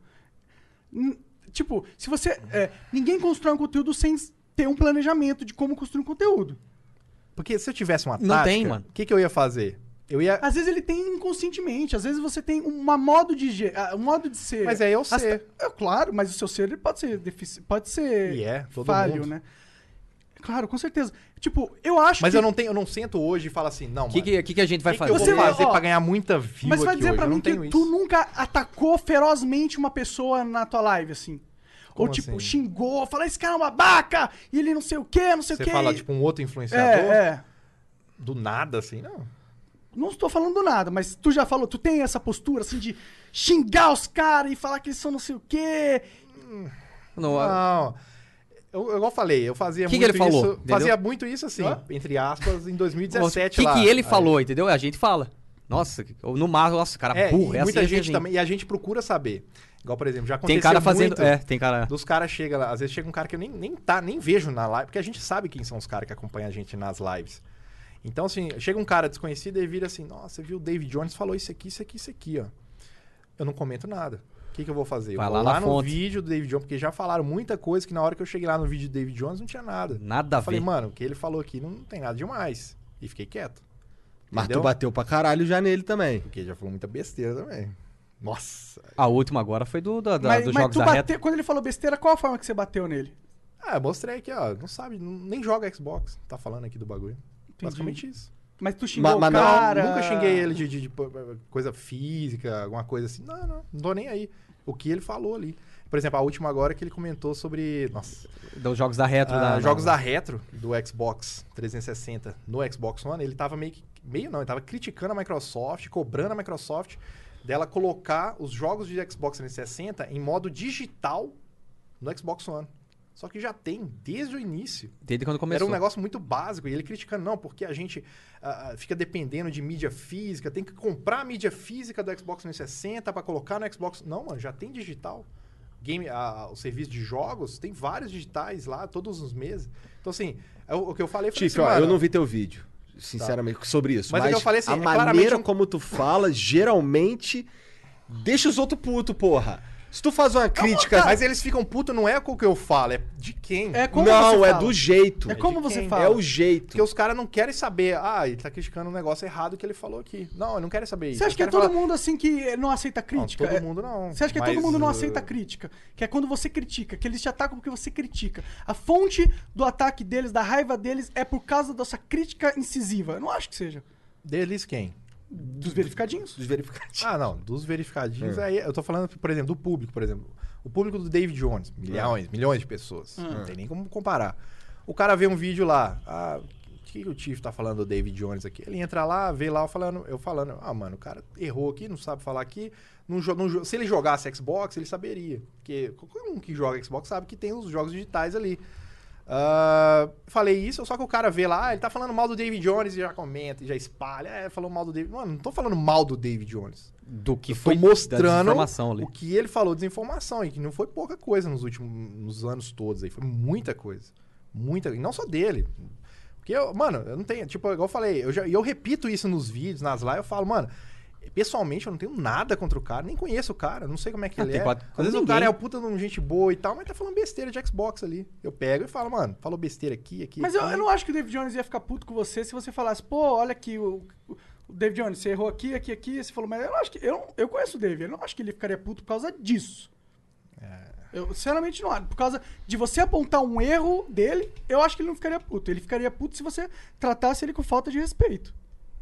Tipo, se você... ninguém constrói um conteúdo sem ter um planejamento de como construir um conteúdo. Porque se eu tivesse uma Não tática, tem, mano. o que eu ia fazer? Às vezes ele tem inconscientemente. Às vezes você tem um modo de ser. Mas é o ser. Claro, mas o seu ser ele pode ser pode ser todo falho, mundo. né? Claro, com certeza. Tipo, eu acho Mas que... eu não sento hoje e falo assim, não, mano. O que a gente vai fazer? O que eu vou fazer pra ganhar muita view Mas vai aqui dizer hoje? pra Eu mim não que tenho tu isso. nunca atacou ferozmente uma pessoa na tua live, assim. Como Ou, tipo, assim? xingou, falou, esse cara é uma babaca, e ele não sei o quê, não sei o quê. Você fala, tipo, um outro influenciador? É. Do nada, assim, não. Não estou falando nada, mas tu já falou, tu tem essa postura, assim, de xingar os caras e falar que eles são não sei o quê. Não. Igual eu falei, eu fazia muito que ele falou, isso. entendeu? Fazia muito isso, assim, entre aspas, em 2017 O lá. que ele falou, entendeu? A gente fala. Nossa, no mar, nossa, cara burro. E muita assim, gente também. E a gente procura saber. Igual, por exemplo, já aconteceu tem cara fazendo. muito Tem cara. dos caras chega lá. Às vezes chega um cara que eu nem vejo na live, porque a gente sabe quem são os caras que acompanham a gente nas lives. Então, assim, chega um cara desconhecido e vira assim: nossa, você viu o David Jones falou isso aqui, ó. Eu não comento nada. O que eu vou fazer? Vai eu vou lá lá na no fonte. vídeo do David Jones, porque já falaram muita coisa que na hora que eu cheguei lá no vídeo do David Jones não tinha nada. Nada a Eu falei, ver. mano, o que ele falou aqui não tem nada demais. E fiquei quieto. Mas Entendeu? tu bateu pra caralho já nele também. Porque já falou muita besteira também. Nossa. A última agora foi dos Mas Jogos tu da Reta. quando ele falou besteira, qual a forma que você bateu nele? Ah, eu mostrei aqui, ó. Não sabe, nem joga Xbox. Tá falando aqui do bagulho. Basicamente isso. Mas tu xingou Mas o cara... Não, nunca xinguei ele de coisa física, alguma coisa assim. Não tô nem aí. O que ele falou ali. Por exemplo, a última agora que ele comentou sobre... Nossa. Dos jogos da Retro. Jogos da Retro do Xbox 360 no Xbox One. Ele tava ele tava criticando a Microsoft, cobrando a Microsoft dela colocar os jogos de Xbox 360 em modo digital no Xbox One. Só que já tem, desde o início. Desde quando começou. Era um negócio muito básico. E ele criticando, não, porque a gente fica dependendo de mídia física, tem que comprar a mídia física do Xbox 360 para colocar no Xbox... Não, mano, já tem digital. O serviço de jogos, tem vários digitais lá, todos os meses. Então, assim, o que eu falei... Tiff, ó, eu não vi teu vídeo, sinceramente, sobre isso. Mas o que eu falei, assim, a maneira como tu fala, geralmente, deixa os outros putos, porra. Se tu faz uma crítica... Mas eles ficam putos, não é com o que eu falo, é de quem? É como não, você é fala. do jeito. É como você fala. É o jeito. Porque os caras não querem saber, ele tá criticando um negócio errado que ele falou aqui. Não, eu não quero saber isso. Você acha que é todo mundo assim que não aceita crítica? Não, todo mundo não. Você acha que todo mundo não aceita crítica? Que é quando você critica, que eles te atacam porque você critica. A fonte do ataque deles, da raiva deles, é por causa da sua crítica incisiva. Eu não acho que seja. Deles quem? Dos verificadinhos. Dos verificadinhos. Não, dos verificadinhos. Aí eu tô falando, por exemplo, do público, por exemplo. O público do David Jones, milhões de pessoas. Não tem nem como comparar. O cara vê um vídeo lá, o que o Tiff tá falando do David Jones aqui? Ele entra lá, vê lá eu falando, mano, o cara errou aqui, não sabe falar aqui. Se ele jogasse Xbox, ele saberia. Porque qualquer um que joga Xbox sabe que tem os jogos digitais ali. Falei isso, só que o cara vê lá, ele tá falando mal do David Jones e já comenta, e já espalha. Falou mal do David. Mano, não tô falando mal do David Jones. Do que foi mostrando o que ele falou, desinformação, e que não foi pouca coisa nos anos todos aí, foi muita coisa. E não só dele. Porque, eu não tenho, tipo, igual eu falei, eu repito isso nos vídeos, nas lives, eu falo, mano, pessoalmente eu não tenho nada contra o cara, nem conheço o cara, não sei como é que ele é. Às vezes o cara é o puta de um gente boa e tal, mas tá falando besteira de Xbox ali. Eu pego e falo, mano, falou besteira aqui. Mas eu não acho que o David Jones ia ficar puto com você se você falasse, pô, olha aqui, o David Jones, você errou aqui, você falou, mas eu não acho que... Eu conheço o David, eu não acho que ele ficaria puto por causa disso. Eu sinceramente não acho. Por causa de você apontar um erro dele, eu acho que ele não ficaria puto. Ele ficaria puto se você tratasse ele com falta de respeito.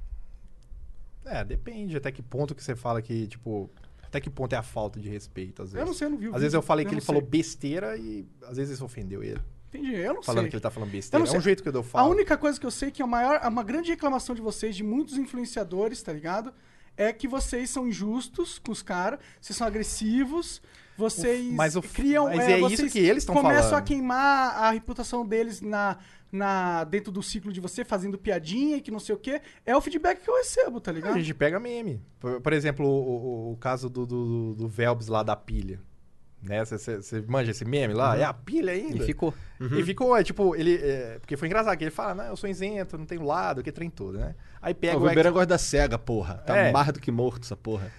Depende até que ponto que você fala que, tipo... Até que ponto é a falta de respeito, às vezes. Eu não sei, eu não vi o Às vezes eu falei que ele falou besteira e às vezes isso ofendeu ele. Entendi, eu não sei. Falando que ele tá falando besteira. É um jeito que eu falo. A única coisa que eu sei que é uma grande reclamação de vocês, de muitos influenciadores, tá ligado? É que vocês são injustos com os caras, vocês são agressivos, vocês criam... Mas é isso que eles estão falando. Começam a queimar a reputação deles dentro do ciclo de você, fazendo piadinha e que não sei o quê. É o feedback que eu recebo, tá ligado? A gente pega meme. Por exemplo, o caso do Velbs lá da pilha. Né? Você manja esse meme lá? É a pilha ainda? E ficou. E ficou, tipo, ele... porque foi engraçado, que ele fala, não, eu sou isento, não tenho lado, que trem todo, né? Aí pega o Weber gosta da SEGA, porra. Tá mais do que morto essa porra.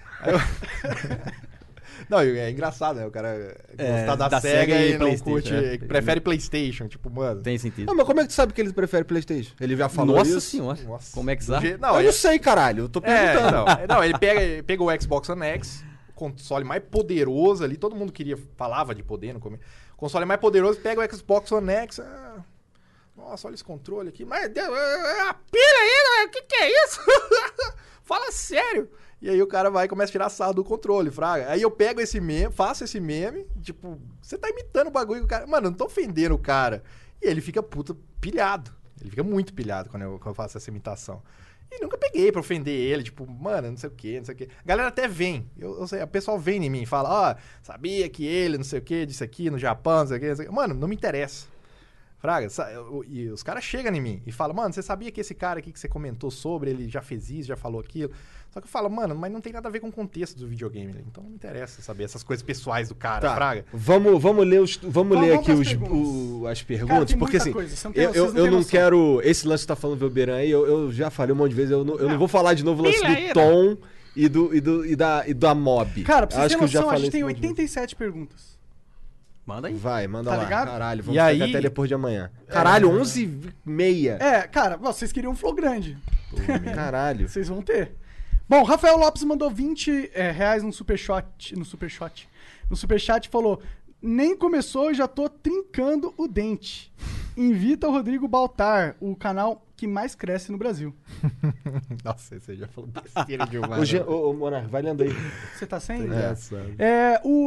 Não, é engraçado, né? O cara gostar da SEGA e não curte... Prefere PlayStation, tipo, mano... Tem sentido. Não, mas como é que tu sabe que ele prefere PlayStation? Ele já falou isso? Nossa senhora. Nossa. Como é que sabe? Eu não sei, caralho. Eu tô perguntando. Não, ele pega o Xbox One X, o console mais poderoso ali, todo mundo falava de poder no começo. O console mais poderoso, pega o Xbox One X... Nossa, olha esse controle aqui. Mas a pilha aí, o que é isso? Fala sério. E aí o cara vai e começa a tirar sarro do controle, fraga. Aí eu pego esse meme, faço esse meme, tipo, você tá imitando o bagulho que o cara... Mano, eu não tô ofendendo o cara. E ele fica pilhado. Ele fica muito pilhado quando eu faço essa imitação. E nunca peguei pra ofender ele, tipo, mano, não sei o quê. A galera até vem. Eu sei, o pessoal vem em mim e fala, sabia que ele, não sei o quê, disse aqui no Japão, não sei o quê, não sei o quê. Mano, não me interessa. Fraga, e os caras chegam em mim e falam, mano, você sabia que esse cara aqui que você comentou sobre, ele já fez isso, já falou aquilo? Só que eu falo, mano, mas não tem nada a ver com o contexto do videogame, então não me interessa saber essas coisas pessoais do cara, Fraga. Vamos ler aqui as perguntas, cara, porque assim, eu não quero... Esse lance que tá falando do Velberan aí, eu já falei um monte de vezes, eu não vou falar de novo o lance do Tom e da Mob. Cara, pra vocês terem noção, a gente tem 87 perguntas. Manda aí. Vai, manda tá lá. Ligado? Caralho, vamos pegar até depois de amanhã. Caralho, 11h30. Cara, vocês queriam um flow grande. Caralho. Vocês vão ter. Bom, Rafael Lopes mandou 20 reais no superchat. No superchat falou, nem começou e já tô trincando o dente. Invita o Rodrigo Baltar, o canal que mais cresce no Brasil. Nossa, você já falou besteira demais. Ô, Monark, vai lendo aí. Você tá sem? Engraçado. O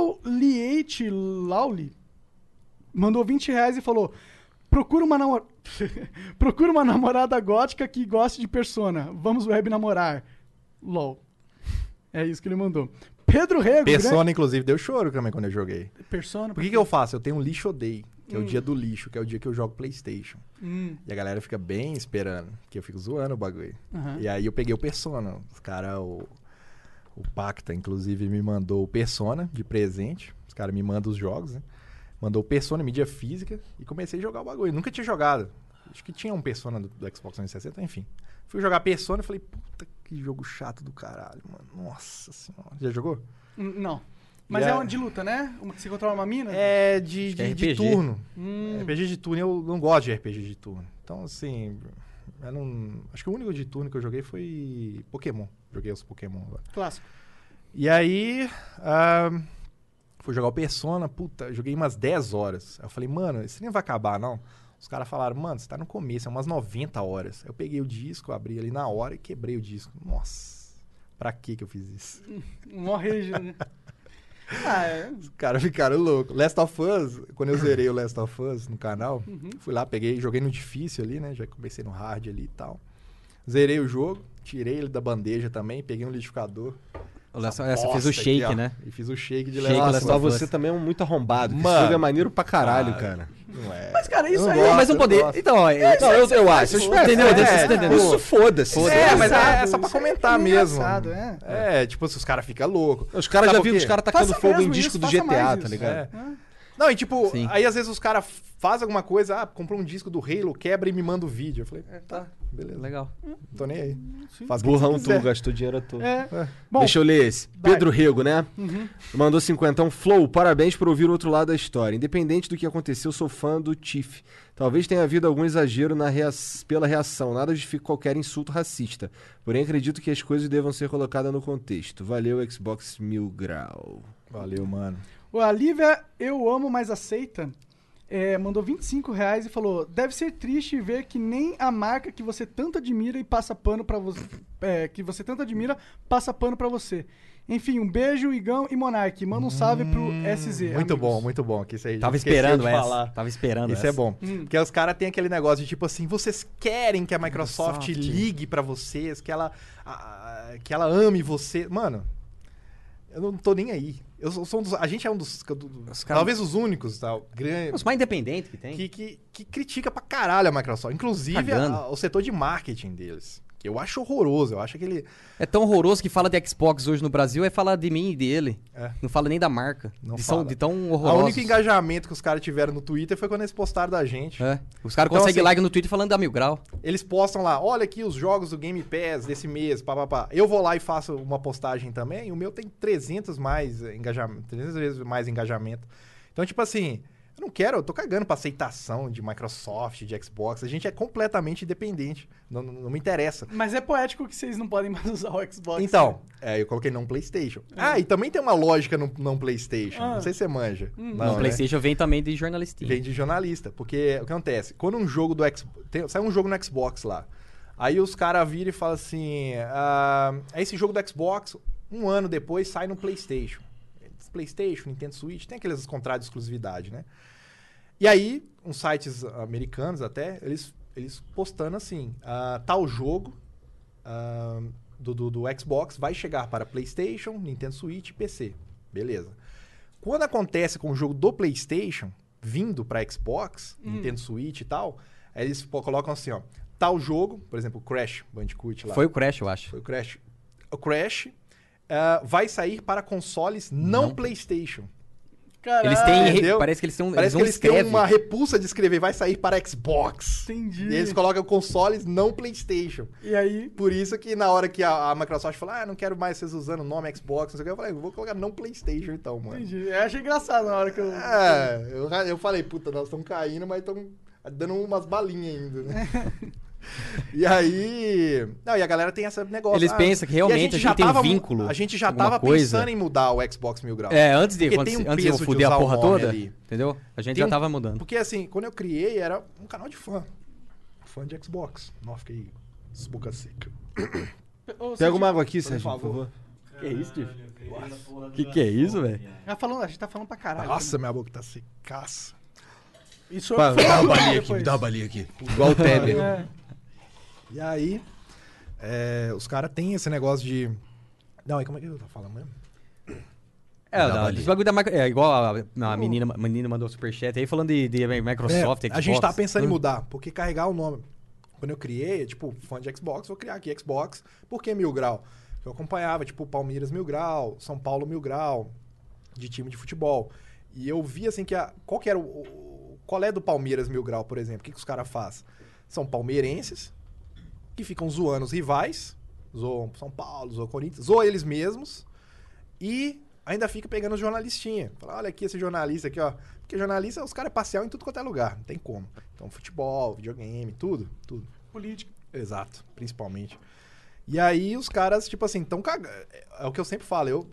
Lauli mandou R$20 e falou: procura uma namorada gótica que goste de Persona. Vamos web namorar. LOL. É isso que ele mandou. Pedro Rego. Persona, inclusive, deu choro também quando eu joguei. Persona. Por que eu faço? Eu tenho um lixo day, que é o dia do lixo, que é o dia que eu jogo PlayStation. E a galera fica bem esperando, que eu fico zoando o bagulho. E aí eu peguei o Persona. Os caras, o Pacta, inclusive, me mandou o Persona de presente. Os caras me mandam os jogos, né? Mandou o Persona em mídia física e comecei a jogar o bagulho. Nunca tinha jogado. Acho que tinha um Persona do Xbox 360, enfim. Fui jogar Persona e falei, puta, que jogo chato do caralho, mano. Nossa senhora. Já jogou? Não. Mas é uma de luta, né? Uma que você controla uma mina? É de turno. RPG de turno. Eu não gosto de RPG de turno. Então, assim, eu não... Acho que o único de turno que eu joguei foi Pokémon. Joguei os Pokémon lá. Clássico. E aí... fui jogar o Persona, puta, joguei umas 10 horas. Aí eu falei, mano, isso nem vai acabar, não. Os caras falaram, mano, você tá no começo, é umas 90 horas. Eu peguei o disco, abri ali na hora e quebrei o disco. Nossa, pra que eu fiz isso? Morre, né? Os caras ficaram loucos. Last of Us, quando eu zerei o Last of Us no canal, fui lá, peguei, joguei no difícil ali, né? Já comecei no hard ali e tal. Zerei o jogo, tirei ele da bandeja também, peguei um liquidificador. Você fez o shake, aqui, né? E fiz o shake de Shake, Last of Us. Você também é muito arrombado. Mano, esse jogo é maneiro pra caralho, cara. Não é. Mas, cara, isso Eu aí... gosto, Mas não poder... Então, eu acho. Entendeu? Isso foda-se. Mas é só pra comentar mesmo. É, tipo, se os caras ficam loucos. Os caras já viram os caras tacando Faça fogo em mesmo disco isso, do faça GTA, mais tá isso. ligado? Não, e tipo, Sim. aí às vezes os caras fazem alguma coisa, comprou um disco do Halo, quebra e me manda o vídeo. Eu falei, tá, beleza. Legal. Não tô nem aí. Faz Burrão tu, gastou dinheiro todo. Bom, Deixa eu ler esse. Pedro Rego, né? Mandou 50. Flow, parabéns por ouvir o outro lado da história. Independente do que aconteceu, sou fã do Tiff. Talvez tenha havido algum exagero pela reação. Nada justifica qualquer insulto racista. Porém, acredito que as coisas devam ser colocadas no contexto. Valeu, Xbox 1000 grau. Valeu, mano. A Lívia, eu amo, mas aceita, mandou R$25 e falou: deve ser triste ver que nem a marca que você tanto admira e passa pano pra você. Passa pano pra você. Enfim, um beijo, Igão e Monark. Manda um salve pro SZ. Muito bom, muito bom. Que isso aí Tava esqueceu esperando de essa. falar. Tava esperando Isso essa. é bom. Porque os caras têm aquele negócio de tipo assim, vocês querem que a Microsoft ligue pra vocês, que ela ame você. Mano, eu não tô nem aí. A gente é um dos talvez os únicos, Os mais independentes que tem. Que critica pra caralho a Microsoft. Inclusive o setor de marketing deles. Que eu acho horroroso. Eu acho que ele... É tão horroroso que fala de Xbox hoje no Brasil é falar de mim e dele. Não fala nem da marca. De tão horroroso. O único engajamento que os caras tiveram no Twitter foi quando eles postaram da gente. Os caras conseguem like no Twitter falando da 1000 grau. Eles postam lá, olha aqui os jogos do Game Pass desse mês, papapá. Eu vou lá e faço uma postagem também, e o meu tem 300 vezes mais engajamento. Então, tipo assim, eu tô cagando pra aceitação de Microsoft, de Xbox. A gente é completamente independente. Não me interessa. Mas é poético que vocês não podem mais usar o Xbox. Então, eu coloquei não PlayStation. E também tem uma lógica no não PlayStation. Não sei se você manja. Não, PlayStation vem também de jornalistinha. Vem de jornalista. Porque o que acontece? Quando um jogo do Xbox... Sai um jogo no Xbox lá. Aí os caras viram e falam assim... esse jogo do Xbox, um ano depois, sai no PlayStation. PlayStation, Nintendo Switch, tem aqueles contratos de exclusividade, né? E aí, uns sites americanos até, eles postando assim, tal jogo do Xbox vai chegar para PlayStation, Nintendo Switch e PC. Beleza. Quando acontece com o jogo do PlayStation, vindo para Xbox, Nintendo Switch e tal, aí eles colocam assim, ó, tal jogo, por exemplo, o Crash Bandicoot lá. Foi o Crash, eu acho. Foi o Crash. O Crash... vai sair para consoles não PlayStation. Caralho. Eles têm... Parece que eles têm eles têm uma repulsa de escrever vai sair para Xbox. Entendi. E eles colocam consoles não PlayStation. E aí? Por isso que na hora que a Microsoft falou, não quero mais vocês usando o nome Xbox, não sei o que, eu falei, vou colocar não PlayStation então, mano. Entendi. Eu achei engraçado na hora que eu... Eu falei, puta, nós estamos caindo, mas estamos dando umas balinhas ainda, né? E aí... Não, e a galera tem esse negócio. Eles pensam que realmente a gente tem um vínculo. A gente já tava pensando em mudar o Xbox 1000 graus. Antes de eu fuder a porra toda, ali. Entendeu? A gente já tava mudando. Porque assim, quando eu criei, era um canal de fã. fã de Xbox. Nossa, fiquei boca seca. Pega uma água aqui, Sérgio, por favor. Que isso, Tiff? Que é isso, velho? A gente tá falando pra caralho. Nossa, minha boca tá secaça. Isso Pá, me dá uma balinha aqui, me dá uma balinha aqui. Igual o Temer. E aí, os caras têm esse negócio de... Não, aí como é que eu tô falando mesmo? Esse bagulho da igual a menina mandou superchat aí falando de Microsoft, Xbox. A gente tá pensando em mudar, porque carregar o nome. Quando eu criei, tipo, fã de Xbox, vou criar aqui Xbox. Por que 1000 Grau? Eu acompanhava, tipo, Palmeiras 1000 Grau, São Paulo 1000 Grau, de time de futebol. E eu vi, assim, que qual que era qual é do Palmeiras 1000 Grau, por exemplo? O que os caras fazem? São palmeirenses que ficam zoando os rivais, zoam São Paulo, zoam Corinthians, zoam eles mesmos e ainda fica pegando os jornalistinha. Fala, olha aqui esse jornalista aqui, ó. Porque jornalista, os caras é parcial em tudo quanto é lugar, não tem como. Então, futebol, videogame, tudo. Política. Exato, principalmente. E aí os caras, tipo assim, tão cagando. É o que eu sempre falo,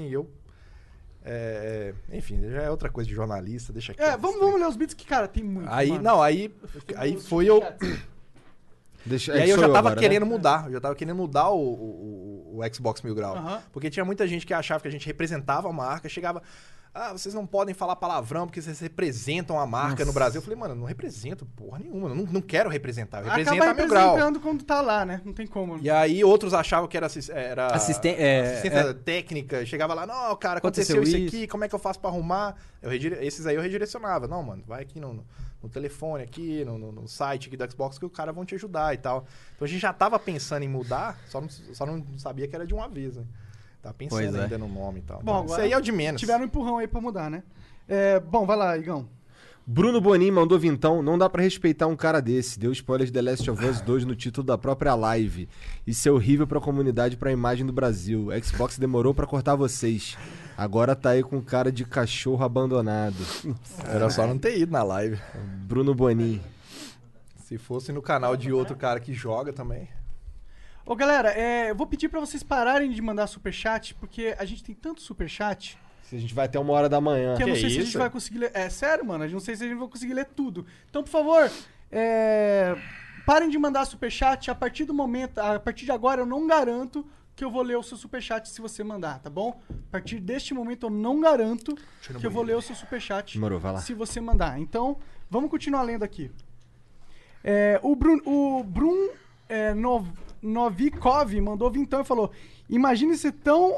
enfim, já é outra coisa de jornalista, deixa aqui. Vamos ler os beats que, cara, tem muito. Aí, mano. não, aí foi eu... E aí eu já tava agora, querendo né? mudar. Eu já tava querendo mudar o Xbox 1000 Grau. Aham. Porque tinha muita gente que achava que a gente representava a marca, chegava... vocês não podem falar palavrão porque vocês representam a marca no Brasil. Eu falei, mano, eu não represento porra nenhuma. Eu não quero representar. Eu represento Acaba a 1000 Grau. representando quando tá lá, né? Não tem como. E aí outros achavam que era assistência assistência técnica. Chegava lá, não, cara, aconteceu isso aqui, como é que eu faço pra arrumar? Esses aí eu redirecionava. Não, mano, vai aqui no telefone, aqui, no site aqui do Xbox que os caras vão te ajudar e tal. Então a gente já tava pensando em mudar, só não sabia que era de uma vez, né? Tá pensando ainda no nome e tal. Bom, então, isso aí é o de menos. Tiveram um empurrão aí pra mudar, né? Bom, vai lá, Igão. Bruno Bonin mandou vintão. Não dá pra respeitar um cara desse. Deu spoiler de The Last of Us 2 no título da própria live. Isso é horrível pra comunidade e pra imagem do Brasil. Xbox demorou pra cortar vocês. Agora tá aí com cara de cachorro abandonado. Era só não ter ido na live. Bruno Bonin. Se fosse no canal de outro cara que joga também... Ô, galera, eu vou pedir pra vocês pararem de mandar superchat, porque a gente tem tanto superchat... A gente vai até 1h da manhã. Que eu não sei se a gente vai conseguir ler... sério, mano, eu não sei se a gente vai conseguir ler tudo. Então, por favor, parem de mandar superchat. A partir de agora, eu não garanto que eu vou ler o seu superchat se você mandar, tá bom? A partir deste momento, eu não garanto que eu vou ler o seu superchat se você mandar. Então, vamos continuar lendo aqui. O Bruno Novikov mandou vintão e falou: imagine ser tão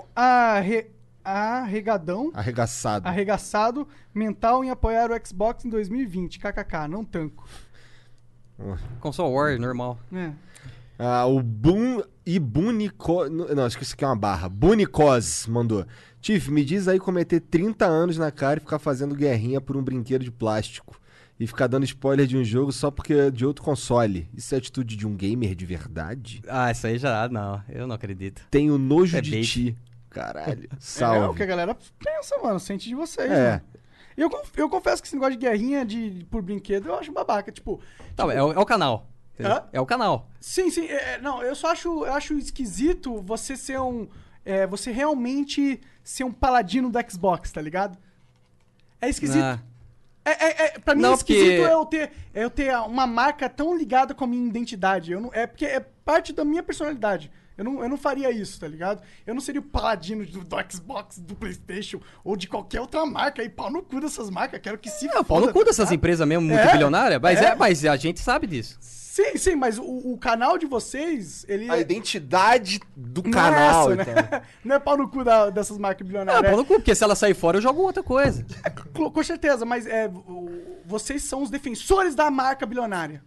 arregaçado mental em apoiar o Xbox em 2020. KKK, não tanco. Console War, normal. O Bunico... Não, acho que isso aqui é uma barra. Bunicos mandou. Tiff, me diz aí como é ter 30 anos na cara e ficar fazendo guerrinha por um brinquedo de plástico. E ficar dando spoiler de um jogo só porque é de outro console. Isso é atitude de um gamer de verdade? Isso aí já... Não, eu não acredito. Tenho nojo de ti. Caralho. Salve. É o que a galera pensa, mano. Sente de vocês, mano. Eu confesso que esse negócio de guerrinha por brinquedo eu acho babaca. Não, é o canal. É o canal. Sim. Não, eu acho esquisito você ser você realmente ser um paladino do Xbox, tá ligado? É esquisito. Pra mim, esquisito é eu ter uma marca tão ligada com a minha identidade. Porque é parte da minha personalidade. Eu não faria isso, tá ligado? Eu não seria o paladino do Xbox, do PlayStation ou de qualquer outra marca. E pau no cu dessas marcas. Quero que se foda. Pau no cu dessas empresas mesmo, multibilionárias. Mas a gente sabe disso. Sim, mas o canal de vocês, ele... A identidade do canal, então. Não é pau no cu dessas marcas bilionárias. Pau no cu, porque se ela sair fora, eu jogo outra coisa. Com certeza, mas vocês são os defensores da marca bilionária.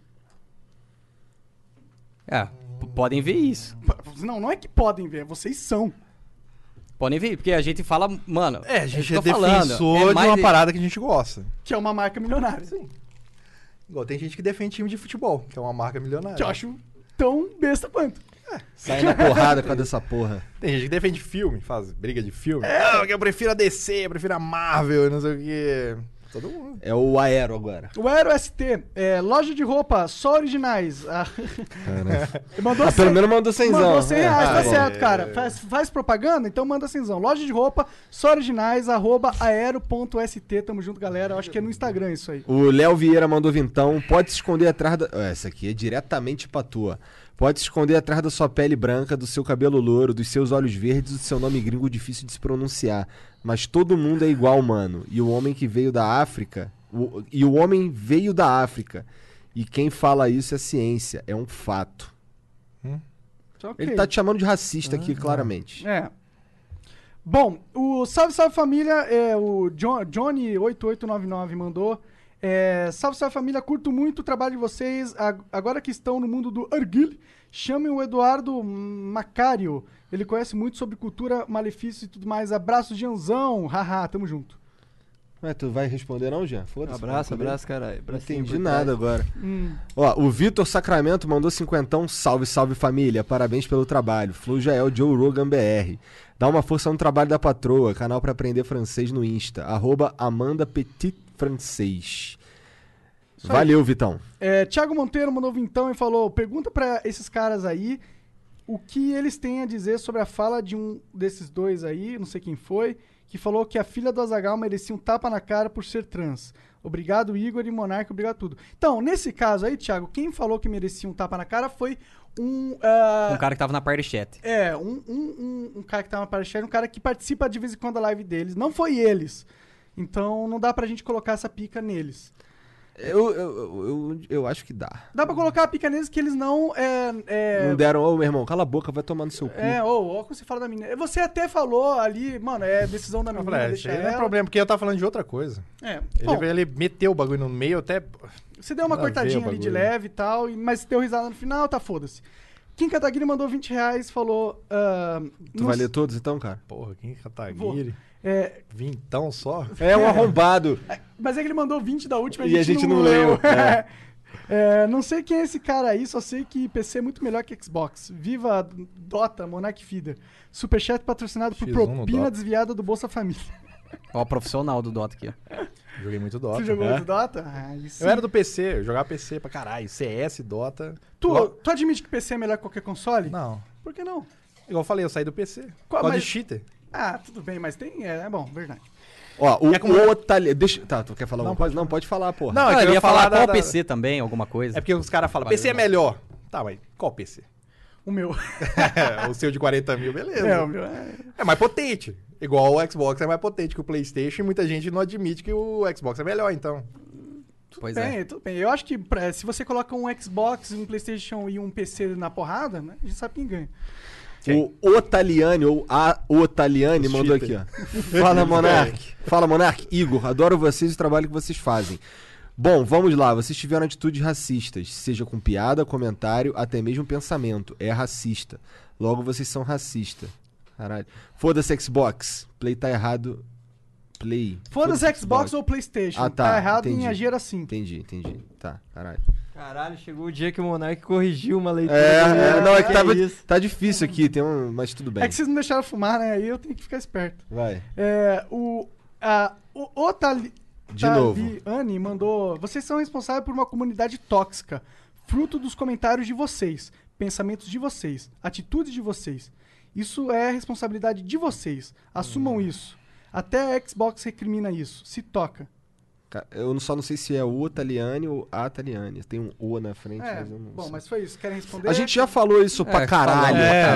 Podem ver isso. Não é que podem ver, vocês são. Podem ver, porque a gente fala, mano... a gente é defensor de uma parada que a gente gosta. Que é uma marca milionária. Sim. Igual tem gente que defende time de futebol, que é uma marca milionária. Que eu acho tão besta quanto. Sai na porrada com a dessa porra. Tem gente que defende filme, faz briga de filme. Porque eu prefiro a DC, eu prefiro a Marvel, não sei o quê. Todo mundo. É o Aero agora. O Aero ST, loja de roupa, só originais. Pelo menos mandou 100. Mandou 100 reais, tá bom. certo, cara. Faz propaganda, então manda 100. Loja de roupa, só originais, @aero.st. Tamo junto, galera. Eu acho que é no Instagram isso aí. O Léo Vieira mandou vintão. Pode se esconder atrás da... Essa aqui é diretamente pra tua. Pode se esconder atrás da sua pele branca, do seu cabelo louro, dos seus olhos verdes e do seu nome gringo difícil de se pronunciar. Mas todo mundo é igual, mano. E o homem que veio da África... E o homem veio da África. E quem fala isso é ciência. É um fato. Okay. Ele tá te chamando de racista aqui, claramente. Bom, o Salve Salve Família, o Johnny8899 mandou. Salve Salve Família, curto muito o trabalho de vocês. Agora que estão no mundo do Arguile, chamem o Eduardo Macário. Ele conhece muito sobre cultura, malefício e tudo mais. Abraço, Gianzão. Haha, tamo junto. Mas tu vai responder não, Jean? Foda-se. Abraço, caralho. Não entendi nada agora. Ó, o Vitor Sacramento mandou 50. Salve, salve família. Parabéns pelo trabalho. Flow Jael Joe Rogan BR. Dá uma força no trabalho da patroa. Canal pra aprender francês no Insta. @Amanda Petit Francês. Valeu, Vitão. Thiago Monteiro mandou vintão e falou: pergunta pra esses caras aí o que eles têm a dizer sobre a fala de um desses dois aí, não sei quem foi, que falou que a filha do Azaghal merecia um tapa na cara por ser trans. Obrigado, Igor e Monarca, obrigado tudo. Então, nesse caso aí, Thiago, quem falou que merecia um tapa na cara foi um cara que tava na party chat. Um cara que tava na party chat, um cara que participa de vez em quando da live deles. Não foi eles. Então, não dá pra gente colocar essa pica neles. Eu acho que dá. Dá pra colocar a pica neles que eles não... Não deram, meu irmão, cala a boca, vai tomar no seu cu. Ou como você fala da menina. Você até falou ali, mano, é decisão da menina, deixa ela. Não é problema, porque eu tava falando de outra coisa. Ele meteu o bagulho no meio, até... Você deu uma cortadinha ali de leve e tal, mas deu risada no final, tá, foda-se. Kim Kataguiri mandou 20 reais e falou... Tu vai ler todos então, cara? Porra, Kim Kataguiri... Vintão só? É um arrombado. Mas é que ele mandou 20 da última e a gente não leu. Não sei quem é esse cara aí, só sei que PC é muito melhor que Xbox. Viva Dota, Monarch Feeder. Superchat patrocinado por propina desviada do Bolsa Família. Ó, profissional do Dota aqui. Joguei muito Dota. Você jogou muito Dota? Eu era do PC, eu jogava PC pra caralho. CS, Dota. Tu admite que PC é melhor que qualquer console? Não. Por que não? Igual eu falei, eu saí do PC. Qual de cheater? Tudo bem, mas tem... bom, verdade. Ó, deixa... Tá, tu quer falar alguma coisa? Não, pode falar, porra. Não, eu ia falar qual PC também, alguma coisa. É porque os caras falam, PC é melhor. Tá, mas qual PC? O meu. O seu de 40 mil, beleza. O meu é mais potente. Igual o Xbox é mais potente que o PlayStation e muita gente não admite que o Xbox é melhor, então. Tudo bem. Eu acho que se você coloca um Xbox, um PlayStation e um PC na porrada, né, a gente sabe quem ganha. O Otaliani, ou a Otaliani, mandou aqui, ó. Fala, Monark. Fala, Monark. Igor, adoro vocês e o trabalho que vocês fazem. Bom, vamos lá. Vocês tiveram atitudes racistas, seja com piada, comentário, até mesmo pensamento. É racista. Logo, vocês são racistas. Caralho. Foda-se Xbox. Play tá errado. Play. Foda-se Xbox ou PlayStation. Tá errado em agir assim. Entendi. Tá, caralho. Caralho, chegou o dia que o Monark corrigiu uma leitura. Não, é que tá difícil aqui, mas tudo bem. É que vocês não deixaram fumar, né? Aí eu tenho que ficar esperto. Vai. O Otaliani mandou... Vocês são responsáveis por uma comunidade tóxica, fruto dos comentários de vocês, pensamentos de vocês, atitudes de vocês. Isso é responsabilidade de vocês. Assumam isso. Até a Xbox recrimina isso. Se toca. Eu só não sei se é o Otaliani ou a Taliani. Tem um O na frente, mas eu não sei. Mas foi isso. Querem responder? A gente já falou isso pra caralho.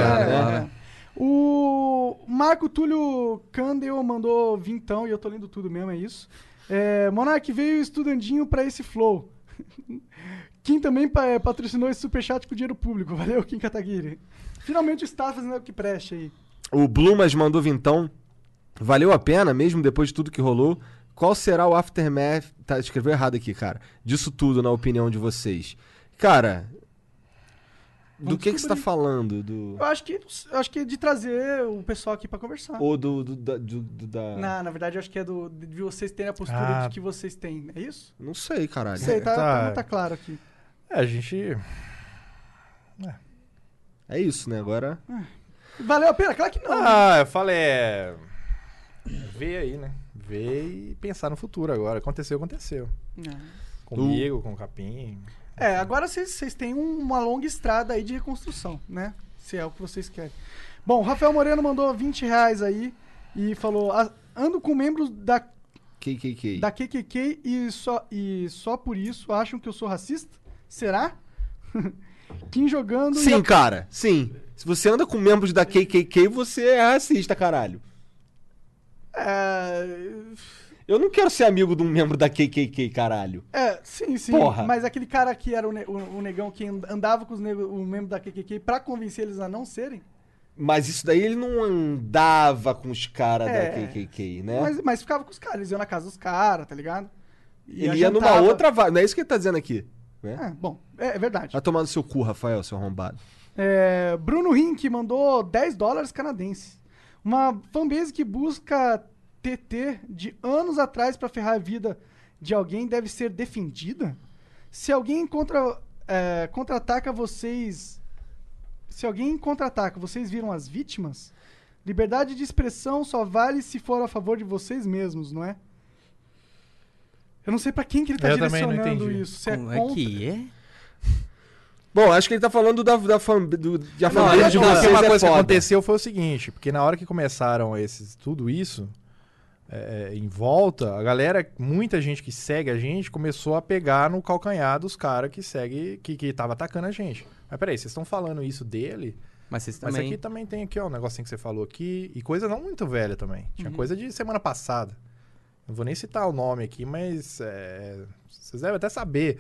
O Marco Túlio Candel mandou vintão, e eu tô lendo tudo mesmo, é isso. Monark veio estudandinho pra esse flow. Kim também patrocinou esse superchat com dinheiro público. Valeu, Kim Kataguiri. Finalmente está fazendo o que preste aí. O Blumas mandou vintão. Valeu a pena, mesmo depois de tudo que rolou. Qual será o aftermath... Tá, escreveu errado aqui, cara. Disso tudo, na opinião de vocês. Cara, do que você tá falando? Eu acho que é de trazer o pessoal aqui pra conversar. Ou da... Não, na verdade, eu acho que é de vocês terem a postura de que vocês têm. É isso? Não sei, caralho. Sei, tá claro aqui. A gente... É isso, né? Agora... Valeu a pena? Claro que não. Eu falei, vê aí, né? ver e pensar no futuro agora. Aconteceu. É. Comigo, com o Capim. Agora vocês têm uma longa estrada aí de reconstrução, né? Se é o que vocês querem. Bom, o Rafael Moreno mandou R$20 aí e falou: ando com membros da KKK e só por isso acham que eu sou racista? Será? Kim jogando... Sim, cara, sim. Se você anda com membros da KKK, você é racista, caralho. Eu não quero ser amigo de um membro da KKK, caralho. Sim. Porra. Mas aquele cara que era o negão que andava com o membro da KKK pra convencer eles a não serem? Mas isso daí ele não andava com os caras da KKK, né? Mas ficava com os caras, eles iam na casa dos caras, tá ligado? Ele ia numa outra vibe, não é isso que ele tá dizendo aqui. Né? Bom, é verdade. Vai tomar no seu cu, Rafael, seu arrombado. Bruno Rink mandou $10 canadenses. Uma fanbase que busca TT de anos atrás pra ferrar a vida de alguém deve ser defendida? Se alguém contra-ataca vocês... Se alguém contra-ataca, vocês viram as vítimas? Liberdade de expressão só vale se for a favor de vocês mesmos, não é? Eu não sei pra quem que ele tá direcionando isso. Se Como é que é? Bom, acho que ele tá falando da fanbase de vocês. Uma coisa que aconteceu foi o seguinte, porque na hora que começaram tudo isso, em volta, a galera, muita gente que segue a gente, começou a pegar no calcanhar dos caras que tava atacando a gente. Mas peraí, vocês estão falando isso dele? Mas aqui também tem aqui, ó, um negocinho que você falou aqui, e coisa não muito velha também. Tinha coisa de semana passada. Não vou nem citar o nome aqui, mas vocês devem até saber.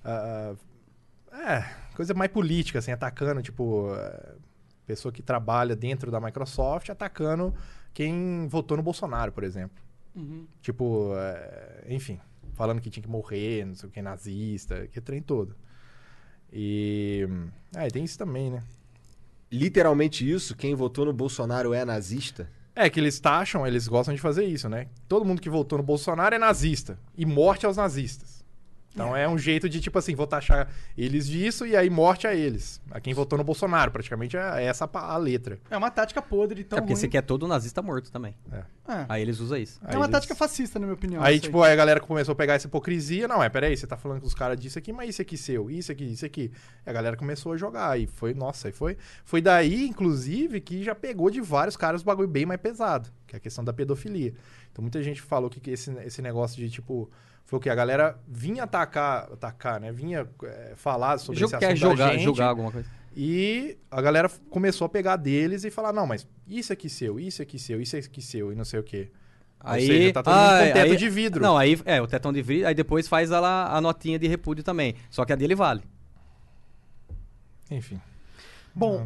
Coisa mais política, assim, atacando, tipo, pessoa que trabalha dentro da Microsoft atacando quem votou no Bolsonaro, por exemplo. Tipo, enfim, falando que tinha que morrer, não sei o que, nazista, que trem todo. E tem isso também, né? Literalmente isso? Quem votou no Bolsonaro é nazista? Que eles taxam, eles gostam de fazer isso, né? Todo mundo que votou no Bolsonaro é nazista. E morte aos nazistas. Então é um jeito de, tipo assim, vou taxar eles disso e aí morte a eles. A quem votou no Bolsonaro, praticamente é essa a letra. É uma tática podre, tão porque ruim. você quer todo nazista morto também. Aí eles usam isso. É uma tática fascista, na minha opinião. Aí, tipo, aí a galera começou a pegar essa hipocrisia. Não, peraí, você tá falando com os caras disso aqui, mas isso aqui seu, isso aqui. E a galera começou a jogar. E foi, nossa, foi daí, inclusive, que já pegou de vários caras o bagulho bem mais pesado. Que é a questão da pedofilia. Então muita gente falou que esse negócio de, tipo... Foi o que? A galera vinha atacar, né? Vinha falar sobre esse assunto da gente. Jogar alguma coisa. E a galera começou a pegar deles e falar, não, mas isso aqui seu, isso aqui seu, isso aqui seu, e não sei o quê. Aí, ou seja, tá todo mundo com teto de vidro. Não, aí o tetão de vidro, aí depois faz a notinha de repúdio também. Só que a dele vale. Enfim. Bom,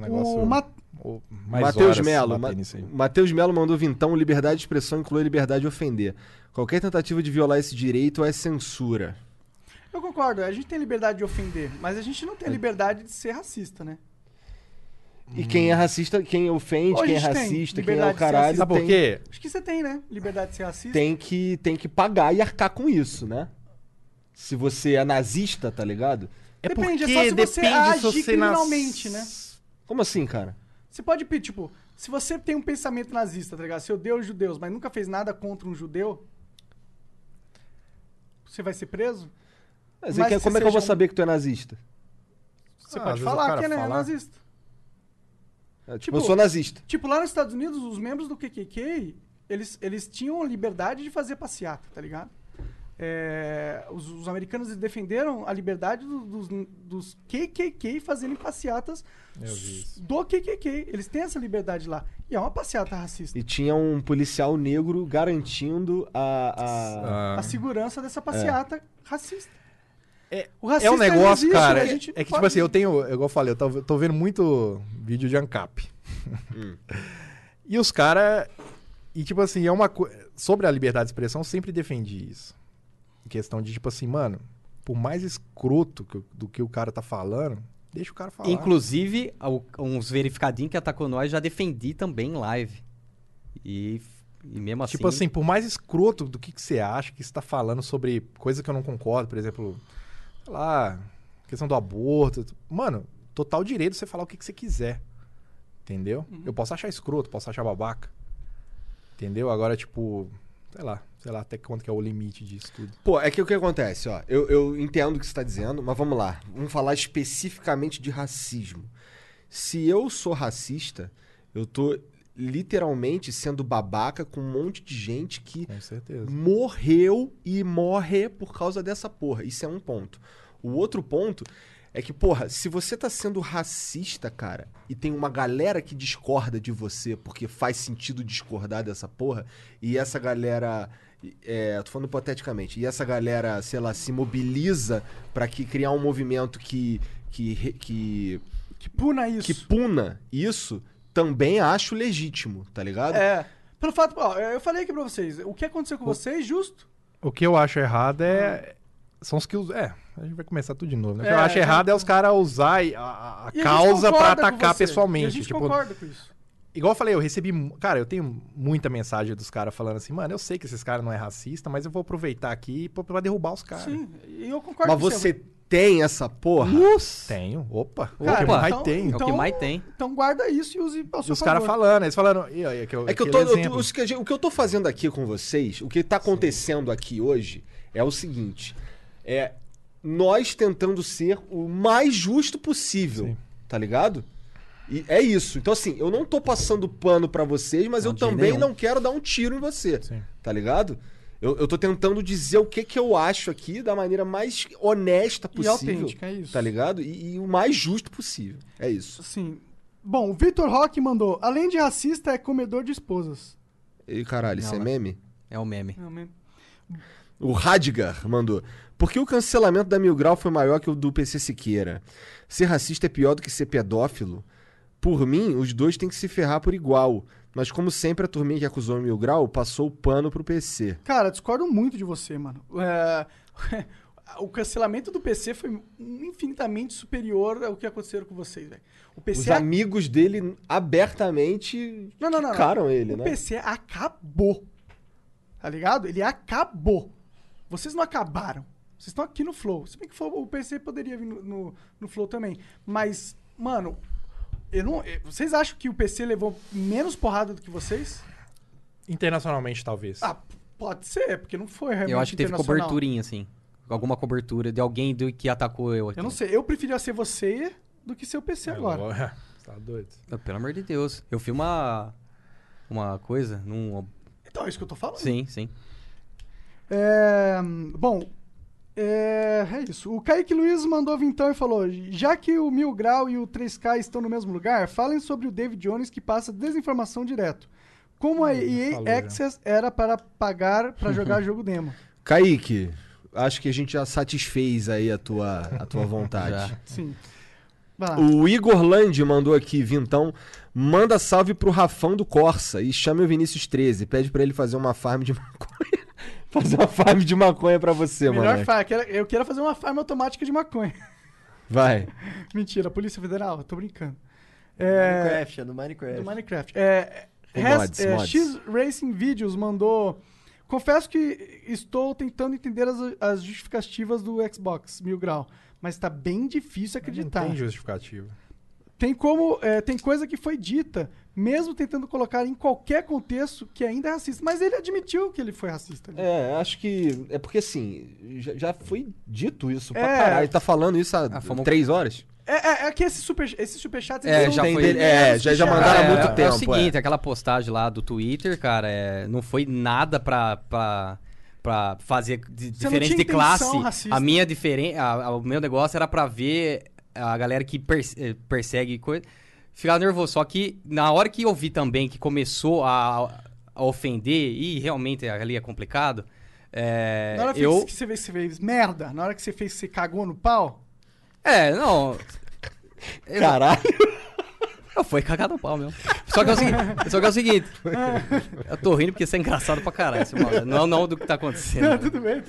Matheus Melo mandou vintão: liberdade de expressão inclui liberdade de ofender. Qualquer tentativa de violar esse direito é censura. Eu concordo, a gente tem liberdade de ofender, mas a gente não tem liberdade de ser racista, né? E quem é racista, quem ofende, quem é racista, quem é o caralho... Sabe por quê? Acho que você tem, né? Liberdade de ser racista. Tem que pagar e arcar com isso, né? Se você é nazista, tá ligado? Depende, é só se você agir criminalmente, né? Como assim, cara? Você pode pedir, tipo, se você tem um pensamento nazista, tá ligado? Você odeia os judeus, mas nunca fez nada contra um judeu, você vai ser preso? Mas como é que eu vou saber que tu é nazista? Você pode falar que é nazista. Tipo, eu sou nazista. Tipo, lá nos Estados Unidos, os membros do KKK, eles tinham liberdade de fazer passeata, tá ligado? Os americanos defenderam a liberdade dos KKK fazerem passeatas do KKK. Eles têm essa liberdade lá. E é uma passeata racista. E tinha um policial negro garantindo a segurança dessa passeata racista. É um negócio, cara. Tipo assim, igual eu falei, eu tô vendo muito vídeo de ANCAP. E os caras. E tipo assim, sobre a liberdade de expressão, eu sempre defendi isso. Em questão de, tipo assim, mano, por mais escroto do que o cara tá falando, deixa o cara falar. Inclusive, uns verificadinhos que atacou nós, já defendi também em live. E mesmo assim... Tipo assim, por mais escroto do que você acha que você tá falando sobre coisa que eu não concordo, por exemplo, sei lá, questão do aborto. Mano, total direito de você falar o que você quiser. Entendeu? Eu posso achar escroto, posso achar babaca. Entendeu? Agora, tipo... Sei lá até quanto que é o limite disso tudo. Pô, é que o que acontece, ó. Eu entendo o que você tá dizendo, mas vamos lá. Vamos falar especificamente de racismo. Se eu sou racista, eu tô literalmente sendo babaca com um monte de gente que Com certeza. morreu e morre por causa dessa porra. Isso é um ponto. O outro ponto é que, porra, se você tá sendo racista, cara, e tem uma galera que discorda de você porque faz sentido discordar dessa porra, e essa galera... tô falando hipoteticamente, e essa galera, sei lá, se mobiliza pra criar um movimento que puna isso. Que puna isso, também acho legítimo, tá ligado? Pelo fato, ó, eu falei aqui pra vocês, o que aconteceu com vocês, justo? O que eu acho errado são os que usam. A gente vai começar tudo de novo, né? O que eu acho errado é os caras usar a causa pra atacar pessoalmente. E a gente concorda com isso. Igual eu falei, eu recebi... Cara, eu tenho muita mensagem dos caras falando assim, mano, eu sei que esses caras não é racista, mas eu vou aproveitar aqui pra derrubar os caras. Sim, e eu concordo com você. Mas você tem essa porra? Tenho. Opa. Cara, o que mais tem. É o que mais tem. Então guarda isso e use ao seu os caras falando, eles falando... O que eu tô fazendo aqui com vocês, o que tá acontecendo aqui hoje é o seguinte, nós tentando ser o mais justo possível, tá ligado? E é isso. Então, assim, eu não tô passando pano pra vocês, mas eu também não quero dar um tiro em você, tá ligado? Eu tô tentando dizer o que eu acho aqui da maneira mais honesta possível. E autêntica, é isso. Tá ligado? E o mais justo possível. É isso. Sim. Bom, o Vitor Roque mandou, além de racista, é comedor de esposas. E caralho, isso é meme? É um meme. É um meme. O Radgar mandou. Por que o cancelamento da Mil Grau foi maior que o do PC Siqueira? Ser racista é pior do que ser pedófilo? Por mim, os dois têm que se ferrar por igual. Mas como sempre, a turminha que acusou o Mil Grau passou o pano pro PC. Cara, discordo muito de você, mano. O cancelamento do PC foi infinitamente superior ao que aconteceu com vocês, velho. Os amigos dele abertamente criticaram ele, né? O PC acabou. Tá ligado? Ele acabou. Vocês não acabaram. Vocês estão aqui no Flow. Se bem que o PC poderia vir no Flow também. Mas, mano, vocês acham que o PC levou menos porrada do que vocês? Internacionalmente, talvez. Pode ser, porque não foi realmente eu acho que teve coberturinha, assim. Alguma cobertura de alguém que atacou eu aqui. Eu não sei. Eu preferia ser você do que ser o PC agora. Você tá doido? Pelo amor de Deus. Eu fiz uma coisa num... Então, é isso que eu tô falando. Sim, sim. Bom, é isso. O Kaique Luiz mandou vintão e falou, já que o Mil Grau e o 3K estão no mesmo lugar, falem sobre o David Jones que passa desinformação direto. Como a EA Access era para pagar para jogar jogo demo. Kaique, acho que a gente já satisfez aí a tua vontade. Sim. O Igor Land mandou aqui, vintão, manda salve pro Rafão do Corsa e chame o Vinícius 13, pede pra ele fazer uma farm de maconha. Fazer uma farm de maconha pra você, mano. Melhor farm, eu quero fazer uma farm automática de maconha. Vai. Mentira, Polícia Federal, tô brincando. Minecraft, é do Minecraft. Do Minecraft. Mods. X Racing Videos mandou... Confesso que estou tentando entender as justificativas do Xbox Mil Grau, mas tá bem difícil acreditar. Não tem justificativa. Tem coisa que foi dita, mesmo tentando colocar em qualquer contexto, que ainda é racista. Mas ele admitiu que ele foi racista. Acho que... É porque, assim, já foi dito isso pra caralho. Ele tá falando isso há 3 horas. É que esses superchats... Já mandaram há muito tempo. É o seguinte, aquela postagem lá do Twitter, cara, não foi nada pra fazer diferente de classe. Racista. O meu negócio era pra ver a galera que persegue coisa, ficar nervoso. Só que na hora que eu vi também que começou a ofender, e realmente ali é complicado, na hora que você fez merda, na hora que você fez que você cagou no pau... Não... Caralho! Foi cagado no pau mesmo. Só que é o seguinte, eu tô rindo porque isso é engraçado pra caralho. Não do que tá acontecendo. Não, tudo bem.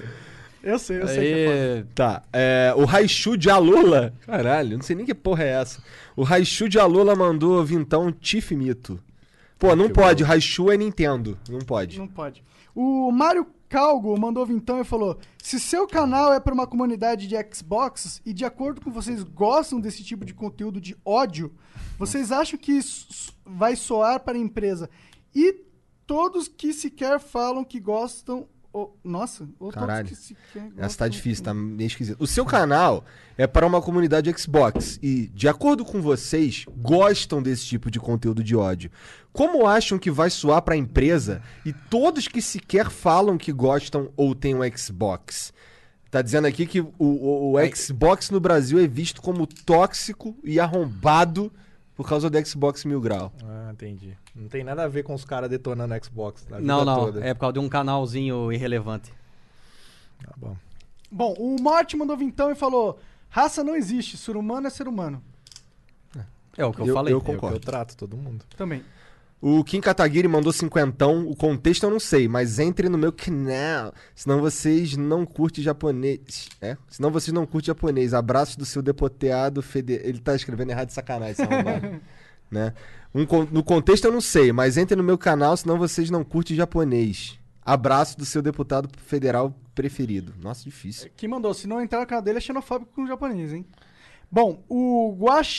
Eu sei que é foda. Tá, o Raichu de Alola... Caralho, não sei nem que porra é essa. O Raichu de Alola mandou vintão Tiff Mito. Pô, não pode, Raichu é Nintendo. Não pode. Não pode. O Mário Calgo mandou vintão e falou, se seu canal é pra uma comunidade de Xbox e de acordo com vocês gostam desse tipo de conteúdo de ódio, vocês acham que isso vai soar para a empresa e todos que sequer falam que gostam... Nossa, ou Caralho. todos que sequer gostam... Essa tá difícil, tá meio esquisito. O seu canal é para uma comunidade Xbox e, de acordo com vocês, gostam desse tipo de conteúdo de ódio. Como acham que vai soar pra empresa e todos que sequer falam que gostam ou têm um Xbox? Tá dizendo aqui que o Xbox no Brasil é visto como tóxico e arrombado por causa do Xbox Mil Grau. Ah, entendi. Não tem nada a ver com os caras detonando Xbox na vida Não, toda. é por causa de um canalzinho irrelevante. Tá bom. Bom, o Morty mandou vintão e falou: raça não existe, ser humano é ser humano. É o que eu falei. Eu É o que concordo. eu trato todo mundo. Também. O Kim Kataguiri mandou 50. O contexto eu não sei, mas entre no meu canal, senão vocês não curtem japonês. Senão vocês não curtem japonês. Abraços do seu deputado federal. Ele tá escrevendo errado de sacanagem, esse arrombado. Né? No contexto eu não sei, mas entre no meu canal, senão vocês não curtem japonês. Abraço do seu deputado federal preferido. Nossa, difícil. Quem mandou? Se não entrar no canal dele é xenofóbico com o japonês, hein? Bom, o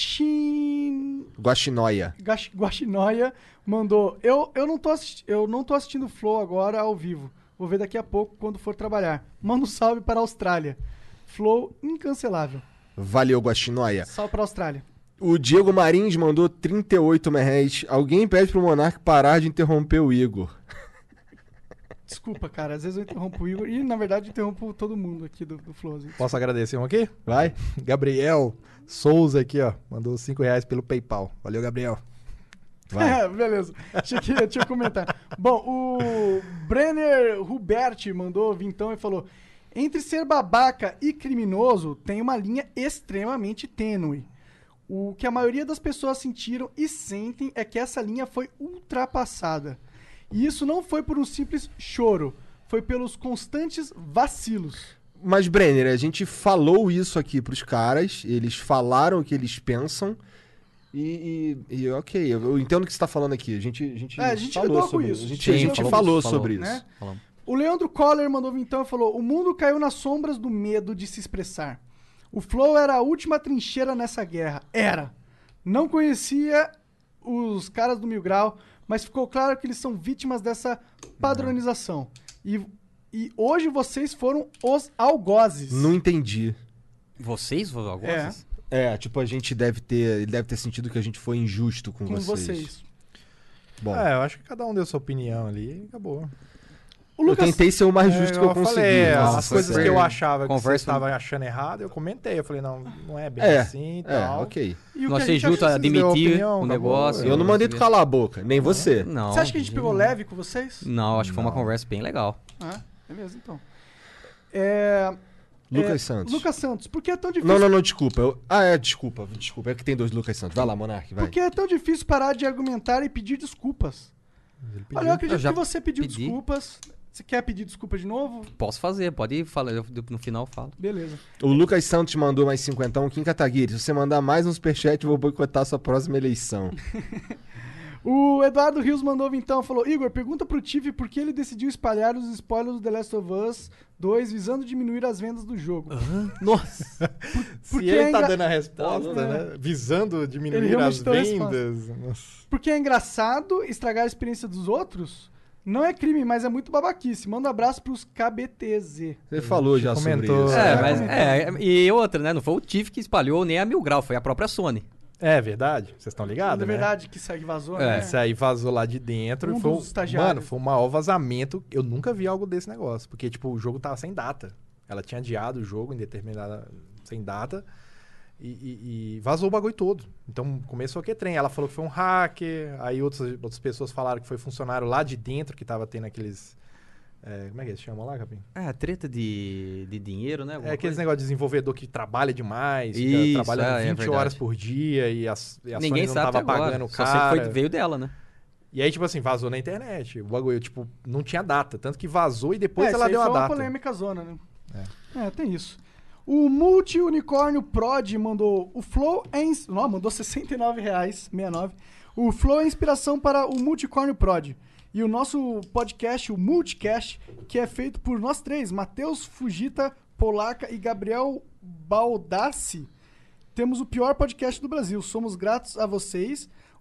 Guaxinoia. Guaxinoia mandou: eu não tô assistindo o Flow agora ao vivo. Vou ver daqui a pouco quando for trabalhar. Manda um salve para a Austrália. Flow incancelável. Valeu, Guaxinoia. Salve para a Austrália. O Diego Marins mandou 38 reais. Alguém pede pro Monark parar de interromper o Igor. Desculpa, cara. Às vezes eu interrompo o Igor e, na verdade, interrompo todo mundo aqui do Flow. Posso agradecer um aqui? Vai. Gabriel Souza aqui, ó. Mandou 5 reais pelo PayPal. Valeu, Gabriel. É, beleza. Deixa eu comentar. Bom, o Brenner Hubert mandou vintão e falou: entre ser babaca e criminoso tem uma linha extremamente tênue. O que a maioria das pessoas sentiram e sentem é que essa linha foi ultrapassada. E isso não foi por um simples choro, foi pelos constantes vacilos. Mas, Brenner, a gente falou isso aqui pros caras, eles falaram o que eles pensam e ok, eu entendo o que você tá falando aqui. A gente falou lidou sobre com isso. A gente falou sobre né? isso. O Leandro Coller mandou vintão e falou: o mundo caiu nas sombras do medo de se expressar. O Flow era a última trincheira nessa guerra. Era. Não conhecia os caras do Mil Grau, mas ficou claro que eles são vítimas dessa padronização. E hoje vocês foram os algozes. Não entendi. Vocês foram algozes? Tipo, ele deve ter sentido que a gente foi injusto com vocês. Bom. Eu acho que cada um deu sua opinião ali e acabou. Eu tentei ser o mais justo que eu consegui. Falei, Nossa, as coisas que eu achava que você Conversa- estava achando errado, eu comentei. Eu falei, não é bem assim e É, tal. ok. E o Nós que a gente juntos achou- a admitir opinião, o acabou. negócio. Eu não mandei tu calar a boca, nem você. Não. Você acha que a gente pegou leve com vocês? Não, acho que foi uma conversa bem legal. Ah, beleza, então. Lucas Santos. Lucas Santos, por que é tão difícil... Não, desculpa. Desculpa. É que tem 2 Lucas Santos. Vai lá, Monark, vai. Por que é tão difícil parar de argumentar e pedir desculpas? Olha, eu acredito já que você pediu pedi. desculpas. Você quer pedir desculpa de novo? Posso fazer, pode ir, fala, no final eu falo. Beleza. O Lucas Santos mandou mais 50. Kim Kataguiri, se você mandar mais um superchat, eu vou boicotar a sua próxima eleição. O Eduardo Rios mandou então, falou: Igor, pergunta pro Tiff por que ele decidiu espalhar os spoilers do The Last of Us 2 visando diminuir as vendas do jogo. Nossa! Se ele tá dando a resposta, né? Visando Ele diminuir realmente as deu a resposta. vendas. Nossa. Porque é engraçado estragar a experiência dos outros? Não é crime, mas é muito babaquice. Manda um abraço pros KBTZ. Você falou já comentou. sobre isso. E outra, né? Não foi o Tiff que espalhou nem a Mil Grau, foi a própria Sony. É verdade? Vocês estão ligados, É né? verdade que segue vazou, É. né? Isso aí vazou lá de dentro. Um e foi, dos estagiários. Mano, foi um maior vazamento. Eu nunca vi algo desse negócio. Porque, tipo, o jogo tava sem data. Ela tinha adiado o jogo em determinada... sem data. E vazou o bagulho todo. Então, começou que trem. Ela falou que foi um hacker. Aí outras pessoas falaram que foi funcionário lá de dentro que tava tendo aqueles... como é que eles chamam lá, Capim? Treta de dinheiro, né? Alguma Aqueles coisa? negócio de desenvolvedor que trabalha demais, Isso, fica trabalhando é 20 verdade. horas por dia e a Sony Ninguém não sabe tava até agora. pagando o Só cara. sei que veio dela, né? E aí, tipo assim, vazou na internet. O bagulho, tipo, não tinha data. Tanto que vazou e depois isso ela aí deu a foi uma data. polêmica zona, né? Tem isso. O Multi-Unicórnio Prod mandou... O Flow é... mandou R$69,69. O Flow é inspiração para o Multicórnio Prod. E o nosso podcast, o Multicast, que é feito por nós três, Matheus Fujita, Polaca e Gabriel Baldassi. Temos o pior podcast do Brasil. Somos gratos a vocês.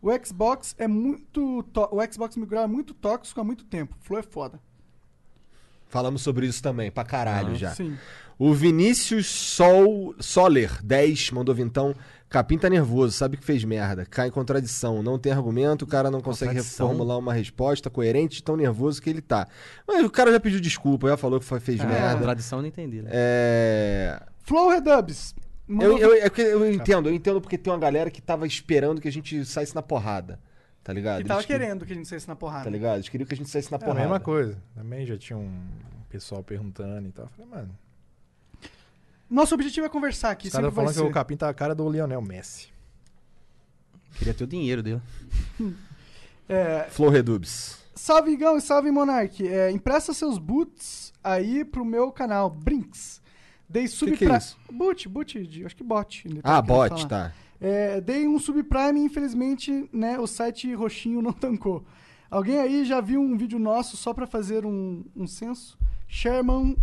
O Xbox é muito... O Xbox Mil Grau é muito tóxico há muito tempo. Flow é foda. Falamos sobre isso também, pra caralho já. Sim. O Vinícius Soler, 10, mandou vintão. Capim tá nervoso, sabe que fez merda. Cai em contradição, não tem argumento, o cara não consegue reformular uma resposta coerente, tão nervoso que ele tá. Mas o cara já pediu desculpa, já falou que fez merda. Contradição eu não entendi, né? Flow Redubs. Eu entendo porque tem uma galera que tava esperando que a gente saísse na porrada. Tá ligado? Que tava querendo que a gente saísse na porrada. Tá ligado? Eles queriam que a gente saísse na porrada. A mesma coisa. Também já tinha um pessoal perguntando e tal. Eu falei, mano... Nosso objetivo é conversar aqui. Os caras falando que o Capim tá a cara do Lionel Messi. Queria ter o dinheiro dele. Flow Redubs. Salve, Igão, e salve, Monark. Empresta seus boots aí pro meu canal, Brinks. Dei sub que é isso? Boot, acho que bot. Bot, tá. Dei um subprime e infelizmente, né, o site roxinho não tancou. Alguém aí já viu um vídeo nosso só pra fazer um censo? Sherman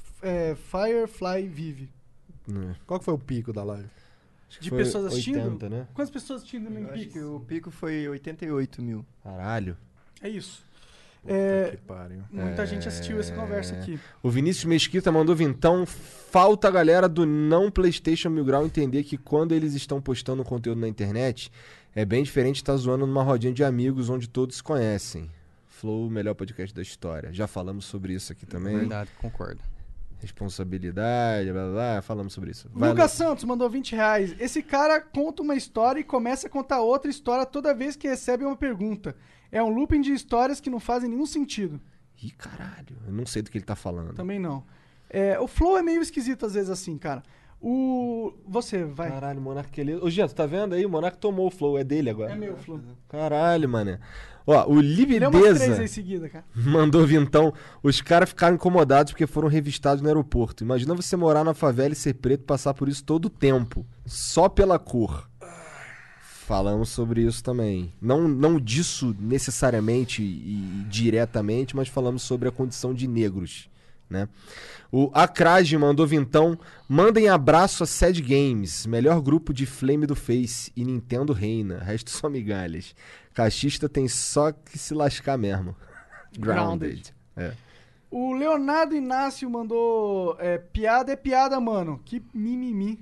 Firefly Vive. Qual que foi o pico da live? De pessoas assistindo? 80, né? Quantas pessoas assistindo no pico? O pico foi 88 mil. Caralho. É isso. Que pariu. Muita gente assistiu essa conversa aqui. O Vinícius Mesquita mandou vintão. Falta a galera do não PlayStation Mil Grau entender que quando eles estão postando conteúdo na internet, é bem diferente de estar zoando numa rodinha de amigos onde todos se conhecem. Flow, o melhor podcast da história. Já falamos sobre isso aqui também. Verdade, concordo. Responsabilidade, blá blá blá, falamos sobre isso. Lucas Santos mandou R$20. Esse cara conta uma história e começa a contar outra história toda vez que recebe uma pergunta. É um looping de histórias que não fazem nenhum sentido. Ih, caralho. Eu não sei do que ele tá falando. Também não. O Flow é meio esquisito às vezes assim, cara. Você, vai. Caralho, Monark... Ô, Gia, tu tá vendo aí? O Monark tomou o Flow, é dele agora. É meu Flow. Caralho, mané. Ó, o Libideza umas 3 aí seguida, cara. mandou vintão. Os caras ficaram incomodados porque foram revistados no aeroporto. Imagina você morar na favela e ser preto e passar por isso todo o tempo. Só pela cor. Falamos sobre isso também. Não disso necessariamente e diretamente, mas falamos sobre a condição de negros, né? O Acrage mandou vintão. Mandem abraço a Sad Games, melhor grupo de Flame do Face, e Nintendo reina, resto só migalhas. Cachista tem só que se lascar mesmo. Grounded. O Leonardo Inácio mandou piada é piada, mano. Que mimimi.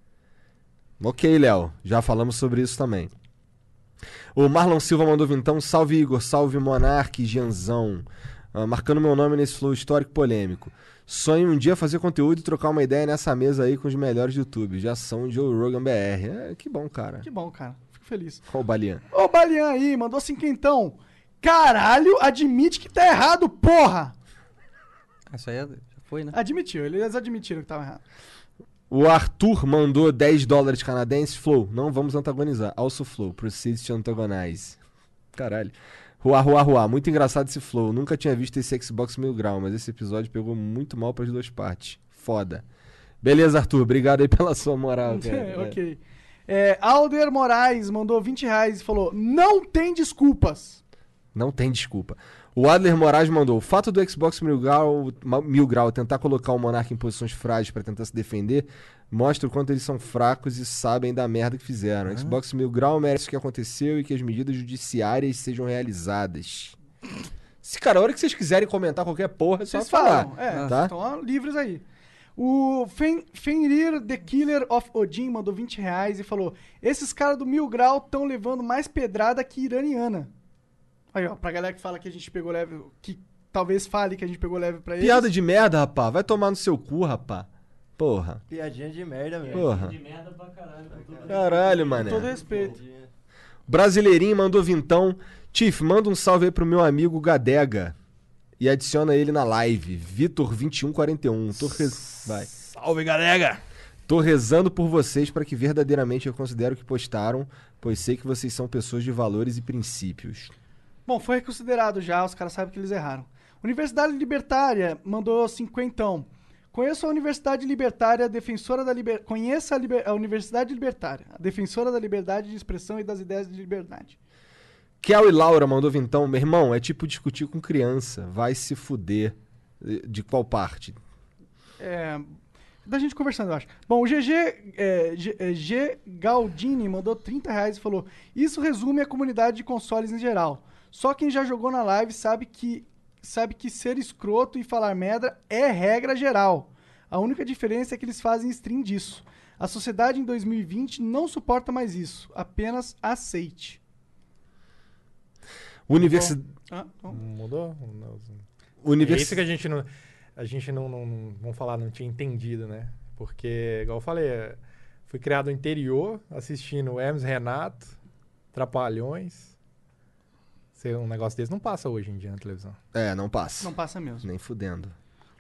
Ok, Léo. Já falamos sobre isso também. O Marlon Silva mandou vintão. Salve, Igor. Salve, Monark e Gianzão. Marcando meu nome nesse flow histórico polêmico. Sonho um dia fazer conteúdo e trocar uma ideia nessa mesa aí com os melhores do YouTube. Já são Joe Rogan BR. Que bom, cara. Que bom, cara. Fico feliz. Ó o Balian. Ô, Balian aí, mandou cinquentão. Caralho, admite que tá errado, porra! Isso aí já foi, né? Admitiu, eles admitiram que tava errado. O Arthur mandou $10 canadenses. Flow, não vamos antagonizar. Also Flow, proceed to antagonize. Caralho. Ruá. Muito engraçado esse Flow. Nunca tinha visto esse Xbox Mil Grau, mas esse episódio pegou muito mal pras duas partes. Foda. Beleza, Arthur. Obrigado aí pela sua moral, cara. Ok. Alder Moraes mandou R$20 e falou: não tem desculpas. Não tem desculpa. O Adler Moraes mandou: o fato do Xbox Mil Grau tentar colocar o Monark em posições frágeis pra tentar se defender mostra o quanto eles são fracos e sabem da merda que fizeram. Xbox Mil Grau merece o que aconteceu e que as medidas judiciárias sejam realizadas. Cara, a hora que vocês quiserem comentar qualquer porra, é só falar. Tá? Estão livres aí. O Fenrir The Killer of Odin mandou R$20 e falou: esses caras do Mil Grau estão levando mais pedrada que iraniana. Aí, ó, pra galera que fala que a gente pegou leve, que talvez fale que a gente pegou leve pra eles. Piada de merda, rapá. Vai tomar no seu cu, rapá. Porra. Piadinha de merda, velho. Porra. De merda pra caralho. Caralho, mané. Com todo respeito. Brasileirinho mandou vintão. Tiff, manda um salve aí pro meu amigo Gadega. E adiciona ele na live. Vitor2141. Vai. Salve, Gadega! Tô rezando por vocês para que verdadeiramente eu considero que postaram, pois sei que vocês são pessoas de valores e princípios. Bom, foi reconsiderado já, os caras sabem que eles erraram. Universidade Libertária mandou 50. Conheço a Universidade Libertária, defensora da liberdade. Conheça a Universidade Libertária, a defensora da liberdade de expressão e das ideias de liberdade. Kel e Laura mandou vintão. Meu irmão, é tipo discutir com criança. Vai se fuder. De qual parte? da gente conversando, eu acho. Bom, o G Galdini mandou R$30 e falou: isso resume a comunidade de consoles em geral. Só quem já jogou na live sabe que ser escroto e falar merda é regra geral. A única diferença é que eles fazem stream disso. A sociedade em 2020 não suporta mais isso. Apenas aceite. Mudou? É isso que a gente não vamos falar, não tinha entendido, né? Porque, igual eu falei, fui criado no interior, assistindo Hermes Renato, Trapalhões. Um negócio desse não passa hoje em dia na televisão. Não passa. Não passa mesmo. Nem fudendo.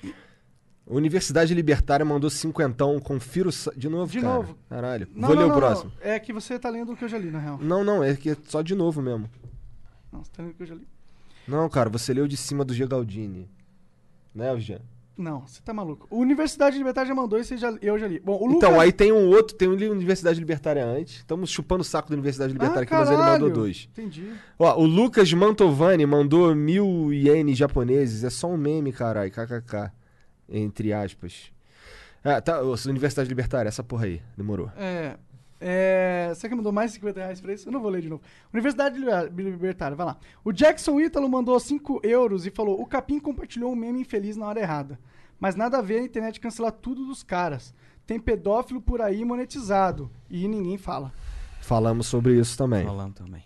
Universidade Libertária mandou 50, confira de novo, De cara. novo. Caralho. Não, Vou ler não, o próximo. Não. É que você tá lendo o que eu já li, na real. Não, é que é só de novo mesmo. Não, você tá lendo o que eu já li. Não, cara, você leu de cima do G Galdini. Né, Jean? Não, você tá maluco. O Universidade Libertária já mandou e eu já li. Bom, o Lucas... Então, aí tem um outro, tem um Universidade Libertária antes. Estamos chupando o saco da Universidade Libertária aqui, mas ele mandou 2. Entendi. Ó, o Lucas Mantovani mandou 1.000 ienes japoneses. É só um meme, caralho. KKK. Entre aspas. Tá, Universidade Libertária, essa porra aí. Demorou. Você que mandou mais R$50 pra isso? Eu não vou ler de novo. Universidade Libertária, vai lá. O Jackson Ítalo mandou 5 euros e falou: o Capim compartilhou um meme infeliz na hora errada. Mas nada a ver a internet cancelar tudo dos caras. Tem pedófilo por aí monetizado. E ninguém fala. Falamos sobre isso também. Falamos também.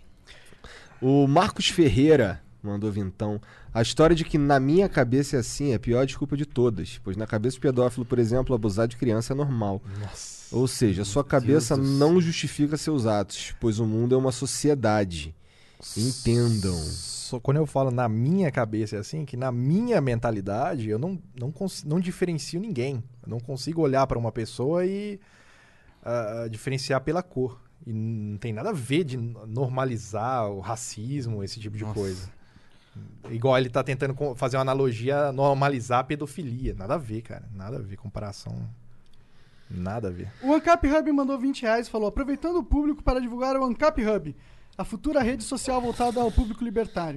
O Marcos Ferreira mandou vintão. A história de que na minha cabeça é assim é a pior desculpa de todas. Pois na cabeça do pedófilo, por exemplo, abusar de criança é normal. Nossa. Ou seja, sua cabeça não justifica seus atos, pois o mundo é uma sociedade. Entendam. Quando eu falo na minha cabeça é assim, que na minha mentalidade eu não diferencio ninguém. Eu não consigo olhar para uma pessoa e diferenciar pela cor. E não tem nada a ver de normalizar o racismo, esse tipo de coisa. Igual ele tá tentando fazer uma analogia, normalizar a pedofilia. Nada a ver, cara. Nada a ver. Comparação... Nada a ver. O Ancap Hub mandou R$20 e falou: aproveitando o público para divulgar o Ancap Hub, a futura rede social voltada ao público libertário.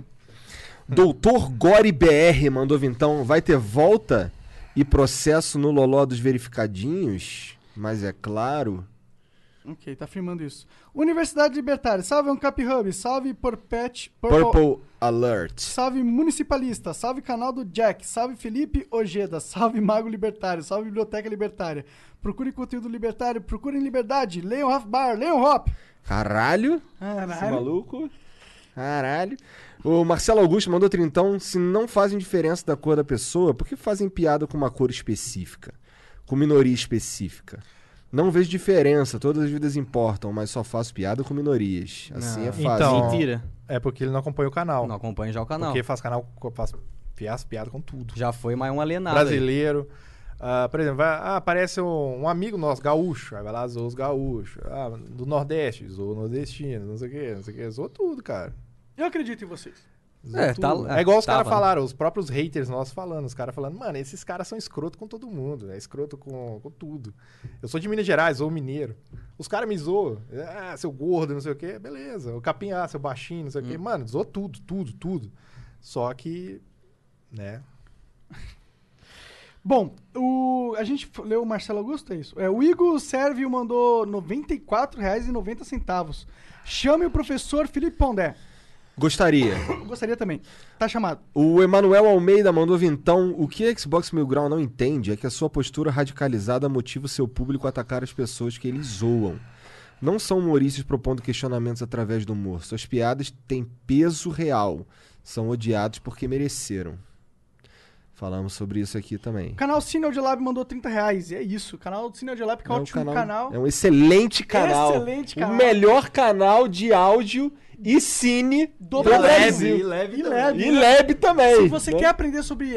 Doutor Gore BR mandou vintão. Vai ter volta e processo no loló dos verificadinhos? Mas é claro... Ok, tá afirmando isso. Universidade Libertária, salve Ancap Hub, salve Purple Alert. Salve Municipalista, salve canal do Jack, salve Felipe Ojeda, salve Mago Libertário, salve Biblioteca Libertária. Procure conteúdo libertário, procurem liberdade, leiam Half Bar, leiam Hop. Caralho. Esse maluco. Caralho. O Marcelo Augusto mandou trintão. Se não fazem diferença da cor da pessoa, por que fazem piada com uma cor específica? Com minoria específica? Não vejo diferença, todas as vidas importam, mas só faço piada com minorias. Assim é fácil. Então, mentira. É porque ele não acompanha o canal. Não acompanha já o canal. Porque faz piada com tudo. Já foi mais um alienado. Brasileiro. Por exemplo, aparece um amigo nosso, gaúcho. Aí vai lá, zoa os gaúchos. Do Nordeste, zoa o nordestino, não sei o que. Zoa tudo, cara. Eu acredito em vocês. É igual os caras falaram, os próprios haters nossos falando. Os caras falando, mano, esses caras são escroto com todo mundo. É escroto com tudo. Eu sou de Minas Gerais, sou mineiro. Os caras me zoam. Seu gordo, não sei o quê. Beleza. O capim, seu baixinho, não sei o quê. Mano, zoou tudo. Só que, né... Bom, a gente leu o Marcelo Augusto, é isso? O Igor Sérvio mandou R$94,90. Chame o professor Felipe Pondé. Gostaria. Gostaria também. Tá chamado. O Emanuel Almeida mandou vintão. O que a Xbox Mil Grau não entende é que a sua postura radicalizada motiva o seu público a atacar as pessoas que eles zoam. Não são humoristas propondo questionamentos através do humor. Suas piadas têm peso real. São odiados porque mereceram. Falamos sobre isso aqui também. O canal Cine Audiolab mandou R$30. E é isso. O canal Cine Audiolab, que é um ótimo canal. É um excelente canal. O melhor canal de áudio e cine do Brasil. E leve também. Se você quer aprender sobre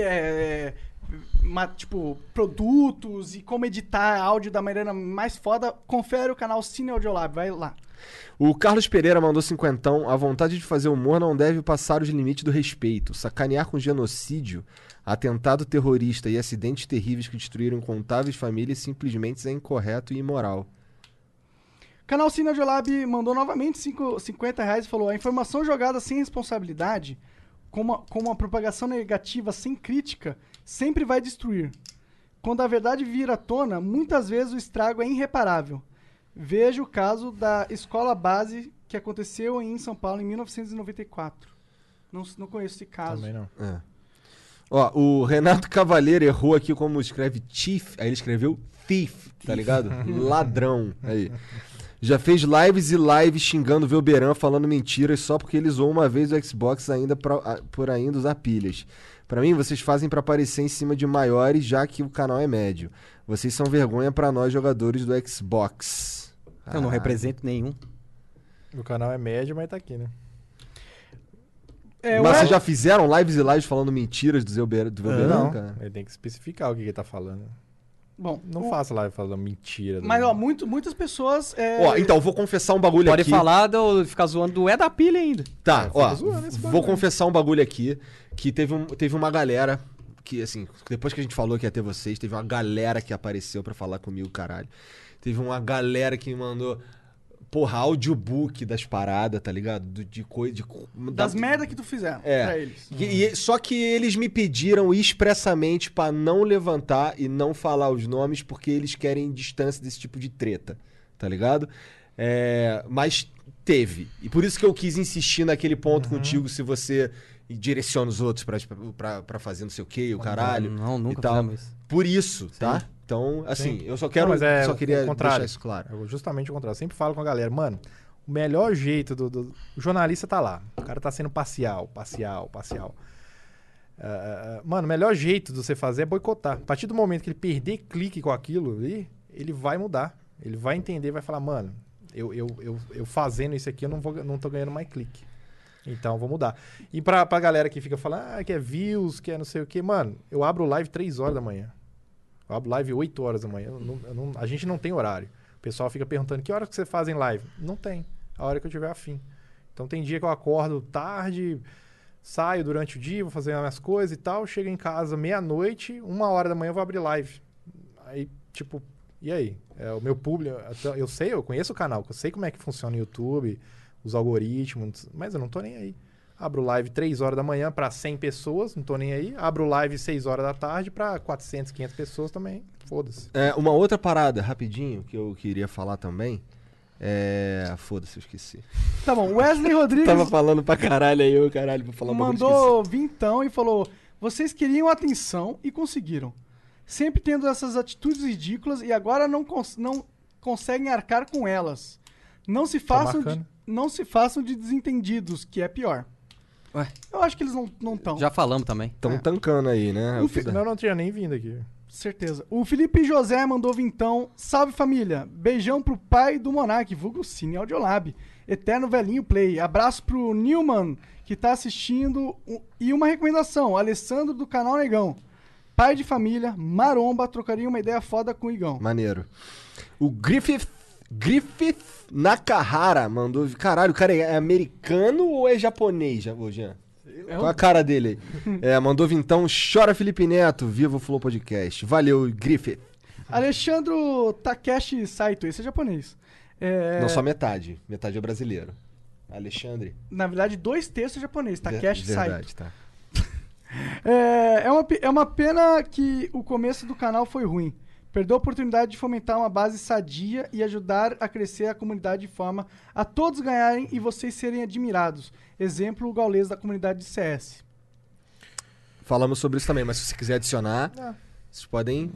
produtos e como editar áudio da maneira mais foda, confere o canal Cine Audiolab. Vai lá. O Carlos Pereira mandou 50. A vontade de fazer humor não deve passar os limites do respeito. Sacanear com genocídio, atentado terrorista e acidentes terríveis que destruíram incontáveis famílias simplesmente é incorreto e imoral. Canal Cine Audiolab mandou novamente R$50 e falou: a informação jogada sem responsabilidade, com uma propagação negativa sem crítica, sempre vai destruir. quando a verdade vir à tona, muitas vezes o estrago é irreparável. Veja o caso da escola base que aconteceu em São Paulo em 1994. Não conheço esse caso. Também não. É. Ó, o Renato Cavaleiro errou aqui como escreve Thief, aí ele escreveu Thief, tá ligado? Ladrão. Aí. Já fez lives e lives xingando o Velberan, falando mentiras só porque ele usou uma vez o Xbox ainda por ainda usar pilhas. Pra mim, vocês fazem pra aparecer em cima de maiores, já que o canal é médio. Vocês são vergonha pra nós jogadores do Xbox. Eu não represento nenhum. O canal é médio, mas tá aqui, né? Mas vocês já fizeram lives e lives falando mentiras do Velberan, Não, cara? ele tem que especificar o que ele tá falando. Bom, não faço live falando mentira. Mas, ó, muitas pessoas... Ó, então, eu vou confessar um bagulho aqui. Pode falar, ficar zoando é da pilha ainda. Tá, ó, vou confessar um bagulho aqui, que teve uma galera, que assim, depois que a gente falou que ia ter vocês, teve uma galera que apareceu pra falar comigo, caralho. Teve uma galera que me mandou, porra, audiobook das paradas, tá ligado? Das merda que tu fizeram pra eles. Só que eles me pediram expressamente pra não levantar e não falar os nomes, porque eles querem distância desse tipo de treta, tá ligado? Mas teve. E por isso que eu quis insistir naquele ponto contigo, se você direciona os outros pra fazer não sei o que, o caralho. Não, nunca e tal. fizemos isso. Por isso, tá? Então, assim, eu só queria deixar isso claro. Justamente o contrário. Eu sempre falo com a galera, mano, o melhor jeito o jornalista tá lá. O cara tá sendo parcial. Mano, o melhor jeito de você fazer é boicotar. A partir do momento que ele perder clique com aquilo ali, ele vai mudar. Ele vai entender, vai falar, mano, eu fazendo isso aqui, eu não tô ganhando mais clique. Então, vou mudar. E pra galera que fica falando, que é views, que é não sei o quê, mano, eu abro live 3 horas da manhã. Eu abro live 8 horas da manhã. A gente não tem horário. O pessoal fica perguntando, que horas que você faz em live? Não tem. A hora que eu tiver afim. Então, tem dia que eu acordo tarde, saio durante o dia, vou fazer as minhas coisas e tal, chego em casa meia-noite, 1h da manhã eu vou abrir live. Aí, tipo, e aí? O meu público, eu conheço o canal, eu sei como é que funciona o YouTube, os algoritmos, mas eu não tô nem aí. Abro live 3 horas da manhã para 100 pessoas, não tô nem aí. Abro live 6 horas da tarde para 400, 500 pessoas também. Foda-se. Uma outra parada, rapidinho, que eu queria falar também. Foda-se, eu esqueci. Tá bom, Wesley Rodrigues... Tava falando pra caralho aí, vou falar um bagulho, mandou vintão e falou, vocês queriam atenção e conseguiram. Sempre tendo essas atitudes ridículas e agora não conseguem arcar com elas. Não se façam de desentendidos, que é pior. Ué? Eu acho que eles não estão. Já falamos também. Estão tancando aí, né? Não tinha nem vindo aqui. Certeza. O Felipe José mandou vintão. Salve, família. Beijão pro pai do Monark, vulgo Cine Audiolab. Eterno velhinho play. Abraço pro Newman, que tá assistindo. E uma recomendação. Alessandro do canal Negão. Pai de família, maromba, trocaria uma ideia foda com o Igão. Maneiro. O Griffith Nakahara mandou... Caralho, o cara é americano ou é japonês, Jean? Qual a cara dele aí? Mandou vintão, chora Felipe Neto, viva o Flow Podcast. Valeu, Griffith. Alexandre Takeshi Saito, esse é japonês. Não, só metade. Metade é brasileiro. Alexandre. Na verdade, 2/3 é japonês, Takeshi Saito. Tá. É uma pena que o começo do canal foi ruim. Perdeu a oportunidade de fomentar uma base sadia e ajudar a crescer a comunidade de forma a todos ganharem e vocês serem admirados. Exemplo, o Gaules da comunidade de CS. Falamos sobre isso também, mas se você quiser adicionar, vocês podem...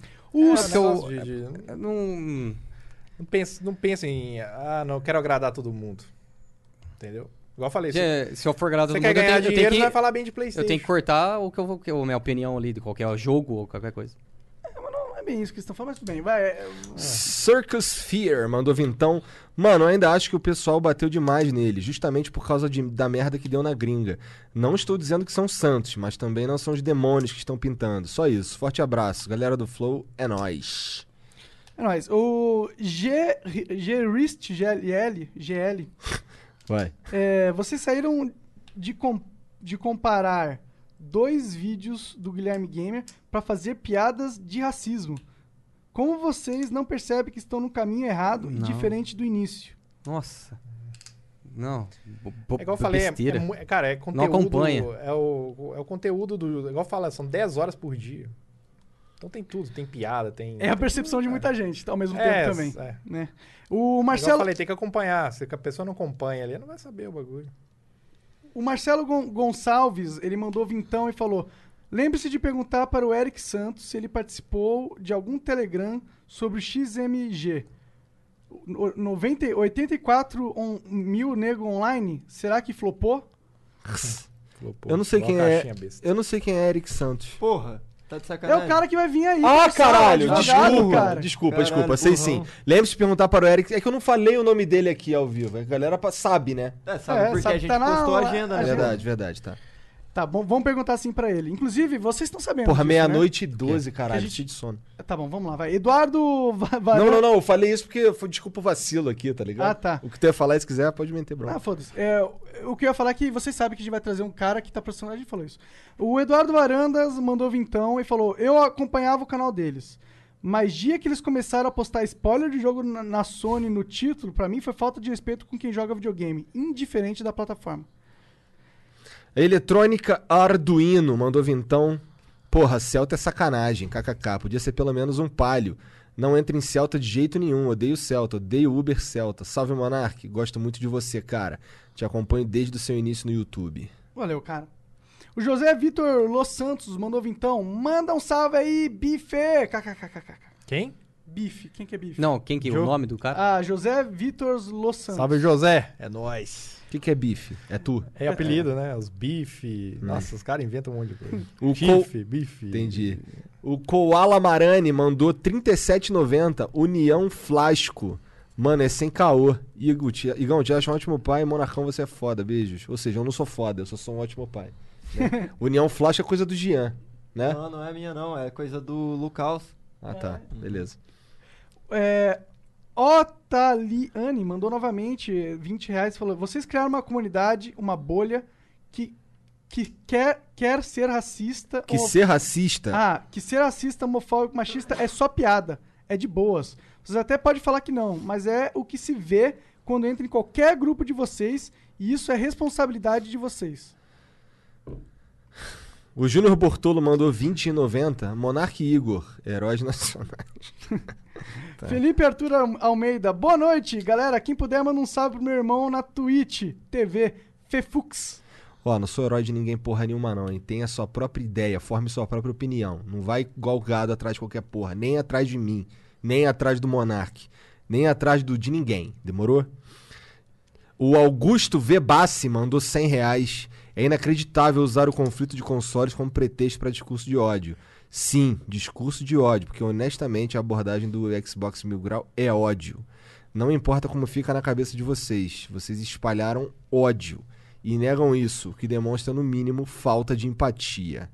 Não pense em... não quero agradar todo mundo. Entendeu? Igual eu falei. Se eu for agradar todo mundo, você quer ganhar dinheiro, vai falar bem de PlayStation. Eu tenho que cortar a minha opinião ali de qualquer jogo ou qualquer coisa. É bem isso que estão falando, mas tudo bem, vai. Circus Fear mandou vintão. Mano, eu ainda acho que o pessoal bateu demais nele, justamente por causa da merda que deu na gringa. Não estou dizendo que são santos, mas também não são os demônios que estão pintando. Só isso. Forte abraço. Galera do Flow, é nóis. É nóis. O G-Rist GL. Vai. Vocês saíram de comparar 2 vídeos do Guilherme Gamer pra fazer piadas de racismo. Como vocês não percebem que estão no caminho errado e diferente do início? Nossa. Não. É igual eu falei, cara, é conteúdo. Não acompanha. É o conteúdo do... Igual fala, são 10 horas por dia. Então tem tudo, tem piada, tem... É a percepção de muita gente, ao mesmo tempo também. É. Né? O Igual Marcelo... eu falei, tem que acompanhar. Se a pessoa não acompanha ali, não vai saber o bagulho. O Marcelo Gonçalves, ele mandou vintão e falou: lembre-se de perguntar para o Eric Santos se ele participou de algum Telegram sobre o XMG. 84 mil nego online, será que flopou? Eu não sei quem é. Eu não sei quem é Eric Santos. Porra, tá de É sacanagem. o cara que vai vir aí. Ah, conversar, caralho, advogado, cara. desculpa, Caralho, sei burrão. sim. Lembre-se de perguntar para o Eric. É que eu não falei o nome dele aqui ao vivo. A galera sabe, né? Sabe porque sabe a que gente tá na- postou a na- agenda, a né? agenda. Verdade, tá. Tá bom, vamos perguntar assim pra ele. Inclusive, vocês estão sabendo Porra, disso, meia-noite e 12, Que caralho, a gente- cheio de sono. né? Tá bom, vamos lá, vai. Eduardo... Não, eu falei isso porque foi desculpa o vacilo aqui, tá ligado? Ah, tá. O que tu ia falar, se quiser, pode meter bronca. Ah, foda-se. O que eu ia falar é que vocês sabem que a gente vai trazer um cara que tá profissional, a gente falou isso. O Eduardo Varandas mandou vintão e falou: eu acompanhava o canal deles, mas dia que eles começaram a postar spoiler de jogo na Sony no título, pra mim foi falta de respeito com quem joga videogame, indiferente da plataforma. A Eletrônica Arduino mandou vintão. Porra, Celta é sacanagem, kkk. Podia ser pelo menos um Palio. Não entra em Celta de jeito nenhum. Odeio Celta, odeio Uber Celta. Salve, Monark. Gosto muito de você, cara. Te acompanho desde o seu início no YouTube. Valeu, cara. O José Vitor Los Santos mandou vintão. Manda um salve aí, bife! KKKKK. Quem? Bife. Quem que é bife? Não, quem que é o nome do cara? Ah, José Vitor Los Santos. Salve, José. É nóis. O que é bife? É tu? É apelido, né? Os bife. Nossa, os caras inventam um monte de coisa. O Chife, bife. Entendi. O Koala Marani mandou R$ 37,90. União Flasco. Mano, é sem caô. Igão, te acho um ótimo pai. Monarcão, você é foda. Beijos. Ou seja, eu não sou foda, eu só sou um ótimo pai. Né? União Flasco é coisa do Gian, né? Não, não é minha não. É coisa do Lucas. Ah, tá. Beleza. Otaliane mandou novamente R$20 e falou: vocês criaram uma comunidade, uma bolha que quer ser racista. Que ser racista? Ah, que ser racista, homofóbico, machista é só piada. É de boas. Vocês até podem falar que não, mas é o que se vê quando entra em qualquer grupo de vocês e isso é responsabilidade de vocês. O Júnior Bortolo mandou R$20,90. Monark e Igor, heróis nacionais. Tá. Felipe Arthur Almeida, boa noite, galera. Quem puder, manda um salve pro meu irmão na Twitch TV, Fefux. Ó, não sou herói de ninguém porra nenhuma não, hein? Tenha sua própria ideia, forme sua própria opinião. Não vai igual gado atrás de qualquer porra. Nem atrás de mim, nem atrás do Monark, nem atrás de ninguém. Demorou? O Augusto V. Bassi mandou R$100. É inacreditável usar o conflito de consoles como pretexto para discurso de ódio. Sim, discurso de ódio, porque honestamente a abordagem do Xbox Mil Grau é ódio. Não importa como fica na cabeça de vocês, vocês espalharam ódio e negam isso, o que demonstra no mínimo falta de empatia.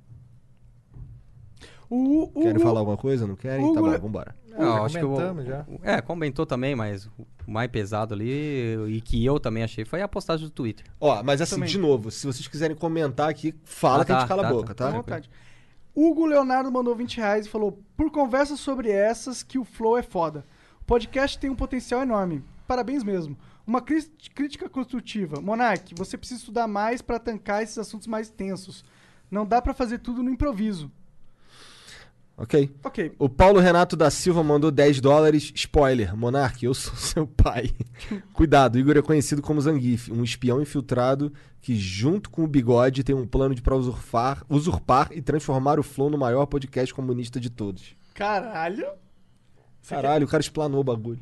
Querem falar alguma coisa? Não querem? Tá bom, vambora. Não, acho que já. Comentou também, mas o mais pesado ali e que eu também achei foi a postagem do Twitter. Ó, mas assim, Também. de novo, se vocês quiserem comentar aqui, fala que a gente cala a boca, tá? À vontade. Hugo Leonardo mandou R$20 e falou: por conversas sobre essas que o Flow é foda. O podcast tem um potencial enorme. Parabéns mesmo. Uma crítica construtiva. Monark, você precisa estudar mais pra tancar esses assuntos mais tensos. Não dá pra fazer tudo no improviso. Ok. Ok. O Paulo Renato da Silva mandou $10. Spoiler, Monark, eu sou seu pai. Cuidado, Igor é conhecido como Zangief, um espião infiltrado que, junto com o Bigode, tem um plano para usurpar e transformar o Flow no maior podcast comunista de todos. Caralho. Caralho, o cara explanou o bagulho.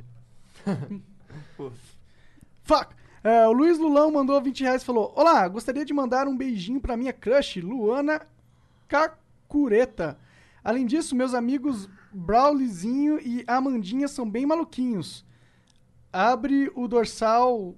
Fuck. O Luiz Lulão mandou R$20 e falou: olá, gostaria de mandar um beijinho pra minha crush, Luana Cacureta. Além disso, meus amigos Braulizinho e Amandinha são bem maluquinhos. Abre o dorsal...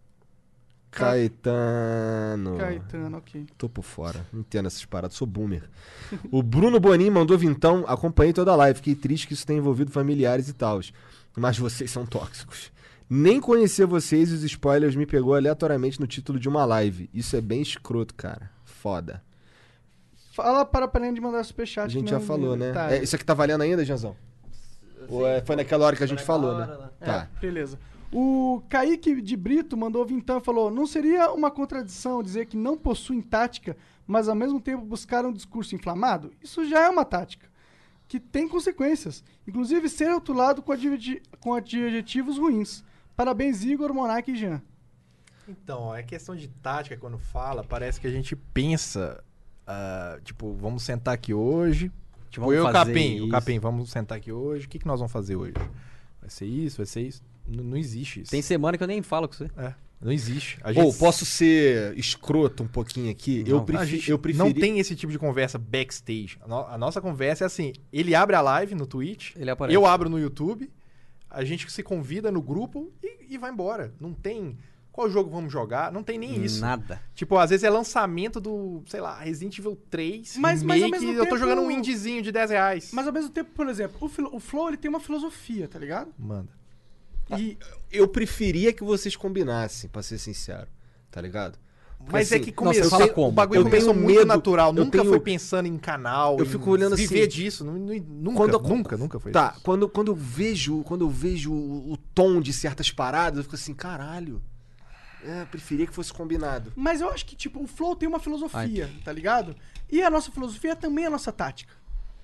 Caetano, ok. Tô por fora, não entendo essas paradas, sou boomer. O Bruno Bonin mandou vintão, acompanhei toda a live, fiquei triste que isso tenha envolvido familiares e tal. Mas vocês são tóxicos. Nem conhecia vocês e os spoilers me pegou aleatoriamente no título de uma live. Isso é bem escroto, cara. Foda. Fala para a Panela de mandar superchat. A gente já falou, né? Tá. Isso aqui tá valendo ainda, Janzão? Ou foi naquela hora que a gente falou, né? Tá. Beleza. O Kaique de Brito mandou vintão e falou: não seria uma contradição dizer que não possuem tática, mas ao mesmo tempo buscar um discurso inflamado? Isso já é uma tática. que tem consequências. Inclusive ser rotulado com adjetivos ruins. Parabéns, Igor, Monark e Jean. Então, é questão de tática quando fala, parece que a gente pensa, tipo, vamos sentar aqui hoje. Tipo, Vamos eu e o fazer Capim, isso. vamos sentar aqui hoje. O que nós vamos fazer hoje? Vai ser isso, vai ser isso. Não existe isso. Tem semana que eu nem falo com você. Não existe. Ou posso ser escroto um pouquinho aqui? Eu preferi... Não tem esse tipo de conversa backstage. A nossa conversa é assim, ele abre a live no Twitch, eu abro no YouTube, a gente se convida no grupo e vai embora. Não tem... Qual jogo vamos jogar? Não tem nem isso. Nada. Tipo, às vezes é lançamento do, sei lá, Resident Evil 3, Mas ao remake, mesmo eu tô tempo- jogando um indiezinho de R$10. Mas ao mesmo tempo, por exemplo, o Flow ele tem uma filosofia, tá ligado? Manda. E Eu preferia que vocês combinassem, pra ser sincero. Tá ligado? Porque, Mas é assim, que começou, o bagulho Eu tenho começou muito medo, natural. eu Nunca tenho- foi pensando em canal, Eu em fico olhando assim... viver disso. Nunca foi Tá, isso. quando eu vejo o tom de certas paradas, eu fico assim, caralho. Preferia que fosse combinado. Mas eu acho que, tipo, o Flow tem uma filosofia, tá ligado? E a nossa filosofia é também a nossa tática.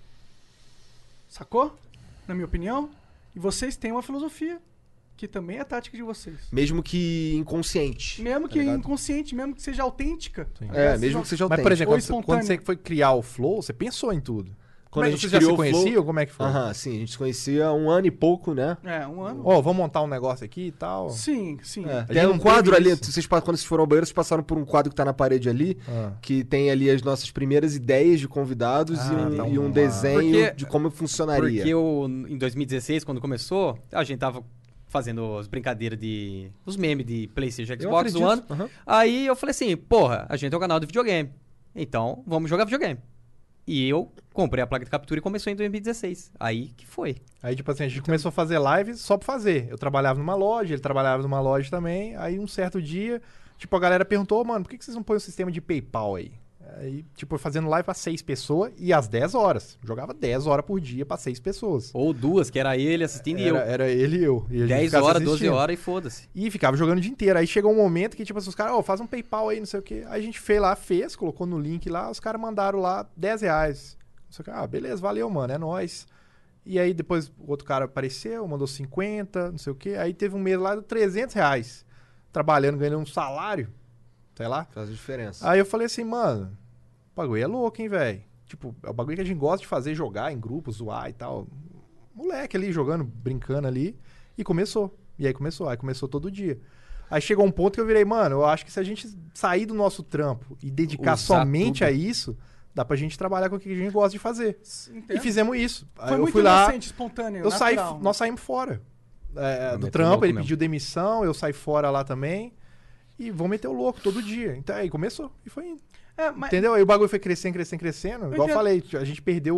Sacou? Na minha opinião. E vocês têm uma filosofia, que também é a tática de vocês. Mesmo que inconsciente. Mesmo tá que ligado? inconsciente, mesmo que seja autêntica. Mesmo que seja Mas, autêntico. por exemplo, Ou quando você foi criar o Flow, você pensou em tudo. Quando Como é que vocês já se conheciam? Como é que foi? Aham, sim, a gente se conhecia há 1 ano e pouco, né? Um ano. Vamos montar um negócio aqui e tal. Sim. Tem um quadro ali, quando vocês foram ao banheiro, vocês passaram por um quadro que tá na parede ali, que tem ali as nossas primeiras ideias de convidados e um desenho de como funcionaria. Porque em 2016, quando começou, a gente tava fazendo as brincadeiras os memes de PlayStation e Xbox acredito. One. Aí eu falei assim, porra, a gente é um canal de videogame. Então, vamos jogar videogame. E eu comprei a placa de captura e começou em 2016. Aí que foi. Aí, tipo assim, a gente começou a fazer lives só pra fazer. Eu trabalhava numa loja, ele trabalhava numa loja também. Aí, um certo dia, tipo, a galera perguntou, mano, por que vocês não põem um sistema de PayPal aí? Aí, tipo, fazendo live pra 6 pessoas e às 10 horas. Jogava 10 horas por dia pra 6 pessoas. Ou 2, que era ele assistindo e eu. Era ele e eu. E a gente 10 ficava horas, 12 assistindo. horas e foda-se. E ficava jogando o dia inteiro. Aí chegou um momento que, tipo, os caras, faz um PayPal aí, não sei o quê. Aí a gente fez, colocou no link lá, os caras mandaram lá R$10. Não sei o quê. Beleza, valeu, mano, é nóis. E aí depois o outro cara apareceu, mandou 50, não sei o quê. Aí teve um mês lá de R$300. Trabalhando, ganhando um salário. Sei lá. Faz a diferença. Aí eu falei assim, mano, o bagulho é louco, hein, velho? Tipo, é o bagulho que a gente gosta de fazer, jogar em grupo, zoar e tal. Moleque ali, jogando, brincando ali. E começou. E aí começou todo dia. Aí chegou um ponto que eu virei, mano, eu acho que se a gente sair do nosso trampo e dedicar Usar somente tudo. a isso, dá pra gente trabalhar com o que a gente gosta de fazer. Entendo. E fizemos isso. Aí Foi eu muito fui lá, inocente, espontâneo, natural. nós saímos fora do meteu trampo, louco ele mesmo. pediu demissão, eu saí fora lá também. E vamos meter o louco todo dia. Então aí começou e foi indo. Mas Entendeu? Aí o bagulho foi crescendo. Igual eu entendo. falei, a gente perdeu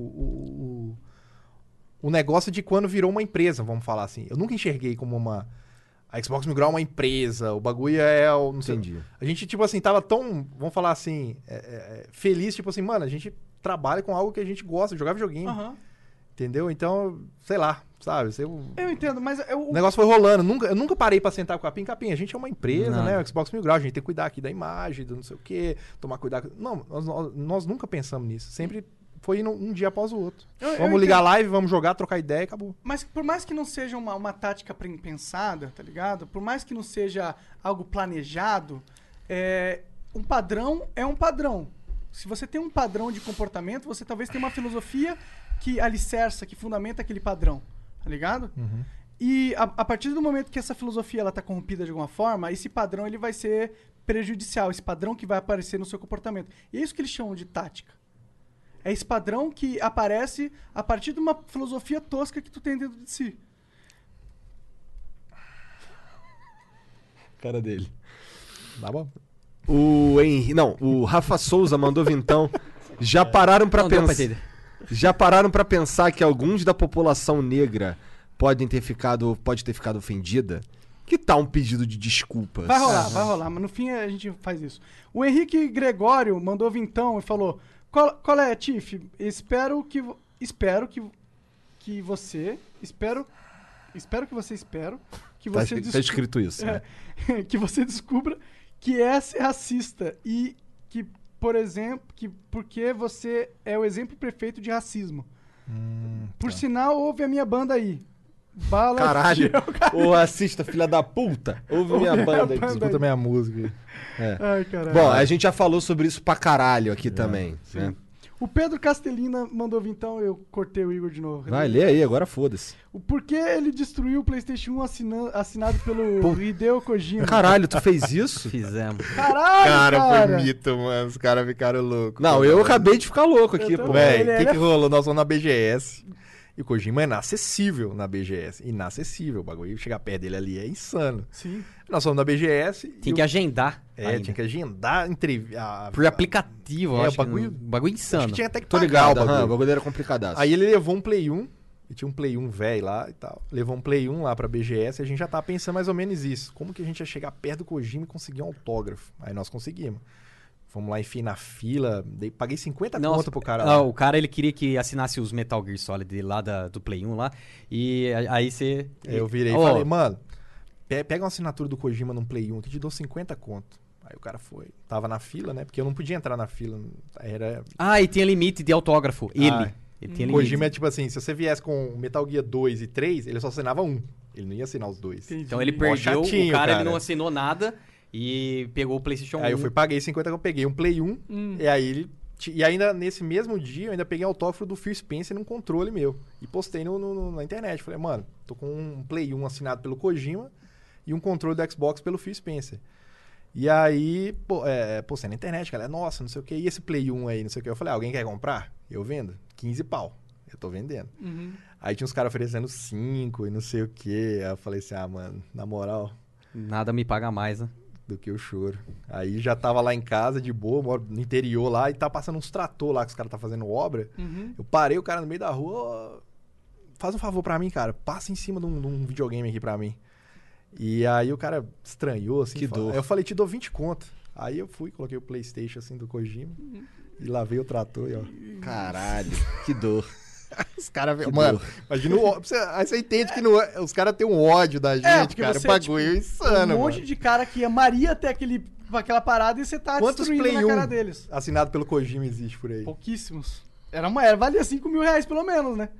o negócio de quando virou uma empresa, vamos falar assim. Eu nunca enxerguei como a Xbox Mil Grau é uma empresa, o bagulho não sei. Entendi. A gente, tipo assim, tava tão, vamos falar assim, feliz, tipo assim, mano, a gente trabalha com algo que a gente gosta, jogar videogame. Aham. Entendeu? Então, sei lá, sabe? Eu entendo, mas O negócio foi rolando. Eu nunca parei pra sentar com o Capim. Capim, a gente é uma empresa, Nada. né? O Xbox Mil Grau, a gente tem que cuidar aqui da imagem, do não sei o quê, tomar cuidado. Não, nós nunca pensamos nisso. Sempre foi indo um dia após o outro. Eu Vamos ligar a entendo. live, vamos jogar, trocar ideia e acabou. Mas por mais que não seja uma tática pensada, tá ligado? Por mais que não seja algo planejado, um padrão é um padrão. Se você tem um padrão de comportamento, você talvez tenha uma filosofia que alicerça, que fundamenta aquele padrão, tá ligado? E a partir do momento que essa filosofia ela tá corrompida de alguma forma, esse padrão ele vai ser prejudicial, esse padrão que vai aparecer no seu comportamento. E é isso que eles chamam de tática. É esse padrão que aparece a partir de uma filosofia tosca que tu tem dentro de si. Cara dele. Tá bom. O Rafa Souza mandou vintão. Já pararam pra Não deu pra pensar. entender. Já pararam pra pensar que alguns da população negra pode ter ficado ofendida? Que tal um pedido de desculpas? Vai rolar, mas no fim a gente faz isso. O Henrique Gregório mandou vintão e falou: Qual é, Tiff? Espero que você Tá escrito isso, né? Que você descubra que essa é racista e que, por exemplo, porque você é o exemplo perfeito de racismo. Por sinal, ouve a minha banda aí. Bala Caralho. Fiel, cara. Ô, assista, filha da puta. Ouve minha banda aqui. Escuta minha música. Ai, caralho. Bom, a gente já falou sobre isso pra caralho aqui também. Né? O Pedro Castelina mandou vir, então eu cortei o Igor de novo. Vai, lê aí, agora foda-se. O porquê ele destruiu o PlayStation 1 assinado pelo Hideo Kojima. Caralho, tu fez isso? Fizemos. Caralho, cara. Foi mito, mano. Os caras ficaram loucos. Não, eu acabei de ficar louco aqui, pô. Véi, o que rolou? Nós vamos na BGS. E o Kojima é inacessível na BGS. Inacessível. O bagulho chegar perto dele ali é insano. Sim. Nós fomos na BGS. Tem que agendar. Tinha que agendar por aplicativo, eu acho. Bagulho insano. Acho que tinha até que Tô pagar ligado, o bagulho. o bagulho era complicadaço. Aí ele levou um Play 1. E tinha um Play 1 velho lá e tal. Levou um Play 1 lá pra BGS e a gente já tava pensando mais ou menos isso. Como que a gente ia chegar perto do Kojima e conseguir um autógrafo? Aí nós conseguimos. Fomos lá, enfim, na fila. Paguei 50 conto pro cara lá. O cara, ele queria que assinasse os Metal Gear Solid lá do Play 1 lá. E aí você... Eu virei e falei, mano, pega uma assinatura do Kojima num Play 1 que eu te dou 50 conto. Aí o cara foi. Tava na fila, né? Porque eu não podia entrar na fila. E tem limite de autógrafo. Ele tinha limite. Kojima é tipo assim, se você viesse com Metal Gear 2 e 3, ele só assinava um. Ele não ia assinar os dois. Então ele perdeu, o cara, ele não assinou nada e pegou o PlayStation 1. Aí eu fui, paguei 50 que eu peguei um Play 1, e aí ele... E ainda nesse mesmo dia, eu ainda peguei autógrafo do Phil Spencer num controle meu. E postei na internet. Falei, mano, tô com um Play 1 assinado pelo Kojima e um controle do Xbox pelo Phil Spencer. E aí, postei na internet, galera, nossa, não sei o que, e esse Play 1 aí, não sei o que. Eu falei, alguém quer comprar? Eu vendo. 15 pau. Eu tô vendendo. Aí tinha uns caras oferecendo 5 e não sei o que. Aí eu falei assim, mano, na moral... Nada me paga mais, né? Do que o choro. Aí já tava lá em casa, de boa, moro no interior lá, e tá passando uns trator lá que os caras tá fazendo obra. Eu parei o cara no meio da rua, faz um favor pra mim, cara, passa em cima de um videogame aqui pra mim. E aí o cara estranhou, assim. Que dor. Aí eu falei, te dou 20 conto. Aí eu fui, coloquei o PlayStation, assim, do Kojima, e lavei o trator e ó. Caralho, que dor. Os caras... Mano, imagina o ódio. Aí você entende que não os caras têm um ódio da gente, cara. O bagulho é insano, um monte de cara que amaria até aquela parada e você tá destruindo na cara deles. Assinado pelo Kojima existe por aí? Pouquíssimos. Valia 5 mil reais pelo menos, né?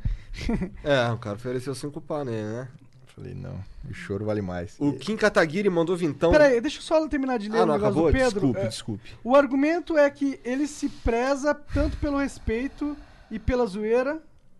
O cara ofereceu 5 pau nele, né? Falei, não, o choro vale mais. O Kim Kataguiri mandou vintão... Peraí, deixa eu só terminar de ler o negócio acabou? do Pedro. Desculpe. O argumento é que ele se preza tanto pelo respeito e pela zoeira...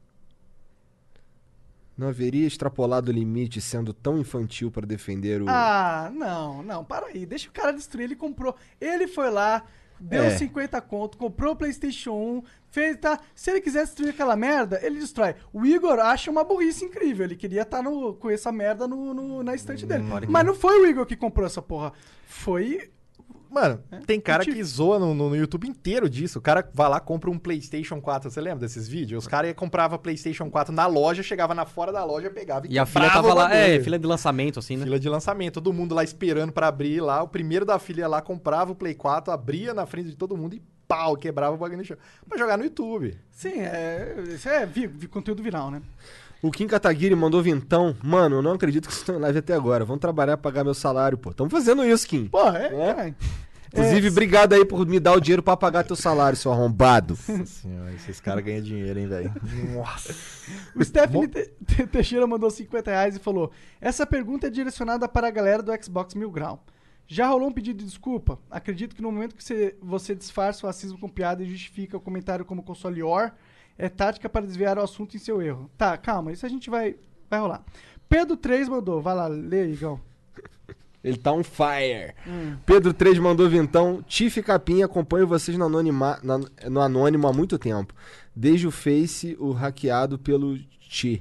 Não haveria extrapolado o limite sendo tão infantil para defender o... Não, para aí. Deixa o cara destruir. Ele comprou. Ele foi lá, deu 50 conto, comprou o PlayStation 1, fez, tá? Se ele quiser destruir aquela merda, ele destrói. O Igor acha uma burrice incrível. Ele queria estar com essa merda na estante dele. Mas não foi o Igor que comprou essa porra. Foi... Mano, tem cara que zoa no YouTube inteiro disso. O cara vai lá, compra um PlayStation 4. Você lembra desses vídeos? Os caras compravam PlayStation 4 na loja, chegava fora da loja, pegava e a fila tava lá, fila de lançamento, assim, né? Fila de lançamento. Todo mundo lá esperando pra abrir lá. O primeiro da fila ia lá, comprava o Play 4, abria na frente de todo mundo e pau, quebrava o bagulho no chão. Pra jogar no YouTube. Sim, isso é conteúdo viral, né? O Kim Kataguiri mandou vintão. Mano, eu não acredito que vocês estão em live até agora. Vamos trabalhar, pagar meu salário, pô. Tamo fazendo isso, Kim. Caralho. Inclusive, obrigado aí por me dar o dinheiro pra pagar teu salário, seu arrombado. Nossa senhora, esses caras ganham dinheiro, hein, velho? Nossa. O Stephanie Teixeira mandou 50 reais e falou: essa pergunta é direcionada para a galera do Xbox Mil Grau. Já rolou um pedido de desculpa? Acredito que no momento que você disfarça o racismo com piada e justifica o comentário como console or, é tática para desviar o assunto em seu erro. Tá, calma, isso a gente vai rolar. Pedro 3 mandou, vai lá, lê aí, Igão. Ele tá on fire. Pedro 3 mandou vintão. Tiff e Capinha, acompanho vocês no anônimo há muito tempo. Desde o Face, o hackeado pelo Ti.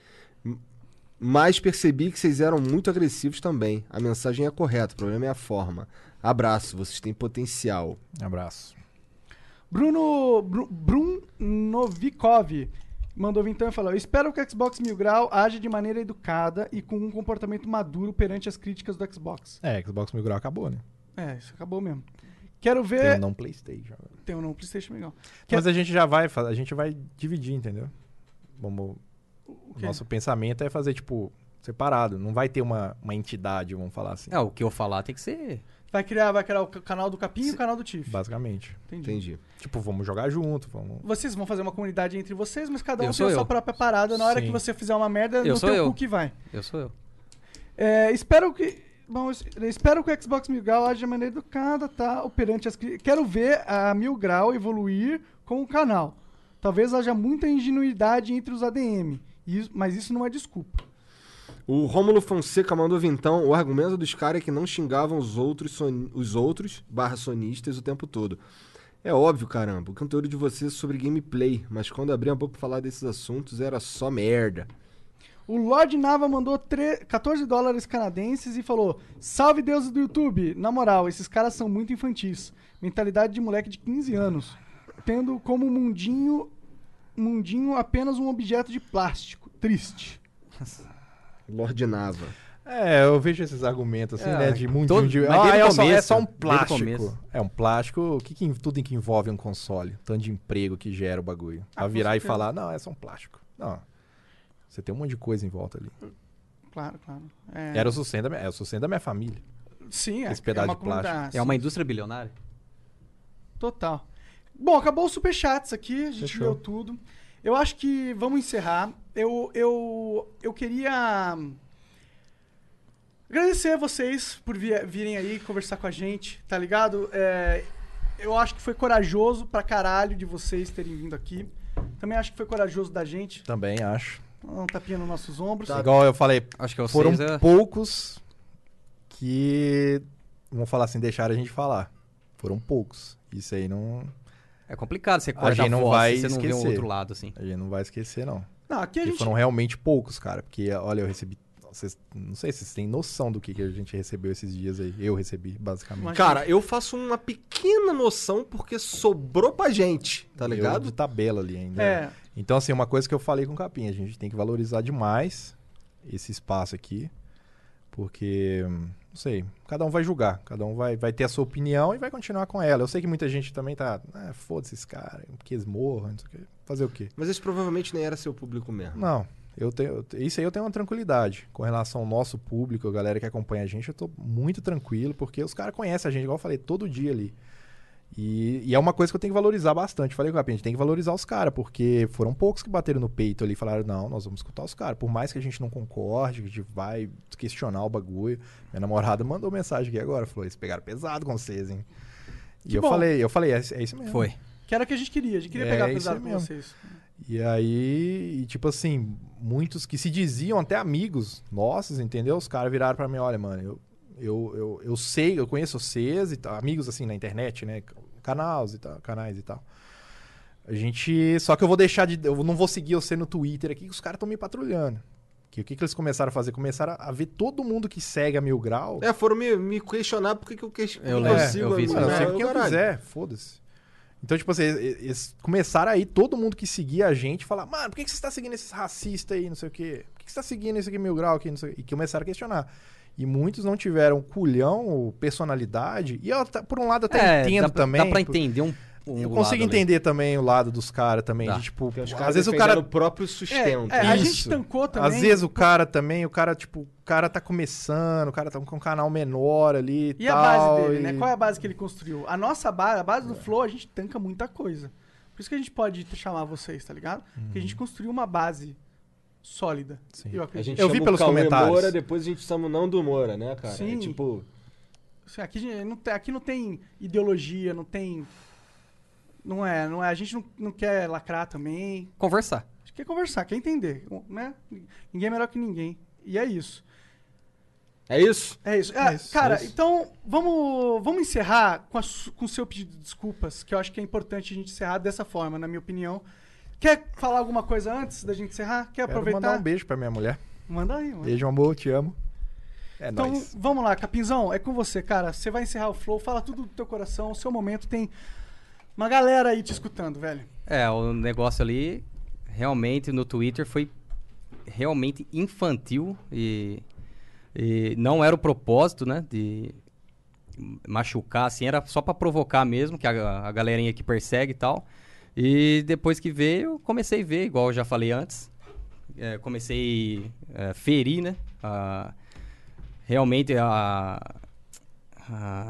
Mas percebi que vocês eram muito agressivos também. A mensagem é correta, o problema é a forma. Abraço, vocês têm potencial. Abraço. Bruno Novikov mandou vintão e falou: espero que o Xbox Mil Grau age de maneira educada e com um comportamento maduro perante as críticas do Xbox. Xbox Mil Grau acabou, né? Isso acabou mesmo. Quero ver... Tem um não PlayStation. Tem um não PlayStation legal. Mas a gente vai dividir, entendeu? O nosso pensamento é fazer, tipo, separado. Não vai ter uma entidade, vamos falar assim. O que eu falar tem que ser... Vai criar o canal do Capim e o canal do Tiff. Basicamente. Entendi. Tipo, vamos jogar junto, vamos... Vocês vão fazer uma comunidade entre vocês, mas cada um Eu tem sou a sua eu. própria parada. Na hora Sim. que você fizer uma merda, Eu no sou teu eu. cu que vai. Eu sou eu. Espero que... Bom, eu espero que o Xbox Mil Grau age de maneira educada, tá? Operante as... Quero ver a Mil Grau evoluir com o canal. Talvez haja muita ingenuidade entre os ADM, mas isso não é desculpa. O Rômulo Fonseca mandou vintão. O argumento dos caras é que não xingavam os outros /sonistas o tempo todo. É óbvio, caramba. O conteúdo de vocês é sobre gameplay, mas quando abri a boca pra falar desses assuntos era só merda. O Lord Nava mandou $14 canadenses e falou: salve deuses do YouTube. Na moral, esses caras são muito infantis. Mentalidade de moleque de 15 anos. Tendo como mundinho apenas um objeto de plástico. Triste. Lord Nava. Eu vejo esses argumentos assim, né? De mundinho todo- de... mas desde o é começo, só um desde o plástico. começo. É um plástico. Tudo em que envolve um console. Tanto de emprego que gera o bagulho. A virar e certeza. falar, não, é só um plástico. Não. Você tem um monte de coisa em volta ali. Claro. Era o sustento da minha família. Sim, Esse pedaço uma de plástico. comunidade. É uma indústria bilionária? Total. Bom, acabou os superchats aqui, a gente Fechou. leu tudo. Eu acho que vamos encerrar. Eu queria agradecer vocês por virem aí conversar com a gente, tá ligado? Eu acho que foi corajoso pra caralho de vocês terem vindo aqui. Também acho que foi corajoso da gente. Também acho. Um tapinha nos nossos ombros. Igual eu falei, Acho que foram vocês poucos que, vamos falar assim, deixaram a gente falar. Foram poucos. Isso aí não... É complicado você A cortar gente a não voz vai se você não vê um esquecer. outro lado, assim. A gente não vai esquecer, não. Não, aqui a Porque gente... foram realmente poucos, cara. Porque, olha, eu recebi... não sei se vocês têm noção do que a gente recebeu esses dias aí. Eu recebi, basicamente. Cara, eu faço uma pequena noção porque sobrou pra gente, tá Eu ligado? de tabela ali ainda. Então, assim, uma coisa que eu falei com o Capim, a gente tem que valorizar demais esse espaço aqui. Porque, não sei, cada um vai julgar. Cada um vai ter a sua opinião e vai continuar com ela. Eu sei que muita gente também tá... foda-se esses caras, porque eles morram, não sei o quê. Fazer o quê? Mas esse provavelmente nem era seu público mesmo. Não, isso aí eu tenho uma tranquilidade. Com relação ao nosso público, a galera que acompanha a gente, eu tô muito tranquilo, porque os caras conhecem a gente, igual eu falei, todo dia ali. E é uma coisa que eu tenho que valorizar bastante. Falei com o Capim, a gente tem que valorizar os caras, porque foram poucos que bateram no peito ali e falaram, não, nós vamos escutar os caras. Por mais que a gente não concorde, que a gente vai questionar o bagulho. Minha namorada mandou mensagem aqui agora, falou, eles pegaram pesado com vocês, hein? E Que eu bom. falei, é isso mesmo. Foi. Que era o que a gente queria pegar isso pesado aí com mesmo. vocês. E aí, tipo assim, muitos que se diziam até amigos nossos, entendeu? Os caras viraram pra mim, olha, mano, eu sei, eu conheço vocês e tal, amigos assim na internet, né? Canais e tal. Só que eu vou eu não vou seguir você no Twitter aqui, que os caras estão me patrulhando. Que o que eles começaram a fazer? Começaram a ver todo mundo que segue a Mil Grau. Foram me questionar por que eu Eu lembro, sigo eu vi a isso. Mil Mano, eu Grau. sigo quem eu Caralho. quiser, foda-se. Então, tipo assim, eles começaram aí, todo mundo que seguia a gente, falar, mano, por que você tá seguindo esses racistas aí, não sei o quê? Por que você tá seguindo esse aqui Mil Grau aqui, não sei o quê? E começaram a questionar. E muitos não tiveram culhão ou personalidade. E eu, por um lado, até entendo também. Dá pra entender eu consigo entender também o lado dos caras também. De, tipo, às vezes o cara... o próprio sustento. A gente tancou também. Às vezes o cara também, o cara tá começando, o cara tá com um canal menor ali E tal, a base dele, né? Qual é a base que ele construiu? A nossa base, a base do Flow, a gente tanca muita coisa. Por isso que a gente pode chamar vocês, tá ligado? Porque a gente construiu uma base sólida. Sim. Eu A acredito. gente Eu vi chama pelos o Cauê comentários. Moura, depois a gente chama o não do Moura, né, cara? Sim. É tipo... Assim, aqui não tem ideologia, não tem... Não é. A gente não quer lacrar também. Conversar. A gente quer conversar, quer entender, né? Ninguém é melhor que ninguém. E é isso. É isso? É isso. Cara, então vamos encerrar com o seu pedido de desculpas, que eu acho que é importante a gente encerrar dessa forma, na minha opinião. Quer falar alguma coisa antes da gente encerrar? Quer Quero aproveitar? mandar um beijo pra minha mulher. Manda aí, mano. Beijo, amor, te amo. É Então, nóis. vamos lá, Capinzão, é com você, cara. Você vai encerrar o Flow, fala tudo do teu coração, o seu momento tem uma galera aí te escutando, velho. O negócio ali, realmente, no Twitter foi realmente infantil e não era o propósito, né, de machucar, assim, era só pra provocar mesmo, que a galerinha que persegue e tal. E depois que veio, eu comecei a ver, igual eu já falei antes. Comecei a ferir, né? Realmente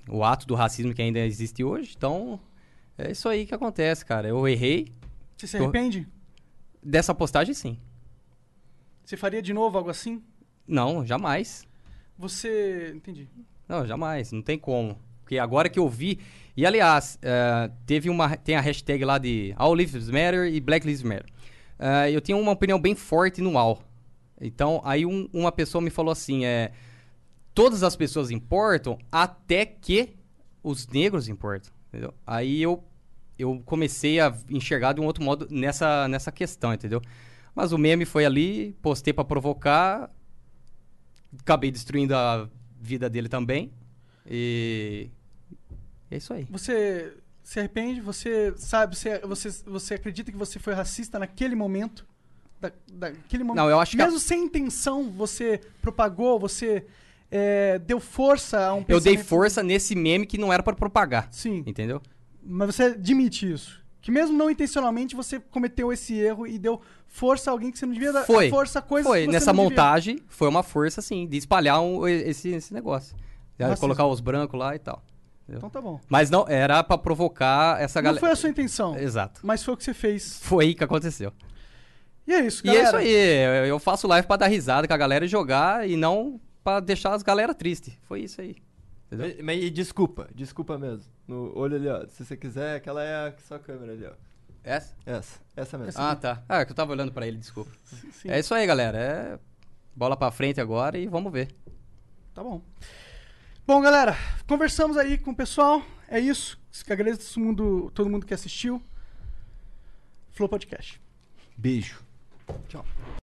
o ato do racismo que ainda existe hoje. Então, é isso aí que acontece, cara. Eu errei. Você se arrepende? Dessa postagem, sim. Você faria de novo algo assim? Não, jamais. Você... Entendi. Não, jamais. Não tem como. Porque agora que eu vi... E, aliás, tem a hashtag lá de All Lives Matter e Black Lives Matter. Eu tenho uma opinião bem forte no All. Então, aí uma pessoa me falou assim, todas as pessoas importam até que os negros importam, entendeu? Aí eu comecei a enxergar de um outro modo nessa questão, entendeu? Mas o meme foi ali, postei pra provocar, acabei destruindo a vida dele também, e é isso aí. Você se arrepende? Você sabe, você acredita que você foi racista naquele momento? Daquele momento? Não, eu acho que... Mesmo sem intenção, você propagou, você deu força a um pensamento... Eu dei força nesse meme que não era pra propagar. Sim. Entendeu? Mas você admite isso? Que mesmo não intencionalmente, você cometeu esse erro e deu força a alguém que você não devia dar força a coisas que você nessa não montagem, devia. Foi uma força, sim, de espalhar esse negócio. Colocar os brancos lá e tal. Entendeu? Então tá bom. Mas não, era pra provocar essa galera... Não foi a sua intenção. Exato. Mas foi o que você fez. Foi aí que aconteceu. E é isso, galera. E é isso aí. Eu faço live pra dar risada com a galera e jogar, e não pra deixar as galera tristes. Foi isso aí. Entendeu? Mas desculpa mesmo. No olho ali, ó. Se você quiser, aquela é a sua câmera ali, ó. Essa? Essa mesmo. Tá. É que eu tava olhando pra ele, desculpa. Sim. É isso aí, galera. Bola pra frente agora e vamos ver. Tá bom. Bom, galera, conversamos aí com o pessoal. É isso. Agradeço todo mundo que assistiu. Flow Podcast. Beijo. Tchau.